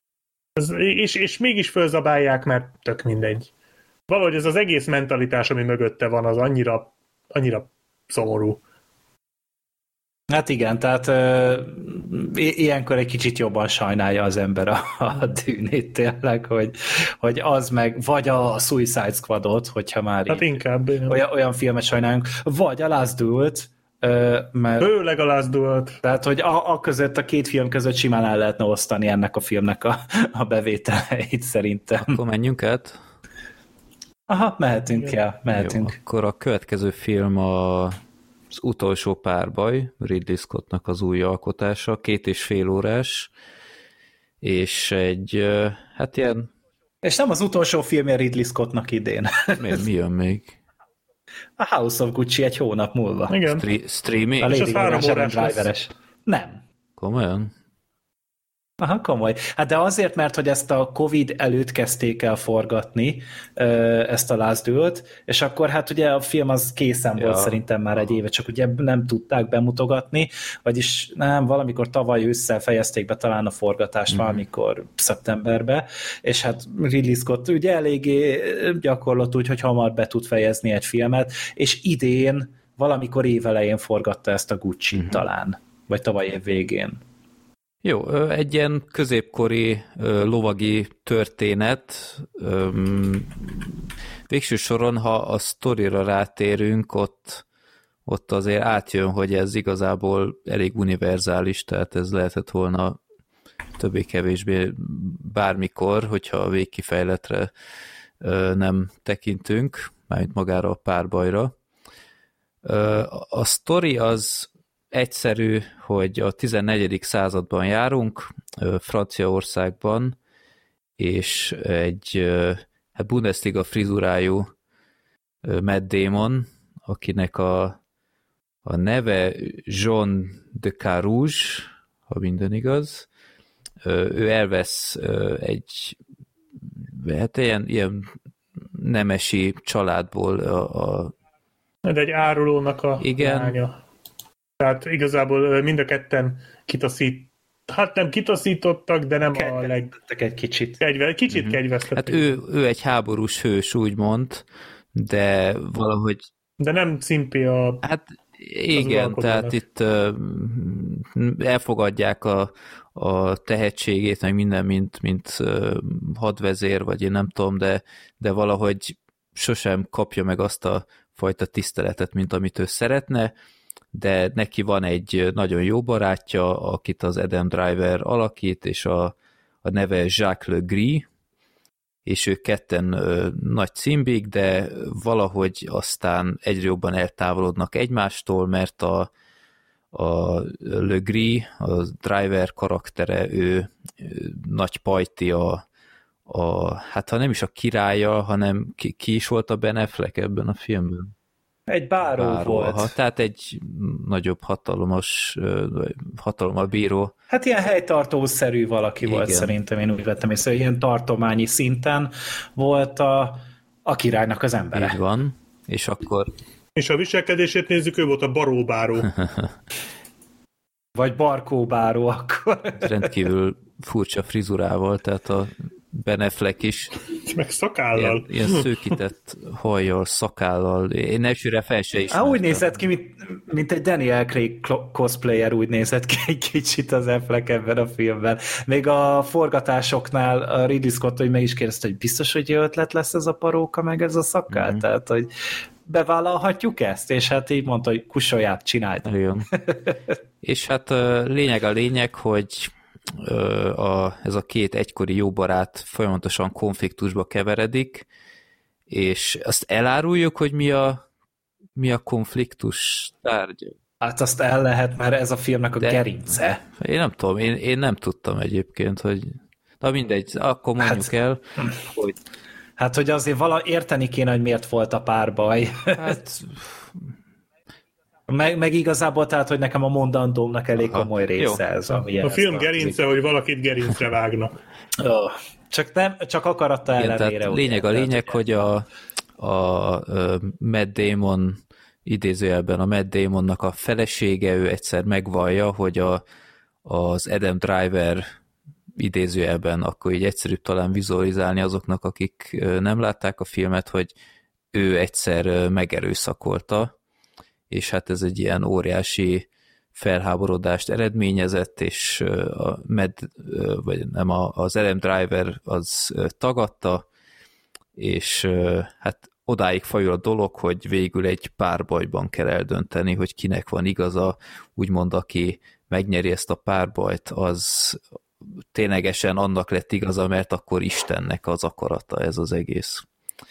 és, és mégis fölzabálják, mert tök mindegy. Valahogy ez az egész mentalitás, ami mögötte van, az annyira, annyira szomorú.
Hát igen, tehát uh, ilyenkor egy kicsit jobban sajnálja az ember a, a Dűnét tényleg, hogy, hogy az meg, vagy a Suicide Squadot, hogyha már
hát inkább,
olyan, olyan filmet sajnáljunk, vagy a Last Duel-t, uh, mert...
Főleg a Last Duel-t.
Tehát, hogy a, a között, a két film között simán el lehetne osztani ennek a filmnek a, a bevételeit szerintem.
Akkor menjünk át.
Aha, mehetünk, ja, mehetünk.
Jó, akkor a következő film a az utolsó párbaj, Ridley Scottnak az új alkotása, két és fél órás, és egy, hát ilyen...
És nem az utolsó filmje Ridley Scottnak idén.
Mi, mi jön még?
A House of Gucci egy hónap múlva.
Igen.
Stri- streaming?
A
És
Lady
az három
Gaga
órás lesz.
Driveres. Nem.
Komolyan?
Aha, komoly. Hát de azért, mert hogy ezt a Covid előtt kezdték el forgatni, ezt a Last Duel-t, és akkor hát ugye a film az készen
ja.
volt szerintem már egy éve, csak ugye nem tudták bemutogatni, vagyis nem, valamikor tavaly ősszel fejezték be talán a forgatást, mm-hmm. valamikor szeptemberbe, és hát Ridley Scott ugye eléggé gyakorlott úgy, hogy hamar be tud fejezni egy filmet, és idén valamikor évelején forgatta ezt a Gucci-t mm-hmm. talán, vagy tavaly év végén.
Jó, egy ilyen középkori lovagi történet. Végső soron, ha a sztorira rátérünk, ott, ott azért átjön, hogy ez igazából elég univerzális, tehát ez lehetett volna többé-kevésbé bármikor, hogyha a végkifejletre nem tekintünk, mármint magára a párbajra. A sztori az egyszerű, hogy a tizennegyedik században járunk, Franciaországban, és egy hát Bundesliga frizurájú Matt Damon, akinek a, a neve Jean de Carouge, ha minden igaz, ő elvesz egy hát ilyen, ilyen nemesi családból a, a...
De egy árulónak a
Igen.
lánya. Tehát igazából mind a ketten kitaszít, hát nem kitaszítottak, de nem a leg...
egy kicsit.
Kegyve, kicsit mm-hmm. kegyvesztették.
Hát ő, ő egy háborús hős, úgymond, de valahogy...
De nem cimpi a...
Hát igen, tehát itt uh, elfogadják a, a tehetségét, meg minden, mint, mint uh, hadvezér, vagy én nem tudom, de, de valahogy sosem kapja meg azt a fajta tiszteletet, mint amit ő szeretne, de neki van egy nagyon jó barátja, akit az Adam Driver alakít, és a, a neve Jacques Le Gris, és ők ketten ö, nagy cimbik, de valahogy aztán egyre jobban eltávolodnak egymástól, mert a, a Le Gris, a Driver karaktere, ő, ő nagy pajti a, a, hát ha nem is a királya, hanem ki, ki is volt a Ben Affleck ebben a filmben?
Egy báró, báró volt.
Aha, tehát egy nagyobb hatalmas, hatalmas bíró.
Hát ilyen helytartószerű valaki Igen. volt szerintem, én úgy vettem észre, hogy ilyen tartományi szinten volt a, a királynak az embere.
Így van, és akkor...
És a viselkedését nézzük, ő volt a baróbáró.
Vagy barkóbáró akkor.
Rendkívül furcsa frizurával, tehát a Ben Affleck is.
Meg szakállal.
Ilyen, ilyen szőkített hajjal, szakállal. Én elsőre fel se is.
Há, úgy nézett ki, mint, mint egy Daniel Craig cosplayer, úgy nézett ki egy kicsit az Affleck ebben a filmben. Még a forgatásoknál a Ridley Scott, hogy meg is kérdezte, hogy biztos, hogy jó ötlet lesz ez a paróka, meg ez a szakál. Mm-hmm. Tehát, hogy bevállalhatjuk ezt? És hát így mondta, hogy kusolját csináld.
Igen. És hát lényeg a lényeg, hogy A, ez a két egykori jó barát folyamatosan konfliktusba keveredik, és azt eláruljuk, hogy mi a, mi a konfliktus tárgya.
Hát azt el lehet, mert ez a filmnek a
De
gerince.
Én nem tudom, én, én nem tudtam egyébként, hogy na mindegy, akkor mondjuk hát, el, hogy...
Hát, hogy azért vala érteni kéne, hogy miért volt a párbaj. Hát... Meg, meg igazából, tehát, hogy nekem a mondandómnak elég komoly része jó. Ez.
A, a film gerince, hogy valakit gerincre vágnak.
Oh, csak, nem, csak akarata ellenére.
Lényeg a lényeg, tehát, hogy a, a, a Matt Damon idézőjelben a Matt Damonnak a felesége, ő egyszer megvallja, hogy a, az Adam Driver idézőjelben, akkor így egyszerűbb talán vizualizálni azoknak, akik nem látták a filmet, hogy ő egyszer megerőszakolta, és hát ez egy ilyen óriási felháborodást eredményezett, és a Med, vagy nem, az Adam Driver az tagadta, és hát odáig fajul a dolog, hogy végül egy párbajban kell eldönteni, hogy kinek van igaza, úgymond aki megnyeri ezt a párbajt, az ténylegesen annak lett igaza, mert akkor Istennek az akarata ez az egész.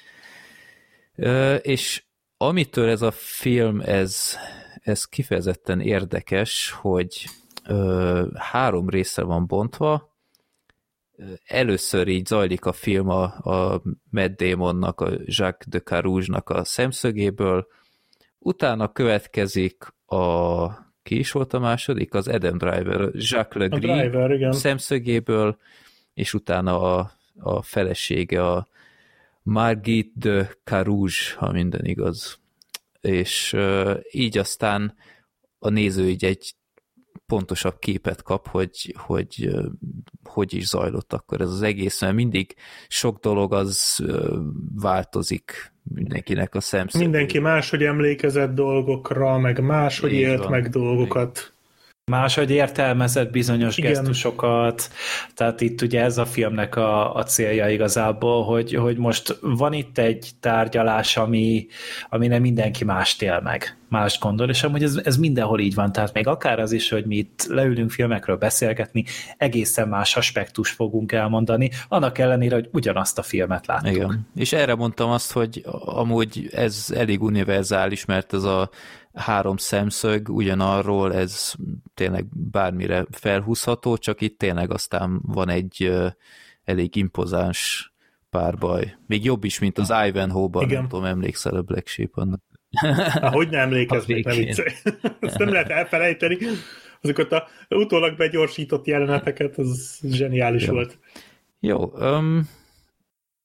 És amitől ez a film, ez, ez kifejezetten érdekes, hogy ö, három részre van bontva. Először így zajlik a film a, a Matt Damonnak, a Jacques de Carouge-nak a szemszögéből, utána következik a ki is volt a második? Az Adam Driver, Jacques Le Gris
Driver,
szemszögéből, és utána a, a felesége, a Margit de Carouge, ha minden igaz. És uh, így aztán a néző így egy pontosabb képet kap, hogy hogy, uh, hogy is zajlott akkor ez az egész, mert mindig sok dolog az uh, változik mindenkinek a szemszögében.
Mindenki máshogy emlékezett dolgokra, meg máshogy így élt van. Meg dolgokat.
Máshogy értelmezett bizonyos Igen. gesztusokat, tehát itt ugye ez a filmnek a, a célja igazából, hogy, hogy most van itt egy tárgyalás, ami, ami nem mindenki mást él meg, mást gondol, és amúgy ez, ez mindenhol így van, tehát még akár az is, hogy mi itt leülünk filmekről beszélgetni, egészen más aspektus fogunk elmondani, annak ellenére, hogy ugyanazt a filmet láttuk.
Igen. És erre mondtam azt, hogy amúgy ez elég univerzális, mert ez a három szemszög ugyanarról, ez tényleg bármire felhúzható, csak itt tényleg aztán van egy uh, elég impozáns párbaj. Még jobb is, mint az Ivanhoe-ban, nem tudom, emlékszel a Black Sheep annak.
Hogy ne emlékeznek, nem viccelj. Ezt nem lehet elfelejteni. Azokat a utólag begyorsított jeleneteket, az zseniális
Jó.
volt.
Jó, um,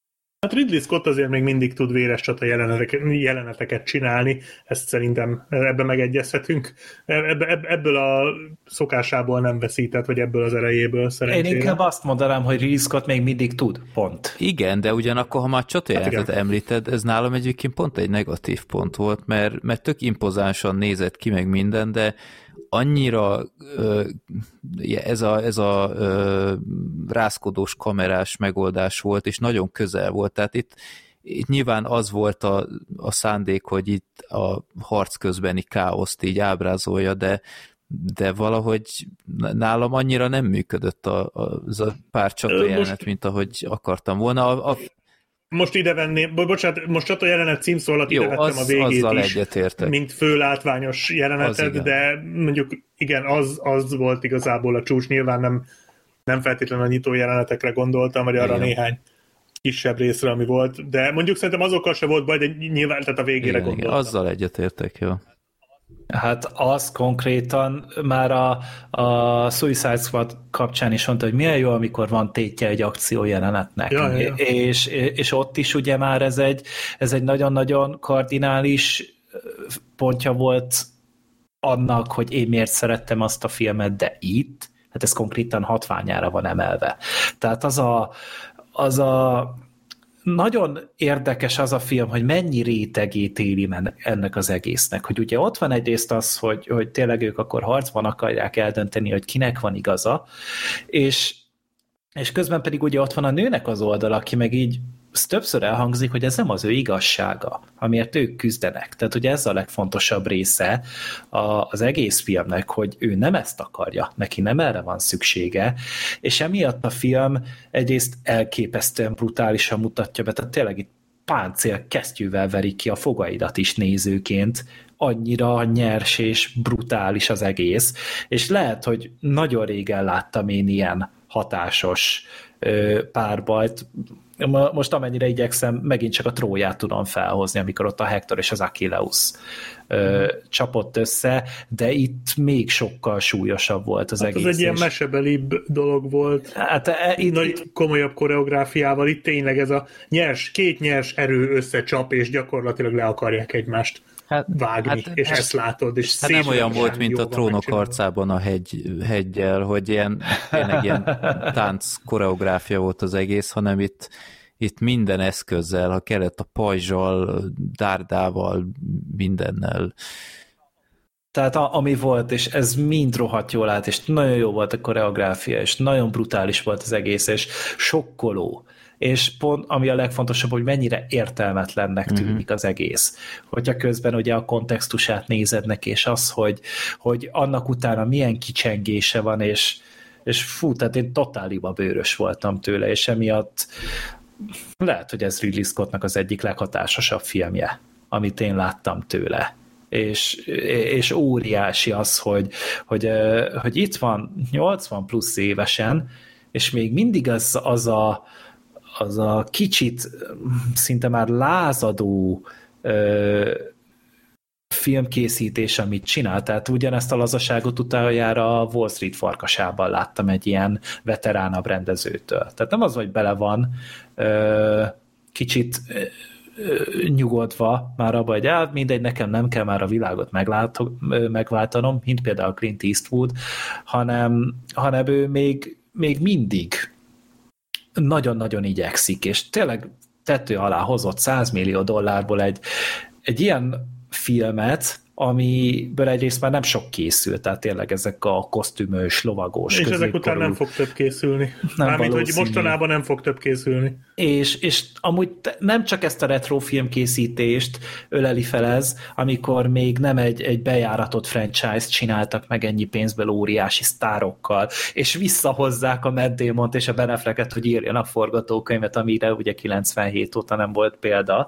Hát Ridley Scott azért még mindig tud véres csata jeleneteket, jeleneteket csinálni, ezt szerintem ebbe megegyezhetünk. Ebbe, ebből a szokásából nem veszített, vagy ebből az erejéből szerencsére.
Én inkább azt mondanám, hogy Ridley Scott még mindig tud, pont.
Igen, de ugyanakkor, ha már csatajelenetet hát említed, ez nálam egyébként pont egy negatív pont volt, mert, mert tök impozánsan nézett ki meg minden, de annyira ez a, ez a rázkodós kamerás megoldás volt, és nagyon közel volt. Tehát itt, itt nyilván az volt a, a szándék, hogy itt a harc közbeni káoszt így ábrázolja, de, de valahogy nálam annyira nem működött a, a, az a pár csatajelenet, mint ahogy akartam volna. A, a
Most ide venném, bocsánat, most csata jelenet címszó alatt ide vettem a végét is,
egyetértek.
Mint fő látványos jelenetet, de mondjuk igen, az, az volt igazából a csúcs, nyilván nem, nem feltétlenül a nyitó jelenetekre gondoltam, vagy arra igen. néhány kisebb részre, ami volt, de mondjuk szerintem azokkal se volt baj, de nyilván tehát a végére igen, gondoltam.
Igen, azzal egyetértek, jó.
Hát az konkrétan már a, a Suicide Squad kapcsán is mondta, hogy milyen jó, amikor van tétje egy akció jelenetnek.
Ja, ja, ja.
És, és ott is ugye már ez egy, ez egy nagyon-nagyon kardinális pontja volt annak, hogy én miért szerettem azt a filmet, de itt, hát ez konkrétan hatványára van emelve. Tehát az a, az a nagyon érdekes az a film, hogy mennyi rétegét éli ennek az egésznek. Hogy ugye ott van egyrészt az, hogy, hogy tényleg ők akkor harcban akarják eldönteni, hogy kinek van igaza, és, és közben pedig ugye ott van a nőnek az oldal, aki meg így többször elhangzik, hogy ez nem az ő igazsága, amiért ők küzdenek. Tehát ugye ez a legfontosabb része az egész filmnek, hogy ő nem ezt akarja, neki nem erre van szüksége, és emiatt a film egyrészt elképesztően brutálisan mutatja be, tehát tényleg itt páncél kesztyűvel verik ki a fogaidat is nézőként, annyira nyers és brutális az egész, és lehet, hogy nagyon régen láttam én ilyen hatásos párbajt. Most amennyire igyekszem, megint csak a Tróját tudom felhozni, amikor ott a Hector és az Achilleus ö, csapott össze, de itt még sokkal súlyosabb volt az hát egész.
Ez egy ilyen mesebelibb dolog volt.
Hát e, itt,
Nagy,
itt,
komolyabb koreográfiával. Itt tényleg ez a nyers, két nyers erő összecsap, és gyakorlatilag le akarják egymást hát, vágni, hát, és hát, ezt látod. És
hát nem olyan volt, mint a Trónok harcában a hegy, heggyel, hogy ilyen, tényleg ilyen tánc koreográfia volt az egész, hanem itt, itt minden eszközzel, ha kellett a pajzsal, dárdával, mindennel.
Tehát a, ami volt, és ez mind rohadt jól állt, és nagyon jó volt a koreográfia, és nagyon brutális volt az egész, és sokkoló. És pont ami a legfontosabb, hogy mennyire értelmetlennek tűnik az egész. Hogyha közben ugye a kontextusát nézed neki, és az, hogy, hogy annak utána milyen kicsengése van, és, és fú, tehát én totáliba bőrös voltam tőle, és emiatt lehet, hogy ez Ridley Scottnak az egyik leghatásosabb filmje, amit én láttam tőle. És, és óriási az, hogy, hogy, hogy itt van nyolcvan plusz évesen, és még mindig az, az a az a kicsit szinte már lázadó ö, filmkészítés, amit csinál, tehát ugyanezt a lazaságot utoljára a Wall Street farkasában láttam egy ilyen veteránabb rendezőtől. Tehát nem az, hogy bele van ö, kicsit ö, nyugodva már abba, hogy á, mindegy, nekem nem kell már a világot meglátok, megváltanom, mint például Clint Eastwood, hanem, hanem ő még, még mindig nagyon-nagyon igyekszik, és tényleg tető alá hozott száz millió dollárból egy, egy ilyen filmet, amiből egyrészt már nem sok készült, tehát tényleg ezek a kosztümös, lovagos,
és ezek után nem fog több készülni.
Nem
Mármint, hogy mostanában nem fog több készülni.
És, és amúgy nem csak ezt a retro filmkészítést öleli fel ez, amikor még nem egy, egy bejáratott franchise-t csináltak meg ennyi pénzből óriási sztárokkal, és visszahozzák a Matt Damont és a Ben Afflecket, hogy írjanak forgatókönyvet, amire ugye kilencvenhét óta nem volt példa.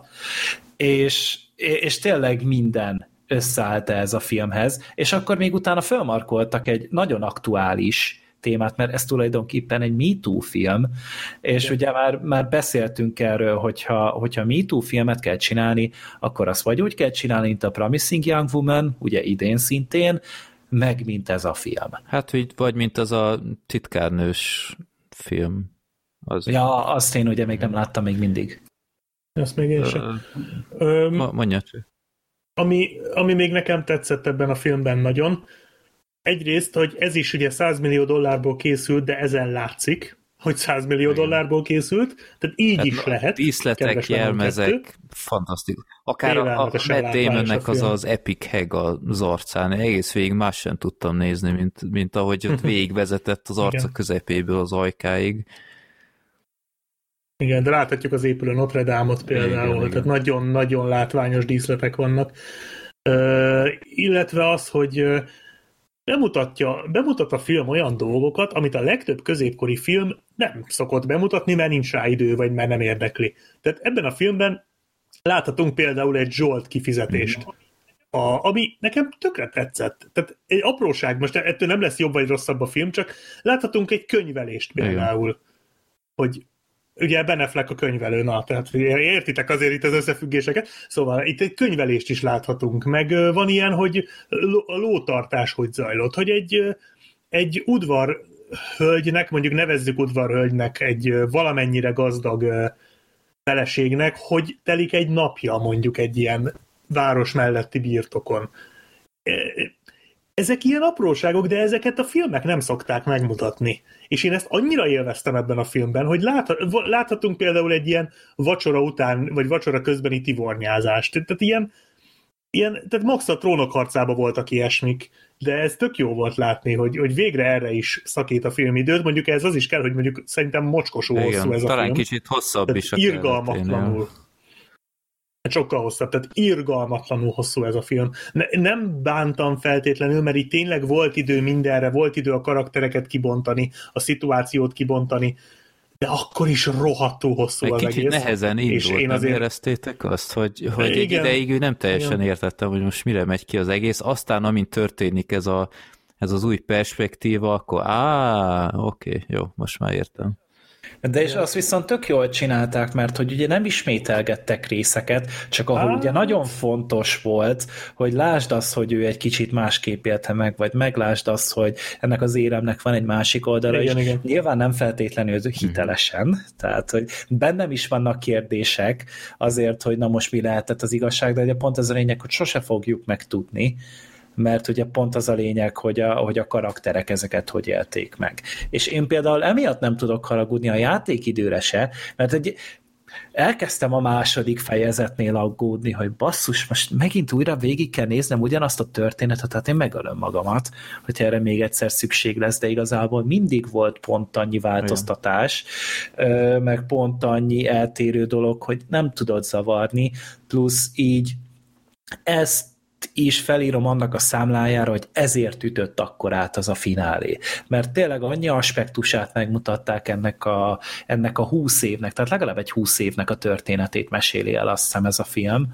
És, és tényleg minden összeállt ez a filmhez, és akkor még utána felmarkoltak egy nagyon aktuális témát, mert ez tulajdonképpen egy Me Too film, és igen. Ugye már, már beszéltünk erről, hogyha, hogyha Me Too filmet kell csinálni, akkor azt vagy úgy kell csinálni, mint a Promising Young Woman, ugye idén szintén, meg mint ez a film.
Hát, vagy mint az a titkárnős film. Az...
Ja, azt én ugye még nem láttam még mindig.
Ezt még én sem.
Ö, ma, mondja csak.
Ami, ami még nekem tetszett ebben a filmben nagyon, egyrészt, hogy ez is ugye száz millió dollárból készült, de ezen látszik, hogy száz millió
Igen.
dollárból készült, tehát így hát is lehet.
Díszletek, jelmezek, fantasztikus. Akár a, a Matt Damonnek az az epic heg az arcán, egész végig más sem tudtam nézni, mint, mint ahogy ott végigvezetett az arca közepéből az ajkáig.
Igen, de láthatjuk az épülő Notre Dame-ot például, igen, tehát nagyon-nagyon látványos díszletek vannak. Uh, illetve az, hogy bemutatja, bemutat a film olyan dolgokat, amit a legtöbb középkori film nem szokott bemutatni, mert nincs rá idő, vagy mert nem érdekli. Tehát ebben a filmben láthatunk például egy Zsolt kifizetést, a, ami nekem tökre tetszett. Tehát egy apróság, most ettől nem lesz jobb vagy rosszabb a film, csak láthatunk egy könyvelést például, igen. Hogy ugye Ben Affleck a könyvelő, na, tehát értitek azért itt az összefüggéseket. Szóval itt egy könyvelést is láthatunk, meg van ilyen, hogy a lótartás hogy zajlott, hogy egy, egy udvarhölgynek, mondjuk nevezzük udvarhölgynek, egy valamennyire gazdag feleségnek, hogy telik egy napja mondjuk egy ilyen város melletti birtokon. Ezek ilyen apróságok, de ezeket a filmek nem szokták megmutatni. És én ezt annyira élveztem ebben a filmben, hogy láthat, láthatunk például egy ilyen vacsora után, vagy vacsora közbeni tivornyázást. Tehát ilyen, ilyen tehát max a Trónok harcában voltak ilyesmik, de ez tök jó volt látni, hogy, hogy végre erre is szakít a filmidőt. Mondjuk ez az is kell, hogy mondjuk szerintem mocskosú hosszú ez a film.
Talán kicsit hosszabb tehát is a
irgalmatlanul. Sokkal hosszabb, tehát irgalmatlanul hosszú ez a film. Ne, nem bántam feltétlenül, mert itt tényleg volt idő mindenre, volt idő a karaktereket kibontani, a szituációt kibontani, de akkor is rohadtul hosszú
egy
az
kicsit
egész.
nehezen indult, és én azért... nem éreztétek azt, hogy, hogy egy ideig nem teljesen igen. értettem, hogy most mire megy ki az egész, aztán amint történik ez, a, ez az új perspektíva, akkor á, oké, jó, most már értem.
De és azt viszont tök jól csinálták, mert hogy ugye nem ismételgettek részeket, csak ahol ah. ugye nagyon fontos volt, hogy lásd azt, hogy ő egy kicsit másképp élte meg, vagy meglásd azt, hogy ennek az éremnek van egy másik oldala, igen, és igen. nyilván nem feltétlenül hitelesen, hmm. tehát hogy bennem is vannak kérdések azért, hogy na most mi lehetett az igazság, de ugye pont ez a lényeg, hogy sose fogjuk megtudni, mert ugye pont az a lényeg, hogy a, hogy a karakterek ezeket hogy élték meg. És én például emiatt nem tudok haragudni a játékidőre se, mert egy, elkezdtem a második fejezetnél aggódni, hogy basszus, most megint újra végig kell néznem ugyanazt a történetet, tehát én megölöm magamat, hogy erre még egyszer szükség lesz, de igazából mindig volt pont annyi változtatás, olyan. meg pont annyi eltérő dolog, hogy nem tudod zavarni, plusz így ezt is felírom annak a számlájára, hogy ezért ütött akkor át az a finálé. Mert tényleg annyi aspektusát megmutatták ennek a, ennek a húsz évnek, tehát legalább egy húsz évnek a történetét meséli el, azt hiszem ez a film.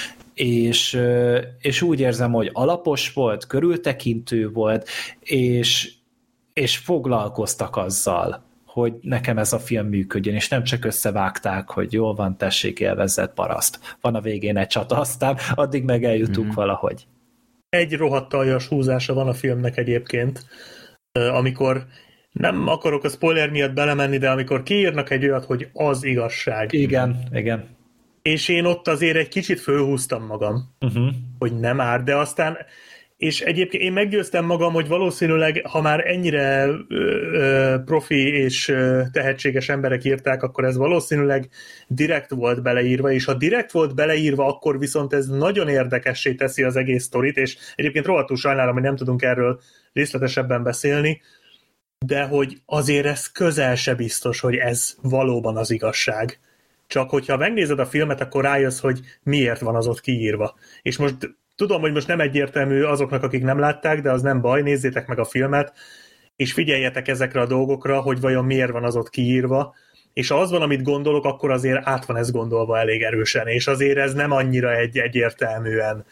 És, és úgy érzem, hogy alapos volt, körültekintő volt, és, és foglalkoztak azzal, hogy nekem ez a film működjön, és nem csak összevágták, hogy jól van, tessék, élvezzet, paraszt. Van a végén egy csata, aztán addig meg eljutunk mm-hmm. valahogy.
Egy rohadt aljas húzása van a filmnek egyébként, amikor nem akarok a spoiler miatt belemenni, de amikor kiírnak egy olyat, hogy az igazság.
Igen, igen.
És én ott azért egy kicsit fölhúztam magam, uh-huh. hogy nem árt, de aztán és egyébként én meggyőztem magam, hogy valószínűleg, ha már ennyire ö, ö, profi és ö, tehetséges emberek írták, akkor ez valószínűleg direkt volt beleírva, és ha direkt volt beleírva, akkor viszont ez nagyon érdekessé teszi az egész sztorit, és egyébként rohadtul sajnálom, hogy nem tudunk erről részletesebben beszélni, de hogy azért ez közel se biztos, hogy ez valóban az igazság. Csak hogyha megnézed a filmet, akkor rájössz, hogy miért van az ott kiírva. És most tudom, hogy most nem egyértelmű azoknak, akik nem látták, de az nem baj, nézzétek meg a filmet, és figyeljetek ezekre a dolgokra, hogy vajon miért van az ott kiírva, és ha az van, amit gondolok, akkor azért át van ez gondolva elég erősen, és azért ez nem annyira egy egyértelműen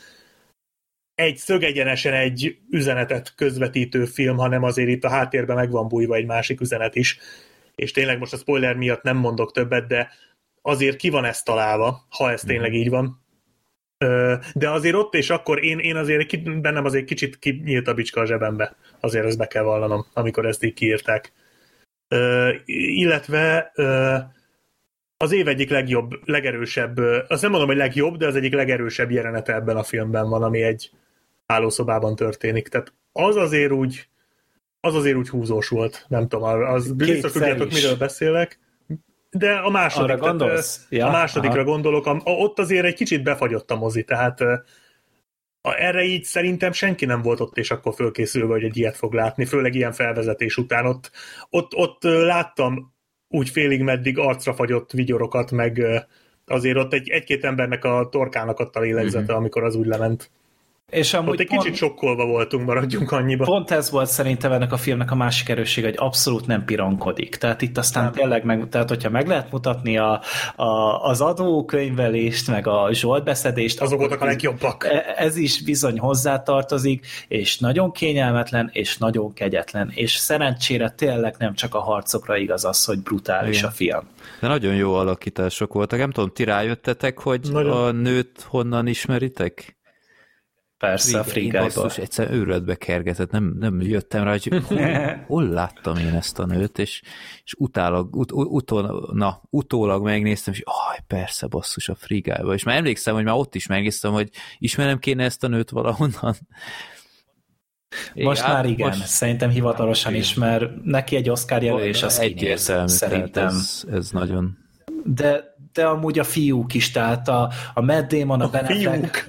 egy szögegyenesen egy üzenetet közvetítő film, hanem azért itt a háttérben meg van bújva egy másik üzenet is, és tényleg most a spoiler miatt nem mondok többet, de azért ki van ez találva, ha ez tényleg így van. De azért ott és akkor én, én azért bennem azért kicsit kinyílt a bicska a zsebembe. Azért ezt be kell vallanom, amikor ezt így kiírták. Uh, illetve uh, az év egyik legjobb, legerősebb, azt nem mondom, hogy legjobb, de az egyik legerősebb jelenete ebben a filmben van, ami egy hálószobában történik. Tehát az azért úgy, az azért úgy húzós volt, nem tudom, az biztos tudjátok, miről beszélek, de a második, tehát, ja, a másodikra aha. gondolok, a, a, ott azért egy kicsit befagyott a mozi, tehát a, erre így szerintem senki nem volt ott, és akkor fölkészülve, hogy egy ilyet fog látni, főleg ilyen felvezetés után. Ott, ott, ott láttam úgy félig meddig arcra fagyott vigyorokat, meg azért ott egy, egy-két embernek a torkának adta lélegzete, mm-hmm. amikor az úgy lement. És amúgy ott egy pont, kicsit sokkolva voltunk, maradjunk annyiba.
Pont ez volt szerintem ennek a filmnek a másik erősség, hogy abszolút nem pironkodik. Tehát itt aztán nem. tényleg, meg, tehát hogyha meg lehet mutatni a, a, az adókönyvelést, meg a zsoltbeszedést,
azok voltak a legjobbak.
Ez is bizony hozzátartozik, és nagyon kényelmetlen, és nagyon kegyetlen. És szerencsére tényleg nem csak a harcokra igaz az, hogy brutális igen. a film.
De nagyon jó alakítások voltak. Nem tudom, ti rájöttetek, hogy nagyon. A nőt honnan ismeritek?
Persze, a Free Guy-ból.
Basszus, egyszer őrületbe kergetett, nem, nem jöttem rá, hogy hol, hol láttam én ezt a nőt, és, és utálag, ut, utol, na, utólag megnéztem, és aj, persze, basszus, a Free Guy-ba. És már emlékszem, hogy már ott is megnéztem, hogy ismerem kéne ezt a nőt valahonnan.
Most igen, már igen, most... szerintem hivatalosan is, mert neki egy Oscar jelölés az
egyértelmű, szerintem. Ez, ez nagyon...
De de amúgy a fiúk is, tehát a, a Matt Damon, a, a Ben Affleck,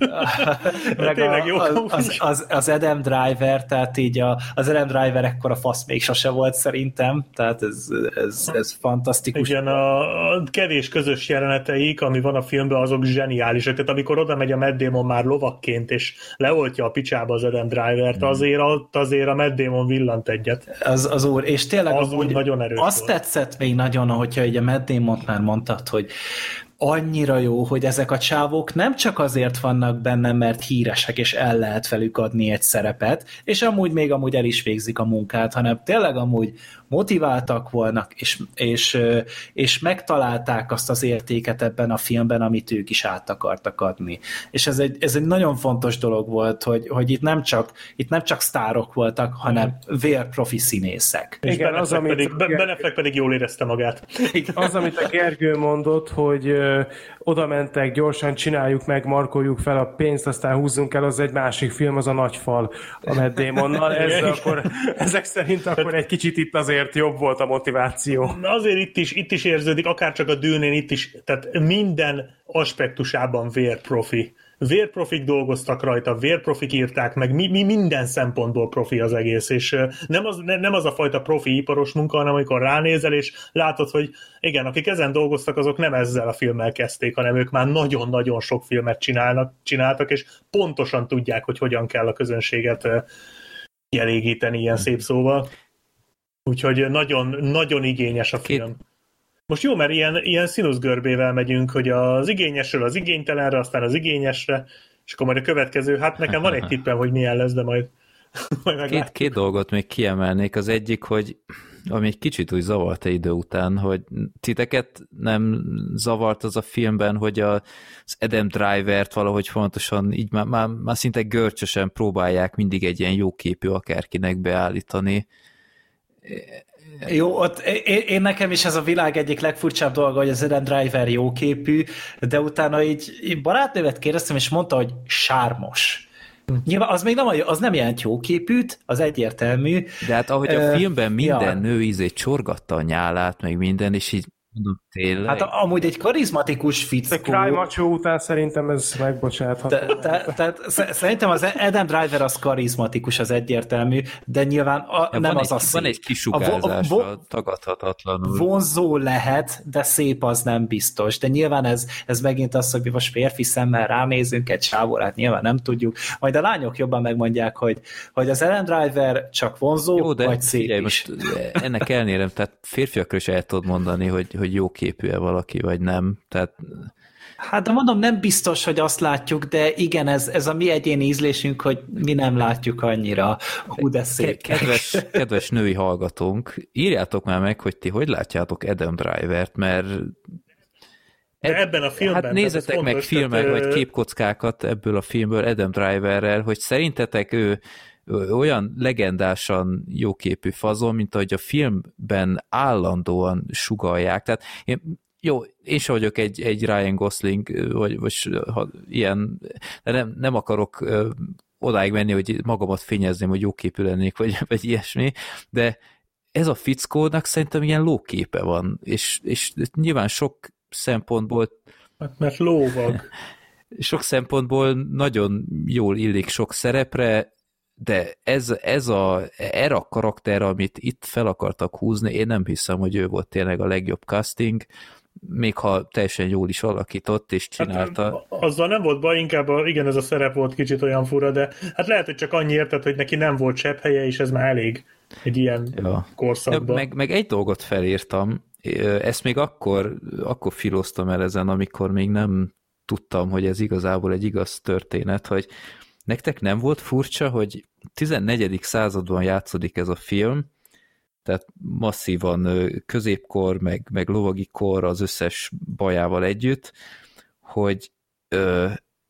meg a, az, az, az Adam Driver, tehát így a, az Adam Driver ekkora fasz még sose volt szerintem, tehát ez, ez, ez fantasztikus.
Igen, a, a kevés közös jeleneteik, ami van a filmben, azok zseniálisak, tehát amikor oda megy a Matt Damon már lovakként, és leoltja a picsába az Adam Drivert, azért, azért a Matt Damon villant egyet.
Az, az úr, és tényleg
az úgy nagyon erős
azt volt. Tetszett még nagyon, hogyha így a Matt Damont már mondtad, hogy annyira jó, hogy ezek a csávók nem csak azért vannak benne, mert híresek, és el lehet velük adni egy szerepet, és amúgy még amúgy el is végzik a munkát, hanem tényleg amúgy motiváltak volnak, és, és, és megtalálták azt az értéket ebben a filmben, amit ők is át akartak adni. És ez egy, ez egy nagyon fontos dolog volt, hogy, hogy itt, nem csak, itt nem csak sztárok voltak, hanem vérprofi színészek.
És igen, az, amit pedig, Ger... Ben Affleck pedig jól érezte magát.
Az, amit a Gergő mondott, hogy ö, oda mentek, gyorsan csináljuk meg, markoljuk fel a pénzt, aztán húzzunk el, az egy másik film, az a Nagyfal a Matt Damonnal. Ez akkor, ezek szerint akkor egy kicsit itt azért jobb volt a motiváció.
Azért itt is, itt is érződik, akár csak a Dűnén itt is, tehát minden aspektusában vérprofi. Vérprofik dolgoztak rajta, vérprofik írták meg, mi, mi minden szempontból profi az egész, és nem az, nem az a fajta profi iparos munka, hanem amikor ránézel, és látod, hogy igen, akik ezen dolgoztak, azok nem ezzel a filmmel kezdték, hanem ők már nagyon-nagyon sok filmet csinálnak, csináltak, és pontosan tudják, hogy hogyan kell a közönséget kielégíteni ilyen szép szóval. Úgyhogy nagyon, nagyon igényes a film. Két... Most jó, mert ilyen, ilyen színuszgörbével megyünk, hogy az igényesről az igénytelenre, aztán az igényesre, és akkor majd a következő, hát nekem van egy tippem, hogy milyen lesz, de majd, majd
két, két dolgot még kiemelnék. Az egyik, hogy ami egy kicsit úgy zavart egy idő után, hogy titeket nem zavart az a filmben, hogy az Adam Drivert valahogy fontosan így már, már, már szinte görcsösen próbálják mindig egy ilyen jóképű akárkinek beállítani.
Jó, ott én, én nekem is ez a világ egyik legfurcsább dolga, hogy az Adam Driver jóképű, de utána így, így barátnővet kérdeztem, és mondta, hogy sármos. Nyilván az még nem, az nem jelent jóképűt, az egyértelmű.
De hát ahogy a uh, filmben minden ja. nő ízét csorgatta a nyálát, meg minden, és így mondom, tényleg.
Hát amúgy egy karizmatikus fickó.
A Cry Macho után szerintem ez megbocsátható.
Tehát szerintem az Adam Driver az karizmatikus, az egyértelmű, de nyilván a, ja, nem az
egy,
a szép.
Van egy kisugárzása, vo- vo- tagadhatatlanul.
Vonzó lehet, de szép az nem biztos. De nyilván ez, ez megint az, hogy most férfi szemmel ránézünk egy sávóra, hát nyilván nem tudjuk. Majd a lányok jobban megmondják, hogy, hogy az Adam Driver csak vonzó, jó, de vagy szép figyelj, is.
Most ennek elnérem, tehát férfiakra is el tudod mondani, hogy, hogy jó képű-e valaki, vagy nem. Tehát...
Hát de mondom, nem biztos, hogy azt látjuk, de igen, ez, ez a mi egyéni ízlésünk, hogy mi nem látjuk annyira. Hú, de szép.
Kedves, kedves női hallgatónk, írjátok már meg, hogy ti hogy látjátok Adam Drivert, mert
de ebben a filmben...
Hát nézzetek meg filmek, tehát... vagy képkockákat ebből a filmből Adam Driverrel, hogy szerintetek ő olyan legendásan jóképű fazon, mint ahogy a filmben állandóan sugallják. Tehát én jó, én sem vagyok egy, egy Ryan Gosling, vagy, vagy ha, ilyen, de nem, nem akarok ö, odáig menni, hogy magamat fényezném, hogy jó képű lennék, vagy, vagy ilyesmi, de ez a fickónak szerintem ilyen lóképe van, és, és nyilván sok szempontból
Hát mert lóvag.
sok szempontból nagyon jól illik sok szerepre, de ez, ez a, erre a karakter, amit itt fel akartak húzni, én nem hiszem, hogy ő volt tényleg a legjobb casting, még ha teljesen jól is alakított és csinálta.
Hát, azzal nem volt baj, inkább a, igen, ez a szerep volt kicsit olyan fura, de hát lehet, hogy csak annyi érted, hogy neki nem volt sebb helye, és ez már elég egy ilyen ja. korszakban.
Meg, meg egy dolgot felírtam, ezt még akkor, akkor filóztam el ezen, amikor még nem tudtam, hogy ez igazából egy igaz történet, hogy nektek nem volt furcsa, hogy tizennegyedik században játszódik ez a film, tehát masszívan középkor, meg, meg lovagi kor az összes bajával együtt, hogy ö,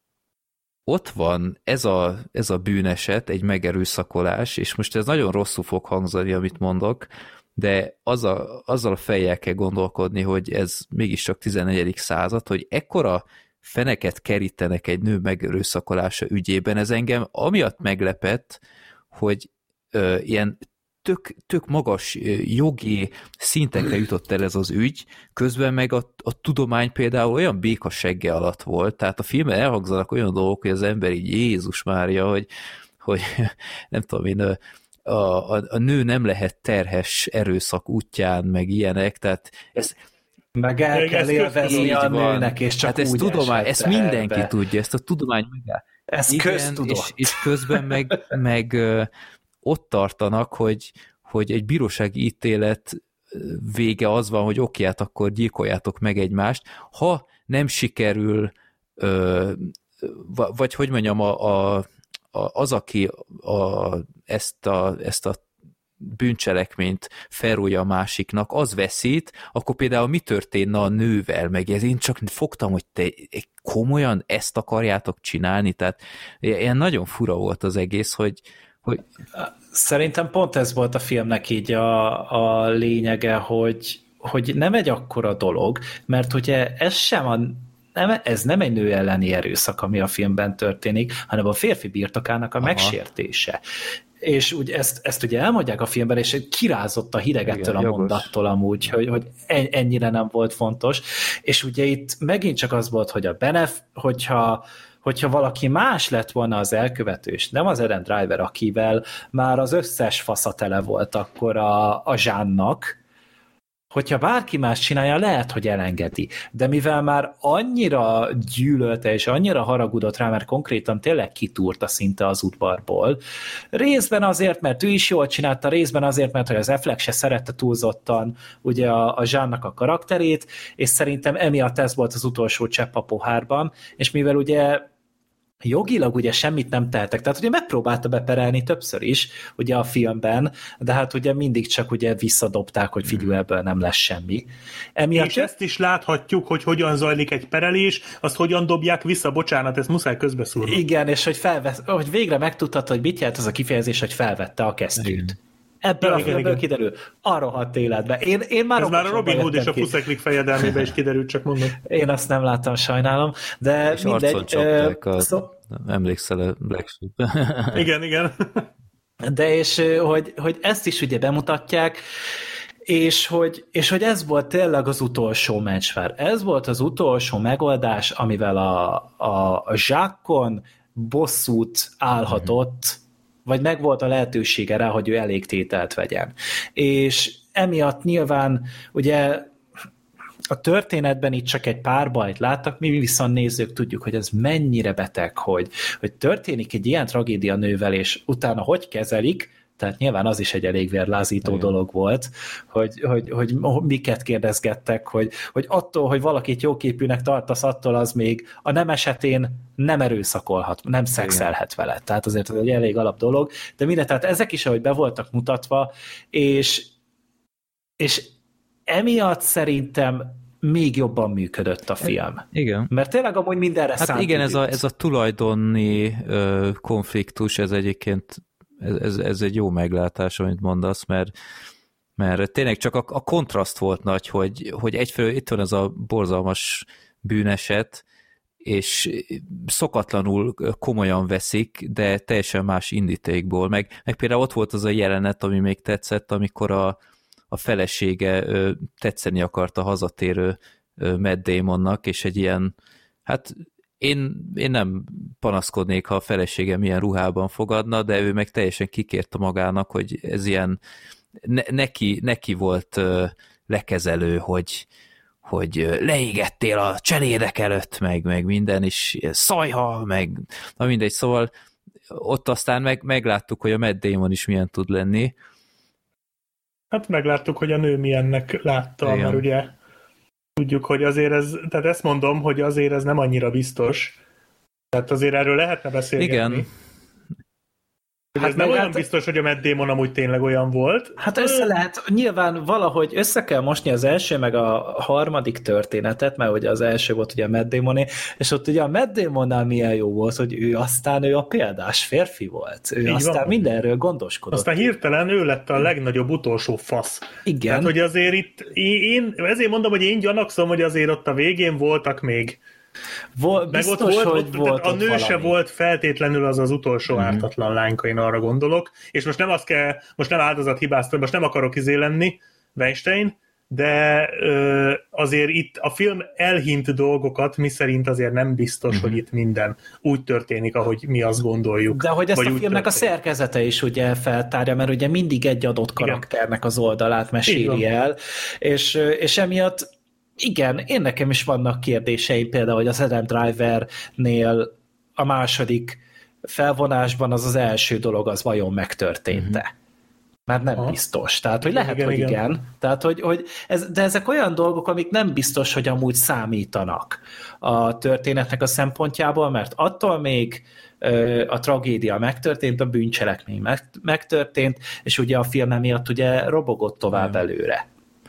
ott van ez a, ez a bűneset, egy megerőszakolás, és most ez nagyon rosszul fog hangzani, amit mondok, de az a, azzal a fejjel kell gondolkodni, hogy ez mégiscsak tizennegyedik század, hogy ekkora feneket kerítenek egy nő megerőszakolása ügyében, ez engem amiatt meglepett, hogy ö, ilyen tök, tök magas jogi szintekre jutott el ez az ügy, közben meg a, a tudomány például olyan békasegge alatt volt, tehát a filmben elhangzanak olyan dolgok, hogy az ember így Jézus Mária, hogy, hogy nem tudom én, a, a, a nő nem lehet terhes erőszak útján, meg ilyenek, tehát ez
meg el kell élvezni a nőnek, és csak
hát ezt
úgy
tudomány, ezt mindenki
ebbe.
tudja, ezt a tudomány megáll.
Ez
igen,
köztudott.
És, és közben meg, meg ott tartanak, hogy, hogy egy bírósági ítélet vége az van, hogy oké, hát akkor gyilkoljátok meg egymást. Ha nem sikerül, vagy hogy mondjam, a, a, a, az, aki a, ezt, a, ezt a bűncselekményt felrújja a másiknak, az veszít, akkor például mi történne a nővel, meg ez én csak fogtam, hogy te komolyan ezt akarjátok csinálni, tehát ilyen nagyon fura volt az egész, hogy, hogy...
Szerintem pont ez volt a filmnek így a, a lényege, hogy, hogy nem egy akkora dolog, mert ugye ez sem a nem, ez nem egy nő elleni erőszak, ami a filmben történik, hanem a férfi birtokának a Aha. megsértése. És úgy ezt, ezt ugye elmondják a filmben, és kirázott a hidegettől a mondattól amúgy, hogy, hogy ennyire nem volt fontos. És ugye itt megint csak az volt, hogy a benef, hogyha, hogyha valaki más lett volna az elkövető, és nem az Adam Driver, akivel már az összes fasza tele volt akkor a, a Zsánnak, hogyha bárki más csinálja, lehet, hogy elengedi. De mivel már annyira gyűlölte, és annyira haragudott rá, mert konkrétan tényleg kitúrta szinte az udvarból. Részben azért, mert ő is jól csinálta, részben azért, mert hogy az Affleck se szerette túlzottan ugye a, a Jeannak a karakterét, és szerintem emiatt ez volt az utolsó csepp a pohárban, és mivel ugye jogilag ugye semmit nem tehetek, tehát ugye megpróbálta beperelni többször is, ugye a filmben, de hát ugye mindig csak ugye visszadobták, hogy figyelj, ebből nem lesz semmi. Emiatt
és ezt is láthatjuk, hogy hogyan zajlik egy perelés, azt hogyan dobják vissza, bocsánat, ezt muszáj közbeszúrni.
Igen, és hogy, felvesz, hogy végre megtudhatta, hogy mit jelent az a kifejezés, hogy felvette a kesztyűt. Ebből ja, a filmből kiderül. A rohadt életben. Én, én már
Ez már a Robin Hood és a Fuszeklik fejedelmében is kiderült, csak mondom.
Én azt nem láttam, sajnálom. De
és
mindegy.
arcon csapták a...
Szó...
Emlékszel a Black Sheep?
Igen, igen.
De és hogy, hogy ezt is ugye bemutatják, és hogy, és hogy ez volt tényleg az utolsó mencsvár. Ez volt az utolsó megoldás, amivel a, a, a zsákkon bosszút állhatott, mm. vagy megvolt a lehetősége rá, hogy ő elég tételt vegyen. És emiatt nyilván ugye a történetben itt csak egy pár bajt láttak, mi viszont nézők tudjuk, hogy ez mennyire beteg, hogy, hogy történik egy ilyen tragédia nővel, és utána hogy kezelik, tehát nyilván az is egy elég vérlázító Igen. dolog volt, hogy, hogy, hogy miket kérdezgettek, hogy, hogy attól, hogy valakit jóképűnek tartasz, attól az még a nem esetén nem erőszakolhat, nem szexelhet vele. Tehát azért ez egy elég alap dolog, de minden, tehát ezek is, ahogy be voltak mutatva, és, és emiatt szerintem még jobban működött a film.
Igen.
Mert tényleg amúgy mindenre
hát
szánt
igen,
időt.
ez a, ez a tulajdoni ö, konfliktus, ez egyébként ez, ez, ez egy jó meglátás, amit mondasz, mert, mert tényleg csak a, a kontraszt volt nagy, hogy, hogy egyfelől itt van ez a borzalmas bűneset, és szokatlanul komolyan veszik, de teljesen más indítékból. Meg, meg például ott volt az a jelenet, ami még tetszett, amikor a, a felesége ö, tetszeni akarta hazatérő ö, Matt Damonnak, és egy ilyen, hát én, én nem panaszkodnék, ha a felesége milyen ruhában fogadna, de ő meg teljesen kikérte magának, hogy ez ilyen ne, neki, neki volt ö, lekezelő, hogy hogy leégettél a cselédek előtt, meg, meg minden, és szajha, meg na mindegy, szóval ott aztán meg, megláttuk, hogy a Matt Damon is milyen tud lenni.
Hát megláttuk, hogy a nő milyennek látta, igen. Mert ugye tudjuk, hogy azért ez, tehát ezt mondom, hogy azért ez nem annyira biztos, tehát azért erről lehetne beszélgetni. Igen. Hát ez nem olyan hát, biztos, hogy a Matt Damon amúgy tényleg olyan volt.
Hát össze lehet, nyilván valahogy össze kell mosni az első meg a harmadik történetet, mert ugye az első volt ugye a Matt Damoné, és ott ugye a Matt Damonnál milyen jó volt, hogy ő aztán ő a példás férfi volt. Ő így aztán van. Mindenről gondoskodott.
Aztán hirtelen ő lett a legnagyobb utolsó fasz.
Igen.
Tehát, hogy azért itt, én, ezért mondom, hogy én gyanakszom, hogy azért ott a végén voltak még
Vol, biztos, meg ott volt,
hogy
ott,
volt a nő
valami.
Se volt feltétlenül az az utolsó mm-hmm. ártatlan lányka, én arra gondolok, és most nem azt kell, most nem áldozat hibáztam, most nem akarok izé lenni, Weinstein, de ö, azért itt a film elhint dolgokat, miszerint azért nem biztos, mm-hmm. hogy itt minden úgy történik, ahogy mi azt gondoljuk.
De hogy ezt a filmnek történik. A szerkezete is ugye feltárja, mert ugye mindig egy adott karakternek az oldalát meséli el, és, és emiatt igen, én nekem is vannak kérdéseim, például, hogy az Adam Drivernél a második felvonásban az az első dolog, az vajon megtörtént-e? Mm-hmm. Mert nem ha. biztos. Tehát, hogy lehet, igen, hogy igen. igen. Tehát, hogy, hogy ez, de ezek olyan dolgok, amik nem biztos, hogy amúgy számítanak a történetnek a szempontjából, mert attól még ö, a tragédia megtörtént, a bűncselekmény megtörtént, és ugye a film emiatt ugye robogott tovább mm. előre.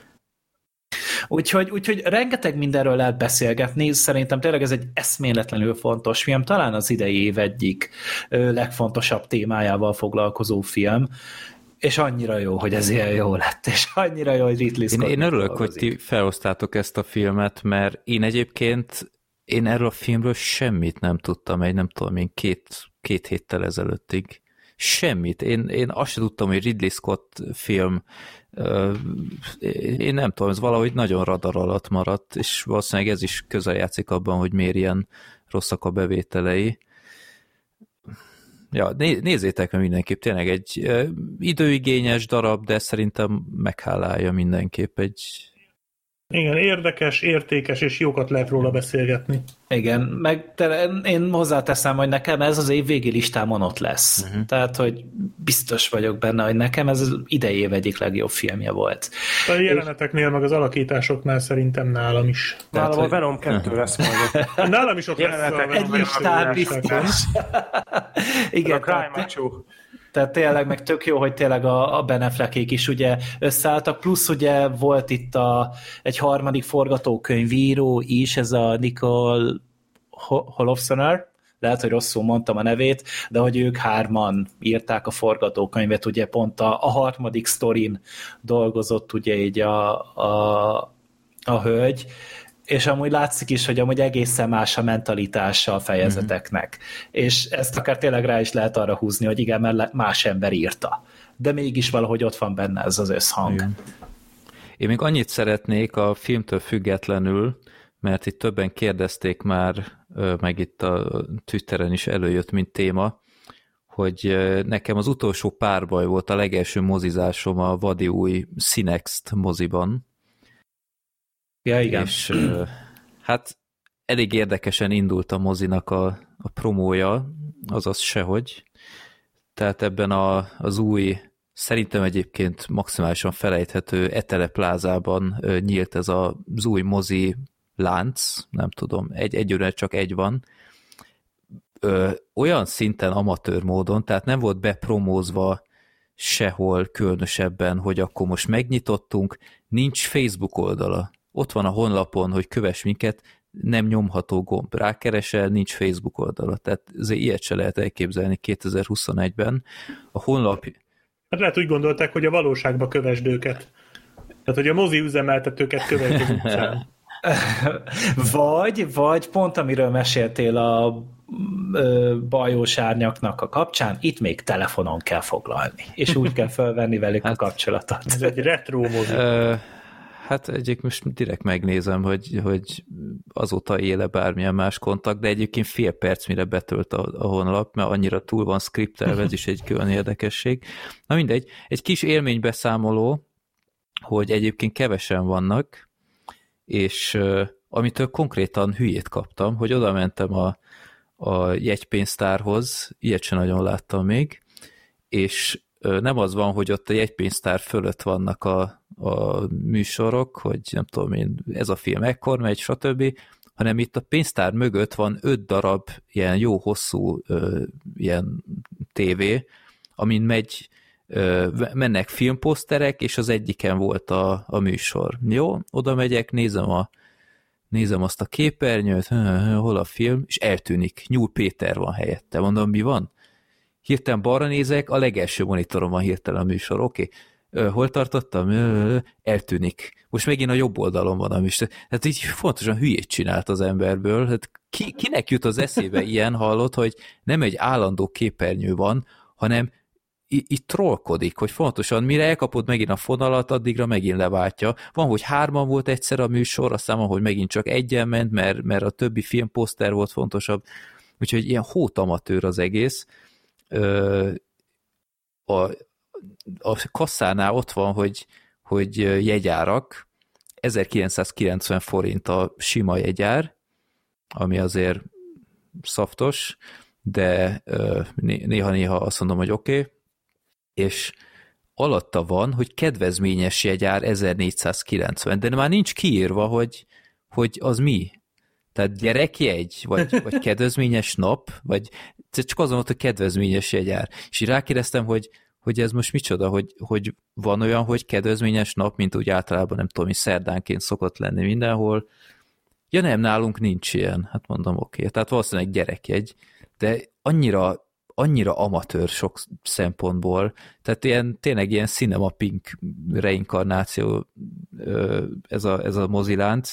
Úgyhogy, úgyhogy rengeteg mindenről lehet beszélgetni, szerintem tényleg ez egy eszméletlenül fontos film, talán az idei év egyik ö, legfontosabb témájával foglalkozó film, és annyira jó, hogy ez ilyen jó lett, és annyira jó, hogy Ridley Scott.
Én, én örülök, hogy ti felhoztátok ezt a filmet, mert én egyébként én erről a filmről semmit nem tudtam, egy nem tudom én két, két héttel ezelőttig. Semmit. Én, én azt sem tudtam, hogy Ridley Scott film, én nem tudom, ez valahogy nagyon radar alatt maradt, és valószínűleg ez is közel játszik abban, hogy miért ilyen rosszak a bevételei. Ja, nézzétek meg mindenképp, tényleg egy időigényes darab, de szerintem meghálálja mindenképp egy...
Igen, érdekes, értékes, és jókat lehet róla beszélgetni.
Igen, meg te, én hozzáteszem, hogy nekem ez az év végi listámon ott lesz. Uh-huh. Tehát, hogy biztos vagyok benne, hogy nekem ez az idei év egyik legjobb filmje volt.
A jeleneteknél, és... meg az alakításoknál szerintem nálam is.
Nálam Tehát, a Venom kettő lesz majd.
Nálam is ott lesz a
egy listán biztos. Igen,
tehát,
tehát tényleg meg tök jó, hogy tényleg a, a Ben Affleckék is ugye összeálltak, plusz ugye volt itt a, egy harmadik forgatókönyvíró is, ez a Nicole Holofcener, lehet, hogy rosszul mondtam a nevét, de hogy ők hárman írták a forgatókönyvet, ugye pont a, a harmadik sztorin dolgozott ugye így a, a, a hölgy, és amúgy látszik is, hogy amúgy egészen más a mentalitása a fejezeteknek. Mm-hmm. És ezt akár tényleg rá is lehet arra húzni, hogy igen, mert más ember írta. De mégis valahogy ott van benne ez az összhang. Igen.
Én még annyit szeretnék a filmtől függetlenül, mert itt többen kérdezték már, meg itt a Twitteren is előjött, mint téma, hogy nekem az utolsó párbaj volt a legelső mozizásom a vadi új Cinext moziban.
Ja, igen.
És hát elég érdekesen indult a mozinak a, a promója, azaz sehogy. Tehát ebben a, az új, szerintem egyébként maximálisan felejthető Etele plázában nyílt ez a, az új mozi lánc, nem tudom, egy, egyőre csak egy van. Ö, olyan szinten amatőr módon, tehát nem volt bepromózva sehol különösebben, hogy akkor most megnyitottunk, nincs Facebook oldala. Ott van a honlapon, hogy kövess minket, nem nyomható gomb. Rákeresel, nincs Facebook oldala. Tehát azért ilyet se lehet elképzelni kétezer-huszonegyben. A honlap...
Hát lehet úgy gondolták, hogy a valóságba kövesd őket. hogy a mozi üzemeltetőket követjük az utcán.
Vagy, vagy pont amiről meséltél a ö, bajós árnyaknak a kapcsán, itt még telefonon kell foglalni, és úgy kell felvenni velük hát, a kapcsolatot.
Ez egy retro mozi.
Ö, hát egyébként most direkt megnézem, hogy, hogy azóta éle bármilyen más kontakt, de egyébként fél perc, mire betölt a, a honlap, mert annyira túl van skriptelve, ez is egy külön érdekesség. Na mindegy, egy kis élménybeszámoló, hogy egyébként kevesen vannak, és uh, amitől konkrétan hülyét kaptam, hogy oda mentem a, a jegypénztárhoz, ilyet sem nagyon láttam még, és uh, nem az van, hogy ott a jegypénztár fölött vannak a, a műsorok, hogy nem tudom én, ez a film ekkor megy, stb., hanem itt a pénztár mögött van öt darab ilyen jó hosszú uh, ilyen tévé, amin megy mennek filmposzterek, és az egyiken volt a, a műsor. Jó, oda megyek, nézem, a, nézem azt a képernyőt, hol a film, és eltűnik. Nyúl Péter van helyette. Mondom, mi van? Hirtelen balra nézek, a legelső monitoron van hirtelen a műsor. Oké, okay. Hol tartottam? Eltűnik. Most megint a jobb oldalon van a műsor. Hát így fontosan hülyét csinált az emberből. Hát ki, kinek jut az eszébe ilyen, hallott, hogy nem egy állandó képernyő van, hanem itt trollkodik, hogy fontosan mire elkapod megint a fonalat, addigra megint leváltja. Van, hogy hárman volt egyszer a műsor, aztán van, hogy megint csak egyen ment, mert, mert a többi filmposzter volt fontosabb. Úgyhogy ilyen hótamatőr az egész. A, a kasszánál ott van, hogy, hogy jegyárak, ezerkilencszázkilencven forint a sima jegyár, ami azért szaftos, de néha-néha azt mondom, hogy oké, okay. És alatta van, hogy kedvezményes jegyár ezernégyszázkilencven, de már nincs kiírva, hogy, hogy az mi. Tehát gyerekjegy, vagy, vagy kedvezményes nap, vagy csak azon ott, hogy kedvezményes jegyár. És így rákérdeztem, hogy, hogy ez most micsoda, hogy, hogy van olyan, hogy kedvezményes nap, mint úgy általában, nem tudom, hogy szerdánként szokott lenni mindenhol. Ja nem, nálunk nincs ilyen. Hát mondom, oké. Okay. Tehát valószínűleg gyerekjegy, de annyira annyira amatőr sok szempontból, tehát ilyen, tényleg ilyen Cinema Pink reinkarnáció ez a, ez a mozilánc.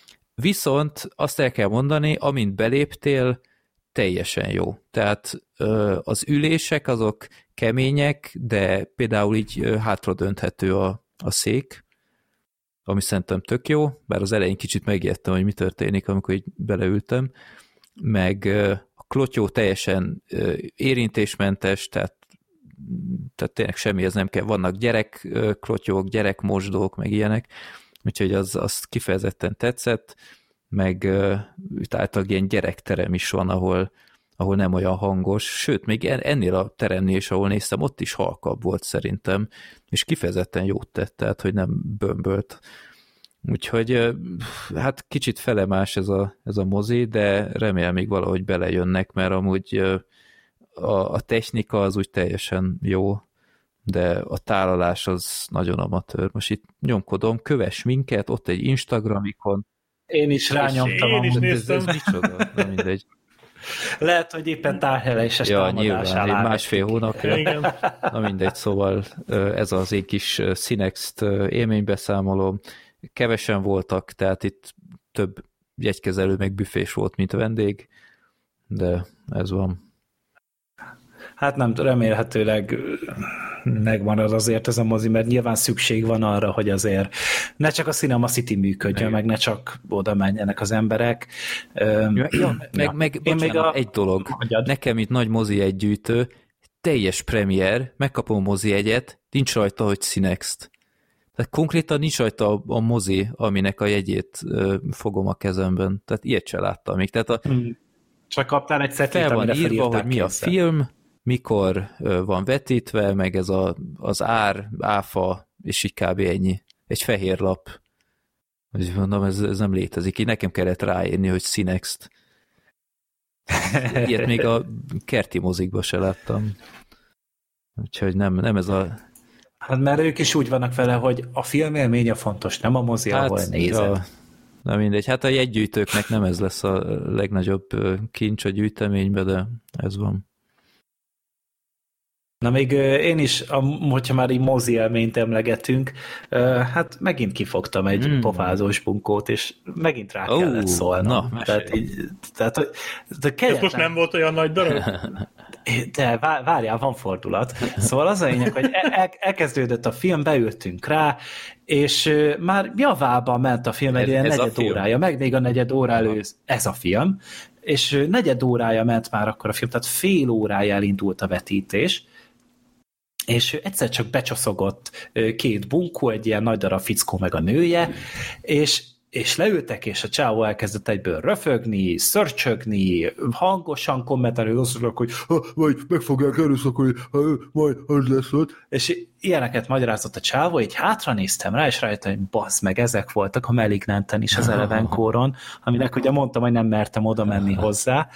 Viszont azt el kell mondani, amint beléptél, teljesen jó. Tehát az ülések azok kemények, de például így hátradönthető a, a szék, ami szerintem tök jó, bár az elején kicsit megijedtem, hogy mi történik, amikor így beleültem, meg klotyó teljesen érintésmentes, tehát, tehát tényleg semmihez nem kell. Vannak gyerek klotyók, gyerek mosdók, meg ilyenek, úgyhogy az, az kifejezetten tetszett, meg általában ilyen gyerekterem is van, ahol, ahol nem olyan hangos, sőt, még ennél a teremnél is, ahol néztem, ott is halkabb volt szerintem, és kifejezetten jót tett, tehát, hogy nem bömbölt. Úgyhogy hát kicsit felemás ez a, ez a mozi, de remélem még valahogy belejönnek, mert amúgy a, a technika az úgy teljesen jó, de a tálalás az nagyon amatőr. Most itt nyomkodom, kövess minket, ott egy Instagramikon.
Én is rányomtam.
Én is néztem.
Ez, ez micsoda? Nem mindegy.
Lehet, hogy éppen tárhelyes
ja, nyilván, egy másfél hónapja. Na mindegy, szóval ez az én kis Cinext élménybeszámolom. Kevesen voltak, tehát itt több jegykezelő meg büfés volt, mint vendég, de ez van.
Hát nem, remélhetőleg megmarad azért ez a mozi, mert nyilván szükség van arra, hogy azért ne csak a Cinema City működjön, meg ne csak oda menjenek az emberek.
Ja, ja, meg, ja. meg bocsánat, még a... egy dolog. Mondjad. Nekem itt nagy mozi egygyűjtő, teljes premier, megkapom a mozi egyet, nincs rajta, hogy Cinext. Tehát konkrétan nincs rajta a, a mozi, aminek a jegyét ö, fogom a kezemben. Tehát ilyet se láttam még. Tehát a,
hmm. Csak kaptál egy szetét,
fel van írva, hogy mi
készen.
A film, mikor ö, van vetítve, meg ez a, az ár, áfa, és így kb. Ennyi. Egy fehér lap. Úgy mondom, ez, ez nem létezik. Így nekem kellett ráírni, hogy Cinext. Ilyet még a kerti mozikba se láttam. Úgyhogy nem, nem ez a...
Hát mert ők is úgy vannak vele, hogy a filmélmény a fontos, nem a mozi, hát, ahol nézed. Ja,
na mindegy, hát a jegygyűjtőknek nem ez lesz a legnagyobb kincs a gyűjteménybe, de ez van.
Na még én is, hogyha már így mozi élményt emlegetünk, hát megint kifogtam egy mm. pofázós bunkót, és megint rá oh, kellett szólnom. Na, tehát így, tehát, de
ez most nem volt olyan nagy darab?
De várjál, van fordulat. Szóval az a lényeg, hogy el, elkezdődött a film, beültünk rá, és már javába ment a film, egy ilyen negyed órája, meg még a negyed óra elő, ez a film, és negyed órája ment már akkor a film, tehát fél órája elindult a vetítés, és egyszer csak becsoszogott két bunkó, egy ilyen nagy darab fickó meg a nője, és, és leültek, és a csávó elkezdett egyből röfögni, szörcsögni, hangosan kommentálni, hogy azt mondják, hogy majd meg fogják erőszakolni, majd az lesz ott. És ilyeneket magyarázott a csávó, így hátra néztem rá, és rájöttem, hogy bassz meg, ezek voltak a Malignanten is az Elevenkóron, aminek ugye mondtam, hogy nem mertem oda menni hozzá.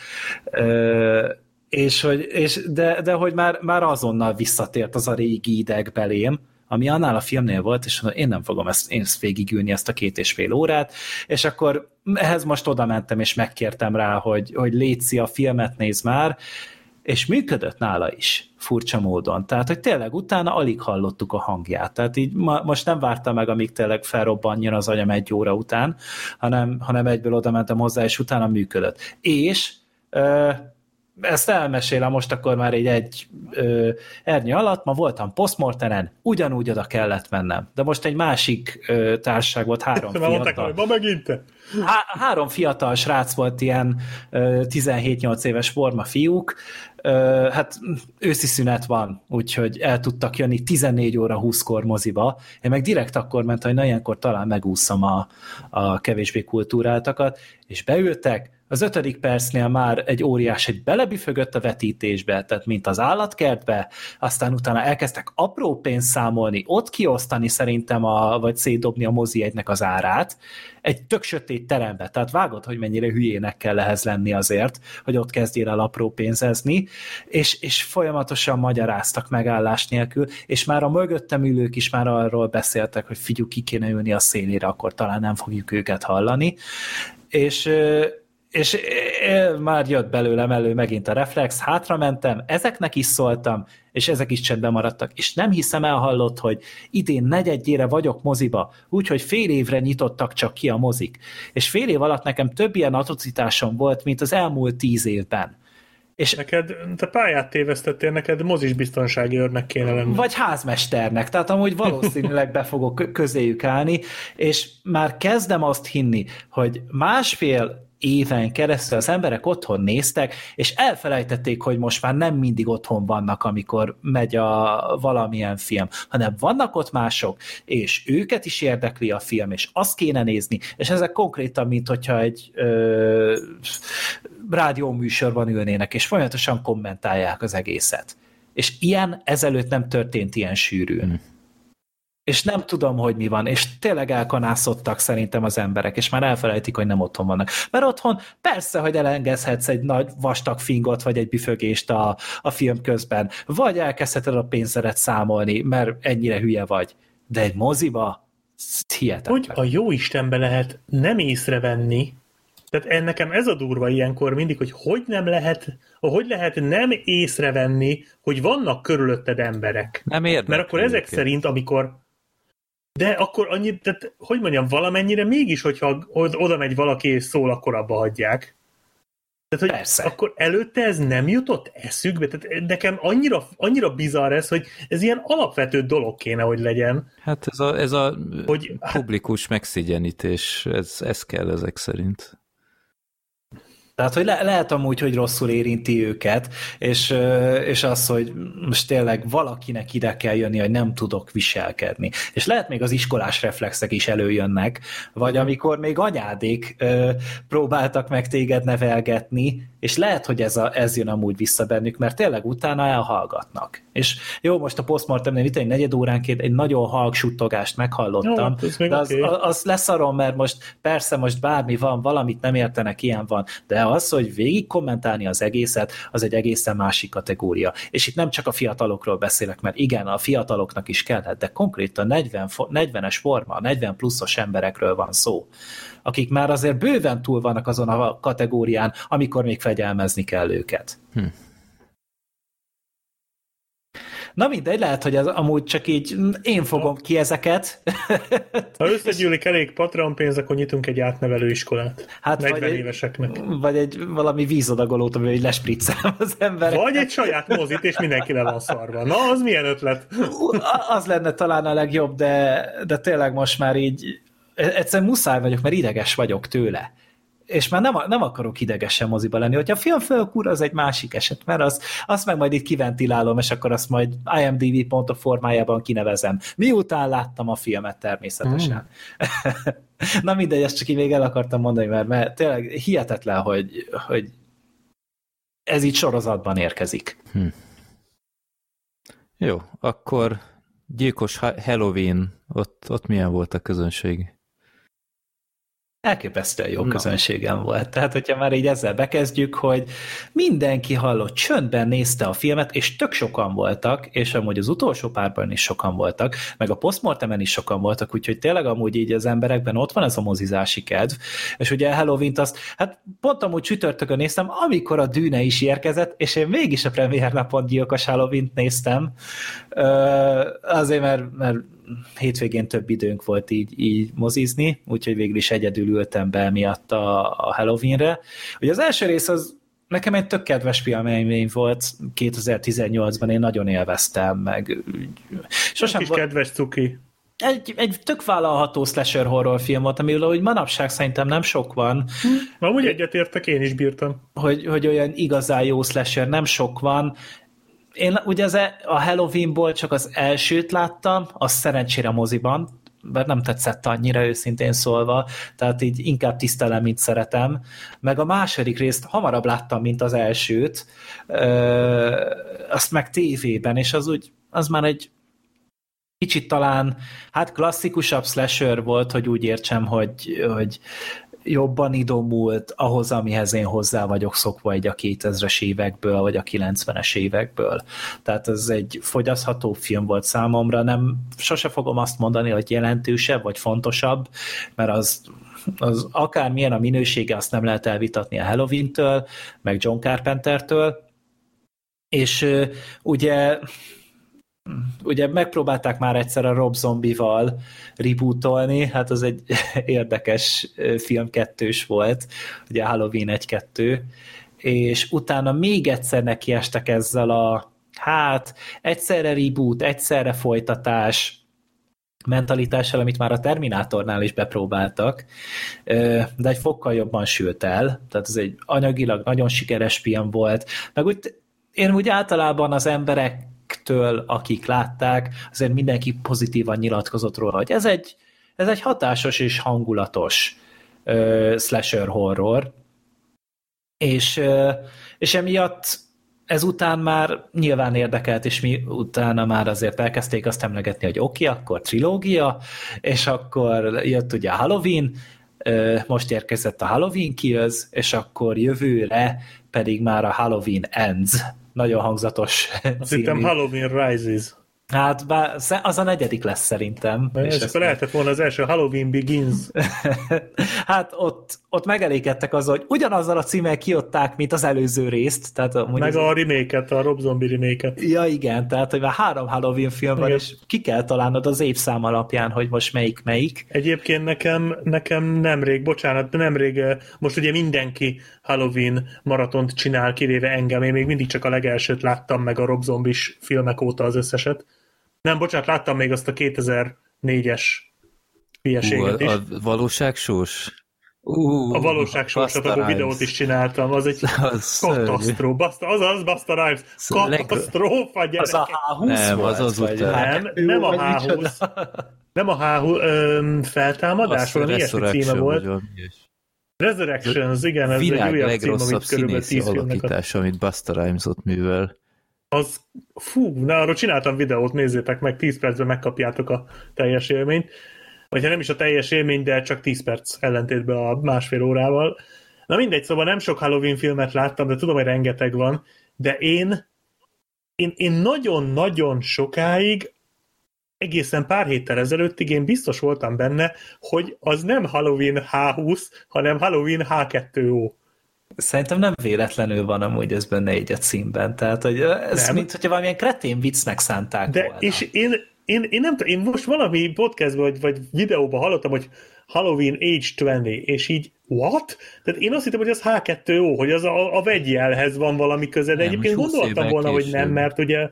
És hogy, és de, de hogy már, már azonnal visszatért az a régi ideg belém, ami annál a filmnél volt, és én nem fogom ezt, én ezt végigülni, ezt a két és fél órát, és akkor ehhez most oda mentem, és megkértem rá, hogy, hogy létszi a filmet, nézd már, és működött nála is, furcsa módon. Tehát, hogy tényleg utána alig hallottuk a hangját. Tehát így ma, most nem vártam meg, amíg tényleg felrobbanjon az agyam egy óra után, hanem, hanem egyből oda mentem hozzá, és utána működött. És ö, ezt elmesélem most akkor már egy, egy ö, ernyő alatt, ma voltam postmortenen, ugyanúgy oda kellett mennem. De most egy másik ö, társaság volt, három fiatal.
Mondták, ma megint te?
Há, három fiatal srác volt, ilyen ö, tizenhét-nyolc éves forma fiúk, ö, hát őszi szünet van, úgyhogy el tudtak jönni tizennégy óra húszkor moziba. Én meg direkt akkor mentem, hogy na ilyenkor talán megúszom a, a kevésbé kultúráltakat, és beültek. Az ötödik percnél már egy óriás egy belebüfögött a vetítésbe, tehát mint az állatkertbe, aztán utána elkezdtek apró pénzt számolni, ott kiosztani szerintem, a, vagy szétdobni a mozi egynek az árát, egy tök sötét terembe, tehát vágod, hogy mennyire hülyének kell ehhez lenni azért, hogy ott kezdjél el apró pénzezni, és, és folyamatosan magyaráztak megállás nélkül, és már a mögöttem ülők is már arról beszéltek, hogy figyelj, ki kéne ülni a szélére, akkor talán nem fogjuk őket hallani, és és már jött belőlem elő megint a reflex, hátra mentem, ezeknek is szóltam, és ezek is csendben maradtak, és nem hiszem elhallott, hogy idén negyedjére vagyok moziba, úgyhogy fél évre nyitottak csak ki a mozik, és fél év alatt nekem több ilyen atrocitásom volt, mint az elmúlt tíz évben.
És neked, te pályát tévesztettél, neked mozis biztonsági őrnek kéne lenni.
Vagy házmesternek, tehát amúgy valószínűleg be fogok közéjük állni, és már kezdem azt hinni, hogy másfél éven keresztül az emberek otthon néztek, és elfelejtették, hogy most már nem mindig otthon vannak, amikor megy a valamilyen film, hanem vannak ott mások, és őket is érdekli a film, és azt kéne nézni, és ezek konkrétan, mint hogyha egy ö, rádióműsorban ülnének, és folyamatosan kommentálják az egészet. És ilyen ezelőtt nem történt ilyen sűrűn. Hmm. És nem tudom, hogy mi van, és tényleg elkanászottak szerintem az emberek, és már elfelejtik, hogy nem otthon vannak. Mert otthon persze, hogy elengedhetsz egy nagy vastag fingot, vagy egy büfögést a, a film közben, vagy elkezdheted a pénzedet számolni, mert ennyire hülye vagy. De egy moziba, hihetetlen.
Hogy a jó Istenbe lehet nem észrevenni, tehát nekem ez a durva ilyenkor mindig, hogy hogy nem lehet, hogy lehet nem észrevenni, hogy vannak körülötted emberek.
Nem érdekli.
Mert akkor ezek őket. Szerint, amikor de akkor annyi, tehát, hogy mondjam, valamennyire mégis, hogyha oda megy valaki és szól, akkor abba hagyják. Tehát, hogy persze. Akkor előtte ez nem jutott eszükbe? Tehát nekem annyira, annyira bizarr ez, hogy ez ilyen alapvető dolog kéne, hogy legyen.
Hát ez a, ez a hogy, publikus megszigyenítés, ez, ez kell ezek szerint.
Tehát, hogy le, lehet amúgy, hogy rosszul érinti őket, és, és az, hogy most tényleg valakinek ide kell jönni, hogy nem tudok viselkedni. És lehet még az iskolás reflexek is előjönnek, vagy amikor még anyádék ö, próbáltak meg téged nevelgetni, és lehet, hogy ez, a, ez jön amúgy vissza bennük, mert tényleg utána elhallgatnak. És jó, most a postmortemnél itt egy negyed óránként egy nagyon halk suttogást meghallottam, jó, de az, okay. az leszarom, mert most persze most bármi van, valamit nem értenek, ilyen van, de az, hogy végig kommentálni az egészet, az egy egészen másik kategória. És itt nem csak a fiatalokról beszélek, mert igen, a fiataloknak is kellett, de konkrétan negyven, negyvenes forma, negyven pluszos emberekről van szó, akik már azért bőven túl vannak azon a kategórián, amikor még fegyelmezni kell őket. Hm. Na mindegy, lehet, hogy az amúgy csak így én fogom ki ezeket.
Ha összegyűlik elég Patreon pénz, akkor nyitunk egy átnevelő iskolát.
Hát
negyven
vagy
éveseknek.
Egy, vagy egy valami vízodagolót, amivel lespriccelem az emberek.
Vagy egy saját mozit, és mindenki le van szarva. Na, az milyen ötlet?
Az lenne talán a legjobb, de, de tényleg most már így egyszerűen muszáj vagyok, mert ideges vagyok tőle. És már nem, nem akarok idegesen moziba lenni. Hogyha a film fölkúr, az egy másik eset, mert az, azt meg majd itt kiventilálom, és akkor azt majd I M D B pontok formájában kinevezem. Miután láttam a filmet természetesen. Mm. Na mindegy, ezt csak így még el akartam mondani, mert, mert tényleg hihetetlen, hogy, hogy ez így sorozatban érkezik. Hm.
Jó, akkor gyilkos Halloween, ott, ott milyen volt a közönség?
Elképesztően jó közönségem volt. Tehát, hogyha már így ezzel bekezdjük, hogy mindenki hallott, csöndben nézte a filmet, és tök sokan voltak, és amúgy az utolsó párban is sokan voltak, meg a Postmortemen is sokan voltak, úgyhogy tényleg amúgy így az emberekben ott van ez a mozizási kedv, és ugye a Halloween-t azt, hát pont amúgy csütörtökön néztem, amikor a Dűne is érkezett, és én mégis a premier napon gyilkos Halloween-t néztem, azért, mert, mert hétvégén több időnk volt így, így mozizni, úgyhogy végül is egyedül ültem be miatt a, a Halloweenre. Ugye az első rész az nekem egy tök kedves filmélmény volt kétezer-tizennyolcban, én nagyon élveztem, meg
sosem kis kedves cuki.
Egy, egy tök vállalható slasher horror film volt, amiről úgy manapság szerintem nem sok van.
Hm. Amúgy egyetértek, én is bírtam.
Hogy, hogy olyan igazán jó slasher nem sok van. Én ugye az e, a Halloweenból csak az elsőt láttam, az szerencsére moziban, mert nem tetszett annyira őszintén szólva, tehát így inkább tisztelem, mint szeretem. Meg a második részt hamarabb láttam, mint az elsőt, ö, azt meg tévében, és az úgy, az már egy kicsit talán, hát klasszikusabb slasher volt, hogy úgy értsem, hogy, hogy jobban idomult ahhoz, amihez én hozzá vagyok szokva egy a kétezres évekből, vagy a kilencvenes évekből. Tehát ez egy fogyasztható film volt számomra, nem, sose fogom azt mondani, hogy jelentősebb, vagy fontosabb, mert az, az akármilyen a minősége, azt nem lehet elvitatni a Halloween-től, meg John Carpentertől, és ugye ugye megpróbálták már egyszer a Rob Zombie-val rebootolni, hát az egy érdekes film kettős volt, ugye Halloween egy-kettő, és utána még egyszer nekiestek ezzel a hát egyszerre reboot, egyszerre folytatás mentalitással, amit már a Terminátornál is bepróbáltak, de egy fokkal jobban sült el, tehát ez egy anyagilag nagyon sikeres film volt, meg úgy én úgy általában az emberek től, akik látták, azért mindenki pozitívan nyilatkozott róla, hogy ez egy, ez egy hatásos és hangulatos uh, slasher horror, és, uh, és emiatt ezután már nyilván érdekelt, és mi utána már azért elkezdték azt emlegetni, hogy oké, okay, akkor trilógia, és akkor jött ugye a Halloween, uh, most érkezett a Halloween Kills, és akkor jövőre pedig már a Halloween Ends, nagyon hangzatos
azt hittem Halloween Rises.
Hát bár, az a negyedik lesz szerintem.
És és akkor lehetett volna az első Halloween Begins.
Hát ott, ott megelégedtek azzal, hogy ugyanazzal a címmel kiadták, mint az előző részt. Tehát
meg a remake-et, a Rob Zombie remake-et.
Ja igen, tehát hogy már három Halloween film van, és ki kell találnod az évszám alapján, hogy most melyik melyik.
Egyébként nekem, nekem nemrég, bocsánat, nemrég, most ugye mindenki Halloween maratont csinál, kivéve engem, én még mindig csak a legelsőt láttam, meg a Rob Zombie-s filmek óta az összeset. Nem, bocsánat, láttam még azt a kétezer-négyes hülyeséget is.
A valóságsós?
Uh, a valóságsósat, videót is csináltam, az egy katasztrófa. Basta, az az, Basta Rhymes. Katasztrófa, gyerekek.
Az a há húsz
nem,
volt,
az az
nem, nem a há húsz. Nem a há húsz, öm, feltámadás, valami ilyesmi címe volt. Resurrections, igen, ez
világ
egy újabb
legrosszabb
cím, amit
színészi alakítás, amit Busta Rhymes ott művel.
Az, fú, na arról csináltam videót, nézzétek meg, tíz percben megkapjátok a teljes élményt. Vagy ha nem is a teljes élmény, de csak tíz perc ellentétben a másfél órával. Na mindegy, szóval nem sok Halloween filmet láttam, de tudom, hogy rengeteg van, de én én, én nagyon-nagyon sokáig, egészen pár héttel ezelőttig én biztos voltam benne, hogy az nem Halloween há húsz, hanem Halloween há kettő ó.
Szerintem nem véletlenül van amúgy ez benne így a címben, tehát hogy ez nem. Mint hogyha valamilyen kretén viccnek szánták
de
volna.
És én, én, én nem tudom, én most valami podcastban vagy, vagy videóban hallottam, hogy Halloween age húsz, és így what? Tehát én azt hittem, hogy az há kettő ó, hogy az a, a vegyjelhez van valami köze, de nem, egyébként gondoltam volna, később. Hogy nem, mert ugye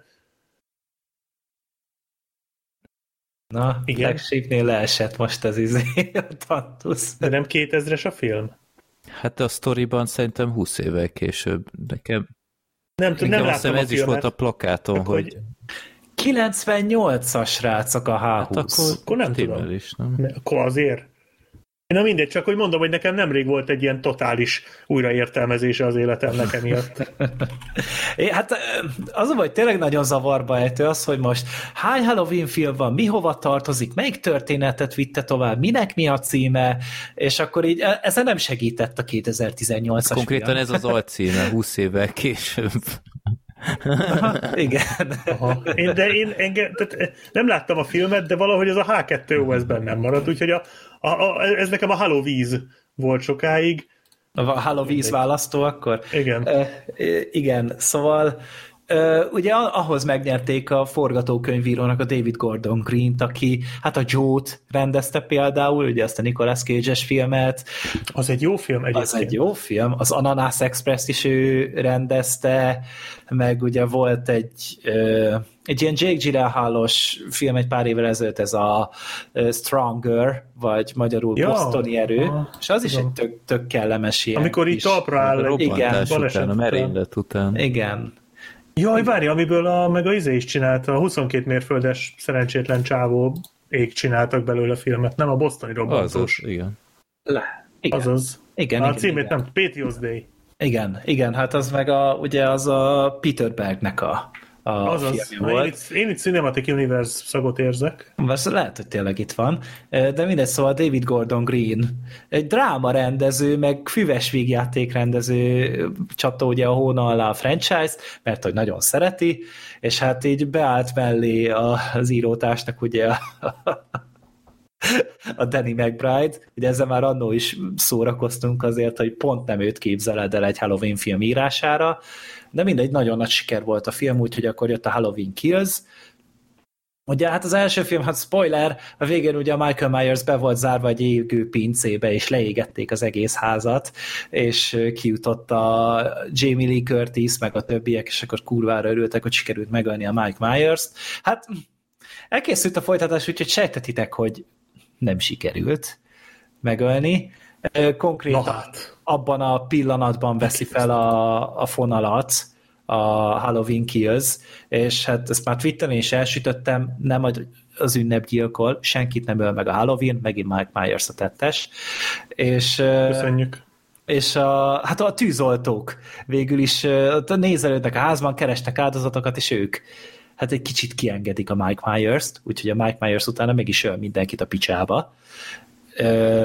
Na, Flagshipnél leesett most az izé, a tantusz.
De nem kétezres a film?
Hát a sztoriban szerintem húsz évvel később. Nekem
nem, nem láttam
azt hiszem, ez is volt a plakáton,
akkor,
hogy
kilencvennyolcas srácok a há húsz.
Hát akkor,
akkor nem tudom.
Is, nem?
Akkor azért. Na mindegy, csak hogy mondom, hogy nekem nemrég volt egy ilyen totális újraértelmezése az életemnek emiatt.
É, hát az a baj, tényleg nagyon zavarba ejtő az, hogy most hány Halloween film van, mi hova tartozik, melyik történetet vitte tovább, minek mi a címe, és akkor így ezen nem segített a kétezer-tizennyolcas
Konkrétan
film.
ez az alcíme, húsz évvel később.
Aha, igen.
Aha. Én, de én engem, tehát nem láttam a filmet, de valahogy az a há kettő ó ez bennem maradt, úgyhogy a, a, a, ez nekem a Halloween volt sokáig.
A Halloween választó akkor?
Igen.
Uh, igen, szóval uh, ugye ahhoz megnyerték a forgatókönyvírónak a David Gordon Greent, aki hát a Joe-t rendezte például, ugye ezt a Nicolas Cage-es filmet.
Az egy jó film egyébként.
Az egy jó film, az Ananas Express is ő rendezte, meg ugye volt egy uh, egy ilyen Jake Gyllenhaal-os film egy pár évvel ezelőtt, ez a uh, Stronger, vagy magyarul ja, Bostoni erő, ah, és az tudom. Is egy tök, tök kellemes ilyen.
Amikor itt talpra áll,
a
igen,
után, a merénylet után.
Igen.
Jaj, várj, amiből a, meg a izé is csinálta, a huszonkettő mérföldes szerencsétlen csávó ég csináltak belőle filmet, nem a bostoni robbantós.
Azaz, igen.
Le, igen.
Azaz.
Igen,
a
igen,
címét
igen.
nem, Patriots Day.
Igen, igen, hát az meg a, ugye az a Peter Bergnek a, a
Azaz.
filmje volt.
Én itt, én itt Cinematic Universe szagot érzek.
Most lehet, hogy tényleg itt van. De mindegy, szóval David Gordon Green, egy dráma rendező, meg füves vígjáték rendező csapta ugye a hóna alá a franchise-t, mert hogy nagyon szereti, és hát így beállt mellé az írótársnak ugye a a Danny McBride, ugye ezzel már annó is szórakoztunk azért, hogy pont nem őt képzeled el egy Halloween film írására, de mindegy, nagyon nagy siker volt a film, úgyhogy akkor jött a Halloween Kills. Ugye hát az első film, hát spoiler, a végén ugye a Michael Myers be volt zárva egy égő pincébe, és leégették az egész házat, és kijutott a Jamie Lee Curtis, meg a többiek, és akkor kurvára örültek, hogy sikerült megölni a Mike Myers-t. Hát elkészült a folytatás, úgyhogy sejtetitek, hogy nem sikerült megölni. Konkrétan hát. Abban a pillanatban veszi fel a, a fonalat a Halloween Kills, és hát ezt már Twitteren is elsütöttem, nem az ünnepgyilkol, senkit nem öl meg a Halloween, megint Mike Myers a tettes. És,
köszönjük.
És a, hát a tűzoltók végül is nézelődnek a házban, kerestek áldozatokat, és ők hát egy kicsit kiengedik a Mike Myers-t, úgyhogy a Mike Myers utána meg is öl mindenkit a picsába. Ö,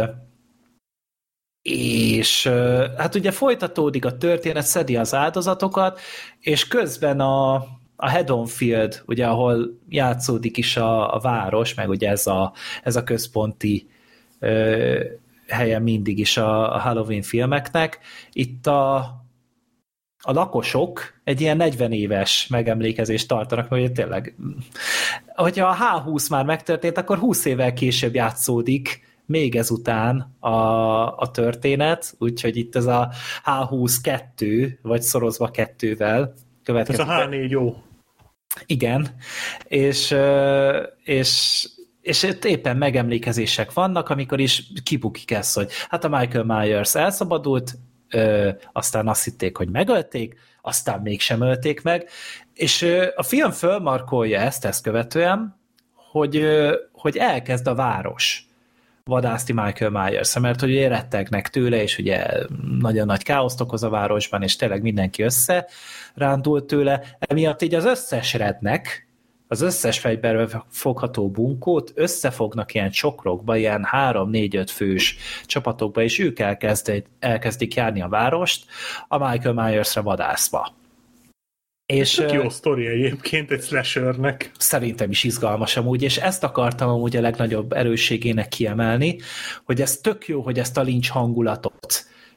és hát ugye folytatódik a történet, szedi az áldozatokat, és közben a, a Haddonfield, ugye ahol játszódik is a, a város, meg ugye ez a, ez a központi ö, helyen mindig is a, a Halloween filmeknek, itt a a lakosok egy ilyen negyven éves megemlékezést tartanak, hogy tényleg, hogyha a há húsz már megtörtént, akkor húsz évvel később játszódik még ezután a, a történet, úgyhogy itt ez a há húsz kettő, vagy szorozva kettővel következik.
Ez a há négy ó.
Igen, és, és és itt éppen megemlékezések vannak, amikor is kibukik ez, hogy hát a Michael Myers elszabadult, Ö, aztán azt hitték, hogy megölték, aztán mégsem ölték meg, és ö, a film fölmarkolja ezt, ezt követően, hogy, ö, hogy elkezd a város vadászni Michael Myers, mert hogy ugye rettegnek tőle, és ugye nagyon nagy káoszt okoz a városban, és tényleg mindenki összerándult tőle, emiatt így az összes rednek, az összes fegyverbe fogható bunkót összefognak ilyen csokrokba, ilyen három, négy, öt fős csapatokba, és ők elkezdik, elkezdik járni a várost a Michael Myers-re vadászva. És
tök jó sztori egyébként egy slashernek.
Szerintem is izgalmas amúgy, és ezt akartam amúgy a legnagyobb erősségének kiemelni, hogy ez tök jó, hogy ezt a lincs hangulatot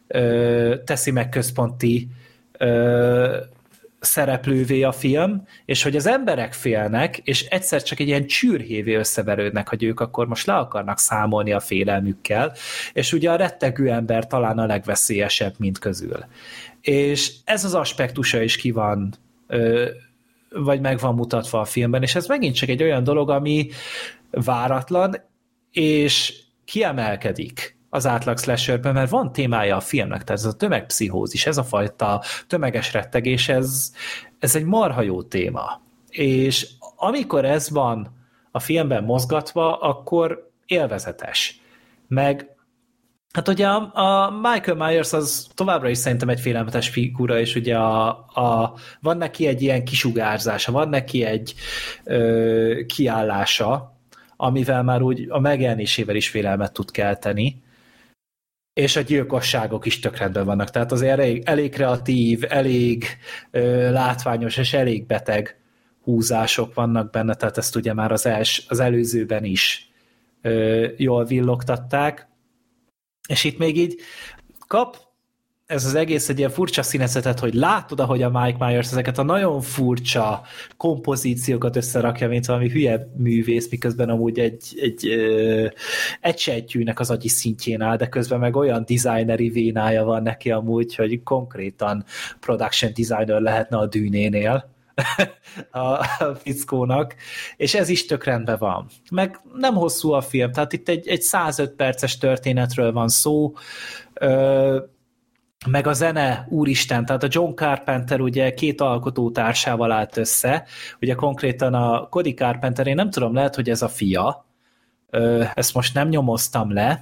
ö, teszi meg központi ö, szereplővé a film, és hogy az emberek félnek, és egyszer csak egy ilyen csürhévé összeverődnek, hogy ők akkor most le akarnak számolni a félelmükkel, és ugye a rettegő ember talán a legveszélyesebb mind közül. És ez az aspektusa is ki van, ö, vagy meg van mutatva a filmben, és ez megint csak egy olyan dolog, ami váratlan, és kiemelkedik az átlag slasherben, mert van témája a filmnek, tehát ez a tömegpszichózis, ez a fajta tömeges rettegés, ez, ez egy marha jó téma. És amikor ez van a filmben mozgatva, akkor élvezetes. Meg hát ugye a, a Michael Myers az továbbra is szerintem egy félelmetes figura, és ugye a, a, van neki egy ilyen kisugárzása, van neki egy ö, kiállása, amivel már úgy a megjelenésével is félelmet tud kelteni, és a gyilkosságok is tök rendben vannak. Tehát azért elég, elég kreatív, elég ö, látványos és elég beteg húzások vannak benne, tehát ezt ugye már az, els, az előzőben is ö, jól villogtatták. És itt még így kap ez az egész egy ilyen furcsa színezetet, hogy látod, ahogy a Mike Myers ezeket a nagyon furcsa kompozíciókat összerakja, mint valami hülye művész, miközben amúgy egy, egy, egy, egy sejtjűnek az agyi szintjén áll, de közben meg olyan designeri vénája van neki amúgy, hogy konkrétan production designer lehetne a Dűnénél a fickónak, és ez is tök rendben van. Meg nem hosszú a film, tehát itt egy, egy százöt perces történetről van szó, ö, meg a zene, úristen, tehát a John Carpenter ugye két alkotótársával állt össze, ugye konkrétan a Cody Carpenter, én nem tudom, lehet, hogy ez a fia, ezt most nem nyomoztam le,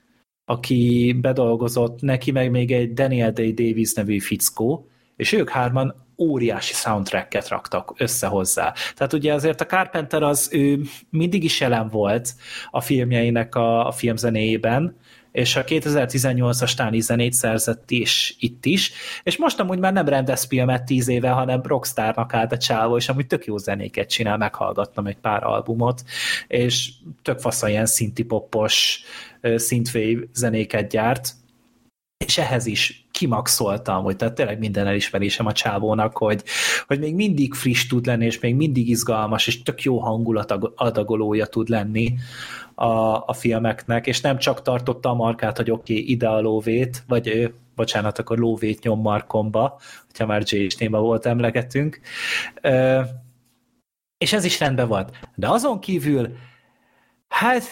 aki bedolgozott neki, meg még egy Daniel Day-Davis nevű fickó, és ők hárman óriási soundtracket raktak össze hozzá. Tehát ugye azért a Carpenter az, ő mindig is jelen volt a filmjeinek a, a filmzenéjében, és a kétezer-tizennyolcas táni zenét szerzett is itt is, és most amúgy már nem rendez filmet tíz éve, hanem rockstarnak állt a csávó, és amúgy tök jó zenéket csinál, meghallgattam egy pár albumot, és tök fasza ilyen szintipoppos, synthwave zenéket gyárt, és ehhez is kimaxoltam, hogy tehát tényleg minden elismerésem a csávónak, hogy, hogy még mindig friss tud lenni, és még mindig izgalmas, és tök jó hangulat adagolója tud lenni a, a filmeknek, és nem csak tartotta a markát, hogy oké, okay, ide a lóvét, vagy ő, bocsánat, akkor lóvét nyom markomba, hogyha már J és téma volt, emlegetünk. És ez is rendben volt. De azon kívül hát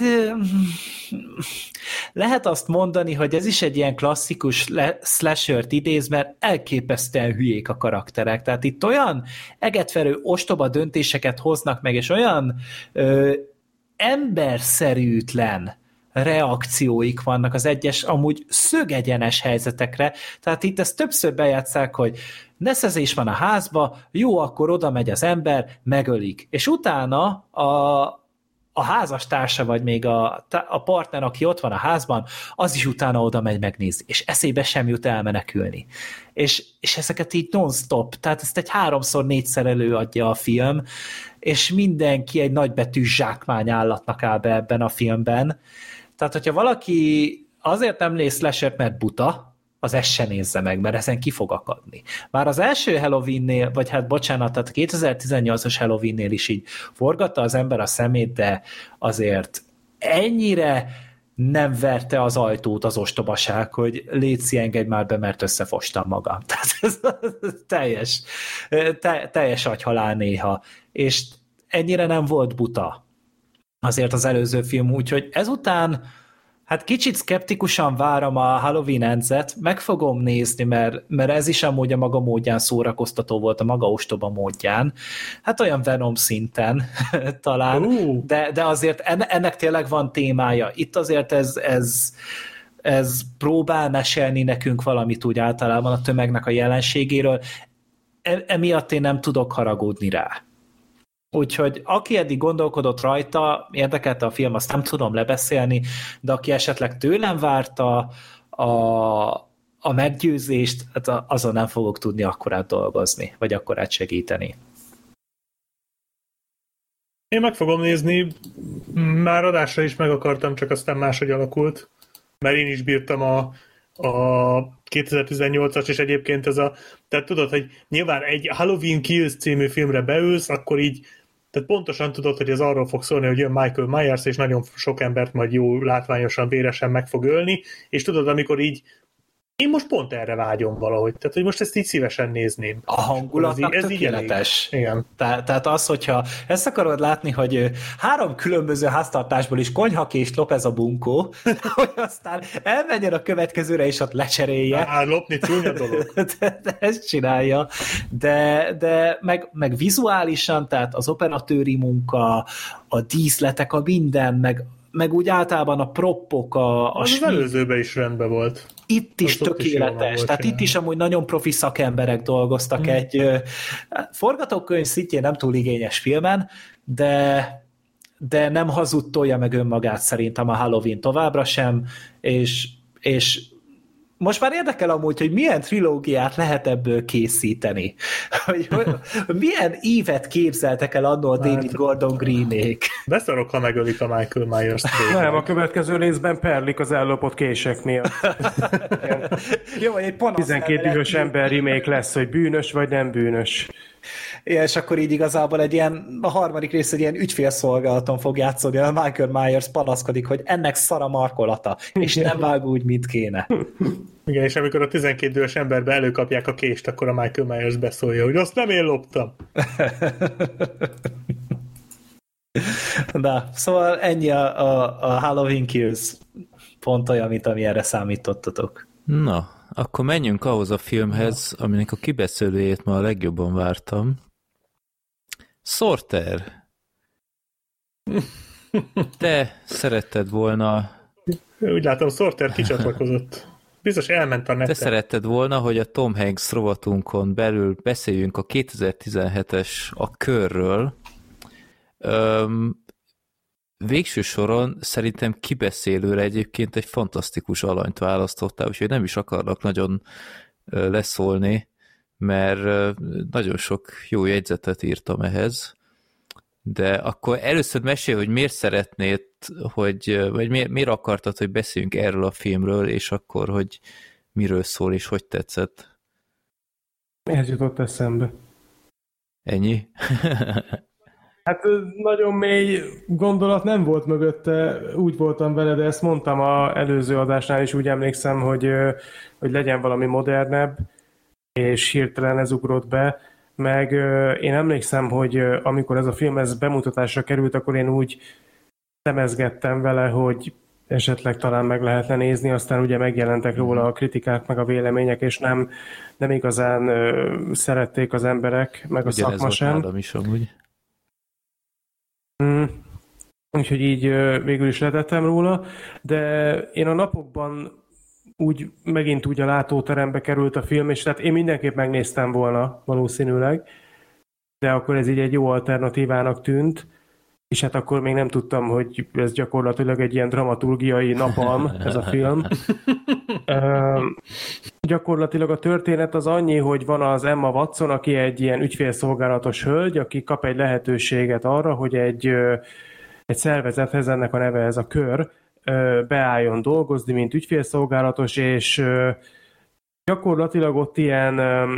lehet azt mondani, hogy ez is egy ilyen klasszikus slashert idéz, mert elképesztően hülyék a karakterek. Tehát itt olyan egetverő, ostoba döntéseket hoznak meg, és olyan ö, emberszerűtlen reakcióik vannak az egyes, amúgy szögegyenes helyzetekre. Tehát itt ezt többször bejátsszák, hogy neszezés van a házba, jó, akkor oda megy az ember, megölik. És utána a a házastársa, vagy még a, a partner, aki ott van a házban, az is utána oda megy megnézni, és eszébe sem jut elmenekülni. És, és ezeket így non-stop, tehát ezt egy háromszor, négyszer előadja a film, és mindenki egy nagybetű zsákmány állatnak áll be ebben a filmben. Tehát, hogyha valaki azért nem néz slashert, mert buta, az ezt se nézze meg, mert ezen ki fog akadni. Már az első Halloweennél, vagy hát bocsánat, tehát kétezer-tizennyolcas Halloweennél is így forgatta az ember a szemét, de azért ennyire nem verte az ajtót az ostobaság, hogy léci, engedj már be, mert összefostam magam. Tehát ez teljes, te, teljes agyhalál néha. És ennyire nem volt buta azért az előző film, úgyhogy ezután hát kicsit szkeptikusan várom a Halloween Ends-et, meg fogom nézni, mert, mert ez is amúgy a maga módján szórakoztató volt, a maga ostoba módján. Hát olyan Venom szinten talán, uh. de, de azért ennek tényleg van témája. Itt azért ez, ez, ez próbál mesélni nekünk valamit úgy általában a tömegnek a jelenségéről. E, emiatt én nem tudok haragudni rá. Úgyhogy aki eddig gondolkodott rajta, érdekelte a film, azt nem tudom lebeszélni, de aki esetleg tőlem várta a, a meggyőzést, hát azon nem fogok tudni akkorát dolgozni, vagy akkorát segíteni.
Én meg fogom nézni, már adásra is meg akartam, csak aztán máshogy alakult, mert én is bírtam a, a kétezer-tizennyolcas, és egyébként ez a, tehát tudod, hogy nyilván egy Halloween Kills című filmre beülsz, akkor így, tehát pontosan tudod, hogy ez arról fog szólni, hogy jön Michael Myers, és nagyon sok embert majd jó, látványosan, véresen meg fog ölni, és tudod, amikor így én most pont erre vágyom valahogy, tehát hogy most ezt így szívesen nézném.
A hangulatnak
ez
tökéletes.
Igen.
Te, tehát az, hogyha ezt akarod látni, hogy három különböző háztartásból is konyhakést lop ez a bunkó, hogy aztán elmenjen a következőre, és ott lecserélje.
Hát lopni csúnya dolog.
de, de ezt csinálja. De, de meg, meg vizuálisan, tehát az operatőri munka, a díszletek, a minden, meg meg úgy általában a proppok, a, a
az, az előzőben is rendben volt.
Itt is
az
tökéletes,
is
tehát itt is amúgy nagyon profi szakemberek dolgoztak hmm. egy uh, forgatókönyv szintjén nem túl igényes filmen, de, de nem hazudtolja meg önmagát szerintem a Halloween továbbra sem, és, és most már érdekel amúgy, hogy milyen trilógiát lehet ebből készíteni. Hogy, hogy milyen évet képzeltek el annól a David Gordon Greenék.
Beszarok, ha megölik a Michael Myers-t.
Nem, a következő részben perlik az ellopott kések miatt.
Jó, egy panasz
tizenkét dühös ember remake lesz, hogy bűnös vagy nem bűnös.
Ja, és akkor így igazából egy ilyen, a harmadik rész egy ilyen ügyfélszolgálaton fog játszani, a Michael Myers panaszkodik, hogy ennek szar a markolata, és nem vág úgy, mint kéne.
Igen, és amikor a tizenkét dühös emberbe előkapják a kést, akkor a Michael Myers beszólja, hogy azt nem én loptam.
Na, szóval ennyi a, a, a Halloween Kills, pont olyan, mint ami erre számítottatok.
Na, akkor menjünk ahhoz a filmhez, aminek a kibeszélőjét ma a legjobban vártam. Sorter. Te szeretted volna...
Úgy látom, Sorter kicsatlakozott. Biztos elment a neten.
Te szeretted volna, hogy a Tom Hanks rovatunkon belül beszéljünk a kétezer-tizenhetes A Körről. Öm, végső soron szerintem kibeszélőre egyébként egy fantasztikus alanyt választottál, úgyhogy nem is akarnak nagyon leszólni, mert nagyon sok jó jegyzetet írtam ehhez. De akkor először mesélj, hogy miért szeretnéd, hogy, vagy miért, miért akartad, hogy beszéljünk erről a filmről, és akkor, hogy miről szól, és hogy tetszett.
Miért jutott eszembe?
Ennyi?
Hát nagyon mély gondolat nem volt mögötte, úgy voltam vele, de ezt mondtam az előző adásnál is, úgy emlékszem, hogy, hogy legyen valami modernebb, és hirtelen ez ugrott be, meg én emlékszem, hogy amikor ez a film ez bemutatásra került, akkor én úgy szemezgettem vele, hogy esetleg talán meg lehetne nézni, aztán ugye megjelentek róla a kritikák, meg a vélemények, és nem, nem igazán szerették az emberek, meg a
ugyanez
szakma sem.
Ugyanez volt is amúgy.
Mm. Úgyhogy így végül is letettem róla, de én a napokban úgy megint úgy a látóterembe került a film, és tehát én mindenképp megnéztem volna valószínűleg, de akkor ez így egy jó alternatívának tűnt, és hát akkor még nem tudtam, hogy ez gyakorlatilag egy ilyen dramaturgiai napalm, ez a film. Üm, gyakorlatilag a történet az annyi, hogy van az Emma Watson, aki egy ilyen ügyfélszolgálatos hölgy, aki kap egy lehetőséget arra, hogy egy, egy szervezethez, ennek a neve ez a Kör, beálljon dolgozni, mint ügyfélszolgálatos, és gyakorlatilag ott ilyen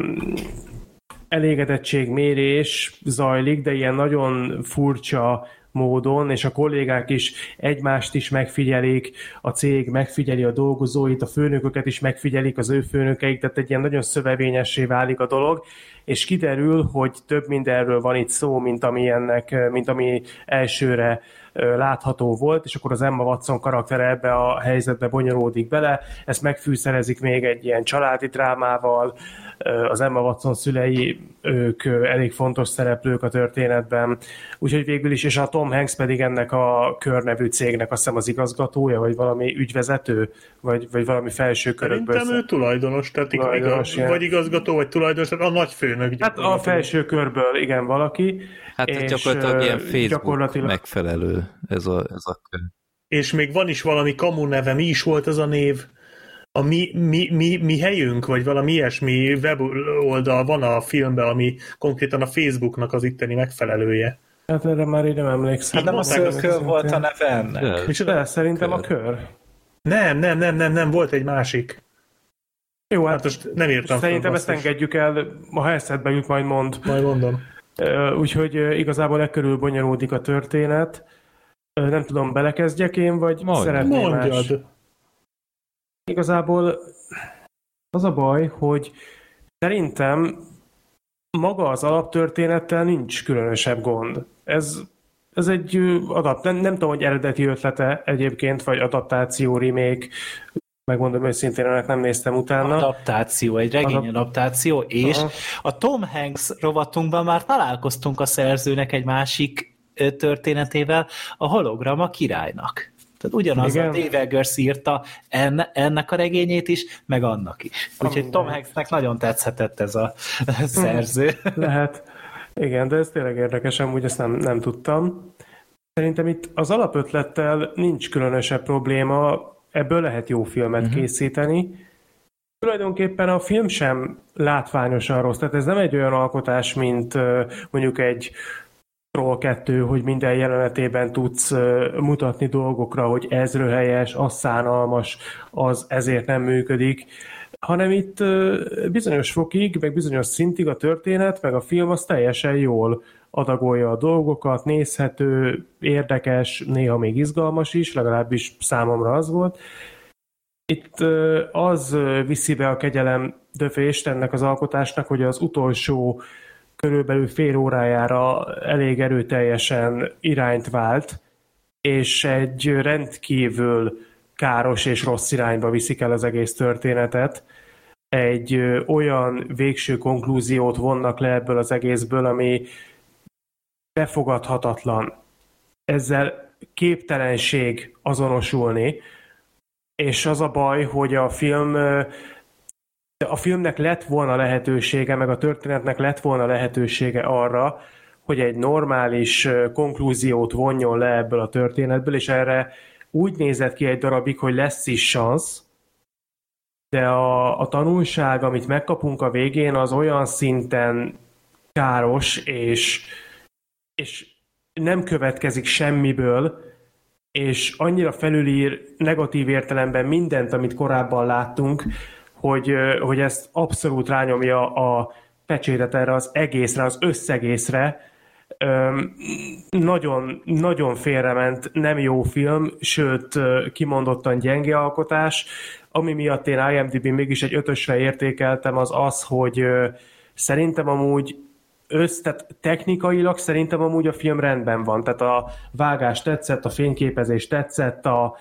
elégedettségmérés zajlik, de ilyen nagyon furcsa módon, és a kollégák is egymást is megfigyelik, a cég megfigyeli a dolgozóit, a főnököket is megfigyelik, az ő főnökeik, tehát egy ilyen nagyon szövevényessé válik a dolog, és kiderül, hogy több mindenről van itt szó, mint ami, ennek, mint ami elsőre látható volt, és akkor az Emma Watson karaktere ebbe a helyzetbe bonyolódik bele, ezt megfűszerezik még egy ilyen családi drámával, az Emma Watson szülei, ők elég fontos szereplők a történetben, úgyhogy végül is, és a Tom Hanks pedig ennek a Kör nevű cégnek azt hiszem az igazgatója, vagy valami ügyvezető, vagy, vagy valami felső körökből.
Szerintem ő tulajdonos, tehát tulajdonos, igaz, vagy igazgató, vagy tulajdonos, tehát a nagy főnök.
Hát a felső körből, igen, valaki.
Hát és gyakorlatilag ilyen Facebook gyakorlatilag... megfelelő ez a, ez a kör.
És még van is valami kamu neve, mi is volt ez a név? A mi, mi, mi, mi helyünk, vagy valami ilyesmi weboldal van a filmben, ami konkrétan a Facebooknak az itteni megfelelője.
Hát erre már így nem emlékszem.
Hát nem a Circle volt a neve ennek.
És de szerintem a Kör.
Nem, nem, nem, nem, nem, volt egy másik. Jó, hát most nem írtam.
Szerintem ezt engedjük el, ha eszedbe jut, majd mond.
Majd mondom.
Úgyhogy igazából e körül bonyolódik a történet. Nem tudom, belekezdjek én, vagy
Mondj.
szeretném más?
Mondjad.
Igazából az a baj, hogy szerintem maga az alaptörténettel nincs különösebb gond. Ez, ez egy adapt, nem, nem tudom, hogy eredeti ötlete egyébként, vagy adaptáció, remake, megmondom őszintén, ennek nem néztem utána.
Adaptáció, egy regény
Adap-
adaptáció, és
Aha.
a Tom Hanks rovatunkban már találkoztunk a szerzőnek egy másik ö, történetével, a Holograma királynak. Tehát ugyanaz
Igen.
a Dave Eggers írta enne, ennek a regényét is, meg annak is. Úgyhogy
Minden.
Tom Hanksnek nagyon tetszhetett ez a szerző.
Lehet. Igen, de ez tényleg érdekes, amúgy ezt nem, nem tudtam. Szerintem itt az alapötlettel nincs különösebb probléma, ebből lehet jó filmet uh-huh. készíteni. Tulajdonképpen a film sem látványosan rossz, tehát ez nem egy olyan alkotás, mint uh, mondjuk egy Troll kettő, hogy minden jelenetében tudsz uh, mutatni dolgokra, hogy ez röhelyes, az szánalmas, az ezért nem működik, hanem itt uh, bizonyos fokig, meg bizonyos szintig a történet, meg a film az teljesen jól adagolja a dolgokat, nézhető, érdekes, néha még izgalmas is, legalábbis számomra az volt. Itt uh, az viszi be a kegyelem döfést ennek az alkotásnak, hogy az utolsó körülbelül fél órájára elég erőteljesen irányt vált, és egy rendkívül káros és rossz irányba viszik el az egész történetet. Egy ö, olyan végső konklúziót vonnak le ebből az egészből, ami befogadhatatlan. Ezzel képtelenség azonosulni, és az a baj, hogy a film a filmnek lett volna lehetősége, meg a történetnek lett volna lehetősége arra, hogy egy normális konklúziót vonjon le ebből a történetből, és erre úgy nézett ki egy darabig, hogy lesz is szansz, de a, a tanulság, amit megkapunk a végén, az olyan szinten káros, és, és nem következik semmiből, és annyira felülír negatív értelemben mindent, amit korábban láttunk, hogy, hogy ezt abszolút rányomja a pecsétet erre az egészre, az összegészre. Öm, nagyon, nagyon félrement, nem jó film, sőt, kimondottan gyenge alkotás. Ami miatt én IMDb-n mégis egy ötösre értékeltem, az az, hogy ö, szerintem amúgy össz, tehát technikailag szerintem amúgy a film rendben van. Tehát a vágás tetszett, a fényképezés tetszett, a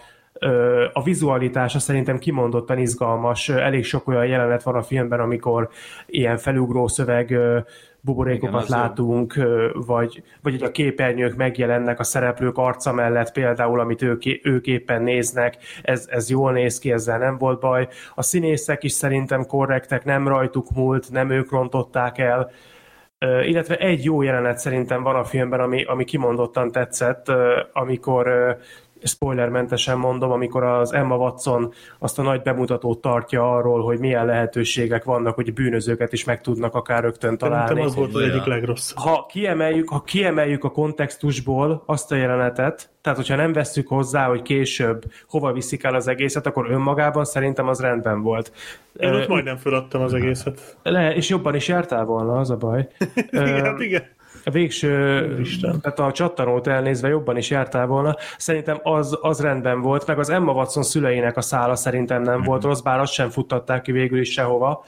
a vizualitása szerintem kimondottan izgalmas. Elég sok olyan jelenet van a filmben, amikor ilyen felugró szöveg buborékokat igen, látunk, vagy, vagy hogy a képernyők megjelennek a szereplők arca mellett például, amit ők, ők éppen néznek. Ez, ez jól néz ki, ezzel nem volt baj. A színészek is szerintem korrektek, nem rajtuk múlt, nem ők rontották el. Uh, illetve egy jó jelenet szerintem van a filmben, ami, ami kimondottan tetszett, uh, amikor uh, spoilermentesen mondom, amikor az Emma Watson azt a nagy bemutatót tartja arról, hogy milyen lehetőségek vannak, hogy bűnözőket is meg tudnak akár rögtön találni.
Szerintem az volt az egyik legrosszabb.
Ha kiemeljük, ha kiemeljük a kontextusból azt a jelenetet, tehát hogyha nem vesszük hozzá, hogy később hova viszik el az egészet, akkor önmagában szerintem az rendben volt.
Én ott majdnem föladtam az egészet.
Le, és jobban is jártál volna, az a baj.
igen, igen.
A végső, Isten. Tehát a csattanót elnézve jobban is jártál volna. Szerintem az, az rendben volt, meg az Emma Watson szüleinek a szála szerintem nem mm-hmm. volt rossz, bár azt sem futtatták ki végül is sehova,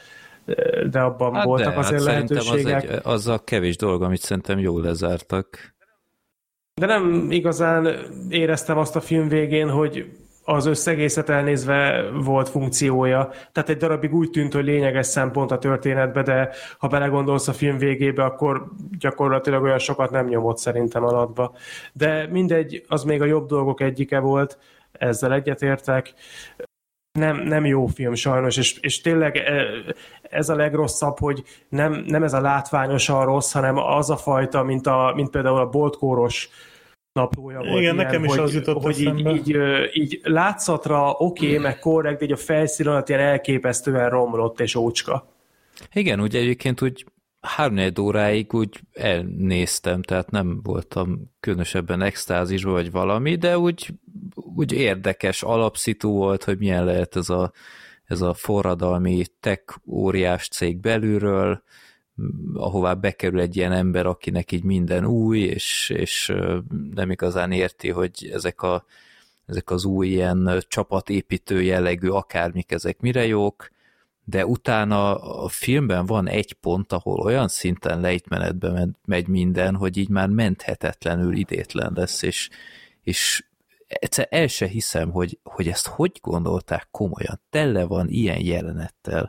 de abban hát voltak de, azért hát lehetőségek.
Az, egy, az a kevés dolog, amit szerintem jól lezártak.
De nem igazán éreztem azt a film végén, hogy az összegészet elnézve volt funkciója. Tehát egy darabig úgy tűnt, hogy lényeges szempont a történetbe, de ha belegondolsz a film végébe, akkor gyakorlatilag olyan sokat nem nyomott szerintem alatba. De mindegy, az még a jobb dolgok egyike volt, ezzel egyetértek. Nem, nem jó film sajnos, és, és tényleg ez a legrosszabb, hogy nem, nem ez a látványosan rossz, hanem az a fajta, mint, a, mint például a boltkóros naplója volt. Igen,
ilyen, nekem is
hogy,
az jutott
hogy így, így, így látszatra oké, okay, meg korrekt, de így a felszín alatt ilyen elképesztően romlott és ócska.
Igen, úgy egyébként úgy három-négy óráig úgy elnéztem, tehát nem voltam különösebben extázisban vagy valami, de úgy, úgy érdekes alapszitu volt, hogy milyen lehet ez a ez a forradalmi tech óriás cég belülről, ahová bekerül egy ilyen ember, akinek így minden új, és, és nem igazán érti, hogy ezek, a, ezek az új ilyen csapatépítő jellegű akármik, ezek mire jók, de utána a filmben van egy pont, ahol olyan szinten lejtmenetbe megy minden, hogy így már menthetetlenül idétlen lesz, és, és egyszer el se hiszem, hogy, hogy ezt hogy gondolták komolyan. Tele van ilyen jelenettel.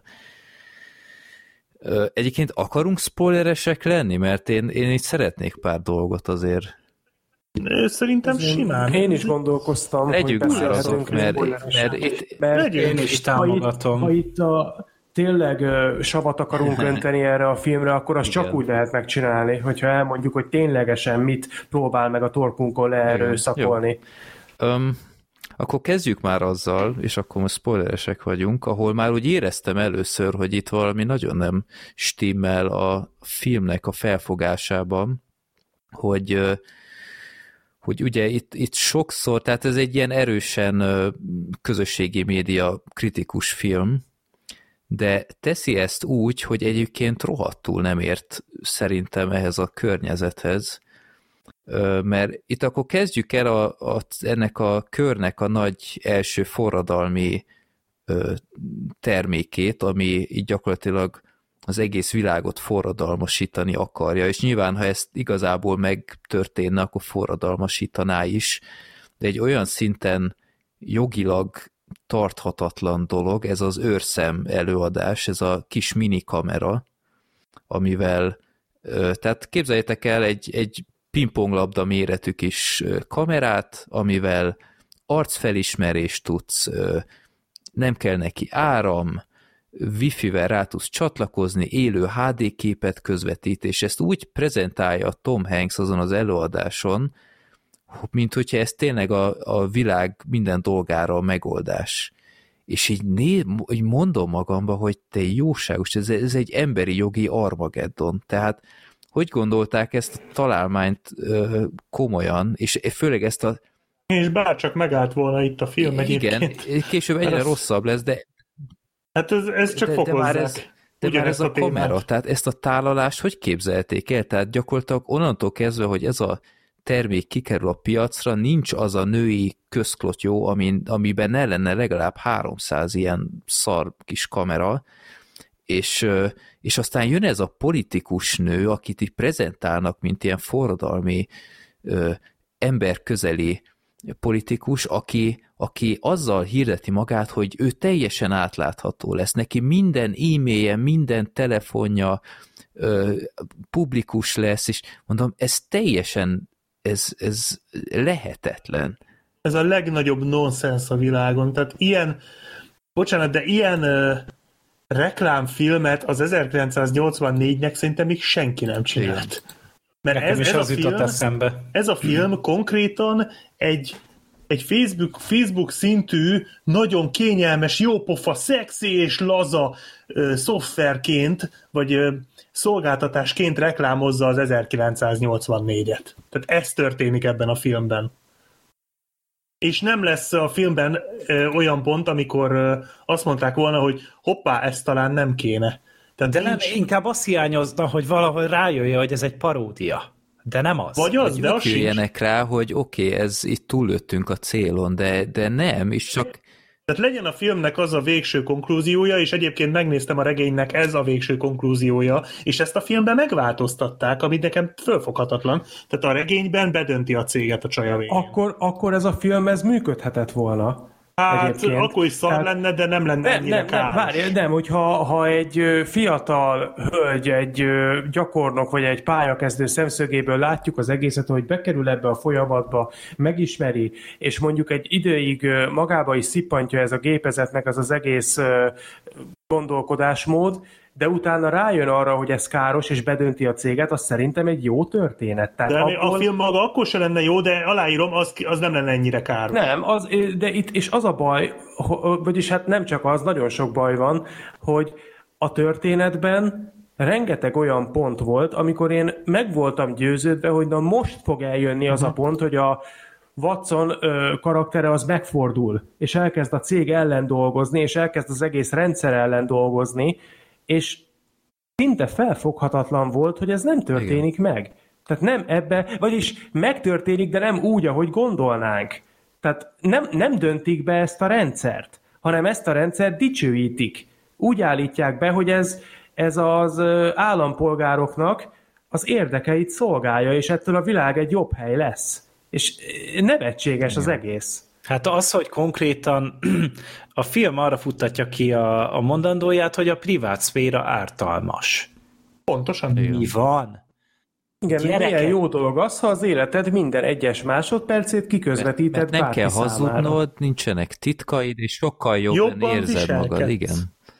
Egyébként akarunk spoileresek lenni? Mert én, én így szeretnék pár dolgot azért.
Szerintem simán.
Én is gondolkoztam,
Legyünk
hogy
már azok, mert,
mert,
mert, itt,
mert
én is támogatom.
Ha itt, ha itt a, tényleg uh, savat akarunk önteni erre a filmre, akkor azt csak úgy lehet megcsinálni, hogyha elmondjuk, hogy ténylegesen mit próbál meg a torkunkon leerőszakolni.
Um, akkor kezdjük már azzal, és akkor most spoileresek vagyunk, ahol már úgy éreztem először, hogy itt valami nagyon nem stimmel a filmnek a felfogásában, hogy, hogy ugye itt, itt sokszor, tehát ez egy ilyen erősen közösségi média kritikus film, de teszi ezt úgy, hogy egyébként rohadtul nem ért szerintem ehhez a környezethez, mert itt akkor kezdjük el a, a, ennek a körnek a nagy első forradalmi ö, termékét, ami így gyakorlatilag az egész világot forradalmasítani akarja, és nyilván, ha ezt igazából megtörténne, akkor forradalmasítaná is, de egy olyan szinten jogilag tarthatatlan dolog, ez az őrszem előadás, ez a kis minikamera, amivel, ö, tehát képzeljétek el egy, egy pingponglabda méretű kis kamerát, amivel arcfelismerést tudsz, nem kell neki áram, wifi-vel rá tudsz csatlakozni, élő há dé képet közvetít, és ezt úgy prezentálja Tom Hanks azon az előadáson, mint hogyha ez tényleg a, a világ minden dolgára a megoldás. És így, né, így mondom magamba, hogy te jóságos, ez, ez egy emberi jogi Armageddon, tehát hogy gondolták ezt a találmányt ö, komolyan, és főleg ezt a...
És bárcsak megállt volna itt a film egyébként.
Igen, később egyre
ez...
rosszabb lesz, de...
Hát ez, ez csak
de,
fokozzák.
De már ez, de már ez a, a kamera, tehát ezt a tálalást hogy képzelték el? Tehát gyakorlatilag onnantól kezdve, hogy ez a termék kikerül a piacra, nincs az a női közklotyó, amin, amiben ne lenne legalább háromszáz ilyen szar kis kamera, és, és aztán jön ez a politikus nő, akit így prezentálnak, mint ilyen forradalmi ö, emberközeli politikus, aki, aki azzal hirdeti magát, hogy ő teljesen átlátható lesz. Neki minden e-mailje, minden telefonja ö, publikus lesz, és mondom, ez teljesen ez, ez lehetetlen.
Ez a legnagyobb nonsens a világon. Tehát ilyen, bocsánat, de ilyen ö, reklámfilmet az ezerkilencszáznyolcvannégynek szerintem még senki nem csinált. Mert ez, ez, a film, ez a film konkrétan egy, egy Facebook, Facebook szintű, nagyon kényelmes, jópofa, szexi és laza ö, szoftverként, vagy ö, szolgáltatásként reklámozza az ezerkilencszáznyolcvannégyet. Tehát ez történik ebben a filmben. És nem lesz a filmben ö, olyan pont, amikor ö, azt mondták volna, hogy hoppá, ez talán nem kéne. Tehát
de
nincs...
nem, inkább azt hiányozna, hogy valahogy rájöjje, hogy ez egy paródia. De nem az.
Vagy az,
hogy
de az
jöjjenek rá, hogy oké, okay, ez itt túllőttünk a célon, de, de nem, és csak...
Tehát legyen a filmnek az a végső konklúziója, és egyébként megnéztem a regénynek, ez a végső konklúziója, és ezt a filmben megváltoztatták, ami nekem fölfoghatatlan. Tehát a regényben bedönti a céget a csaja végén.
Akkor, akkor ez a film ez működhetett volna.
Hát
egyébként.
akkor is szar Tehát, lenne, de nem lenne
nem,
ennyire
nem, nem, várj, nem, hogyha ha egy fiatal hölgy, egy gyakornok vagy egy pályakezdő szemszögéből látjuk az egészet, hogy bekerül ebbe a folyamatba, megismeri, és mondjuk egy időig magába is szippantja ez a gépezetnek az az egész gondolkodásmód, de utána rájön arra, hogy ez káros, és bedönti a céget, az szerintem egy jó történet. Tehát
de
abból...
a film maga akkor se lenne jó, de aláírom, az, az nem lenne ennyire káros.
Nem, az, de itt, és az a baj, vagyis hát nem csak az, nagyon sok baj van, hogy a történetben rengeteg olyan pont volt, amikor én meg voltam győződve, hogy na most fog eljönni az a pont, hogy a Watson ö, karaktere az megfordul, és elkezd a cég ellen dolgozni, és elkezd az egész rendszer ellen dolgozni, és szinte felfoghatatlan volt, hogy ez nem történik Igen. meg. Tehát nem ebbe, vagyis megtörténik, de nem úgy, ahogy gondolnánk. Tehát nem, nem döntik be ezt a rendszert, hanem ezt a rendszert dicsőítik. Úgy állítják be, hogy ez, ez az állampolgároknak az érdekeit szolgálja, és ettől a világ egy jobb hely lesz. És nevetséges Igen. az egész.
Hát az, hogy konkrétan a film arra futtatja ki a, a mondandóját, hogy a privát szféra ártalmas.
Pontosan.
Mi van?
Igen, milyen jó dolog az, ha az életed minden egyes másodpercét kiközvetíted
mert, mert nem kell hazudnod, számára. Nincsenek titkaid, és sokkal jobban, jobban érzed viselkedsz. Magad, igen.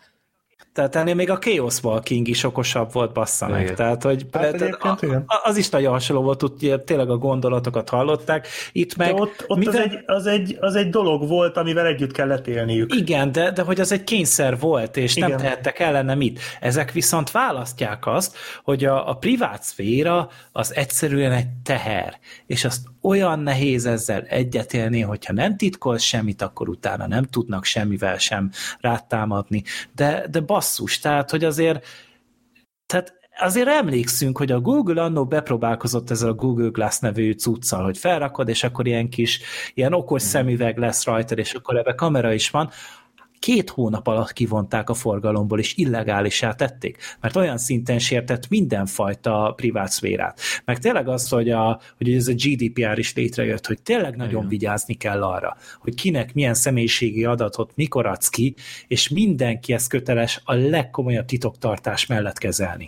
Tehát ennél még a Chaos Walking is okosabb volt, bassza meg. Tehát, hogy
hát
tehát a, az is nagyon hasonló volt, hogy tényleg a gondolatokat hallották. Itt meg...
De ott, ott mivel... az, egy, az, egy, az egy dolog volt, amivel együtt kellett élniük.
Igen, de, de hogy az egy kényszer volt, és Igen. nem tehettek ellene mit. Ezek viszont választják azt, hogy a, a privát szféra az egyszerűen egy teher, és azt olyan nehéz ezzel egyetélni, hogyha nem titkol semmit, akkor utána nem tudnak semmivel sem rátámadni. De, de basszus, tehát, hogy azért tehát azért emlékszünk, hogy a Google annó bepróbálkozott ezzel a Google Glass nevű cuccal, hogy felrakod, és akkor ilyen kis, ilyen okos szemüveg lesz rajtad, és akkor ebbe kamera is van. Két hónap alatt kivonták a forgalomból, és illegálisá tették, mert olyan szinten sértett mindenfajta privát szférát. Meg tényleg az, hogy, a, hogy ez a G D P R is létrejött, hogy tényleg nagyon Igen. vigyázni kell arra, hogy kinek milyen személyiségi adatot mikor adsz ki, és mindenki ezt köteles a legkomolyabb titoktartás mellett kezelni.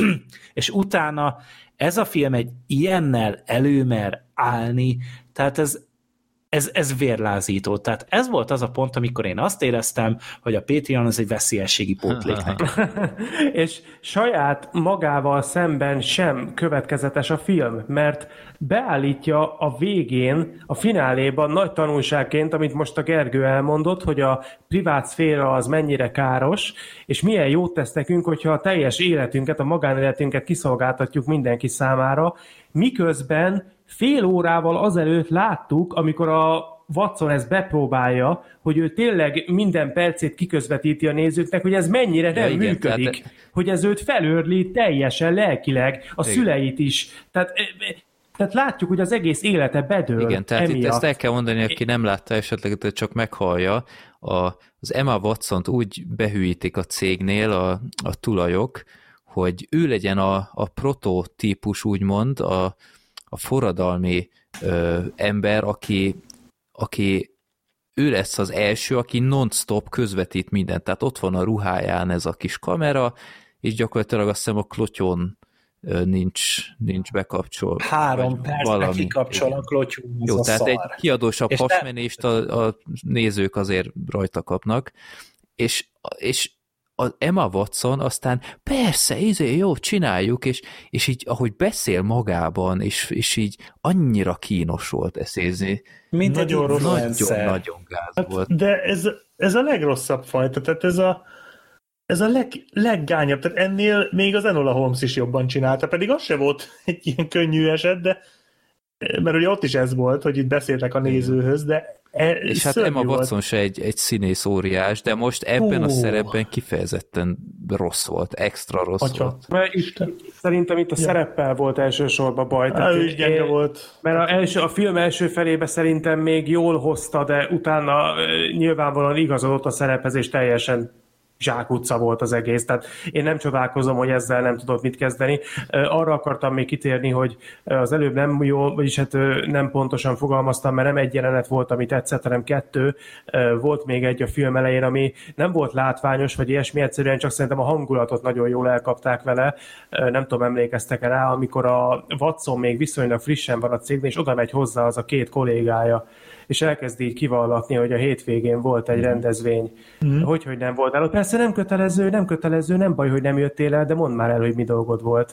És utána ez a film egy ilyennel előmer állni, tehát ez Ez, ez vérlázító. Tehát ez volt az a pont, amikor én azt éreztem, hogy a Patreon az egy veszélyességi pótlék.
És saját magával szemben sem következetes a film, mert beállítja a végén, a fináléban nagy tanulságként, amit most a Gergő elmondott, hogy a privát szféra az mennyire káros, és milyen jót tesz nekünk, hogyha a teljes életünket, a magánéletünket kiszolgáltatjuk mindenki számára, miközben fél órával azelőtt láttuk, amikor a Watson ezt bepróbálja, hogy ő tényleg minden percét kiközvetíti a nézőknek, hogy ez mennyire nem ja, igen, működik, tehát... hogy ez őt felőrli teljesen lelkileg, a igen. szüleit is. Tehát, tehát látjuk, hogy az egész élete bedől.
Igen, tehát
emiatt.
Itt ezt el kell mondani, aki nem látta esetleg, hogy csak meghallja, a, az Emma Watsont úgy behűítik a cégnél a, a tulajok, hogy ő legyen a, a prototípus, úgymond, a a forradalmi ö, ember, aki, aki ő lesz az első, aki non-stop közvetít mindent. Tehát ott van a ruháján ez a kis kamera, és gyakorlatilag azt hiszem a klotyon ö, nincs, nincs bekapcsolva.
Három percre kikapcsol a klotyon.
Jó, tehát szar. Egy kiadósabb és hasmenést a, a nézők azért rajta kapnak, és, és az Emma Watson aztán persze, izé, jó, csináljuk, és, és így, ahogy beszél magában, és, és így annyira kínos volt eszézni.
Mint nagyon rossz
nagyon, nagyon gáz
hát,
volt.
De ez, ez a legrosszabb fajta, tehát ez a, ez a leg, leggányabb, tehát ennél még az Enola Holmes is jobban csinálta, pedig az se volt egy ilyen könnyű eset, de mert ugye ott is ez volt, hogy itt beszéltek a nézőhöz, de E,
és hát Emma Watson se egy, egy színész óriás, de most ebben oh. a szerepben kifejezetten rossz volt, extra rossz Atya. volt.
Mert itt, szerintem itt a ja. szereppel volt elsősorban baj.
Há, ő is gyenge volt.
Mert a, első, a film első felébe szerintem még jól hozta, de utána nyilvánvalóan igazodott a szerephez, és teljesen zsákutca volt az egész, tehát én nem csodálkozom, hogy ezzel nem tudott mit kezdeni. Arra akartam még kitérni, hogy az előbb nem jó, vagyis hát nem pontosan fogalmaztam, mert nem egy jelenet volt, amit tetszett, hanem kettő. Volt még egy a film elején, ami nem volt látványos, vagy ilyesmi, egyszerűen csak szerintem a hangulatot nagyon jól elkapták vele. Nem tudom, emlékeztek-e rá, amikor a Watson még viszonylag frissen van a cégnél, és oda megy hozzá az a két kollégája, és elkezdi így kivallatni, hogy a hétvégén volt egy rendezvény. Mm. Hogy, hogy nem volt el. Persze nem kötelező, nem kötelező, nem baj, hogy nem jöttél el, de mondd már el, hogy mi dolgod volt.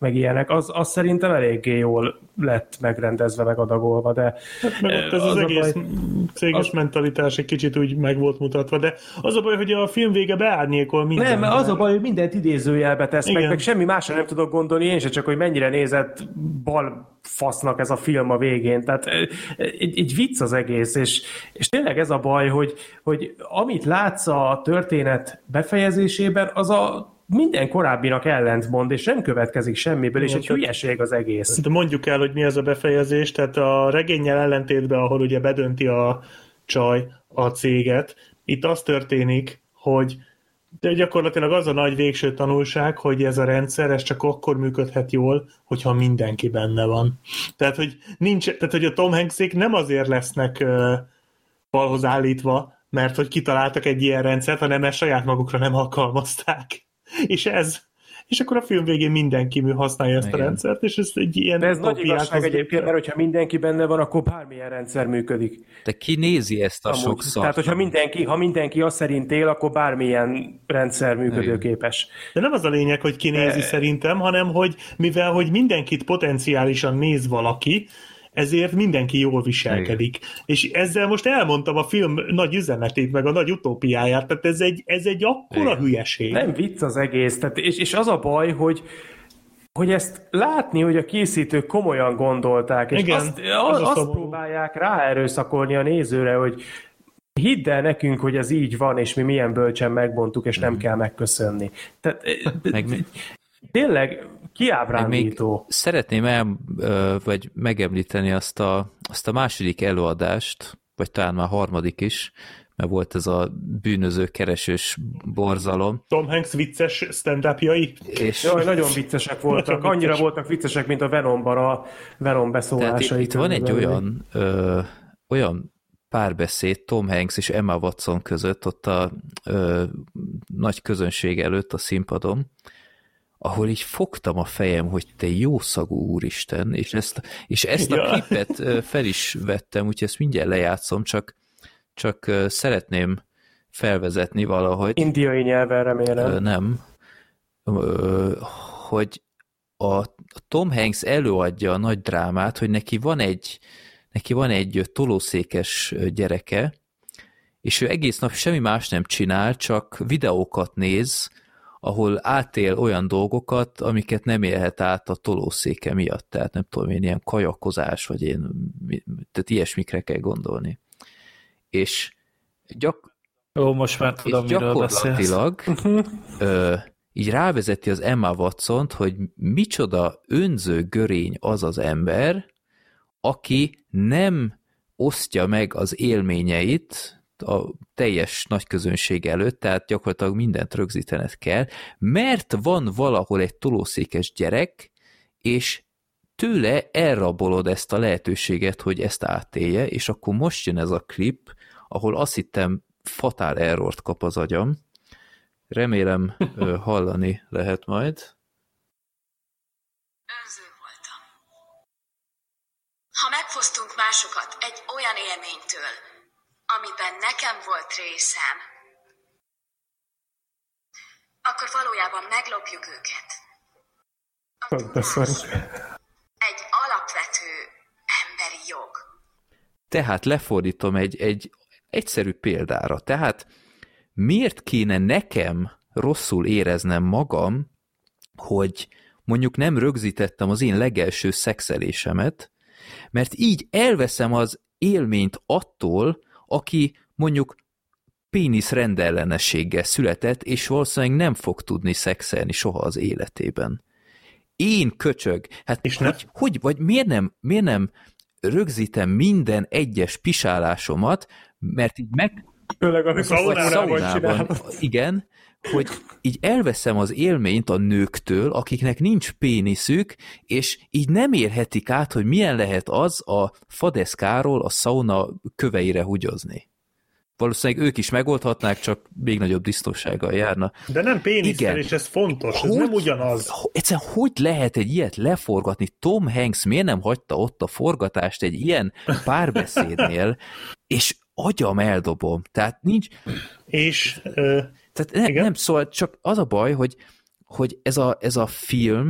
meg ilyenek, az, az szerintem eléggé jól lett megrendezve, meg adagolva, de...
Hát meg ott ez az, az egész baj, céges az... mentalitás egy kicsit úgy meg volt mutatva, de az a baj, hogy a film vége beárnyékol mindent.
Nem, mert az a baj, hogy mindent idézőjelbe tesz, meg, meg semmi másra nem tudok gondolni, én se csak, hogy mennyire nézett bal fasznak ez a film a végén, tehát egy, egy vicc az egész, és, és tényleg ez a baj, hogy, hogy amit látsz a történet befejezésében, az a minden korábbinak ellentmond, és nem következik semmiből, és egy hülyeség az egész.
De mondjuk el, hogy mi ez a befejezés, tehát a regénnyel ellentétben, ahol ugye bedönti a csaj a céget, itt az történik, hogy de gyakorlatilag az a nagy végső tanulság, hogy ez a rendszer, ez csak akkor működhet jól, hogyha mindenki benne van. Tehát, hogy, nincs, tehát, hogy a Tom Hanksék nem azért lesznek uh, falhoz állítva, mert hogy kitaláltak egy ilyen rendszert, hanem ezt saját magukra nem alkalmazták. És ez, és akkor a film végén mindenki használja ezt igen. a rendszert, és ez egy ilyen...
De ez nagy igazság egyébként, mert hogyha mindenki benne van, akkor bármilyen rendszer működik.
De ki nézi ezt a Amúgy. sokszor?
Tehát, hogyha mindenki, ha mindenki azt szerint él, akkor bármilyen rendszer működőképes.
De nem az a lényeg, hogy ki nézi De... szerintem, hanem, hogy mivel, hogy mindenkit potenciálisan néz valaki, ezért mindenki jól viselkedik. Igen. És ezzel most elmondtam a film nagy üzenetét, meg a nagy utópiáját, tehát ez egy, ez egy akkora Igen. hülyeség.
Nem vicc az egész, tehát és, és az a baj, hogy hogy ezt látni, hogy a készítők komolyan gondolták, és Igen, azt, az azt szomorú. próbálják ráerőszakolni a nézőre, hogy hidd el nekünk, hogy ez így van, és mi milyen bölcsen megbontuk, és nem kell megköszönni. Tehát meg, tényleg kiábrándító.
Szeretném el, vagy megemlíteni azt a, azt a második előadást, vagy talán már harmadik is, mert volt ez a bűnöző keresős borzalom.
Tom Hanks vicces stand-upjai?
És... Jaj, nagyon viccesek voltak. Nagyon Annyira vicces. voltak viccesek, mint a Venomban a Venom beszólásai.
Tehát itt, itt van egy olyan, ö, olyan párbeszéd Tom Hanks és Emma Watson között, ott a ö, nagy közönség előtt a színpadon, ahol így fogtam a fejem, hogy te jószagú úristen, és ezt, és ezt a ja. klipet fel is vettem, úgyhogy ezt mindjárt lejátszom, csak, csak szeretném felvezetni valahogy.
Indiai nyelven remélem.
Nem. Hogy a Tom Hanks előadja a nagy drámát, hogy neki van egy, neki van egy tolószékes gyereke, és ő egész nap semmi más nem csinál, csak videókat néz, ahol átél olyan dolgokat, amiket nem élhet át a tolószéke miatt. Tehát nem tudom én, ilyen kajakozás, vagy én, tehát ilyesmikre kell gondolni. És, gyak,
Ó, most már tudom,
és gyakorlatilag ö, így rávezeti az Emma Watsont, hogy micsoda önző görény az az ember, aki nem osztja meg az élményeit a teljes nagyközönség előtt, tehát gyakorlatilag mindent rögzítened kell, mert van valahol egy tolószékes gyerek, és tőle elrabolod ezt a lehetőséget, hogy ezt átélje, és akkor most jön ez a klip, ahol azt hittem fatal errort kap az agyam. Remélem hallani lehet majd.
Önző voltam. Ha megfosztunk másokat egy olyan élménytől, amiben nekem volt részem, akkor valójában meglopjuk őket. Egy alapvető emberi jog.
Tehát lefordítom egy, egy egyszerű példára. Tehát miért kéne nekem rosszul éreznem magam, hogy mondjuk nem rögzítettem az én legelső szexelésemet, mert így elveszem az élményt attól, aki mondjuk pénisz rendellenességgel született, és valószínűleg nem fog tudni szexelni soha az életében. Én köcsög. Hát és hogy, hogy, vagy miért nem, miért nem rögzítem minden egyes pisálásomat, mert így meg...
Főleg, amikor szaunában
igen, hogy így elveszem az élményt a nőktől, akiknek nincs péniszük, és így nem érhetik át, hogy milyen lehet az a fadeszkáról a szauna köveire hugyozni. Valószínűleg ők is megoldhatnák, csak még nagyobb disznósággal járna.
De nem pénisztel, és ez fontos, hogy, ez nem ugyanaz.
Egyszerűen hogy lehet egy ilyet leforgatni? Tom Hanks miért nem hagyta ott a forgatást egy ilyen párbeszédnél, és agyam eldobom. Tehát nincs...
És... Uh,
Tehát ne, nem, szóval csak az a baj, hogy, hogy ez, a, ez a film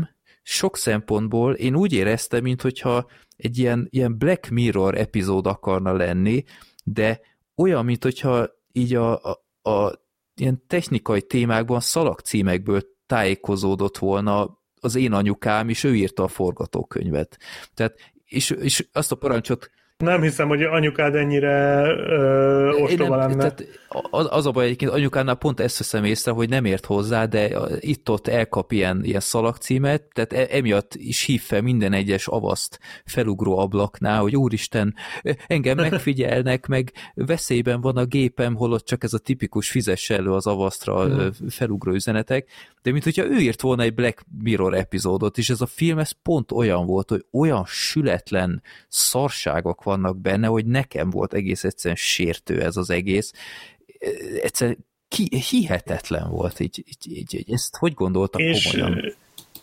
sok szempontból én úgy éreztem, mintha egy ilyen, ilyen Black Mirror epizód akarna lenni, de olyan, mintha így a, a, a ilyen technikai témákban szalagcímekből tájékozódott volna az én anyukám, és ő írta a forgatókönyvet. Tehát, és, és azt a parancsot
Nem hiszem, hogy anyukád ennyire ö, ostoba
nem,
lenne.
Tehát az, az a baj, egyébként anyukánál pont ezt veszem észre, hogy nem ért hozzá, de itt-ott elkap ilyen, ilyen szalagcímet, tehát e, emiatt is hív fel minden egyes avaszt felugró ablaknál, hogy úristen, engem megfigyelnek, meg veszélyben van a gépem, holott csak ez a tipikus fizess elő az avasztra mm. felugró üzenetek, de mint hogyha ő írt volna egy Black Mirror epizódot, és ez a film ez pont olyan volt, hogy olyan sületlen szarságok vannak benne, hogy nekem volt egész egyszerűen sértő ez az egész. Egyszerűen ki, hihetetlen volt, így, így, így, így. Ezt hogy gondoltak
és
komolyan?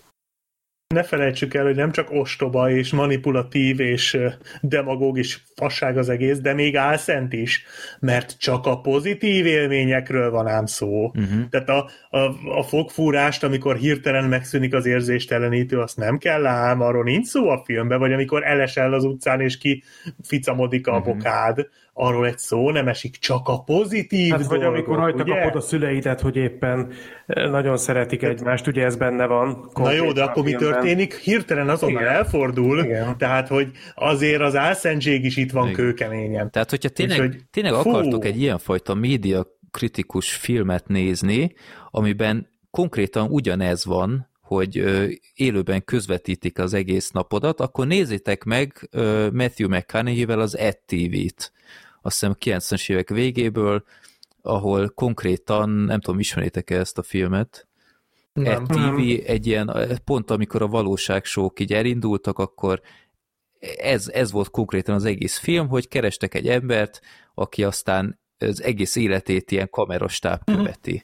Ne felejtsük el, hogy nem csak ostoba és manipulatív és demagóg és fasság az egész, de még álszent is, mert csak a pozitív élményekről van ám szó. Uh-huh. Tehát a, a, a fogfúrást, amikor hirtelen megszűnik az érzéstelenítő, azt nem kell ám, arról nincs szó a filmben, vagy amikor elesel az utcán és ki ficamodik a uh-huh. bokád, arról egy szó nem esik, csak a pozitív
hát,
dolgok,
vagy amikor rajta
ugye?
kapod a szüleidet, hogy éppen nagyon szeretik egymást, ugye ez benne van.
Na jó, de akkor mi történik? Hirtelen azonnal igen. elfordul, igen. tehát, hogy azért az álszentség is itt van igen. kőkeményen.
Tehát, hogyha tényleg,
hogy,
tényleg akartok egy ilyenfajta média kritikus filmet nézni, amiben konkrétan ugyanez van, hogy élőben közvetítik az egész napodat, akkor nézzétek meg Matthew McConaughey-vel az Ed té vét. Azt hiszem kilencvenes évek végéből, ahol konkrétan, nem tudom, ismeritek-e ezt a filmet? Ed té vé egy ilyen, pont amikor a valóságsók így elindultak, akkor ez, ez volt konkrétan az egész film, hogy kerestek egy embert, aki aztán az egész életét ilyen kamerastáb követi.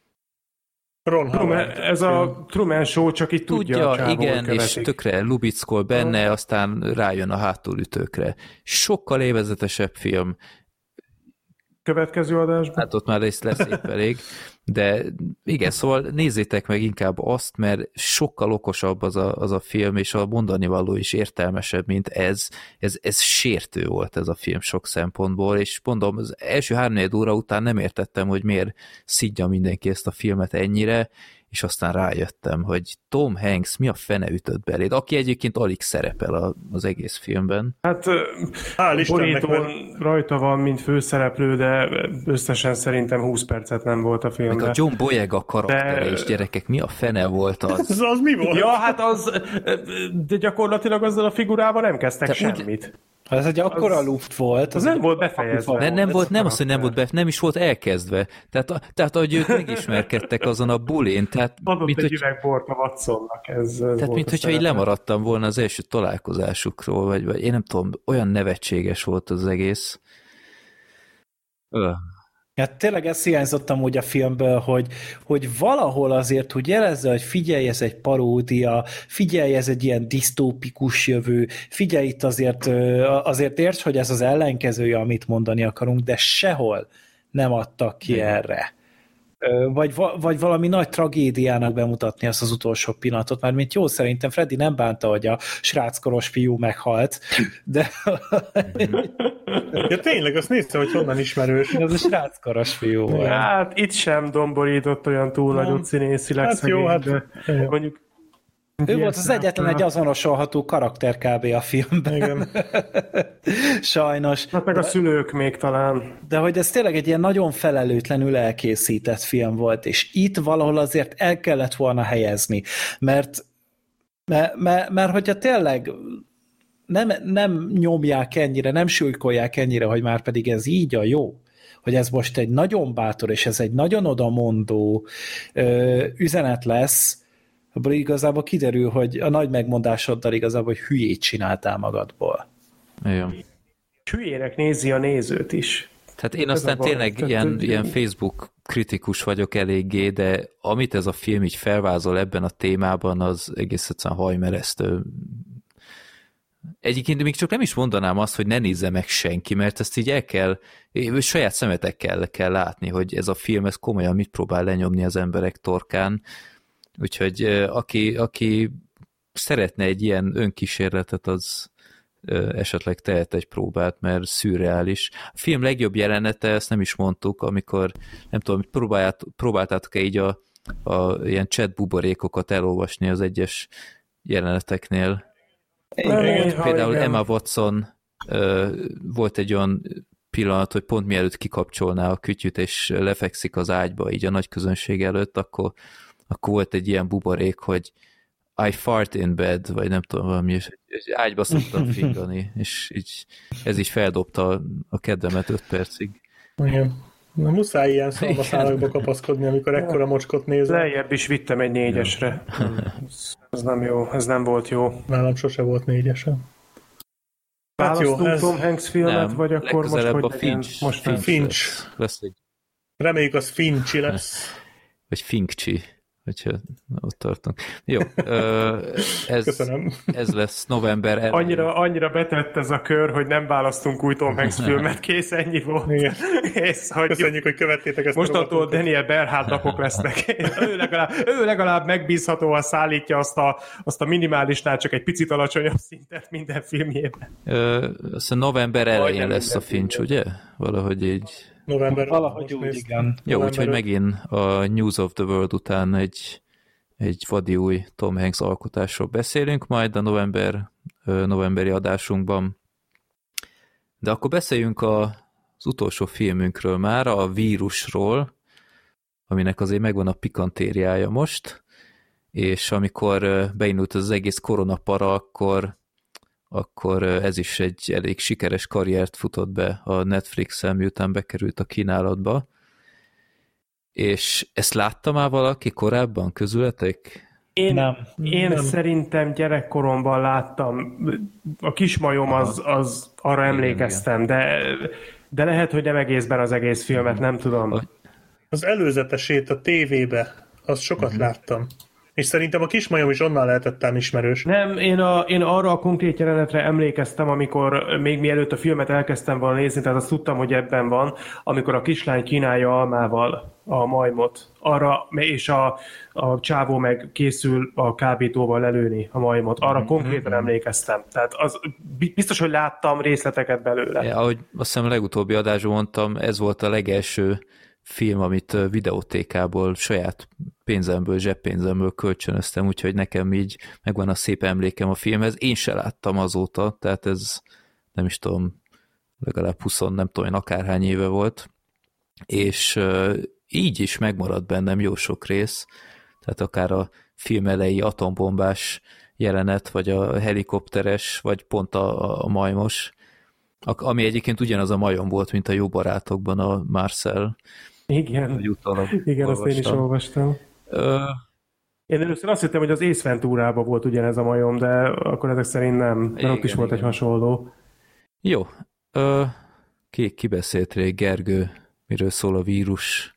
Ron
Truman, ez a Truman Show csak itt tudja,
tudja igen, és tökre lubickol benne, uh. aztán rájön a hátulütőkre. Sokkal élvezetesebb film.
Következő adásban?
Hát ott már lesz, lesz épp elég. De igen, szóval nézzétek meg inkább azt, mert sokkal okosabb az a, az a film, és a mondani való is értelmesebb, mint ez. ez. Ez sértő volt ez a film sok szempontból, és mondom, az első háromnegyed óra után nem értettem, hogy miért szidja mindenki ezt a filmet ennyire, és aztán rájöttem, hogy Tom Hanks mi a fene ütött beléd, aki egyébként alig szerepel az egész filmben.
Hát borítón rajta van, mint főszereplő, de összesen szerintem húsz percet nem volt a filmben.
Meg a John Boyega karaktere
de...
is, gyerekek, mi a fene volt az?
az, az mi volt?
Ja, hát az, de gyakorlatilag azzal a figurával nem kezdtek Te semmit. Úgy...
Ez egy akkora az, luft volt.
Az, az nem volt befejezve.
Nem, nem volt, nem az, hogy nem volt befejezve, nem is volt elkezdve. Tehát, tehát ahogy ők megismerkedtek azon a bulén. Tehát,
adott
mint,
egy
hogy,
üvegbort a Watsonnak. Ez, ez
tehát, mint hogyha így lemaradtam volna az első találkozásukról, vagy, vagy én nem tudom, olyan nevetséges volt az egész. Öh.
Hát tényleg ezt hiányzott amúgy a filmből, hogy, hogy valahol azért, hogy jelezze, hogy figyelj, ez egy paródia, figyelj, ez egy ilyen disztópikus jövő, figyelj itt azért, azért érts, hogy ez az ellenkezője, amit mondani akarunk, de sehol nem adtak ki Igen. erre. Vagy, vagy valami nagy tragédiának bemutatni azt az utolsó pillanatot, mert mint jó, szerintem Freddy nem bánta, hogy a sráckoros fiú meghalt, de...
Ja tényleg, azt néztem, hogy honnan ismerős.
Ez a sráckoros fiú volt.
Hát itt sem domborított olyan túl nagyot színészileg
hát
szegény,
jó, hát
de mondjuk
ő volt az egyetlen egy azonosolható karakter kb. A filmben.
Igen.
Sajnos.
Hát meg a szülők még talán.
De hogy ez tényleg egy ilyen nagyon felelőtlenül elkészített film volt, és itt valahol azért el kellett volna helyezni, mert, mert, mert, mert hogyha tényleg nem, nem nyomják ennyire, nem súlykolják ennyire, hogy már pedig ez így a jó, hogy ez most egy nagyon bátor, és ez egy nagyon odamondó ö, üzenet lesz, abból igazából kiderül, hogy a nagy megmondásoddal igazából, hogy hülyét csináltál magadból.
Igen.
Hülyének nézi a nézőt is.
Tehát én aztán tényleg Tehát ilyen, ilyen Facebook kritikus vagyok eléggé, de amit ez a film így felvázol ebben a témában, az egész egyszerűen hajmeresztő. Egyébként még csak nem is mondanám azt, hogy ne nézze meg senki, mert ezt így el kell, saját szemetekkel kell látni, hogy ez a film, ez komolyan mit próbál lenyomni az emberek torkán. Úgyhogy aki, aki szeretne egy ilyen önkísérletet, az ö, esetleg tehet egy próbát, mert szürreális. A film legjobb jelenete, ezt nem is mondtuk, amikor, nem tudom, próbálját, próbáltátok-e így a, a ilyen chat buborékokat elolvasni az egyes jeleneteknél.
Igen,
Például
igen.
Emma Watson ö, volt egy olyan pillanat, hogy pont mielőtt kikapcsolná a kütyüt, és lefekszik az ágyba, így a nagy közönség előtt, akkor, akkor volt egy ilyen buborék, hogy I fart in bed, vagy nem tudom, valami, és, és ágyba szoktam fingani, és így, ez így feldobta a kedvemet öt percig.
Igen. Na muszáj ilyen szalmaszálakba kapaszkodni, amikor ekkora mocskot nézel.
Lejjebb is vittem egy négyesre. Ez, ez nem jó, ez nem volt jó.
Nálam sose volt négyesen. Hát jó,
Választunk
ez...
Tom Hanks filmet,
Nem,
vagy akkor most
legközelebb
hogy
a
legyen?
Finch.
Most
Finch,
Finch.
Lesz, lesz egy,
Reméljük az Finchy lesz.
vagy Finkcsi, hogyha ott tartunk. Jó, ö, ez,
Köszönöm.
ez lesz november elején.
Annyira, annyira betett ez a kör, hogy nem választunk új Tom Hanks filmet, kész, ennyi volt.
Igen.
Kész, hagyjuk.
Köszönjük, hogy követtétek ezt.
Mostantól
a
Daniel Bernhardt napok lesznek. ő, legalább, ő legalább megbízhatóan szállítja azt a, azt a minimálisnál csak egy picit alacsonyabb szintet minden filmjében.
Ö, azt november elején
Majdnem
lesz a
minden
Finch, ugye? Valahogy így.
november.
Valahogy úgy, igen.
Jó,
November
úgyhogy
öt.
megint a News of the World után egy, egy vadi új Tom Hanks alkotásról beszélünk majd a november, ö, novemberi adásunkban. De akkor beszéljünk a, az utolsó filmünkről már, a Vírusról, aminek azért megvan a pikantériája most, és amikor ö, beindult az egész koronapara, akkor akkor ez is egy elég sikeres karriert futott be a Netflixen, miután bekerült a kínálatba. És ezt látta már valaki korábban közületek?
Én,
Nem.
én
Nem.
szerintem gyerekkoromban láttam. A Kismajom az, az arra
Igen,
emlékeztem, de, de lehet, hogy nem egészben az egész filmet, nem tudom.
A-
Az előzetesét a tévébe, azt sokat
Mhm.
uh-huh. láttam. És szerintem a Kismajom is onnan lehetett ám ismerős.
Nem, én, a, én arra a konkrét jelenetre emlékeztem, amikor még mielőtt a filmet elkezdtem volna nézni, tehát azt tudtam, hogy ebben van, amikor a kislány kínálja almával a majmot, arra, és a, a csávó meg készül a kábítóval lelőni a majmot. Arra konkrétan emlékeztem. Tehát az, biztos, hogy láttam részleteket belőle.
Ja, ahogy azt hiszem legutóbbi adásban mondtam, ez volt a legelső film, amit videótékából, saját pénzemből, zseppénzemből kölcsönöztem, úgyhogy nekem így megvan a szép emlékem a filmhez. Én se láttam azóta, tehát ez nem is tudom, legalább húsz, nem tudom, akárhány éve volt, és uh, így is megmaradt bennem jó sok rész, tehát akár a film elejé atombombás jelenet, vagy a helikopteres, vagy pont a, a majmos, ami egyébként ugyanaz a majom volt, mint a Jó barátokban a Marcel.
Igen, igen, azt én is olvastam.
Ö...
Én először azt hittem, hogy az Ace Venturában volt ugyanez a majom, de akkor ezek szerint nem, mert
Igen,
ott is volt
igen.
egy hasonló.
Jó. Ö... Ki, ki beszélt rég, Gergő? Miről szól a Vírus?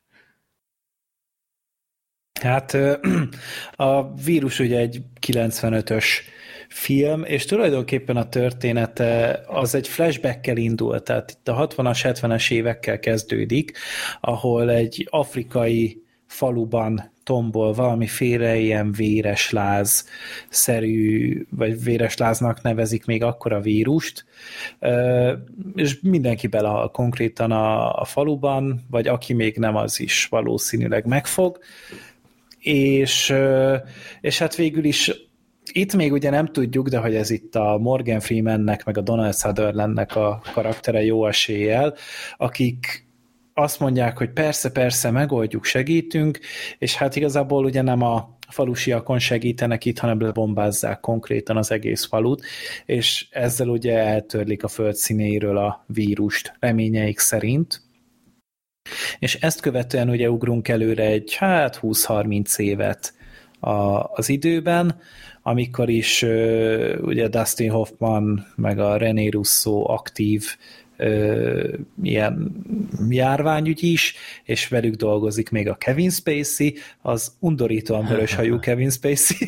Hát a Vírus ugye egy kilencvenötös film, és tulajdonképpen a története az egy flashbackkel indul, tehát itt a hatvanas, hetvenes évekkel kezdődik, ahol egy afrikai faluban tombol valamiféle ilyen véresláz-szerű, vagy véresláznak nevezik még akkor a vírust, és mindenki belehal konkrétan a, a faluban, vagy aki még nem, az is valószínűleg megfog, és, és hát végül is itt még ugye nem tudjuk, de hogy ez itt a Morgan Freemannek, meg a Donald Sutherlandnek a karaktere jó eséllyel, akik azt mondják, hogy persze, persze, megoldjuk, segítünk, és hát igazából ugye nem a falusiakon segítenek itt, hanem lebombázzák konkrétan az egész falut, és ezzel ugye eltörlik a föld színéről a vírust reményeik szerint. És ezt követően ugye ugrunk előre egy hát húsz-harminc évet a, az időben, amikor is uh, ugye Dustin Hoffman meg a René Russo aktív ö, ilyen járványügy is, és velük dolgozik még a Kevin Spacey, az undorítóan vöröshajú Kevin Spacey.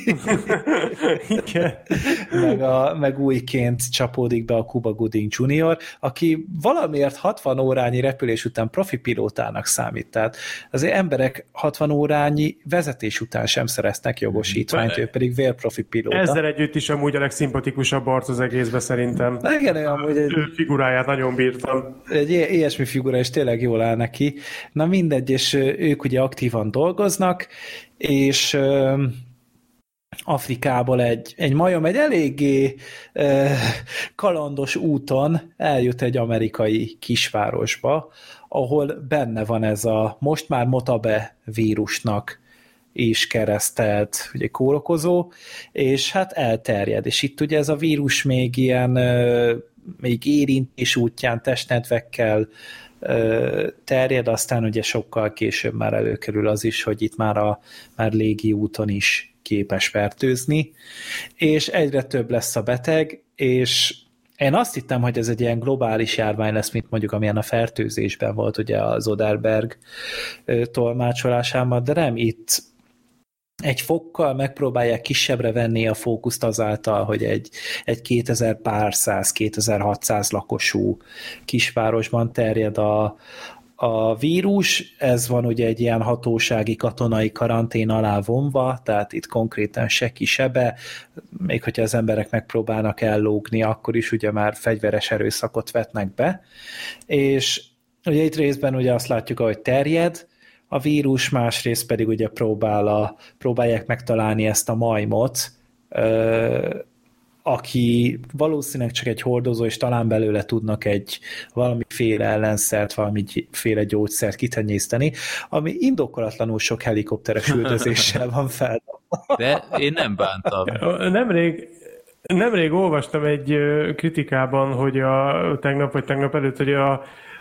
Igen.
meg, a, meg újként csapódik be a Cuba Gooding junior, aki valamiért hatvan órányi repülés után profi pilótának számít. Tehát azért emberek hatvan órányi vezetés után sem szereznek jogosítványt, ő pedig vérprofi pilóta.
Ezzel együtt is amúgy a legszimpatikusabb arc az egészben szerintem.
Na igen, olyan, hogy egy,
ő figuráját nagyon bírtam.
egy ilyesmi figura, és tényleg jól áll neki. Na mindegy, és ők ugye aktívan dolgoznak, és Afrikából egy, egy majom egy eléggé eh, kalandos úton eljut egy amerikai kisvárosba, ahol benne van ez a most már Motabe vírusnak is keresztelt ugye, kórokozó, és hát elterjed. És itt ugye ez a vírus még ilyen eh, még érintés útján, testnedvekkel eh, terjed, aztán ugye sokkal később már előkerül az is, hogy itt már a már légi úton is képes fertőzni, és egyre több lesz a beteg, és én azt hittem, hogy ez egy ilyen globális járvány lesz, mint mondjuk amilyen a fertőzésben volt ugye az Oderberg tolmácsolásában, de nem, itt egy fokkal megpróbálják kisebbre venni a fókuszt azáltal, hogy egy, egy kétezer pár száz, kétezer-hatszáz lakosú kisvárosban terjed a, a vírus, ez van ugye egy ilyen hatósági katonai karantén alá vonva, tehát itt konkrétan se ki sebe, még hogyha az emberek megpróbálnak ellógni, akkor is ugye már fegyveres erőszakot vetnek be, és ugye itt részben ugye azt látjuk, ahogy terjed a vírus, másrészt pedig ugye próbál a, próbálják megtalálni ezt a majmot, ö, aki valószínűleg csak egy hordozó, és talán belőle tudnak egy valamiféle ellenszert, valamiféle gyógyszert kitenyészteni, ami indokolatlanul sok helikopteres üldözéssel van feldobva.
De én nem bántam.
Nemrég, nemrég olvastam egy kritikában, hogy a tegnap vagy tegnap előtt, hogy a,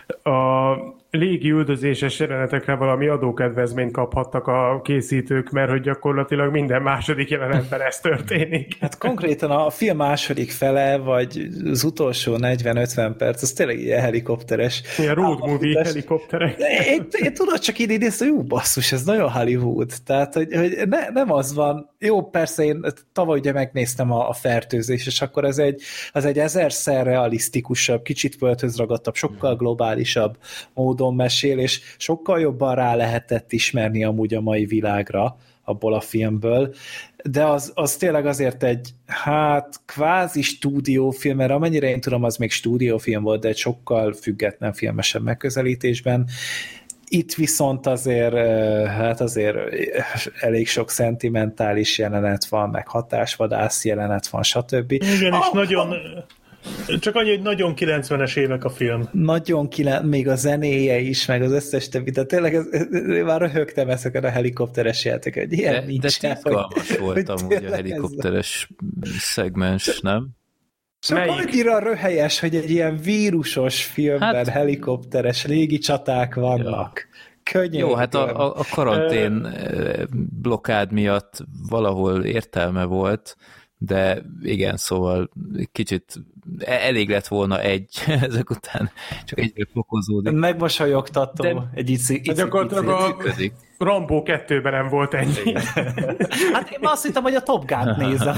a légi üldözéses jelenetekre valami adókedvezményt kaphattak a készítők, mert hogy gyakorlatilag minden második jelenetben ez történik.
Hát konkrétan a film második fele, vagy az utolsó negyven-ötven perc, az tényleg ilyen helikopteres.
Ilyen road movie helikopterek.
Én, én tudod, csak így idéztem, hogy jó basszus, ez nagyon Hollywood. Tehát, hogy, hogy ne, nem az van. Jó, persze én tavaly ugye megnéztem a, a fertőzés, és akkor ez egy, az egy ezerszer realisztikusabb, kicsit földhöz ragadtabb, sokkal globálisabb módon mesél, és sokkal jobban rá lehetett ismerni amúgy a mai világra abból a filmből, de az, az tényleg azért egy, hát kvázi stúdiófilm, mert amennyire én tudom, az még stúdiófilm volt, de egy sokkal független filmesebb megközelítésben. Itt viszont azért, hát azért elég sok szentimentális jelenet van, meg hatásvadász jelenet van, stb.
Igen,
ah,
és nagyon... Csak annyi, hogy nagyon kilencvenes évek a film.
Nagyon kilen, még a zenéje is, meg az összes többi, de tényleg ez, ez, már röhögtem ezeket a helikopteres játékokat, hogy ilyen
de,
nincsen.
De tisztalmas volt amúgy a helikopteres ez... szegmens, nem?
Csak Melyik? Annyira röhelyes, hogy egy ilyen vírusos filmben hát... helikopteres légicsaták vannak. Ja. Könyörgöm.
Jó, hát a, a, a karantén blokkád miatt valahol értelme volt, de igen, szóval kicsit elég lett volna egy ezek után, csak egyre fokozódik.
Megmosolyogtató, de egy ici, ici,
gyakorlatilag a Rambo kettőben nem volt ennyi.
Hát én azt hittem, hogy a Top Gun-t nézem.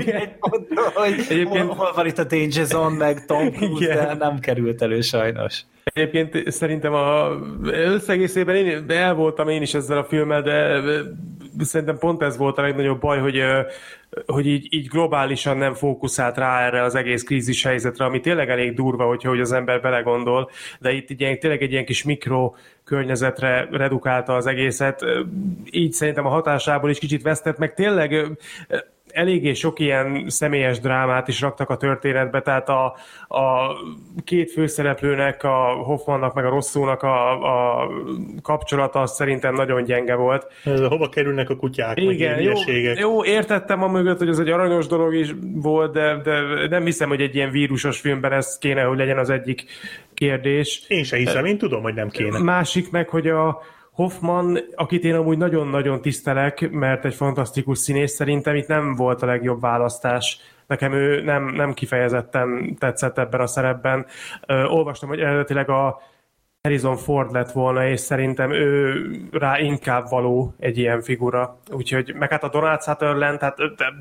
hogy Egyébként... hol, hol van itt a Danger Zone, meg Tom Cruise, de nem került elő sajnos.
Egyébként szerintem a összegészében én el voltam én is ezzel a filmmel, de szerintem pont ez volt a legnagyobb baj, hogy, hogy így, így globálisan nem fókuszált rá erre az egész krízis helyzetre, ami tényleg elég durva, hogyha hogy az ember belegondol, de itt így, tényleg egy ilyen kis mikro környezetre redukálta az egészet, így szerintem a hatásából is kicsit vesztett, meg tényleg eléggé sok ilyen személyes drámát is raktak a történetbe, tehát a, a két főszereplőnek, a Hoffmannak meg a Rosszónak a, a kapcsolata az szerintem nagyon gyenge volt.
Ez a hova kerülnek a kutyák,
igen,
meg
jó, jó, értettem a mögött, hogy ez egy aranyos dolog is volt, de, de nem hiszem, hogy egy ilyen vírusos filmben ez kéne, hogy legyen az egyik kérdés.
Én se hiszem, én tudom, hogy nem kéne.
Másik meg, hogy a Hoffman, akit én amúgy nagyon-nagyon tisztelek, mert egy fantasztikus színész, szerintem itt nem volt a legjobb választás nekem ő nem, nem kifejezetten tetszett ebben a szerepben. Ö, olvastam, hogy eredetileg a Harrison Ford lett volna, és szerintem ő rá inkább való egy ilyen figura. Úgyhogy, meg hát a Donald Sutherland, tehát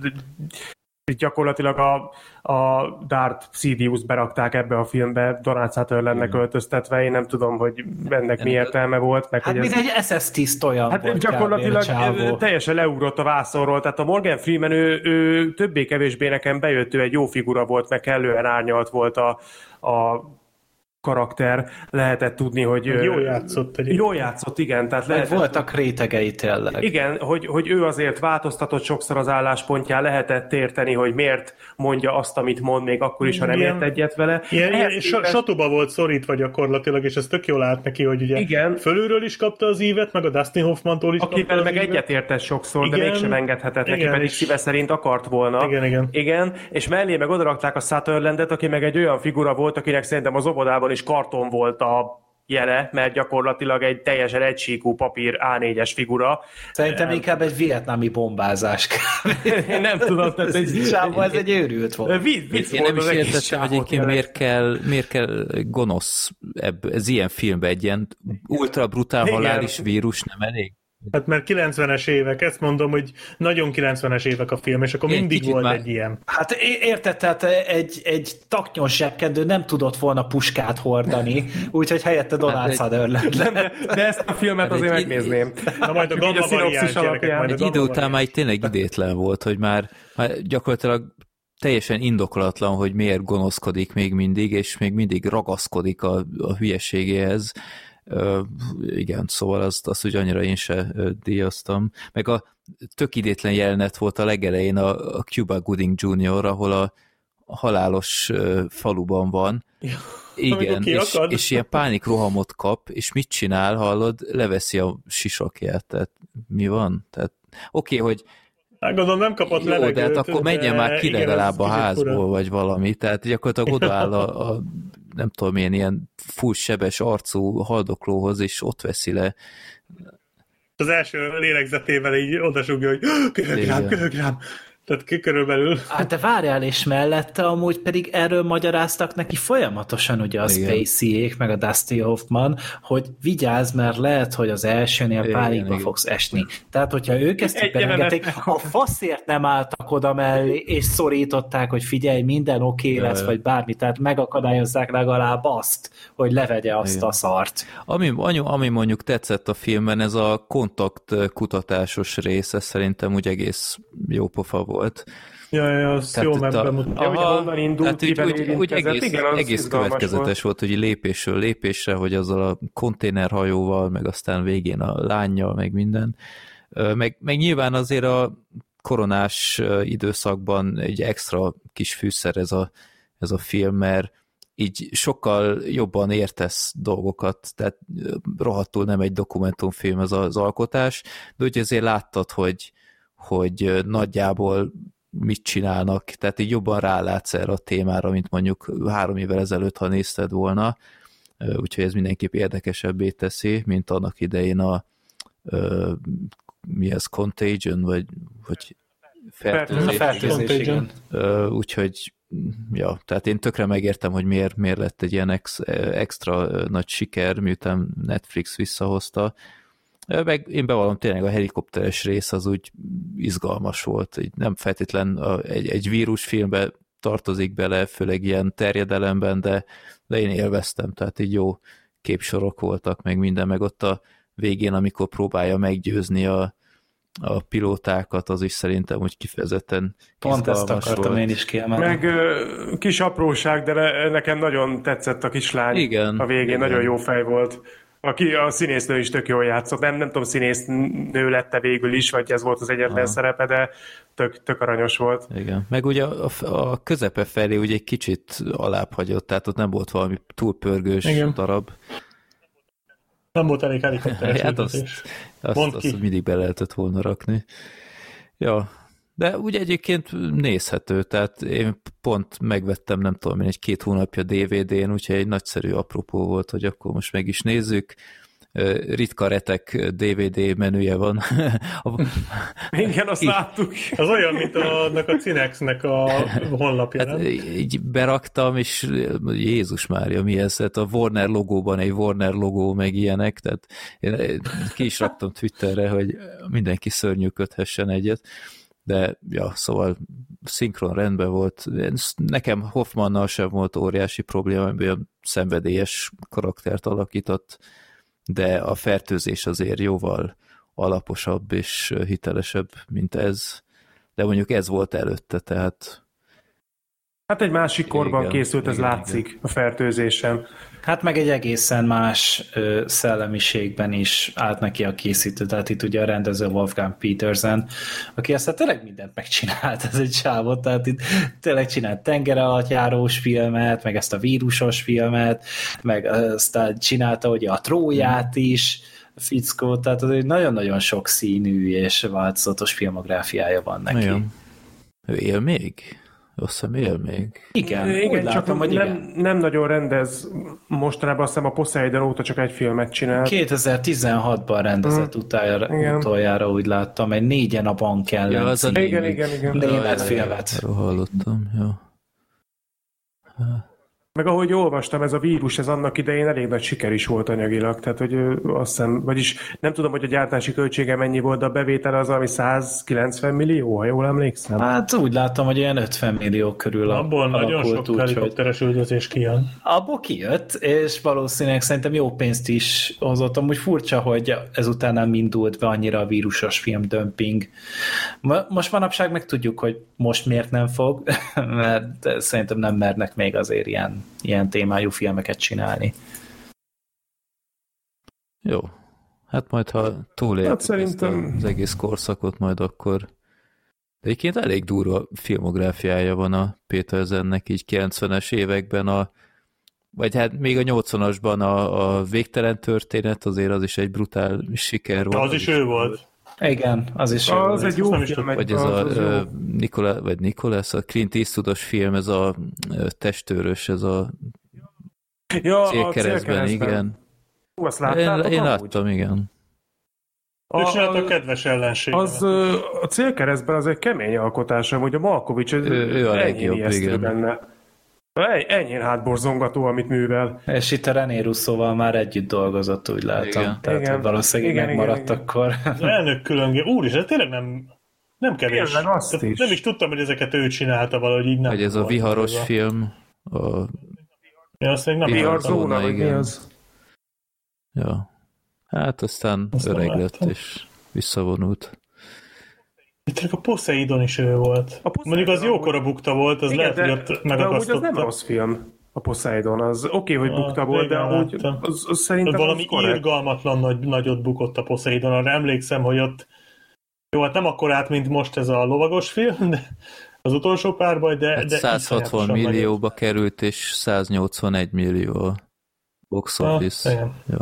gyakorlatilag a, a Darth Sidious berakták ebbe a filmbe, Donald Sutherlandnek öltöztetve, én nem tudom, hogy ennek mi értelme volt. Meg,
hát
hogy
mint
ez...
egy es es tiszt olyan
hát
volt
gyakorlatilag teljesen leugrott a vászonról, tehát a Morgan Freeman, ő, ő többé-kevésbé nekem bejött, ő egy jó figura volt, meg kellően árnyalt volt a, a karakter, lehetett tudni, hogy...
Jól játszott egyébként.
Jól játszott, igen. Tehát lehetett,
voltak rétegei tényleg.
Igen, hogy, hogy ő azért változtatott sokszor az álláspontján, lehetett érteni, hogy miért mondja azt, amit mond, még akkor is, ha nem ért egyet vele.
Ilyen, ilyen
képest...
satuba volt szorítva gyakorlatilag, és ez tök jól állt neki, hogy ugye
igen.
fölülről is kapta az ívet, meg a Dustin Hoffmantól is
akivel
kapta az
meg
ívet.
egyetértett sokszor,
igen.
de mégsem engedhetett neki,
igen,
pedig
és...
szíve szerint akart volna.
Igen, igen.
igen, és mellé meg odarakták a Sutherlandet, aki meg egy olyan figura volt, akinek szerintem az óvodában is karton volt a jele, mert gyakorlatilag egy teljesen egysíkú papír á négyes figura.
Szerintem um, inkább egy vietnámi bombázás.
Én nem tudom. Tehát egy,
Sávó, ez egy őrült volt.
Vicc, vicc
Én
volt
nem is értettem, hogy egyébként miért kell, miért kell gonosz ebb, ez ilyen filmben egy ilyen ultra brutál halális vírus nem elég?
Hát mert kilencvenes évek, ezt mondom, hogy nagyon kilencvenes évek a film, és akkor
Én
mindig volt
már...
egy ilyen.
Hát érted, tehát egy, egy taknyos zsebkendő nem tudott volna puskát hordani, úgyhogy helyette Donald Sutherland.
De, de ezt a filmet azért
egy,
megnézném.
Na majd a gamma variáns gyerekek, majd a
egy idő után már tényleg idétlen volt, hogy már, már gyakorlatilag teljesen indokolatlan, hogy miért gonoszkodik még mindig, és még mindig ragaszkodik a, a hülyeségéhez. Uh, igen, szóval azt, azt úgy annyira én se uh, díjaztam. Meg a tök idétlen jelenet volt a legelején a, a Cuba Gooding junior, ahol a, a halálos uh, faluban van. Ja, igen, és, és ilyen pánikrohamot kap, és mit csinál, hallod? Leveszi a sisakját, tehát mi van? Tehát oké, okay, hogy
hát gondolom nem kapott
jó,
levegőt.
de hát akkor menjen már ki legalább a házból,
fura.
vagy valami. Tehát gyakorlatilag odaáll a, a nem tudom milyen ilyen full sebes arcú haldoklóhoz, és ott veszi le.
Az első lélegzetével így odasugja, hogy köhög rám, köhög rám. Tehát körülbelül.
Hát de várjál, és mellette amúgy pedig erről magyaráztak neki folyamatosan ugye a Spacey-ék, meg a Dustin Hoffman, hogy vigyázz, mert lehet, hogy az elsőnél pánikba fogsz esni. Tehát, hogyha ők ezt így beengedték, a faszért nem álltak oda mellé, és szorították, hogy figyelj, minden oké okay lesz, vagy bármi, tehát megakadályozzák legalább azt, hogy levegye azt igen. a szart.
Ami, ami mondjuk tetszett a filmben, ez a kontakt kutatásos rész, ez szerintem úgy egész jó pofa volt. volt.
Ja, ja, az jó megbemutatja.
Hogy honnan indult,
hát úgy, úgy, úgy egész,
igen,
egész következetes volt. volt, hogy lépésről lépésre, hogy azzal a konténerhajóval, meg aztán végén a lánnyal, meg minden. Meg, meg nyilván azért a koronás időszakban egy extra kis fűszer ez a, ez a film, mert így sokkal jobban értesz dolgokat, tehát rohadtul nem egy dokumentumfilm az az alkotás, de úgy azért láttad, hogy hogy nagyjából mit csinálnak, tehát így jobban rálátsz erre a témára, mint mondjuk három évvel ezelőtt, ha nézted volna, úgyhogy ez mindenképp érdekesebbé teszi, mint annak idején a mi ez, Contagion, vagy, vagy fertőzés.
fertőzés igen.
Úgyhogy ja, tehát én tökre megértem, hogy miért, miért lett egy ilyen ex, extra nagy siker, miután Netflix visszahozta. Meg én bevallom, tényleg a helikopteres rész az úgy izgalmas volt, így nem feltétlen a, egy, egy vírusfilmbe tartozik bele, főleg ilyen terjedelemben, de, de én élveztem, tehát így jó képsorok voltak, meg minden, meg ott a végén, amikor próbálja meggyőzni a, a pilótákat, az is szerintem úgy kifejezetten
pont ezt akartam volt. Én is kiemelni.
Meg ö, kis apróság, de nekem nagyon tetszett a kislány.
Igen,
a végén,
igen.
Nagyon jó fej volt. Aki a színésznő is tök jól játszott. Nem, nem tudom, színésznő lette végül is, vagy ez volt az egyetlen Aha. szerepe, de tök, tök aranyos volt.
Igen. Meg ugye a, a közepe felé ugye egy kicsit alább hagyott, tehát ott nem volt valami túlpörgős Igen. darab.
Nem volt elég helikopteres.
Hát azt, azt, azt, azt mindig be lehetett volna rakni. Ja, de úgy egyébként nézhető, tehát én pont megvettem, nem tudom én, egy két hónapja dé vé dén, úgyhogy egy nagyszerű apropó volt, hogy akkor most meg is nézzük. ritka retek dé vé dé menüje van.
Igen, azt láttuk.
Az olyan, mint annak a Cinexnek a honlapja,
hát,
nem?
így beraktam, és Jézus Mária, mi ez? Hát a Warner logóban egy Warner logó, meg ilyenek, tehát én ki is raktam Twitterre, hogy mindenki szörnyűködhessen egyet, de ja, szóval szinkron rendben volt. Nekem Hoffmannal sem volt óriási probléma, hogy olyan szenvedélyes karaktert alakított, de a fertőzés azért jóval alaposabb és hitelesebb, mint ez. De mondjuk ez volt előtte, tehát...
Hát egy másik korban
igen,
készült, ez
igen,
látszik
igen.
a fertőzésen.
Hát meg egy egészen más ö, szellemiségben is állt neki a készítő, tehát itt ugye a rendező Wolfgang Petersen, aki aztán tényleg mindent megcsinált, ez egy sávot, tehát itt tényleg csinált tengeralattjárós filmet, meg ezt a vírusos filmet, meg aztán csinálta ugye a Tróját is, a fickót, tehát az egy nagyon-nagyon sok színű és változatos filmográfiája van neki.
Igen. Ő él még? Azt hiszem él még.
Igen,
Igen,
úgy
csak
látom, hogy
nem,
igen.
nem nagyon rendez. Mostanában azt hiszem a Poseidon óta csak egy filmet csinált.
kétezer-tizenhatban rendezett
Mm.
utoljára,
Igen.
utoljára, úgy láttam, egy Négyen a bank ellen
Ja, az a
című
Igen, igen, igen.
német filmet.
Erről hallottam, ja.
Meg ahogy olvastam, ez a vírus, ez annak idején elég nagy siker is volt anyagilag, tehát hogy ö, azt hiszem, vagyis nem tudom, hogy a gyártási költsége mennyi volt, de a bevétel az, ami százkilencven millió, ha jól emlékszem.
Hát úgy látom, hogy ilyen ötven millió körül
Abból nagyon
alakult,
sok
úgy, hogy
helikopteres üldözés kijön.
abból kijött, és valószínűleg szerintem jó pénzt is hozott. Amúgy furcsa, hogy ezután nem indult be annyira a vírusos filmdömping. Most manapság meg tudjuk, hogy most miért nem fog, mert szerintem nem mernek még azért ilyen, ilyen témájú filmeket csinálni.
Jó. Hát majd, ha túléltük
Hát szerintem-
ezt az egész korszakot, majd akkor... De egyébként elég durva filmográfiája van a Petersennek, így kilencvenes években a... Vagy hát még a nyolcvanasban a, a Végtelen történet, azért az is egy brutál siker volt.
Az is ő volt.
Igen, az is jó.
Az egy jó
nem is
film,
Vagy
egy-
ez
az,
a
az jó.
ö, Nikola, vagy Nikolász, a Clint Eastwoodos film, ez a ö, testőrös, ez a
Ja, a
célkeresztben, igen.
Hú, azt
Én,
láttátok
én
amúgy?
láttam, igen.
Ő
A-
csinálta a kedves ellenséget.
Az ö, a célkeresztben az egy kemény alkotás, amúgy a Malkovics
Ő- ő a
enyhén
legjobb,
ijesztő
igen.
benne. Eny- Enyhén hátborzongató, amit művel.
És itt a René Russóval már együtt dolgozott, úgy látom.
Igen.
Tehát
Igen.
valószínűleg
Igen,
megmaradt
igen, igen.
akkor.
Az elnök különge. Úr, és ez tényleg nem, nem kevés.
Tényleg, azt
Tehát
is.
Nem is tudtam, hogy ezeket ő csinálta valahogy így. Nem
Vagy ez a
volt
viharos
ez a-
film. A,
Én azt még nem
Vihar
láttam.
zóna,
Viharzóna, vagy mi
igen.
az?
ja. Hát aztán
Azt nem
öreg lett,
láttam.
és visszavonult.
Itt a Poseidon is ő volt.
A Poseidon
Mondjuk az
amúgy-
jókora bukta volt, az lehet, hogy ott
de amúgy az
megakasztotta.
nem rossz film. A Poseidon, az oké, okay, hogy
Ah,
bukta volt, de
igen,
amúgy
láttam.
az, az szerintem
Valami
az korrekt.
irgalmatlan nagy, nagyot bukott a Poseidon. Arra emlékszem, hogy ott jó, hát nem akkorát, mint most ez a lovagos film, de az utolsó párbaj, de,
Hát
de
száz hatvan
iszonyatosan nagyot.
millióba került, és száznyolcvanegy millió a box
Ah,
office.
igen.
Jó.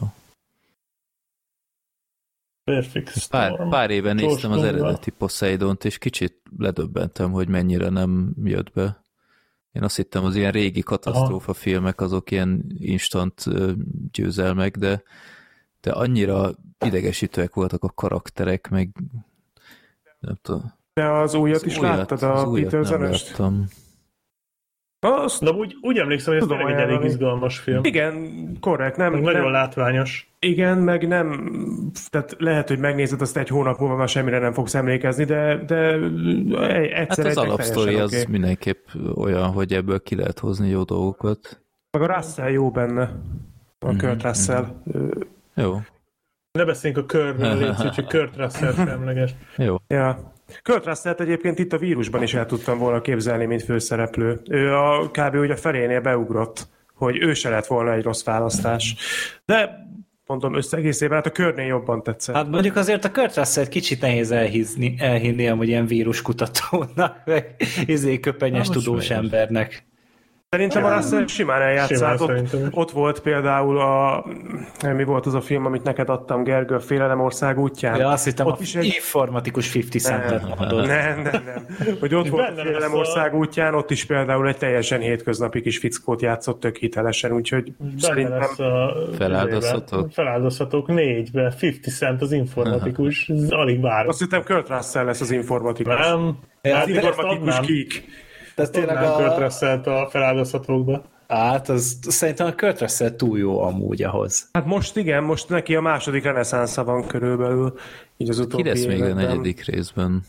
Perfect
Pár,
Storm.
pár éve
George
néztem az
Clooney-val.
eredeti Poseidont, és kicsit ledöbbentem, hogy mennyire nem jött be. Én azt hittem, az ilyen régi katasztrófa filmek, azok ilyen instant ö, győzelmek, de, de annyira idegesítőek voltak a karakterek, meg nem tudom.
De az újat
Az
is
újat-
láttad,
az
a
újat
Peter
nem
Zenöst?
láttam.
Azt,
De úgy, úgy emlékszem, hogy ez
Tudom
tényleg egy elég
ajánlani.
izgalmas film.
igen, korrekt, nem,
Meg nagyon
nem,
látványos.
igen, meg nem, tehát lehet, hogy megnézed, azt egy hónap múlva már semmire nem fogsz emlékezni, de, de egyszer
Hát az
egynek
alapsztori
teljesen
az
oké.
mindenképp olyan, hogy ebből ki lehet hozni jó dolgokat.
Meg a Russell jó benne, a
Mhm,
Kurt Russell. Ő-
Jó,
Ne beszéljünk a körről, légy szíves, hogy Kurt Russell semleges.
jó.
Ja. Kurt Russell-t egyébként itt a vírusban is el tudtam volna képzelni, mint főszereplő. Ő a kb. Úgy a felénél beugrott, hogy ő se lett volna egy rossz választás. De mondom, összegészében hát a körnél jobban tetszett.
Hát mondjuk azért a Kurt Russell kicsit nehéz elhízni, elhinni amúgy ilyen víruskutatónak, vagy izé köpenyes
Na, most
tudós
miért?
embernek.
Szerintem a Russell simán eljátszák.
Simán,
ott, ott volt például a... Mi volt az a film, amit neked adtam, Gergő, a Félelem ország útján?
Ja, azt hittem
ott
a
is egy...
informatikus ötven centet mondod.
Nem, nem, nem. Hogy ott volt a Félelem ország útján, ott is például egy teljesen hétköznapi kis fickót játszott tök hitelesen, úgyhogy
Benne
szerintem...
lesz a...
Feláldozhatók?
Feláldozhatók négybe. ötven cent az informatikus. Ez alig vár.
Azt hittem Kurt Russell lesz az informatikus.
Nem.
Ja,
Hát
Az
de ezt
informatikus
adnám.
geek.
Ez tényleg
Tudnám Kurt
a...
Russell-t a feláldozhatókba.
Hát, az, szerintem a Kurt Russell túl jó amúgy ahhoz.
Hát most igen, most neki a második reneszánsza van körülbelül, így az
Ki
utóbbi
lesz még a
években.
negyedik részben?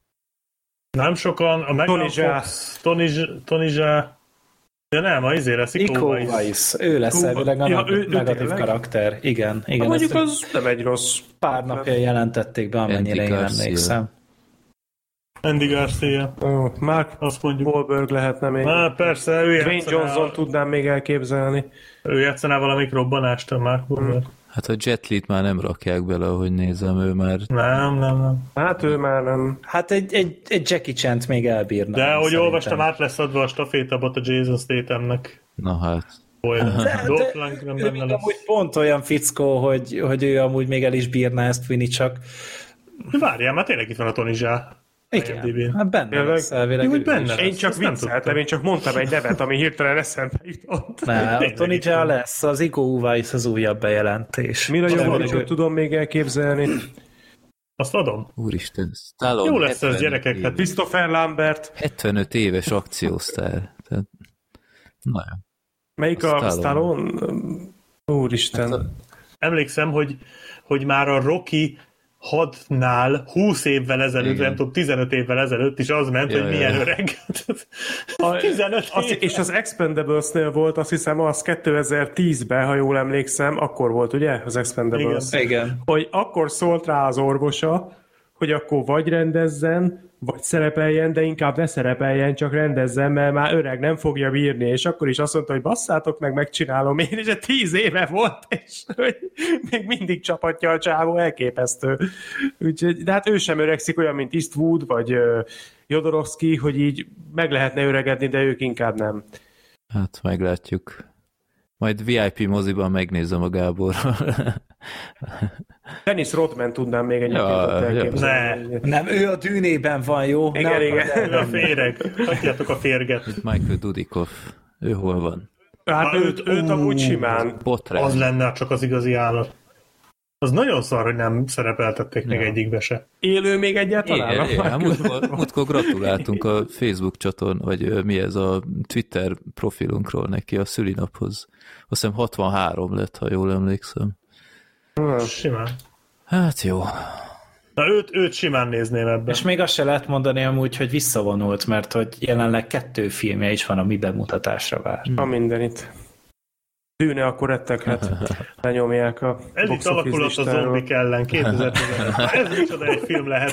Nem sokan, a Megan
Tony Jaa.
Fox, Tony, J- Tony Jaa, de nem, a izé lesz,
Iko
Iko Uwais.
Weiss, ő lesz
Iko-
elvileg a
Ja, ő- ő
negatív
tényleg?
karakter. Igen, igen.
Ha mondjuk
ezt
az nem egy rossz.
pár napja jelentették be, amennyire
Andy
én
Garcia.
emlékszem.
Andy Garcia,
Ó, Mark
azt mondjuk.
Wahlberg lehetne még.
Na, persze, ő
Dwayne
játszaná,
Johnson tudnám még elképzelni.
ő játszaná valamik robbanást, a Mark Wahlberg.
Hát a Jet Li-t már nem rakják bele, ahogy nézem, ő már...
Nem, nem, nem.
Hát ő már nem.
Hát egy, egy, egy Jackie Chan-t még elbírna.
De ahogy
szerintem.
olvastam, át lesz adva a stafétabot a Jason Stathamnek.
Na hát.
Olyan.
De,
Dolph
de
Lundgren
ő
benne
még
lesz.
amúgy pont olyan fickó, hogy, hogy ő amúgy még el is bírná ezt vinni, csak
De várjál, már tényleg itt van a Tony Jaa. I M D B-n.
igen, hát benne
Tényleg?
lesz elvileg.
Jó, hogy
ő
benne
is.
lesz.
Én csak
Ezt nem
vicceltem,
tudtam.
én csak mondtam egy nevet, ami hirtelen eszembe jutott.
Ne, a
Tényleg
Tony
itt
Jaa
van.
lesz, az Iko Uwais az újabb bejelentés.
Mira
Azt
Jovovicsot
mondom,
tudom még elképzelni.
Azt adom.
Úristen, Stallone
Jó lesz ez,
hetvenöt
gyerekek,
éves.
hát
Christopher Lambert.
hetvenöt éves akciósztár. Tehát... Na jó.
Melyik
A
a
Stallone.
Stallone? Úristen.
emlékszem, hogy, hogy már a Rocky hadnál húsz évvel ezelőtt,
Igen.
nem tudom, tizenöt évvel ezelőtt is az ment,
Ja,
hogy
ja.
milyen öreg. tizenöt
Az,
év.
és az Expendables-nél volt, azt hiszem, az kétezer-tízben, ha jól emlékszem, akkor volt, ugye, az Expendables?
Igen.
Igen.
Hogy akkor szólt rá az orvosa, hogy akkor vagy rendezzen, vagy szerepeljen, de inkább ne szerepeljen, csak rendezzen, mert már öreg nem fogja bírni, és akkor is azt mondta, hogy basszátok meg, megcsinálom én, és tíz éve volt, és hogy még mindig csapatja a csávó, elképesztő. Úgyhogy, de hát ő sem öregszik olyan, mint Eastwood, vagy uh, Jodorowsky, hogy így meg lehetne öregedni, de ők inkább nem.
Hát meglátjuk. Majd vé i pé moziban megnézem a Gáborral.
Dennis Rodman tudnám még egyébként
Ja,
ott elképzelni.
Nem, ő a dűnében van, jó?
Igen,
Nem
igen.
akar
Ő a féreg. Hagyjátok a férget.
Michael Dudikoff. Ő hol van?
Hát
Na,
őt,
őt-
őt amúgy
ú.
simán.
Botrány.
Az lenne csak az igazi állat. Az nagyon szar, hogy nem szerepeltették még
Ja.
egyikbe se.
Élő még egyáltalán?
Igen, igen. Hát múltkor, múltkor gratuláltunk a Facebook csatorn, vagy ö, mi ez a Twitter profilunkról neki a szülinaphoz. Azt hiszem hatvanhárom lett, ha jól emlékszem.
Simán.
Hát jó.
Na őt, őt simán nézném ebben.
És még azt se lehet mondani amúgy, hogy visszavonult, mert hogy jelenleg kettő filmje is van, ami bemutatásra vár.
A mindenit. Dűne akkor retteghet. Lenyomják a
Ez itt
box office
alakulat a
listáról.
zombik ellen, kétezer-tizenöt. Ez micsoda egy film lehet.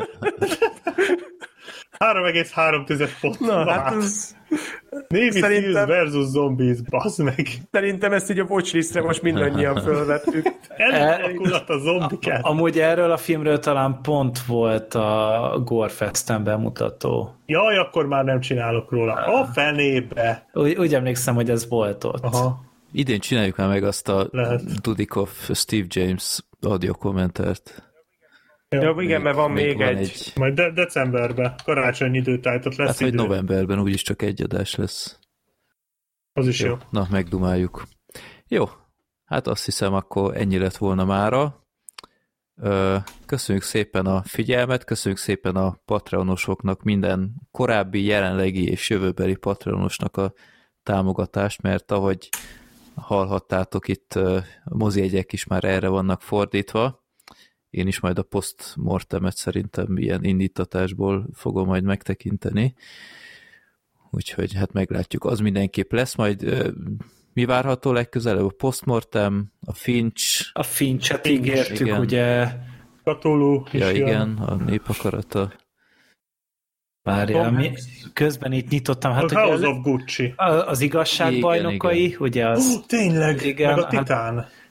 három egész három pont.
Na, hát ez,
Navy
szerintem-
Seals versus Zombies, bazd meg.
szerintem ezt így a watchlistre most mindannyian fölvettük.
Ez
E-
alakulat a zombik ellen.
Amúgy erről a filmről talán pont volt a Gorefesten bemutató.
Jaj, akkor már nem csinálok róla. A fenébe.
Úgy, úgy emlékszem, hogy ez volt ott.
Aha.
Idén csináljuk már meg azt a
Lehet.
Dudikoff Steve James audio kommentert.
Ja, igen, mert van még,
van
egy.
egy.
Majd de- decemberben, karácsonyi időtájtot lesz
Hát vagy
idő.
novemberben úgyis csak egy adás lesz.
Az is jó.
Na, megdumáljuk. Jó, hát azt hiszem, akkor ennyi lett volna mára. Ö, Köszönjük szépen a figyelmet, köszönjük szépen a Patreonosoknak, minden korábbi, jelenlegi és jövőbeli Patreonosnak a támogatást, mert ahogy hallhattátok, itt ö, a mozijegyek is már erre vannak fordítva. Én is majd a postmortemet szerintem ilyen indítatásból fogom majd megtekinteni. Úgyhogy hát meglátjuk, az mindenképp lesz. Majd ö, mi várható legközelebb? A postmortem, a Finch,
A Finch-et ígértük,
igen.
ugye,
Cthulhu is
ja
jön.
igen, a népakarata.
várjál, mi, közben itt nyitottam, hát
A
ugye
House
az,
of Gucci.
az igazságbajnokai,
Igen,
ugye az...
Ó, tényleg,
Igen,
meg a
hát-
Titán.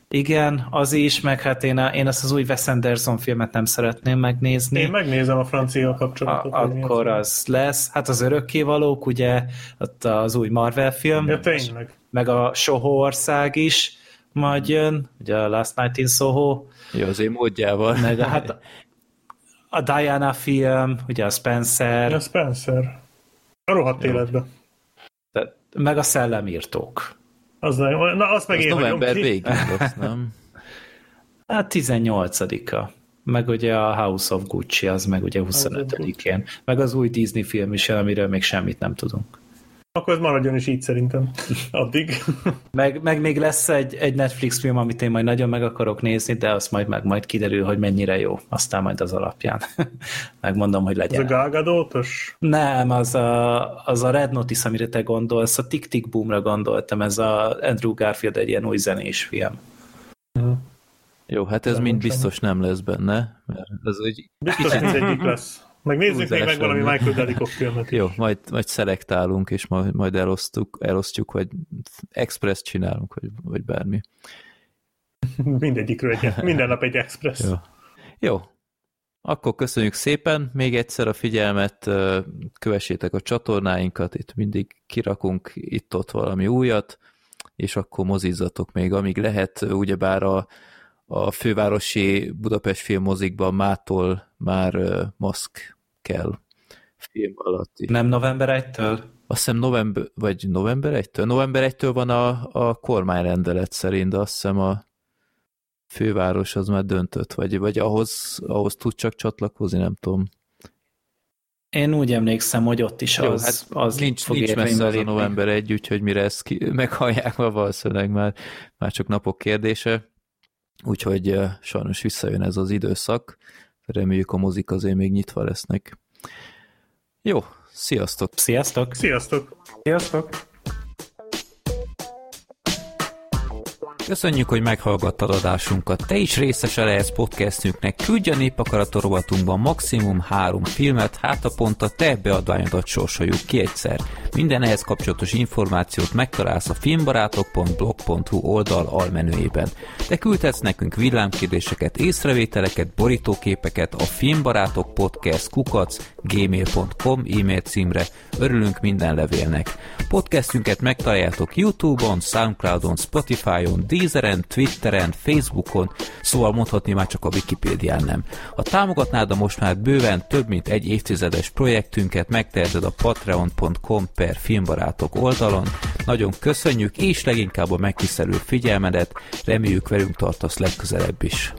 Igen, az is, meg hát én, a, én azt az új Wes Anderson filmet nem szeretném megnézni.
Én megnézem a francia kapcsolatot.
A, akkor az lesz. Hát az Örökkévalók, ugye, ott az új Marvel film.
Ja, tényleg.
Meg a Soho ország is majd jön, ugye a Last Night in Soho.
Jó, az én módjával.
Meg a, hát a Diana film, ugye a Spencer.
A Spencer. A rohadt Jó. életbe.
De, meg a Szellemírtók.
Az nagyon, na azt meg
az
én
november végén lesz, nem?
Hát tizennyolcadika. Meg ugye a House of Gucci, az meg ugye huszonötödikén. Meg az új Disney film is, amiről még semmit nem tudunk.
Akkor ez maradjon is így szerintem. Addig.
meg, meg még lesz egy, egy Netflix film, amit én majd nagyon meg akarok nézni, de azt majd meg majd kiderül, hogy mennyire jó. Aztán majd az alapján. Megmondom, hogy legyen.
Az a Gal Gadot-os?
Nem, az a, az a Red Notice, amire te gondolsz, a Tick Tick Boomra gondoltam, ez a Andrew Garfield egy ilyen új zenés film.
Uh-huh.
Jó, hát ez mind biztos nem lesz benne, mert ez úgy...
Biztos egyik lesz. Meg nézzük még meg valami Michael Dudikoff filmet.
Jó, majd, majd szelektálunk, és majd, majd elosztuk, elosztjuk, vagy express csinálunk, vagy, vagy bármi.
Mindegyikről egy, minden nap egy express.
Jó. Jó. Akkor köszönjük szépen még egyszer a figyelmet, kövessétek a csatornáinkat, itt mindig kirakunk itt-ott valami újat, és akkor mozizzatok még, amíg lehet, ugyebár a a fővárosi Budapest filmmozikban mától már uh, maszk kell film alatt.
Nem november elsejétől?
Azt hiszem november, vagy november elsejétől? november elsejétől van a, a kormányrendelet szerint, de azt hiszem a főváros az már döntött, vagy, vagy ahhoz, ahhoz tud csak csatlakozni, nem tudom.
Én úgy emlékszem, hogy ott is
Jó,
az,
hát
az
nincs, nincs messze az a november elseje, úgyhogy mire ezt ki, meghallják, valószínűleg már, már csak napok kérdése. Úgyhogy uh, sajnos visszajön ez az időszak. Reméljük a mozik azért még nyitva lesznek. Jó, sziasztok!
Sziasztok!
Sziasztok!
Sziasztok!
Köszönjük, hogy meghallgattad adásunkat. Te is részese lehetsz podcastünknek. Küldj a Népakarator rovatunkban maximum három filmet, hát a pont a te beadványodat sorsoljuk ki egyszer. Minden ehhez kapcsolatos információt megtalálsz a filmbarátok pont blog pont hu oldal almenüjében. De küldhetsz nekünk villámkérdéseket, észrevételeket, borítóképeket a filmbarátok podcast kukac gmail pont com e-mail címre. Örülünk minden levélnek. Podcastünket megtaláljátok YouTube-on, Soundcloud-on, Spotify-on, Deezeren, Twitteren, Facebookon, szóval mondhatni már csak a Wikipédián nem. Ha támogatnád a most már bőven több mint egy évtizedes projektünket, megteheted a patreon pont com per filmbarátok oldalon. Nagyon köszönjük, és leginkább a megtisztelő figyelmedet, reméljük velünk tartasz legközelebb is.